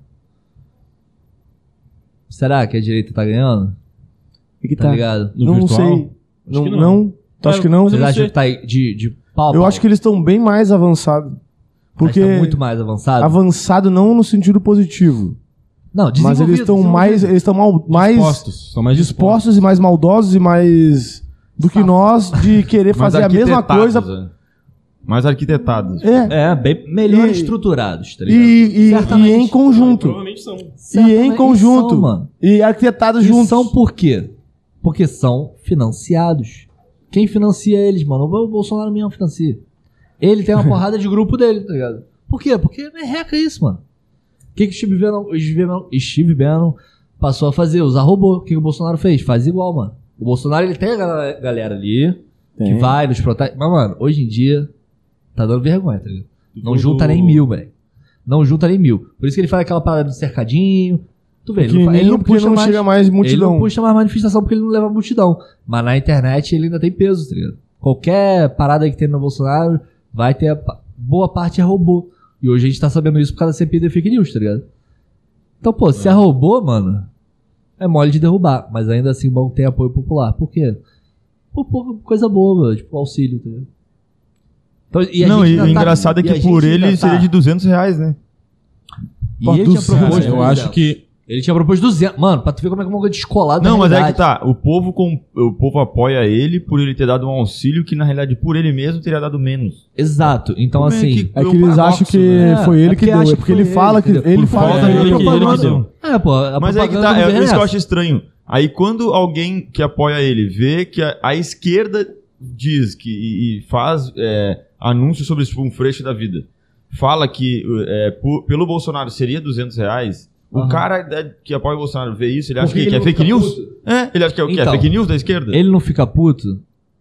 Será que a direita tá ganhando? E que Tá, tá? ligado? No Não virtual? sei. Não, que não. não. Tu acha É, que não? mas Vocês não acham sei. que tá aí de, de pau a Eu pau? acho que eles estão bem mais avançados. Mas Porque tá muito mais avançado? avançado não no sentido positivo. Não, Mas desenvolvido, eles estão desenvolvido. mais, eles estão mal- mais Dispostos. São mais dispostos e mais maldosos e mais do que nós de querer Mais fazer a mesma arquitetados, coisa. né? Mais arquitetados. É. É, bem melhor E- estruturados, tá E, ligado? e- Certamente. e em conjunto. Provavelmente são. E Certamente em conjunto. são, mano. E arquitetados E juntos. são por quê? Porque são financiados. Quem financia eles, mano? O Bolsonaro mesmo financia. Ele tem uma porrada de grupo dele, tá ligado? Por quê? Porque é merreca isso, mano. O que que o Steve Bannon, o Steve Bannon, Steve Bannon passou a fazer? Usar robô. O que que o Bolsonaro fez? Faz igual, mano. O Bolsonaro, ele tem a gal- galera ali que Tem. vai, nos protege. Mas, mano, hoje em dia tá dando vergonha, tá ligado? Não Do- junta nem mil, velho. Não junta nem mil. Por isso que ele faz aquela parada do cercadinho. Tu vê, ele não, fa- ele não porque puxa não mais... chega mais Ele multidão. não puxa mais manifestação porque ele não leva multidão. Mas na internet ele ainda tem peso, tá ligado? Qualquer parada que tem no Bolsonaro vai ter. A, pa- boa parte é robô. E hoje a gente tá sabendo isso por causa da C P I da fake news, tá ligado? Então, pô, se é robô, mano, é mole de derrubar. Mas ainda assim o banco tem apoio popular. Por quê? Por pouca coisa boa, tipo auxílio, tá ligado? Então, e a Não, gente e o ainda tá- engraçado é e a que por gente ele ainda seria tá- de duzentos reais, né? E ele tinha duzentos, proposto. eu acho que Ele tinha proposto duzentos. Mano, pra tu ver como é que é uma coisa descolada. Não, da mas é que realidade. tá. O povo, com, o povo apoia ele por ele ter dado um auxílio que, na realidade, por ele mesmo teria dado menos. Exato. Então, Como é assim. que- É que eles paradoxo, acham que né? foi É ele porque que deu. acha É que porque foi ele ele, fala que entendeu? ele Por fala falta que de- ele ele que- ele que propaganda. deu. É, pô, a Mas é que propaganda tá, do é governo isso que eu essa. acho estranho. Aí quando alguém que apoia ele vê que a, a esquerda diz que e, e faz é, anúncios sobre tipo, um freixo da vida, fala que é, por- pelo Bolsonaro seria duzentos reais, o Aham. cara é, que apoia o Bolsonaro vê isso, ele acha Por que que, ele que é não fake fica news? puto? É, ele acha que é o quê? Então, é fake news da esquerda? Ele não fica puto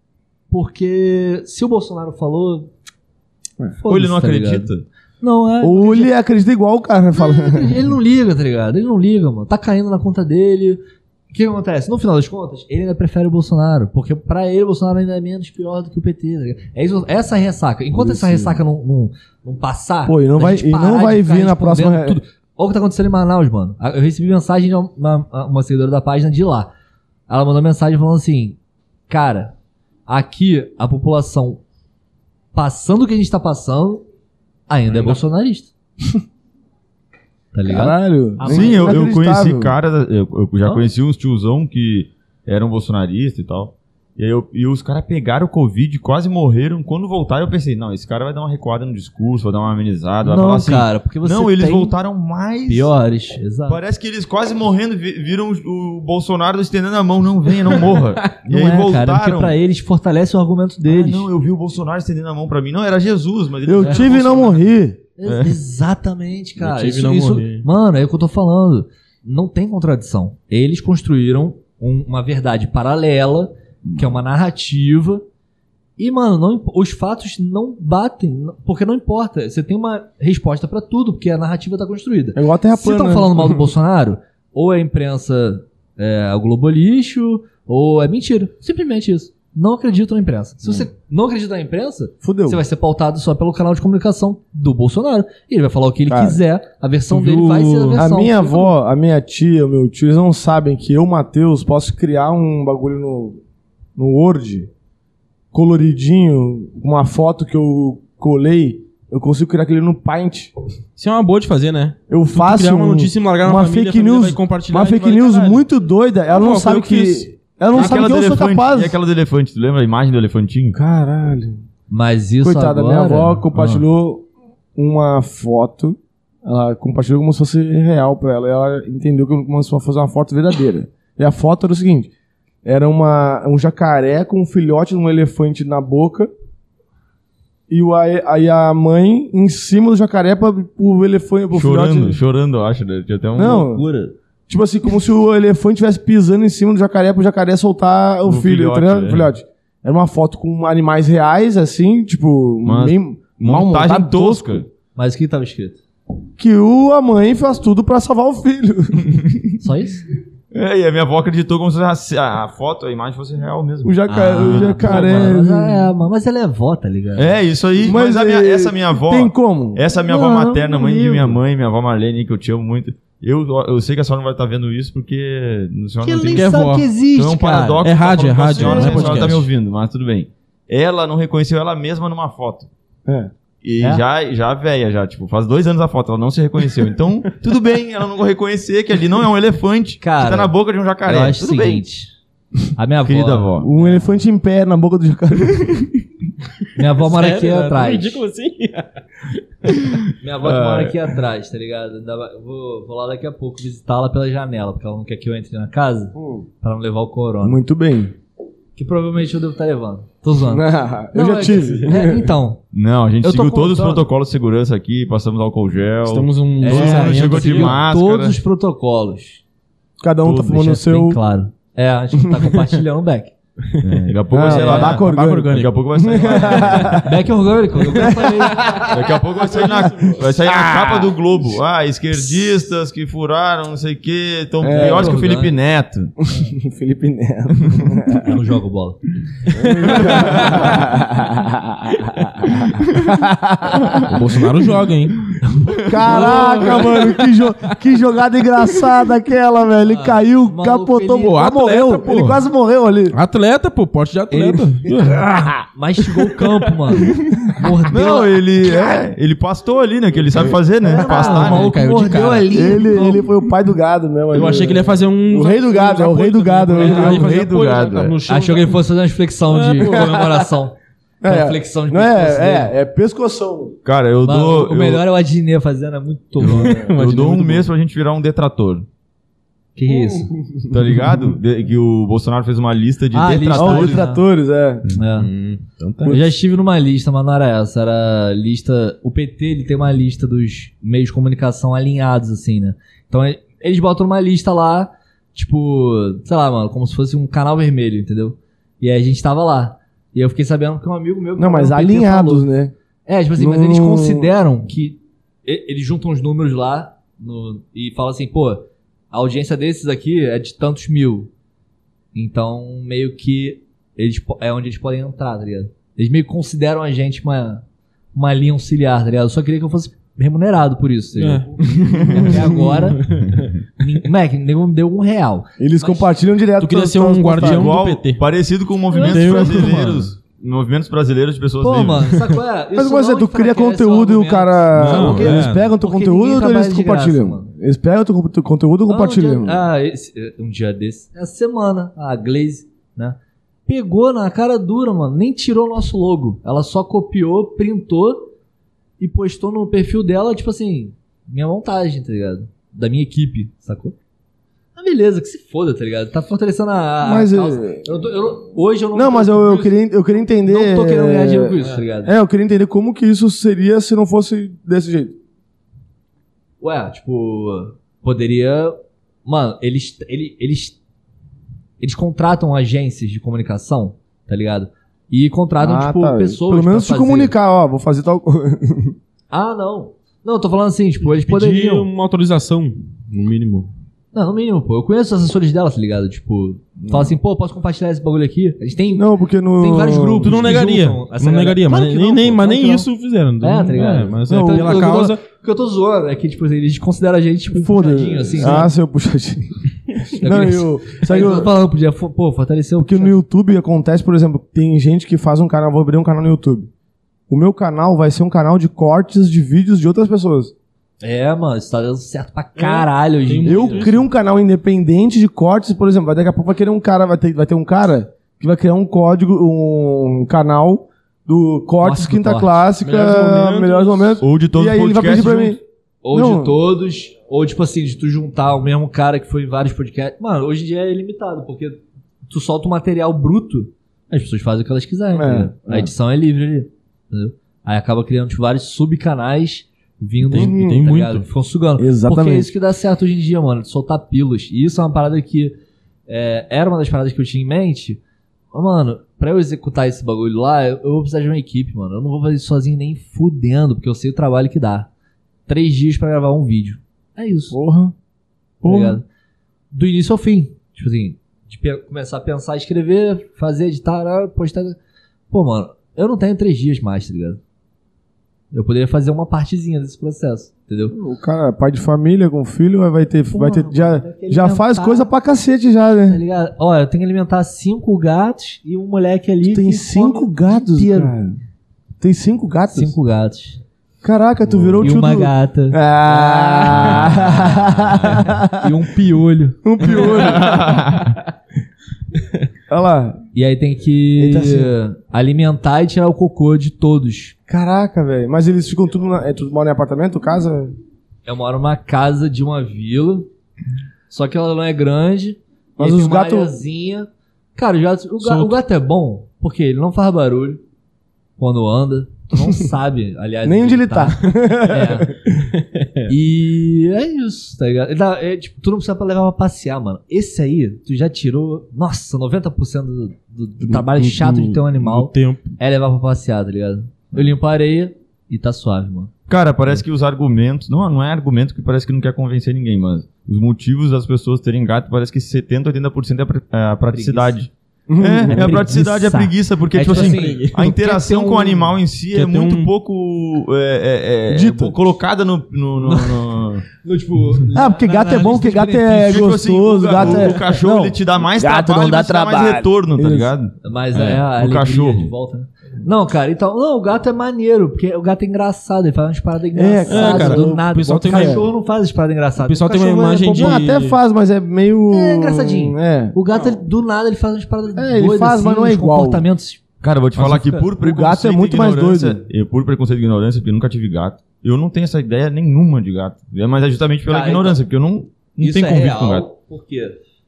porque se o Bolsonaro falou. Ou ele não foda-se, tá ligado? acredita? Não, é. Ou ele acredita igual o cara fala. Ele não liga, tá ligado? Ele não liga, mano. Tá caindo na conta dele. O que acontece? No final das contas, ele ainda prefere o Bolsonaro. Porque pra ele, o Bolsonaro ainda é menos pior do que o P T. Tá ligado? É isso, essa ressaca. Enquanto essa ressaca não, não, não passar. Pô, e não da vai- gente e não parar de vai ficar vir na respondendo próxima- tudo. Olha o que tá acontecendo em Manaus, mano. Eu recebi mensagem de uma, uma seguidora da página de lá. Ela mandou mensagem falando assim: cara, aqui a população passando o que a gente tá passando ainda é bolsonarista. Tá ligado? Caralho. Ah, nem- Sim, eu, eu inacreditável. conheci cara, eu, eu já Hã? conheci uns tiozão que eram bolsonaristas e tal. E, aí eu, e os caras pegaram o Covid, quase morreram. Quando voltaram, eu pensei, não, esse cara vai dar uma recuada no discurso, vai dar uma amenizada, vai Não, falar assim. cara, porque você não, eles tem voltaram mais... piores, exato. Parece que eles quase morrendo vi- viram o, o Bolsonaro estendendo a mão, não venha, não morra. E Não aí é, voltaram. cara, porque pra eles fortalece o argumento deles. Ah, não, eu vi o Bolsonaro estendendo a mão pra mim. Não, era Jesus, mas ele Eu era tive e não Bolsonaro. morri. Ex- Exatamente, cara. Eu tive Isso, não isso- morrer. mano, é o que eu tô falando. Não tem contradição. Eles construíram um- uma verdade paralela, que é uma narrativa. E, mano, não imp- os fatos não batem, n- porque não importa. Você tem uma resposta pra tudo, porque a narrativa tá construída. É igual a Terra Se plana. estão né? falando mal do Bolsonaro, ou é a imprensa é, o Globo lixo, ou é mentira. Simplesmente isso. Não acredito na imprensa. Se você não acredita na imprensa, Fudeu. você vai ser pautado só pelo canal de comunicação do Bolsonaro. E ele vai falar o que ele Cara, quiser, a versão Tu dele viu- vai ser a A versão. minha avó, a minha tia, o meu tio, eles não sabem que eu, Matheus, posso criar um bagulho no, no Word, coloridinho, uma foto que eu colei, eu consigo criar aquele no Paint. Isso é uma boa de fazer, né? Eu faço criar uma um- notícia e largar na uma família, a fake família news, vai compartilhar uma e tu fake vai, news caralho. muito doida. Ela Ah, não pô, sabe foi eu que que... fiz. Ela não E sabe aquela que eu do sou elefante, capaz. E aquela do elefante, tu lembra a imagem do elefantinho? Caralho. Mas isso Coitada, agora... minha avó compartilhou uma foto. Ela compartilhou como se fosse real pra ela. E ela entendeu que como se fosse uma foto verdadeira. E a foto era o seguinte: era uma, um jacaré com um filhote de um elefante na boca. E o, aí aí a mãe em cima do jacaré pra o elefante. Pro Chorando, filhote. chorando, eu acho. Né? Tinha até um... Não, Loucura. tipo assim, como se o elefante estivesse pisando em cima do jacaré pro jacaré soltar o, O filho, filhote, entendeu? é. Filhote. Era uma foto com animais reais, assim, tipo, Mas meio mal montagem montado, tosca. Mas o que tava escrito? Que o, a mãe faz tudo pra salvar o filho. Só isso? É, e a minha avó acreditou como se a, a foto, a imagem fosse real mesmo. O, jaca, o jacaré. Pô, mano, mas, é, mano, mas ela é avó, tá ligado? É, isso aí. Mas, Mas a minha- é, essa minha avó... Tem como? Essa minha avó Não, materna, mãe de horrível. minha mãe, minha avó Marlene, que eu te amo muito. Eu, eu sei que a senhora não vai estar vendo isso porque a senhora Que não ele tem... nem que sabe vó. que existe, Então é um cara. paradoxo. É tá rádio, falando é com a rádio, senhora, não é a senhora tá podcast. me ouvindo, mas tudo bem. Ela não reconheceu ela mesma numa foto. É. E É? já, já velha, já, tipo, faz dois anos a foto, ela não se reconheceu. Então, tudo bem, ela não vai reconhecer que ali não é um elefante Cara, que tá na boca de um jacaré. Eu acho o tudo bem. seguinte. A minha avó... Querida avó. Um elefante em pé na boca do jacaré. Minha avó mora aqui Sério, né? atrás. Ridículo assim. Minha avó que Ah. mora aqui atrás, tá ligado? Dá- Vou, vou lá daqui a pouco visitá-la pela janela, porque ela não quer que eu entre na casa pra não levar o corona. Muito bem. Que provavelmente eu devo estar levando. Tô zoando. Eu Não, já é que- tive. é, então, Não, a gente Eu tô seguiu todos os contando. protocolos de segurança aqui, passamos álcool gel. Estamos um... é, Todo mundo a chegou gente de seguiu máscara. todos os protocolos. Cada um tá Tudo, fumando Deixa o seu. bem claro. É, a gente não tá compartilhando o Beck. É, daqui a pouco Ah, vai sair lá. tabaco orgânico. Daqui a pouco vai sair lá. Beck orgânico, eu falei. Daqui a pouco vai sair na, vai sair na capa do Globo. Ah, esquerdistas que furaram, não sei o quê, estão É, piores que o orgânico. Felipe Neto. Felipe Neto. Eu não jogo bola. O Bolsonaro joga, hein? Caraca, mano, que, jo- que jogada engraçada aquela, velho. Ele Ah, caiu, maluco, capotou, ele- quase atleta, morreu. pô. Ele quase morreu ali. Atleta, pô, porte de atleta. Mastigou o campo, mano. Mordeu. Não, ele é, ele pastou ali, né? Que ele sabe fazer, né? Ah, Pastar, o né? maluco caiu de mordeu cara. ali. Ele, ele foi o pai do gado mesmo. Eu achei que ele ia fazer um... O rei do gado, é o rei do gado, Ele é o ia rei fazer do apoio, gado, né, é. no chão, Achou que ele fosse fazer uma flexão de É, pô. comemoração. É, Uma flexão de não pescoço dele. é, é, é pescoção. Cara, eu Mano, dou. o eu- melhor é o Adnet fazendo, é muito bom. né? Eu dou um mês pra gente virar um detrator. Que isso? Tá ligado? De- que o Bolsonaro fez uma lista de Ah, Ó, detratores. os tratores, é. É. Hum, então tá. Eu já estive numa lista, mas não era essa. Era a lista. O P T ele tem uma lista dos meios de comunicação alinhados, assim, né? Então e- eles botam uma lista lá, tipo, sei lá, mano, como se fosse um canal vermelho, entendeu? E aí a gente tava lá. E eu fiquei sabendo que um amigo meu. que Não, mas trabalha no P T alinhados, falou. né? É, tipo assim, mas No- eles consideram que. e- Eles juntam os números lá no- e falam assim, pô, a audiência desses aqui é de tantos mil. Então, meio que eles, po- é onde eles podem entrar, tá ligado? Eles meio que consideram a gente uma, uma linha auxiliar, tá ligado? Eu só queria que eu fosse remunerado por isso, tá ligado? Até agora, nin- Mac, ninguém me deu um real. Eles compartilham direto. Tu queria pras- ser um pras guardião postagens. Igual, do P T. parecido com movimentos Tem um- brasileiros. Movimentos brasileiros de pessoas Pô, livres. mano, sabe qual é? Mas Isso você, não tu cria enfraquece conteúdo e o argumento. cara. Não, Porque é. eles pegam teu Porque conteúdo ninguém ou eles trabalha de compartilham? graça, mano. Eles pegam teu co- conteúdo e Ah, um compartilham. dia- Ah, esse- um dia desse. Essa semana, a Glaze, né? pegou na cara dura, mano. Nem tirou o nosso logo. Ela só copiou, printou e postou no perfil dela, tipo assim, minha montagem, tá ligado? Da minha equipe, sacou? Ah, beleza, que se foda, tá ligado? Tá fortalecendo a, a Mas, causa. é- Eu tô- eu- hoje eu não... Não, mas eu, eu, queria, eu queria entender... Não tô querendo ganhar dinheiro com é, isso, tá ligado? É, eu queria entender como que isso seria se não fosse desse jeito. Ué, tipo, poderia... Mano, eles, eles, eles, eles contratam agências de comunicação, tá ligado? E contratam, Ah, tipo, tá. pessoas Pelo menos pra te fazer. comunicar, ó, vou fazer tal coisa. Ah, não. Não, eu tô falando assim, tipo, eles Pedir poderiam... uma autorização, no mínimo. Não, no mínimo, pô. Eu conheço os assessores dela, tá ligado? Tipo, fala assim, pô, posso compartilhar esse bagulho aqui? A gente tem, Não, porque no... tem vários grupos. Tu não que negaria. juntam essa Não galera. negaria, Claro mas que nem, não, nem, pô, mas claro nem que não. isso fizeram. É, tá ligado? É, mas Não, é o- pela eu- eu- causa... O que eu tô zoando é que, tipo, assim, eles consideram a gente, tipo, Foda. puxadinho, assim. Ah, né? seu puxadinho. Eu Não, queria- eu... Aí Sabe, eu tô eu... falando, podia, fo- pô, fortalecer o Porque no YouTube acontece, por exemplo, tem gente que faz um canal, vou abrir um canal no YouTube. O meu canal vai ser um canal de cortes de vídeos de outras pessoas. É, mano, isso tá dando certo pra caralho hoje em tem dia. Eu crio um canal independente de cortes, por exemplo, vai- daqui a pouco vai querer um cara, vai ter, vai ter um cara que vai criar um código, um canal do cortes Nossa, quinta corte. clássica, Melhores melhores momentos. momentos. Ou de todos E aí os ele vai pedir podcasts pra junto. mim. Ou Não. de todos, ou tipo assim, de tu juntar o mesmo cara que foi em vários podcasts. Mano, hoje em dia é ilimitado, porque tu solta um material bruto, as pessoas fazem o que elas quiserem, É, tá ligado? é. A edição é livre ali, entendeu? Aí acaba criando tipo, vários subcanais vindo, Tem- tá tem ligado? muito. Ficam sugando. Exatamente. Porque é isso que dá certo hoje em dia, mano, de soltar pílulas. E isso é uma parada que é, era uma das paradas que eu tinha em mente. Mas, mano, pra eu executar esse bagulho lá, eu, eu vou precisar de uma equipe, mano. Eu não vou fazer isso sozinho nem fudendo, porque eu sei o trabalho que dá. Três dias pra gravar um vídeo. É isso. Porra. Tá Porra. ligado? Do início ao fim. Tipo assim, de pe- começar a pensar, escrever, fazer, editar, ah, postar. Pô, mano, eu não tenho três dias mais, tá ligado? Eu poderia fazer uma partezinha desse processo, entendeu? O cara, pai de família com filho, vai ter. Pô, vai ter mano, já tem que já faz alimentar. coisa pra cacete já, Tá né? ligado? Ó, eu tenho que alimentar cinco gatos e um moleque ali. Tem que cinco come o gatos, dia inteiro. cara. Tem cinco gatos? Cinco gatos. Caraca, tu virou o E tio uma do... gata. Ah! E um piolho. um piolho. Olha lá. E aí tem que Eita, assim. alimentar e tirar o cocô de todos. Caraca, velho. Mas eles ficam tudo... Na... É, tudo mora em apartamento, casa? Eu moro numa casa de uma vila, só que ela não é grande. Mas e aí os tem uma gatos- areazinha. Cara, os gatos- o, ga- Solto. o gato é bom porque ele não faz barulho quando anda. Tu não sabe, aliás. Nem onde ele tá. É. E é isso, tá ligado? Ele dá- é, tipo, tu não precisa pra levar pra passear, mano. Esse aí, tu já tirou, nossa, noventa por cento do, do- do trabalho chato de ter um No animal tempo. é levar pra passear, tá ligado? Eu limpo a areia e tá suave, mano. Cara, parece que os argumentos... Não, não é argumento que parece que não quer convencer ninguém, mas os motivos das pessoas terem gato parece que setenta, oitenta por cento é a pra- é a praticidade. É, é, a preguiça. praticidade, é a preguiça, porque, É tipo tipo assim, assim, a interação quer ter com o um- animal em si quer é ter muito um- pouco é, é, é, Dita. colocada no... no, no, no- No, tipo, Ah, porque gato é bom, porque gato é Tipo assim, gostoso, o, gato o, é... o cachorro Não, ele te dá mais gato trabalho, não dá mas te dá mais trabalho. retorno, tá Isso. ligado? Mas É, é, a o alegria cachorro. de volta, né? Não, cara, então, não, o gato é maneiro, porque o gato é engraçado, ele faz umas paradas engraçadas, é, cara, do o nada. pessoal O tem cachorro não faz as paradas engraçadas. o pessoal tem uma cachorro é imagem de- Não, bobão. até faz, mas é meio... É engraçadinho. É. O gato, ele- do nada, ele faz umas paradas É, ele doidas, faz, assim, mas não é uns igual. comportamentos. Cara, eu vou te Mas falar fica- que por o preconceito gato é muito e mais ignorância- doido. Eu, por preconceito e ignorância, porque eu nunca tive gato, eu não tenho essa ideia nenhuma de gato. É, mas é justamente pela Cara, ignorância, porque eu não, não Isso tenho é convívio real, com gato. porque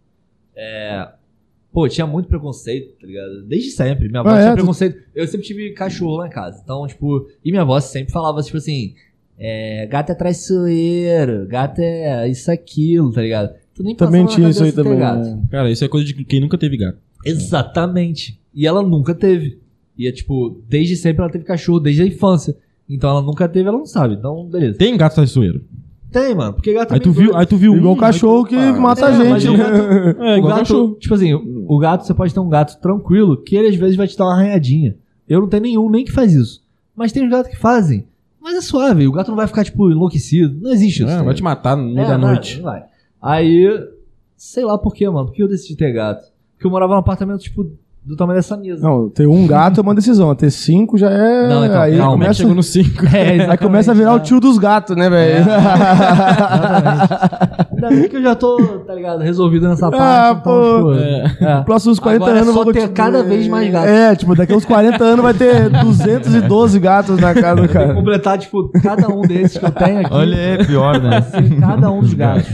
é, pô, tinha muito preconceito, tá ligado? Desde sempre. Minha avó Ah, tinha é? preconceito. Eu sempre tive cachorro lá em casa. Então, tipo, e minha avó sempre falava, tipo assim, é, gato é traiçoeiro, gato é isso, aquilo, tá ligado? Tu nem Também passava tinha na isso aí cabeça ter também. gato. né? Cara, isso é coisa de quem nunca teve gato. Exatamente. E ela nunca teve. E é tipo, desde sempre ela teve cachorro, desde a infância. Então ela nunca teve, ela não sabe. Então, beleza. Tem gato traiçoeiro. Tem, mano, porque gato é Aí tu meio viu, doido. aí tu viu Igual um, o cachorro aí que tu- mata É, a mas gente. o gato- É, o igual gato, cachorro. tipo assim, o gato, você pode ter um gato tranquilo, que ele às vezes vai te dar uma arranhadinha. Eu não tenho nenhum nem que faz isso. Mas tem os gatos que fazem. Mas é suave, o gato não vai ficar, tipo, enlouquecido. Não existe isso. É, tá vai te ligado? matar no meio É, da não, noite. não vai. Aí, sei lá por quê, mano. Por que eu decidi ter gato? Porque eu morava num apartamento, tipo, do tamanho dessa mesa. Não, ter um gato é uma decisão. Ter cinco já é... Não, então, aí calma, Como é que começa... chegou no cinco? É, Aí começa a virar o tio dos gatos, né, velho? Exatamente. Ainda bem que eu já tô, tá ligado, resolvido nessa parte. Ah, então, pô. tipo, É. Próximos quarenta Agora é anos só eu vou ter continuar- cada vez mais gatos. É, tipo, daqui a uns quarenta anos vai ter duzentos e doze gatos na casa do Tem que cara. completar, tipo, cada um desses que eu tenho aqui. Olha, é pior, né? Ser cada um dos gatos.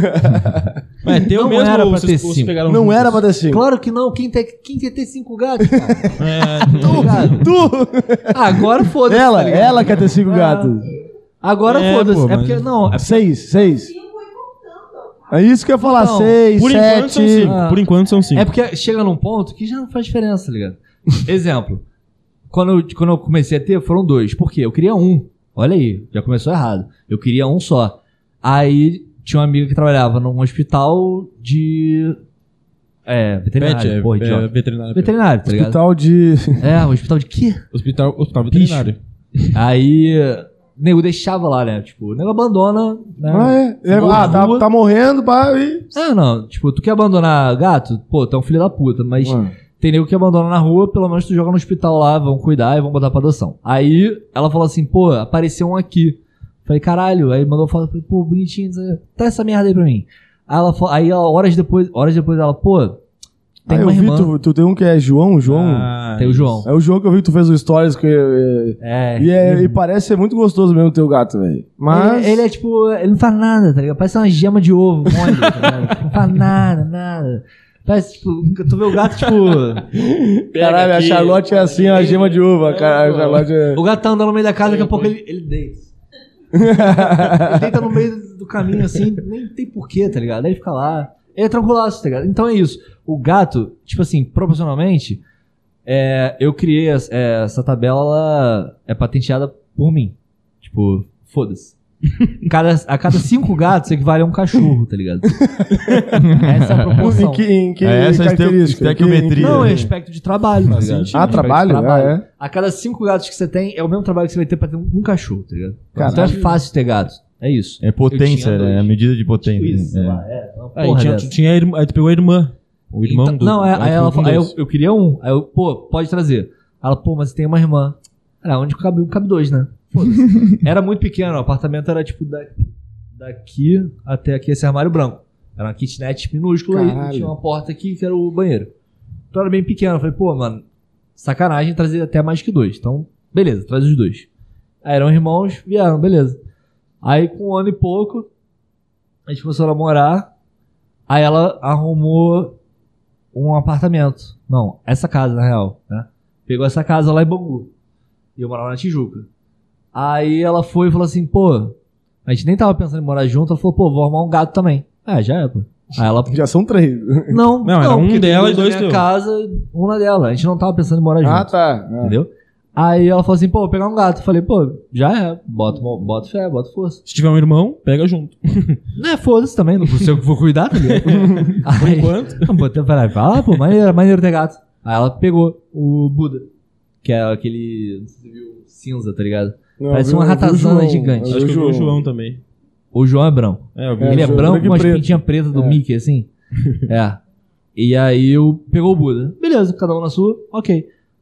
Mas ter o Não mesmo era ou pra vocês, ter vocês cinco. pegaram Não juntos? era pra ter cinco. Claro que não. Quem, tem, quem quer ter cinco gatos, cara? É, Tá ligado? Tu! Ah, agora foda-se. Ela, tá ligado? ela quer ter cinco Ah. gatos. Agora É, foda-se. pô, É mas- porque, não, é Seis, seis. É isso que eu ia falar, Não, seis, por enquanto são sete. cinco. Ah. Por enquanto são cinco. É porque chega num ponto que já não faz diferença, tá ligado? Exemplo. Quando eu, quando eu comecei a ter, foram dois. Por quê? Eu queria um. Olha aí, já começou errado. Eu queria um só. Aí tinha uma amiga que trabalhava num hospital de. É, veterinário. Pet, é, porra, é, idiota. veterinário. Veterinário, tá ligado? Hospital de. É, hospital de quê? Hospital, hospital Bicho. veterinário. Aí. O nego deixava lá, né? Tipo, o nego abandona. Né? Ah, é. é Ficou ah, na tá, rua. tá morrendo, pá, e. Ah, não. Tipo, tu quer abandonar gato? Pô, tu é um filho da puta. Mas Mano. tem nego que abandona na rua, pelo menos tu joga no hospital lá, vão cuidar e vão botar pra adoção. Aí ela falou assim, pô, apareceu um aqui. Falei, caralho. Aí mandou foto, falei, pô, bonitinho, tá essa merda aí pra mim. Aí ela, falou- aí ela, horas depois, horas depois ela, pô, tem Ah, uma eu vi, irmã. tu, tu tem um que é João, João. Ah, Tem o João. É o João que eu vi que tu fez o stories que. é, É. e, é- e parece ser muito gostoso mesmo o teu gato, velho. Mas. Ele, ele é tipo, ele não faz nada, tá ligado? Parece uma gema de ovo, mole, tá ligado? Não faz nada, nada. Parece, tipo, tu vê o gato, tipo. Caralho, a Charlotte é assim, a gema de uva, cara. A Charlotte é. O gato tá andando no meio da casa, daqui a pouco ele, ele deita. Ele deita no meio do caminho, assim, nem tem porquê, tá ligado? Aí ele fica lá. Ele é tranquilaço, tá ligado? Então é isso. O gato, tipo assim, proporcionalmente, é, eu criei essa, é, essa tabela, ela é patenteada por mim. Tipo, foda-se. Cada, a cada cinco gatos equivale a um cachorro, tá ligado? Essa é a proporção. Em que, em que É, essa característica? estequiometria. Não, é aspecto de trabalho, tá ligado? Ah, Aspecto de trabalho? Ah, é? A cada cinco gatos que você tem, é o mesmo trabalho que você vai ter pra ter um, um cachorro, tá ligado? Caralho. Então é fácil ter gato. É isso. É potência, Eu tinha é a dois. medida de potência. Tipo isso, sei é. lá, é. Uma Aí, porra tinha, dessa. tinha a irmã, aí tu pegou a irmã. O irmão Então- do. Não, é, aí, ela ficou com falou, aí eu, dois. eu queria um. Aí eu, pô, pode trazer. Ela, pô, mas tem uma irmã. Ah, onde cabe, cabe dois, né? Foda-se. Era muito pequeno, o apartamento era tipo da, daqui até aqui, esse armário branco. Era uma kitnet minúscula Caralho. e tinha uma porta aqui que era o banheiro. Então era bem pequeno. Eu falei, pô, mano, sacanagem trazer até mais que dois. Então, beleza, traz os dois. Aí eram irmãos, vieram, beleza. Aí com um ano e pouco, a gente começou a namorar. Aí ela arrumou um apartamento. Não, essa casa, na real, né? Pegou essa casa lá em Bangu. E eu morava na Tijuca. Aí ela foi e falou assim, pô, a gente nem tava pensando em morar junto. Ela falou, pô, vou arrumar um gato também. Ah, já é, pô. Aí ela, Já são três. não, Não, era um porque tem dela e na dois minha teu. casa, um na dela. A gente não tava pensando em morar junto. Ah, tá. Ah. Entendeu? Aí ela falou assim, pô, vou pegar um gato. Eu falei, pô, já é. Bota, bota fé, bota força. Se tiver um irmão, pega junto. Não é foda-se também, não sei o que vou cuidar, tá ligado? Por Aí, enquanto. não, botei, peraí, fala, pô, maneiro, maneiro ter gato. Aí ela pegou o Buda, que é aquele, não sei se você viu, cinza, tá ligado? Não, Parece eu vi- uma eu vi o ratazana João, gigante. eu Acho vi que eu vi o João também. O João é branco. É, eu vi É, o Ele é João. branco branco com e umas preto. pintinhas pretas do É. Mickey, assim. É. E aí eu pegou o Buda. Beleza, cada um na sua, ok.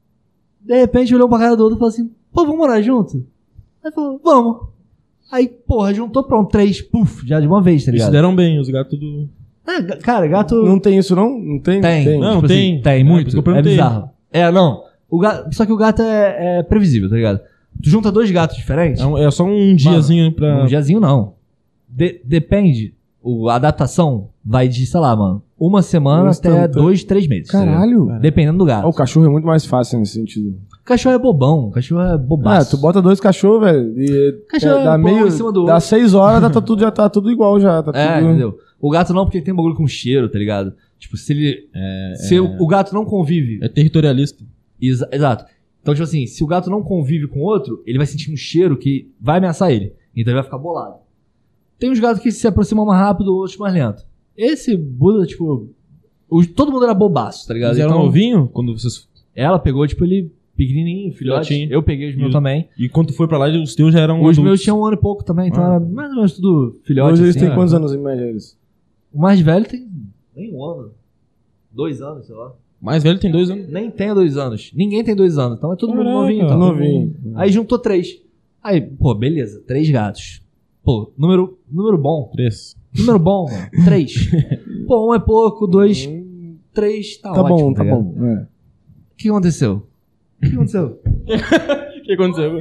De repente olhou pra cara do outro e falou assim, pô, vamos morar junto? Aí falou, vamos. Aí, porra, juntou pronto, três, puf, já de uma vez, tá Eles se ligado? deram bem, os gatos do. É, ga- cara, gato... Não tem isso, não? Não tem? Tem. Não, Tipo tem. assim, tem, É, por muito. isso que eu É perguntei. bizarro. É, não. O gato, só que o gato é, é previsível, tá ligado? Tu junta dois gatos diferentes. É, um- é só um diazinho pra. Um diazinho não. De- depende. O, a adaptação vai de, sei lá, mano, uma semana Um até instantâneo. dois, três meses. tá ligado? Caralho. Dependendo do gato. Ah, o cachorro é muito mais fácil nesse sentido. Cachorro é bobão. Cachorro é Ah, bobaço. tu bota dois cachorros, velho, e Cachorro é, dá é bom meio, em cima do dá outro. seis horas, tá, tudo, já tá tudo igual já, tá É, tudo... entendeu? O gato não, porque tem bagulho com cheiro, tá ligado? Tipo, se ele... se O, o gato não convive... É territorialista. Exa- exato. Então, tipo assim, se o gato não convive com outro, ele vai sentir um cheiro que vai ameaçar ele. Então ele vai ficar bolado. Tem uns gatos que se aproximam mais rápido, outros mais lento. Esse Buda, tipo... o- todo mundo era bobaço, tá ligado? Eles eram Então, novinho quando vocês. ela pegou, tipo, ele pequenininho, filhote. Filhotinho. Eu peguei os meus E- também. E quando tu foi pra lá, os teus já eram. Os adultos. meus tinham um ano e pouco também, então Ah. era mais ou menos tudo filhote. Hoje eles assim, têm né? quantos anos em média, eles? O mais velho tem nem um ano. Dois anos, sei lá. Mais velho tem dois anos. Nem tem dois anos. Ninguém tem dois anos. Então é todo mundo Caraca, novinho. Então. novinho. Aí juntou três. Aí, pô, beleza. Três gatos. Pô, número, número bom. Três. Número bom, mano. Três. Pô, um é pouco, dois, três, tá, Tá ótimo. bom, tá ligado? bom. É. O que aconteceu? O que aconteceu? O que aconteceu?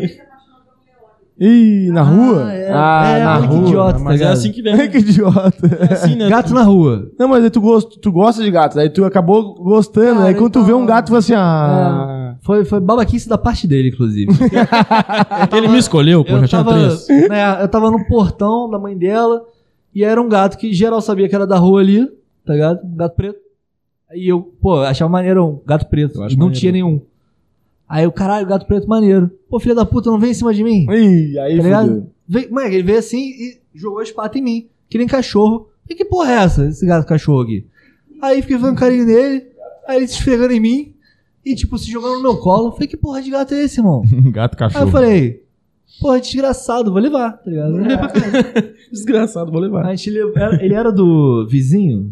Ih, na rua? é. Ah, É, na olha que rua. idiota. Mas é ligado? assim que vem. que idiota. É assim, né? Gato na rua. Não, mas aí tu, gost, tu gosta de gato, aí tu acabou gostando, Cara, aí quando tu vê um então- gato, tu fala assim, ah... Foi, foi babaquice da parte dele, inclusive. Ele me escolheu, pô, eu, já tinha tava, três. né, eu tava no portão da mãe dela e era um gato que geral sabia que era da rua ali, tá ligado? Um gato preto. Aí eu, pô, achava maneiro um gato preto. Eu acho Não maneiro. tinha nenhum. Aí eu, caralho, gato preto maneiro. Pô, filha da puta, não vem em cima de mim. Ih, aí Tá ligado? fudeu. Veio, mano, ele veio assim e jogou as patas em mim. Que nem cachorro. E que porra é essa, esse gato cachorro aqui? Aí fiquei fazendo carinho nele, aí ele se esfregando em mim e, tipo, se jogando no meu colo. Falei, que porra de gato é esse, irmão? Gato Aí cachorro. eu falei, porra, desgraçado, vou levar, tá ligado? Vou levar pra casa. Desgraçado, vou levar. A gente levou, era- ele era do vizinho?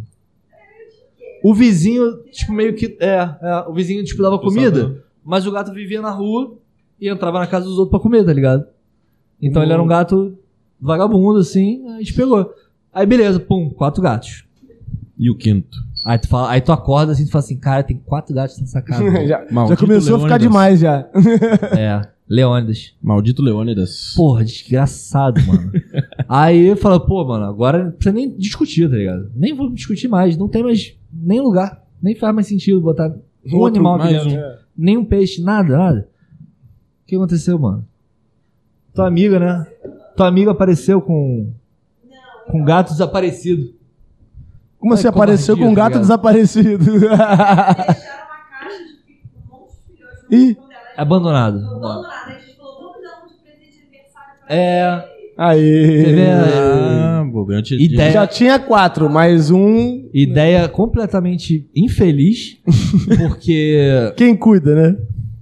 O vizinho, tipo, meio que. É, é, o vizinho, tipo, dava comida, mas o gato vivia na rua e entrava na casa dos outros pra comer, tá ligado? Então ele era um gato vagabundo, assim, a gente pegou. Aí beleza, pum, quatro gatos. E o quinto? Aí tu, fala, aí tu acorda assim e fala assim, cara, tem quatro gatos nessa casa. velho. já, já Maldito começou a ficar Leônidas. demais, já. É, Leônidas. Maldito Leônidas. Porra, desgraçado, mano. Aí eu falo, pô, mano, agora não precisa nem discutir, tá ligado? Nem vou discutir mais, não tem mais nem lugar. Nem faz mais sentido botar um Outro, animal aqui mais dentro. um. Nem um peixe, nada, nada. O que aconteceu, mano? Tua amiga, né? Tua amiga apareceu com com um gato desaparecido. Como Ai, você apareceu com um covardia, gato tá ligado? desaparecido? Deixaram uma caixa de um monte de filhotes no Ih. balcão dela. Abandonado. Abandonada. A gente falou, vamos dar um de presente de aniversário pra É. ele. Aí. Você vê, Ah, pô, ganhou de- Ideia. Já tinha quatro, mais um. Ideia completamente infeliz, porque Quem cuida, né?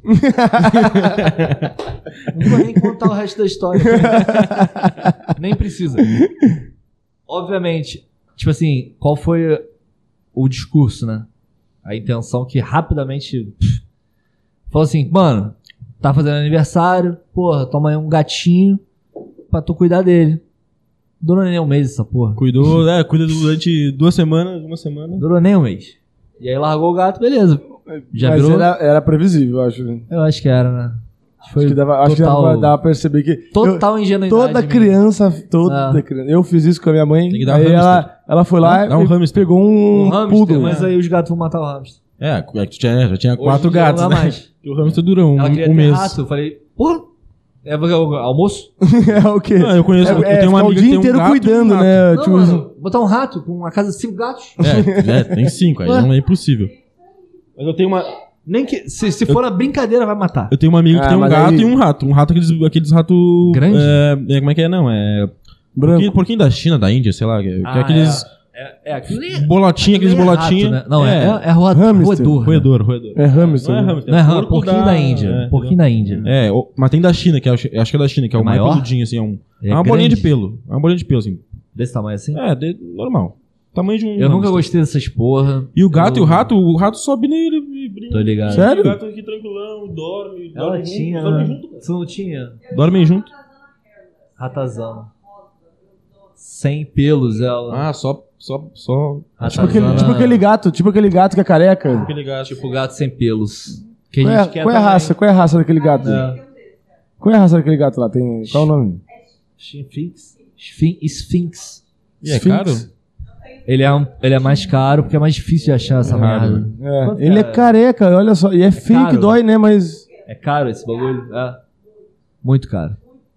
não vou nem contar o resto da história. Nem precisa. Obviamente, tipo assim, qual foi o discurso, né? A intenção que rapidamente pff, falou assim, mano, tá fazendo aniversário, porra, toma aí um gatinho pra tu cuidar dele. Durou nem um mês essa porra. Cuidou, é, cuida durante duas semanas, uma semana. Durou nem um mês. E aí largou o gato, beleza. Já Mas virou? era, era previsível, eu acho. Acho Eu acho que era, né? Foi que dava, acho que total, dava, dava pra perceber que. total eu- ingenuidade. toda minha. criança, toda Ah. criança. Eu fiz isso com a minha mãe. Tem que dar um aí hamster. ela, ela foi lá Dá um e hamster. pegou um, Um hamster, poodle. mas aí os gatos vão matar o hamster. É, é que tu tinha, já tinha Hoje quatro em dia gatos, não dá né? mais. E o hamster dura um, Ela queria um ter mês. rato. Eu falei, porra, é porque eu- almoço? É o quê? Ah, eu conheço, É, eu é, tenho uma ficar o amiga dia que tem um inteiro gato e um cuidando, rato. né? Não, Tipo, mano, botar um rato com uma casa de cinco gatos? É, é, tem cinco, aí Ué? não é impossível. Mas eu tenho uma, Nem que, se, se for na brincadeira, vai matar. eu tenho uma amiga que Ah, tem um mas gato aí- e um rato. Um rato, aqueles, aqueles ratos... Grande? É, é, como é que é? Não, é... branco. Porquinho, porquinho da China, da Índia, sei lá. Que, que Ah, é aqueles É, é aquilo nem bolotinha, aqueles nem é bolotinha. rato, né? Não, é, é, é roa- Hamster. roedor. né? Roedor, roedor. É hamster. Não é né? hamster, Não é porco rã, porquinho da, Índia. é, porquinho da Índia. É, o- mas tem da China, que é, o- acho que é da China, que é, É o mais maior? peludinho, assim. É, um, É é uma bolinha grande? de pelo. É uma bolinha de pelo, assim. Desse tamanho assim? É, de- normal. Tamanho de um Eu nunca hamster. gostei dessas porra. E o gato Eu- e o rato, o rato sobe nele e brinca. Tô ligado. Sério? O gato aqui tranquilão, dorme, Ela dorme tinha, junto, dorme né? junto, cara. Você não tinha? Dormem junto. Ratazana. Sem pelos, ela. Ah, só, só, só... Tipo aquele, Ratazana- tipo aquele gato, tipo aquele gato que é careca. Aquele gato, Tipo gato sem pelos. Que a Qual é, gente quer qual é a também. raça? Qual é a raça daquele gato? É. Qual é a raça daquele gato lá? Tem, qual é o nome? Sphinx. Sphin- Sphinx. E é Sphinx? caro? Ele é, um, ele é mais caro porque é mais difícil de achar essa Raro. merda. É, Quanto ele é é? careca, olha só. E é feio caro. que dói, né? Mas. É caro esse bagulho? É. Muito caro.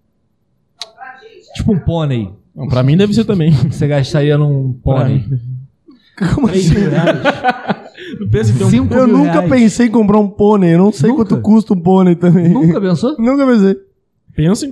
Tipo um pônei. Não, pra mim deve ser também. Você gastaria num pônei. Como três assim? mil reais. Não pensa que tem um... cinco Eu mil nunca reais. pensei em comprar um pônei. Eu não sei Nunca? quanto custa um pônei também. Nunca pensou? Nunca pensei. Pensa em...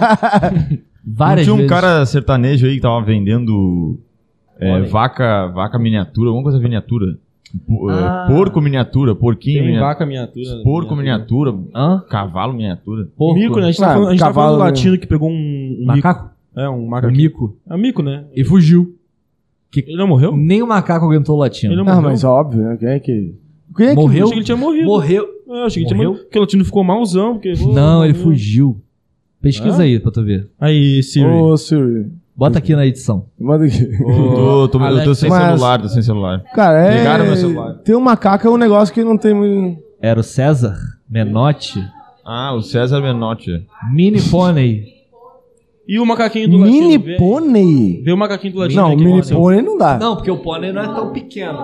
Várias Não tinha um vezes. cara sertanejo aí que tava vendendo é, Pônei. vaca, vaca miniatura, alguma coisa miniatura. Po- é, Ah. porco miniatura, porquinho Tem miniatura, vaca miniatura. porco miniatura, Hã? cavalo miniatura. Porco. Mico, né? A gente, Ah, tá falando, a gente tá cavalo, falando do né? latino que pegou um, um mico. Macaco? É, um Um macaco. mico. É um mico, né? E fugiu. Ele não morreu? Nem o macaco aguentou o latino. Ele não Ah, morreu? mas óbvio, né? Quem é que. Quem é que. Eu Morreu? achei que ele tinha morrido. Morreu. É, eu achei que ele tinha Morreu? morrido. Porque o latino ficou malzão. Porque, Não, ele fugiu. Pesquisa Ah? aí pra tu ver. Aí, Siri. Ô, Siri. Bota aqui na edição. Manda aqui. Eu tô, tô, eu tô sem Mas- celular, tô sem celular. Cara, é. Pegaram meu celular. Ter um macaco é um negócio que não tem muito. Era o César Menotti, Ah, o César Menotti. Mini Pônei. E o macaquinho do Mini latino? Vê- pônei? Vê o macaquinho do latino Não, aí que mini aconteceu. pônei não dá. Não, porque o pônei não é tão pequeno.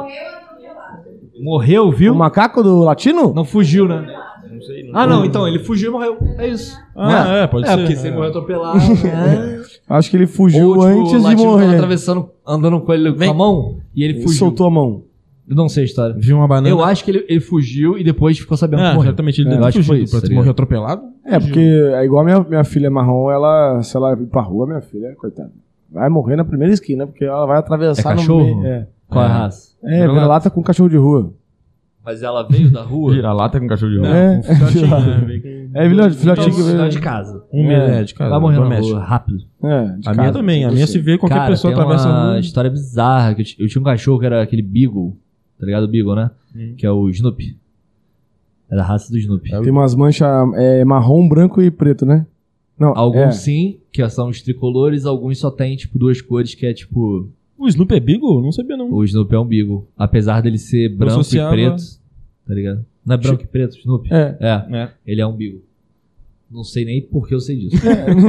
Morreu, viu? O macaco do latino? Não fugiu, né? Não sei, não Ah, não, então ele fugiu e morreu. É isso. Ah, é, pode É, ser. porque se ele morreu atropelado, né? Acho que ele fugiu Ou, tipo, antes o de latino tava morrer. atravessando, andando com ele Vem. com a mão e ele Ele fugiu. soltou a mão. Eu não sei a história. Viu uma banana. Eu acho que ele, ele fugiu e depois ficou sabendo que Ah, morreu. exatamente. Ele É, deve eu acho que fugir foi isso, pra tá morrer ligado? atropelado. É, porque é igual a minha, minha filha marrom, ela, se ela ir pra rua, minha filha, coitada, vai morrer na primeira esquina, porque ela vai atravessar É no cachorro? meio. É, Qual a raça? é vira-lata com cachorro de rua. Mas ela veio da rua? Vira-lata com cachorro de rua. É, Um filhotinho, né? Vem com- É, filhote, filhotinho que Então, veio. de casa. Um É. milhão de casa. Vai morrer na doméstico. rua, rápido. É, de A casa, minha também. A minha se vê qualquer Cara, pessoa tem atravessa a uma rua. história bizarra. Que eu, ti- eu tinha um cachorro que era aquele Beagle. Tá ligado? O Beagle, né? Hum. Que é o Snoopy. É da raça do Snoopy. Tem umas manchas é, marrom, branco e preto, né? Não, Alguns é. sim, que são os tricolores. Alguns só tem, tipo, duas cores, que é tipo... O Snoopy é Beagle? Não sabia, não. O Snoopy é um Beagle. Apesar dele ser branco associava- e preto. Tá ligado? Não é branco e preto, o Snoopy? É. É. É. Ele é um Beagle. Não sei nem por que eu sei disso.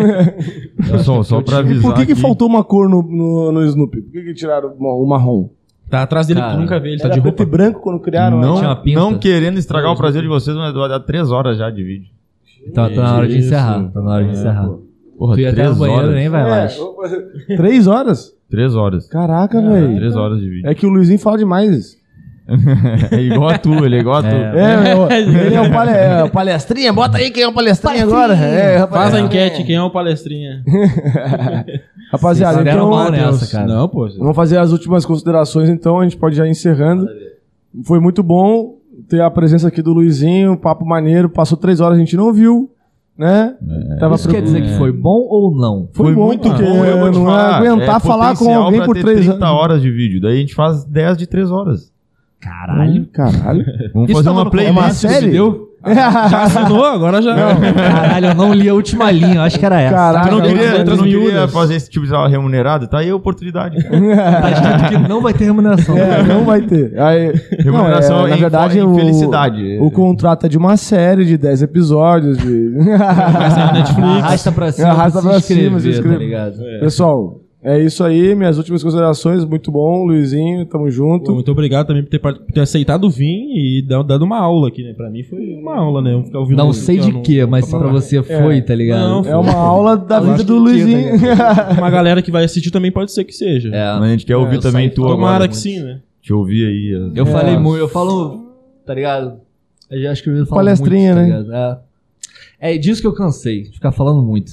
Só, só pra E avisar. por que, que aqui. faltou uma cor no, no, no Snoopy? Por que, que tiraram o o marrom? Tá atrás dele, Cara, tu nunca vê. Ele tá Era de preto roupa. e branco quando criaram? Não, né? Tinha uma pinta. não querendo estragar o prazer de vocês, mas vai dar três horas já de vídeo. Então tá na hora de Isso. encerrar. Tá na hora de encerrar. Porra, Tu ia até três no banheiro horas. nem vai mais. É, três horas? Três horas. Caraca, velho. Três horas de vídeo. É que o Luizinho fala demais. É igual a tu, ele é igual a tu. É, é, o- ele é o, pale, é o palestrinha. Bota aí quem é o palestrinha agora. É, rapaz. Faz a enquete, quem é o palestrinha? Rapaziada, Vocês deram então mal nessa, cara. Não, pô. vamos fazer as últimas considerações, então a gente pode já ir encerrando. Foi muito bom ter a presença aqui do Luizinho, papo maneiro. Passou três horas, a gente não viu, né? Tava Isso quer dizer que foi bom ou não? Foi, bom, muito porque bom, eu vou te não é falar. aguentar É falar com potencial alguém pra por ter três trinta anos. horas de vídeo. Daí a gente faz dez de três horas. Caralho. Caralho. Vamos Isso fazer tava uma no playlist. É uma começo, série? deu? Já assinou, agora já. Caralho, eu não li a última linha. Eu acho que era essa. Caraca, Tu não Cara, queria, tu letras não queria miúdas. fazer esse tipo de trabalho remunerado? Tá aí a oportunidade, cara. Tá escrito que não vai ter remuneração. É, não vai ter. Aí, Remuneração não, é, na em verdade, fo- em o, felicidade. o contrato é de uma série de dez episódios. De... Vai sair na Netflix. Arrasta pra cima, Arrasta pra pra se cima, se inscrever, inscreve. tá ligado? Pessoal, é isso aí. Minhas últimas considerações. Muito bom, Luizinho. Tamo Pô, junto. muito obrigado também por ter, part- por ter aceitado vir e dar- dado uma aula aqui, né? Pra mim foi uma aula, né? Eu ficar ouvindo Não música sei de no- que, mas pra pra falar. você foi, tá ligado? Não, É uma aula da Eu vida acho do que Luizinho. Uma galera que vai assistir também pode ser que seja. É. Mas a gente quer ouvir eu também saí tu Tomara agora. que sim, né? Te ouvir aí. Eu É. falei muito, eu falo, tá ligado? Eu já acho que eu ia falar Palestrinha, muito, né? tá ligado? É. É disso que eu cansei, de ficar falando muito.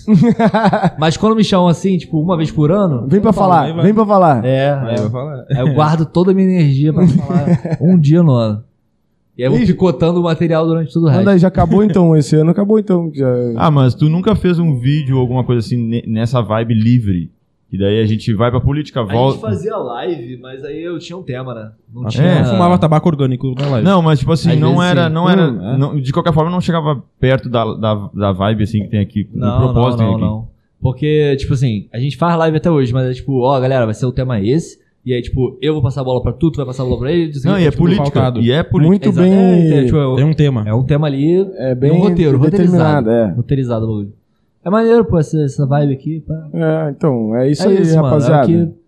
Mas quando me chamam assim, tipo, uma vez por ano... Vem pra eu falo, falar, aí vai. vem pra falar. É, Aí é. vai falar. Aí eu guardo toda a minha energia pra falar um dia no ano. E aí eu vou Ih. picotando o material durante todo o resto. Manda aí, já acabou então esse ano? Acabou então. Já... Ah, mas tu nunca fez um vídeo ou alguma coisa assim ne- nessa vibe livre? E daí a gente vai pra política, A gente volta. fazia live, mas aí eu tinha um tema, né? Não Acho tinha... que eu fumava tabaco orgânico na live. Não, mas tipo assim, Às não vezes era, sim. não era, Hum, é. não- de qualquer forma não chegava perto da, da, da vibe assim que tem aqui, com Não, o propósito não, não, que tem aqui. não. Porque, tipo assim, a gente faz live até hoje, mas é tipo, ó, galera, vai ser o tema esse. E aí, tipo, eu vou passar a bola pra tu, tu vai passar a bola pra ele. Não, e é tipo, política. pautado. E é política. Muito Exatamente, bem. é, tipo, Tem um tema. é um tema ali, É bem um roteiro, determinado. roteirizado. É. Roteirizado o bagulho. É maneiro, pô, essa, essa vibe aqui. Pá. É, então, é isso É aí, isso, mano, rapaziada. é o que-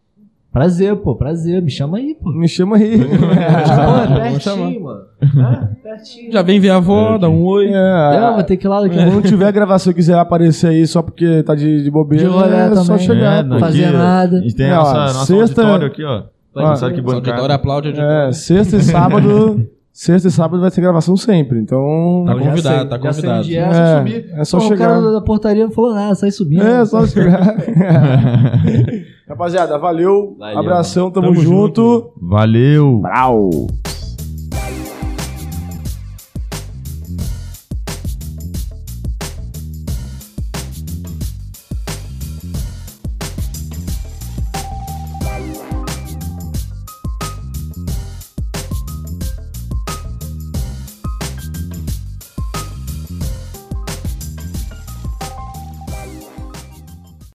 Prazer, pô, prazer. Me chama aí, pô. Me chama aí. Pô, é Vamos chamar. pertinho, mano. É, pertinho. Já vem ver a avó, dá um oi. É, É, vou ter que ir lá daqui a quando tiver gravação e quiser aparecer aí só porque tá de, de bobeira, De rolê é só também. chegar. É, pô. não, fazer aqui, nada. A gente tem É, a ó, nossa, nosso sexta- auditório aqui, ó. Ó, Pensar que Só que bancada. agora aplaude. É, sexta e sábado. Sexta e sábado vai ter gravação sempre. Então. Tá Já convidado, sei, tá já sei convidado. onde é, É, só subir. é só Pô, chegar. O cara da portaria não falou nada, sai subindo. É, só chegar. Rapaziada, valeu. Valeu, Abração, tamo, Tamo junto. Valeu! Brau.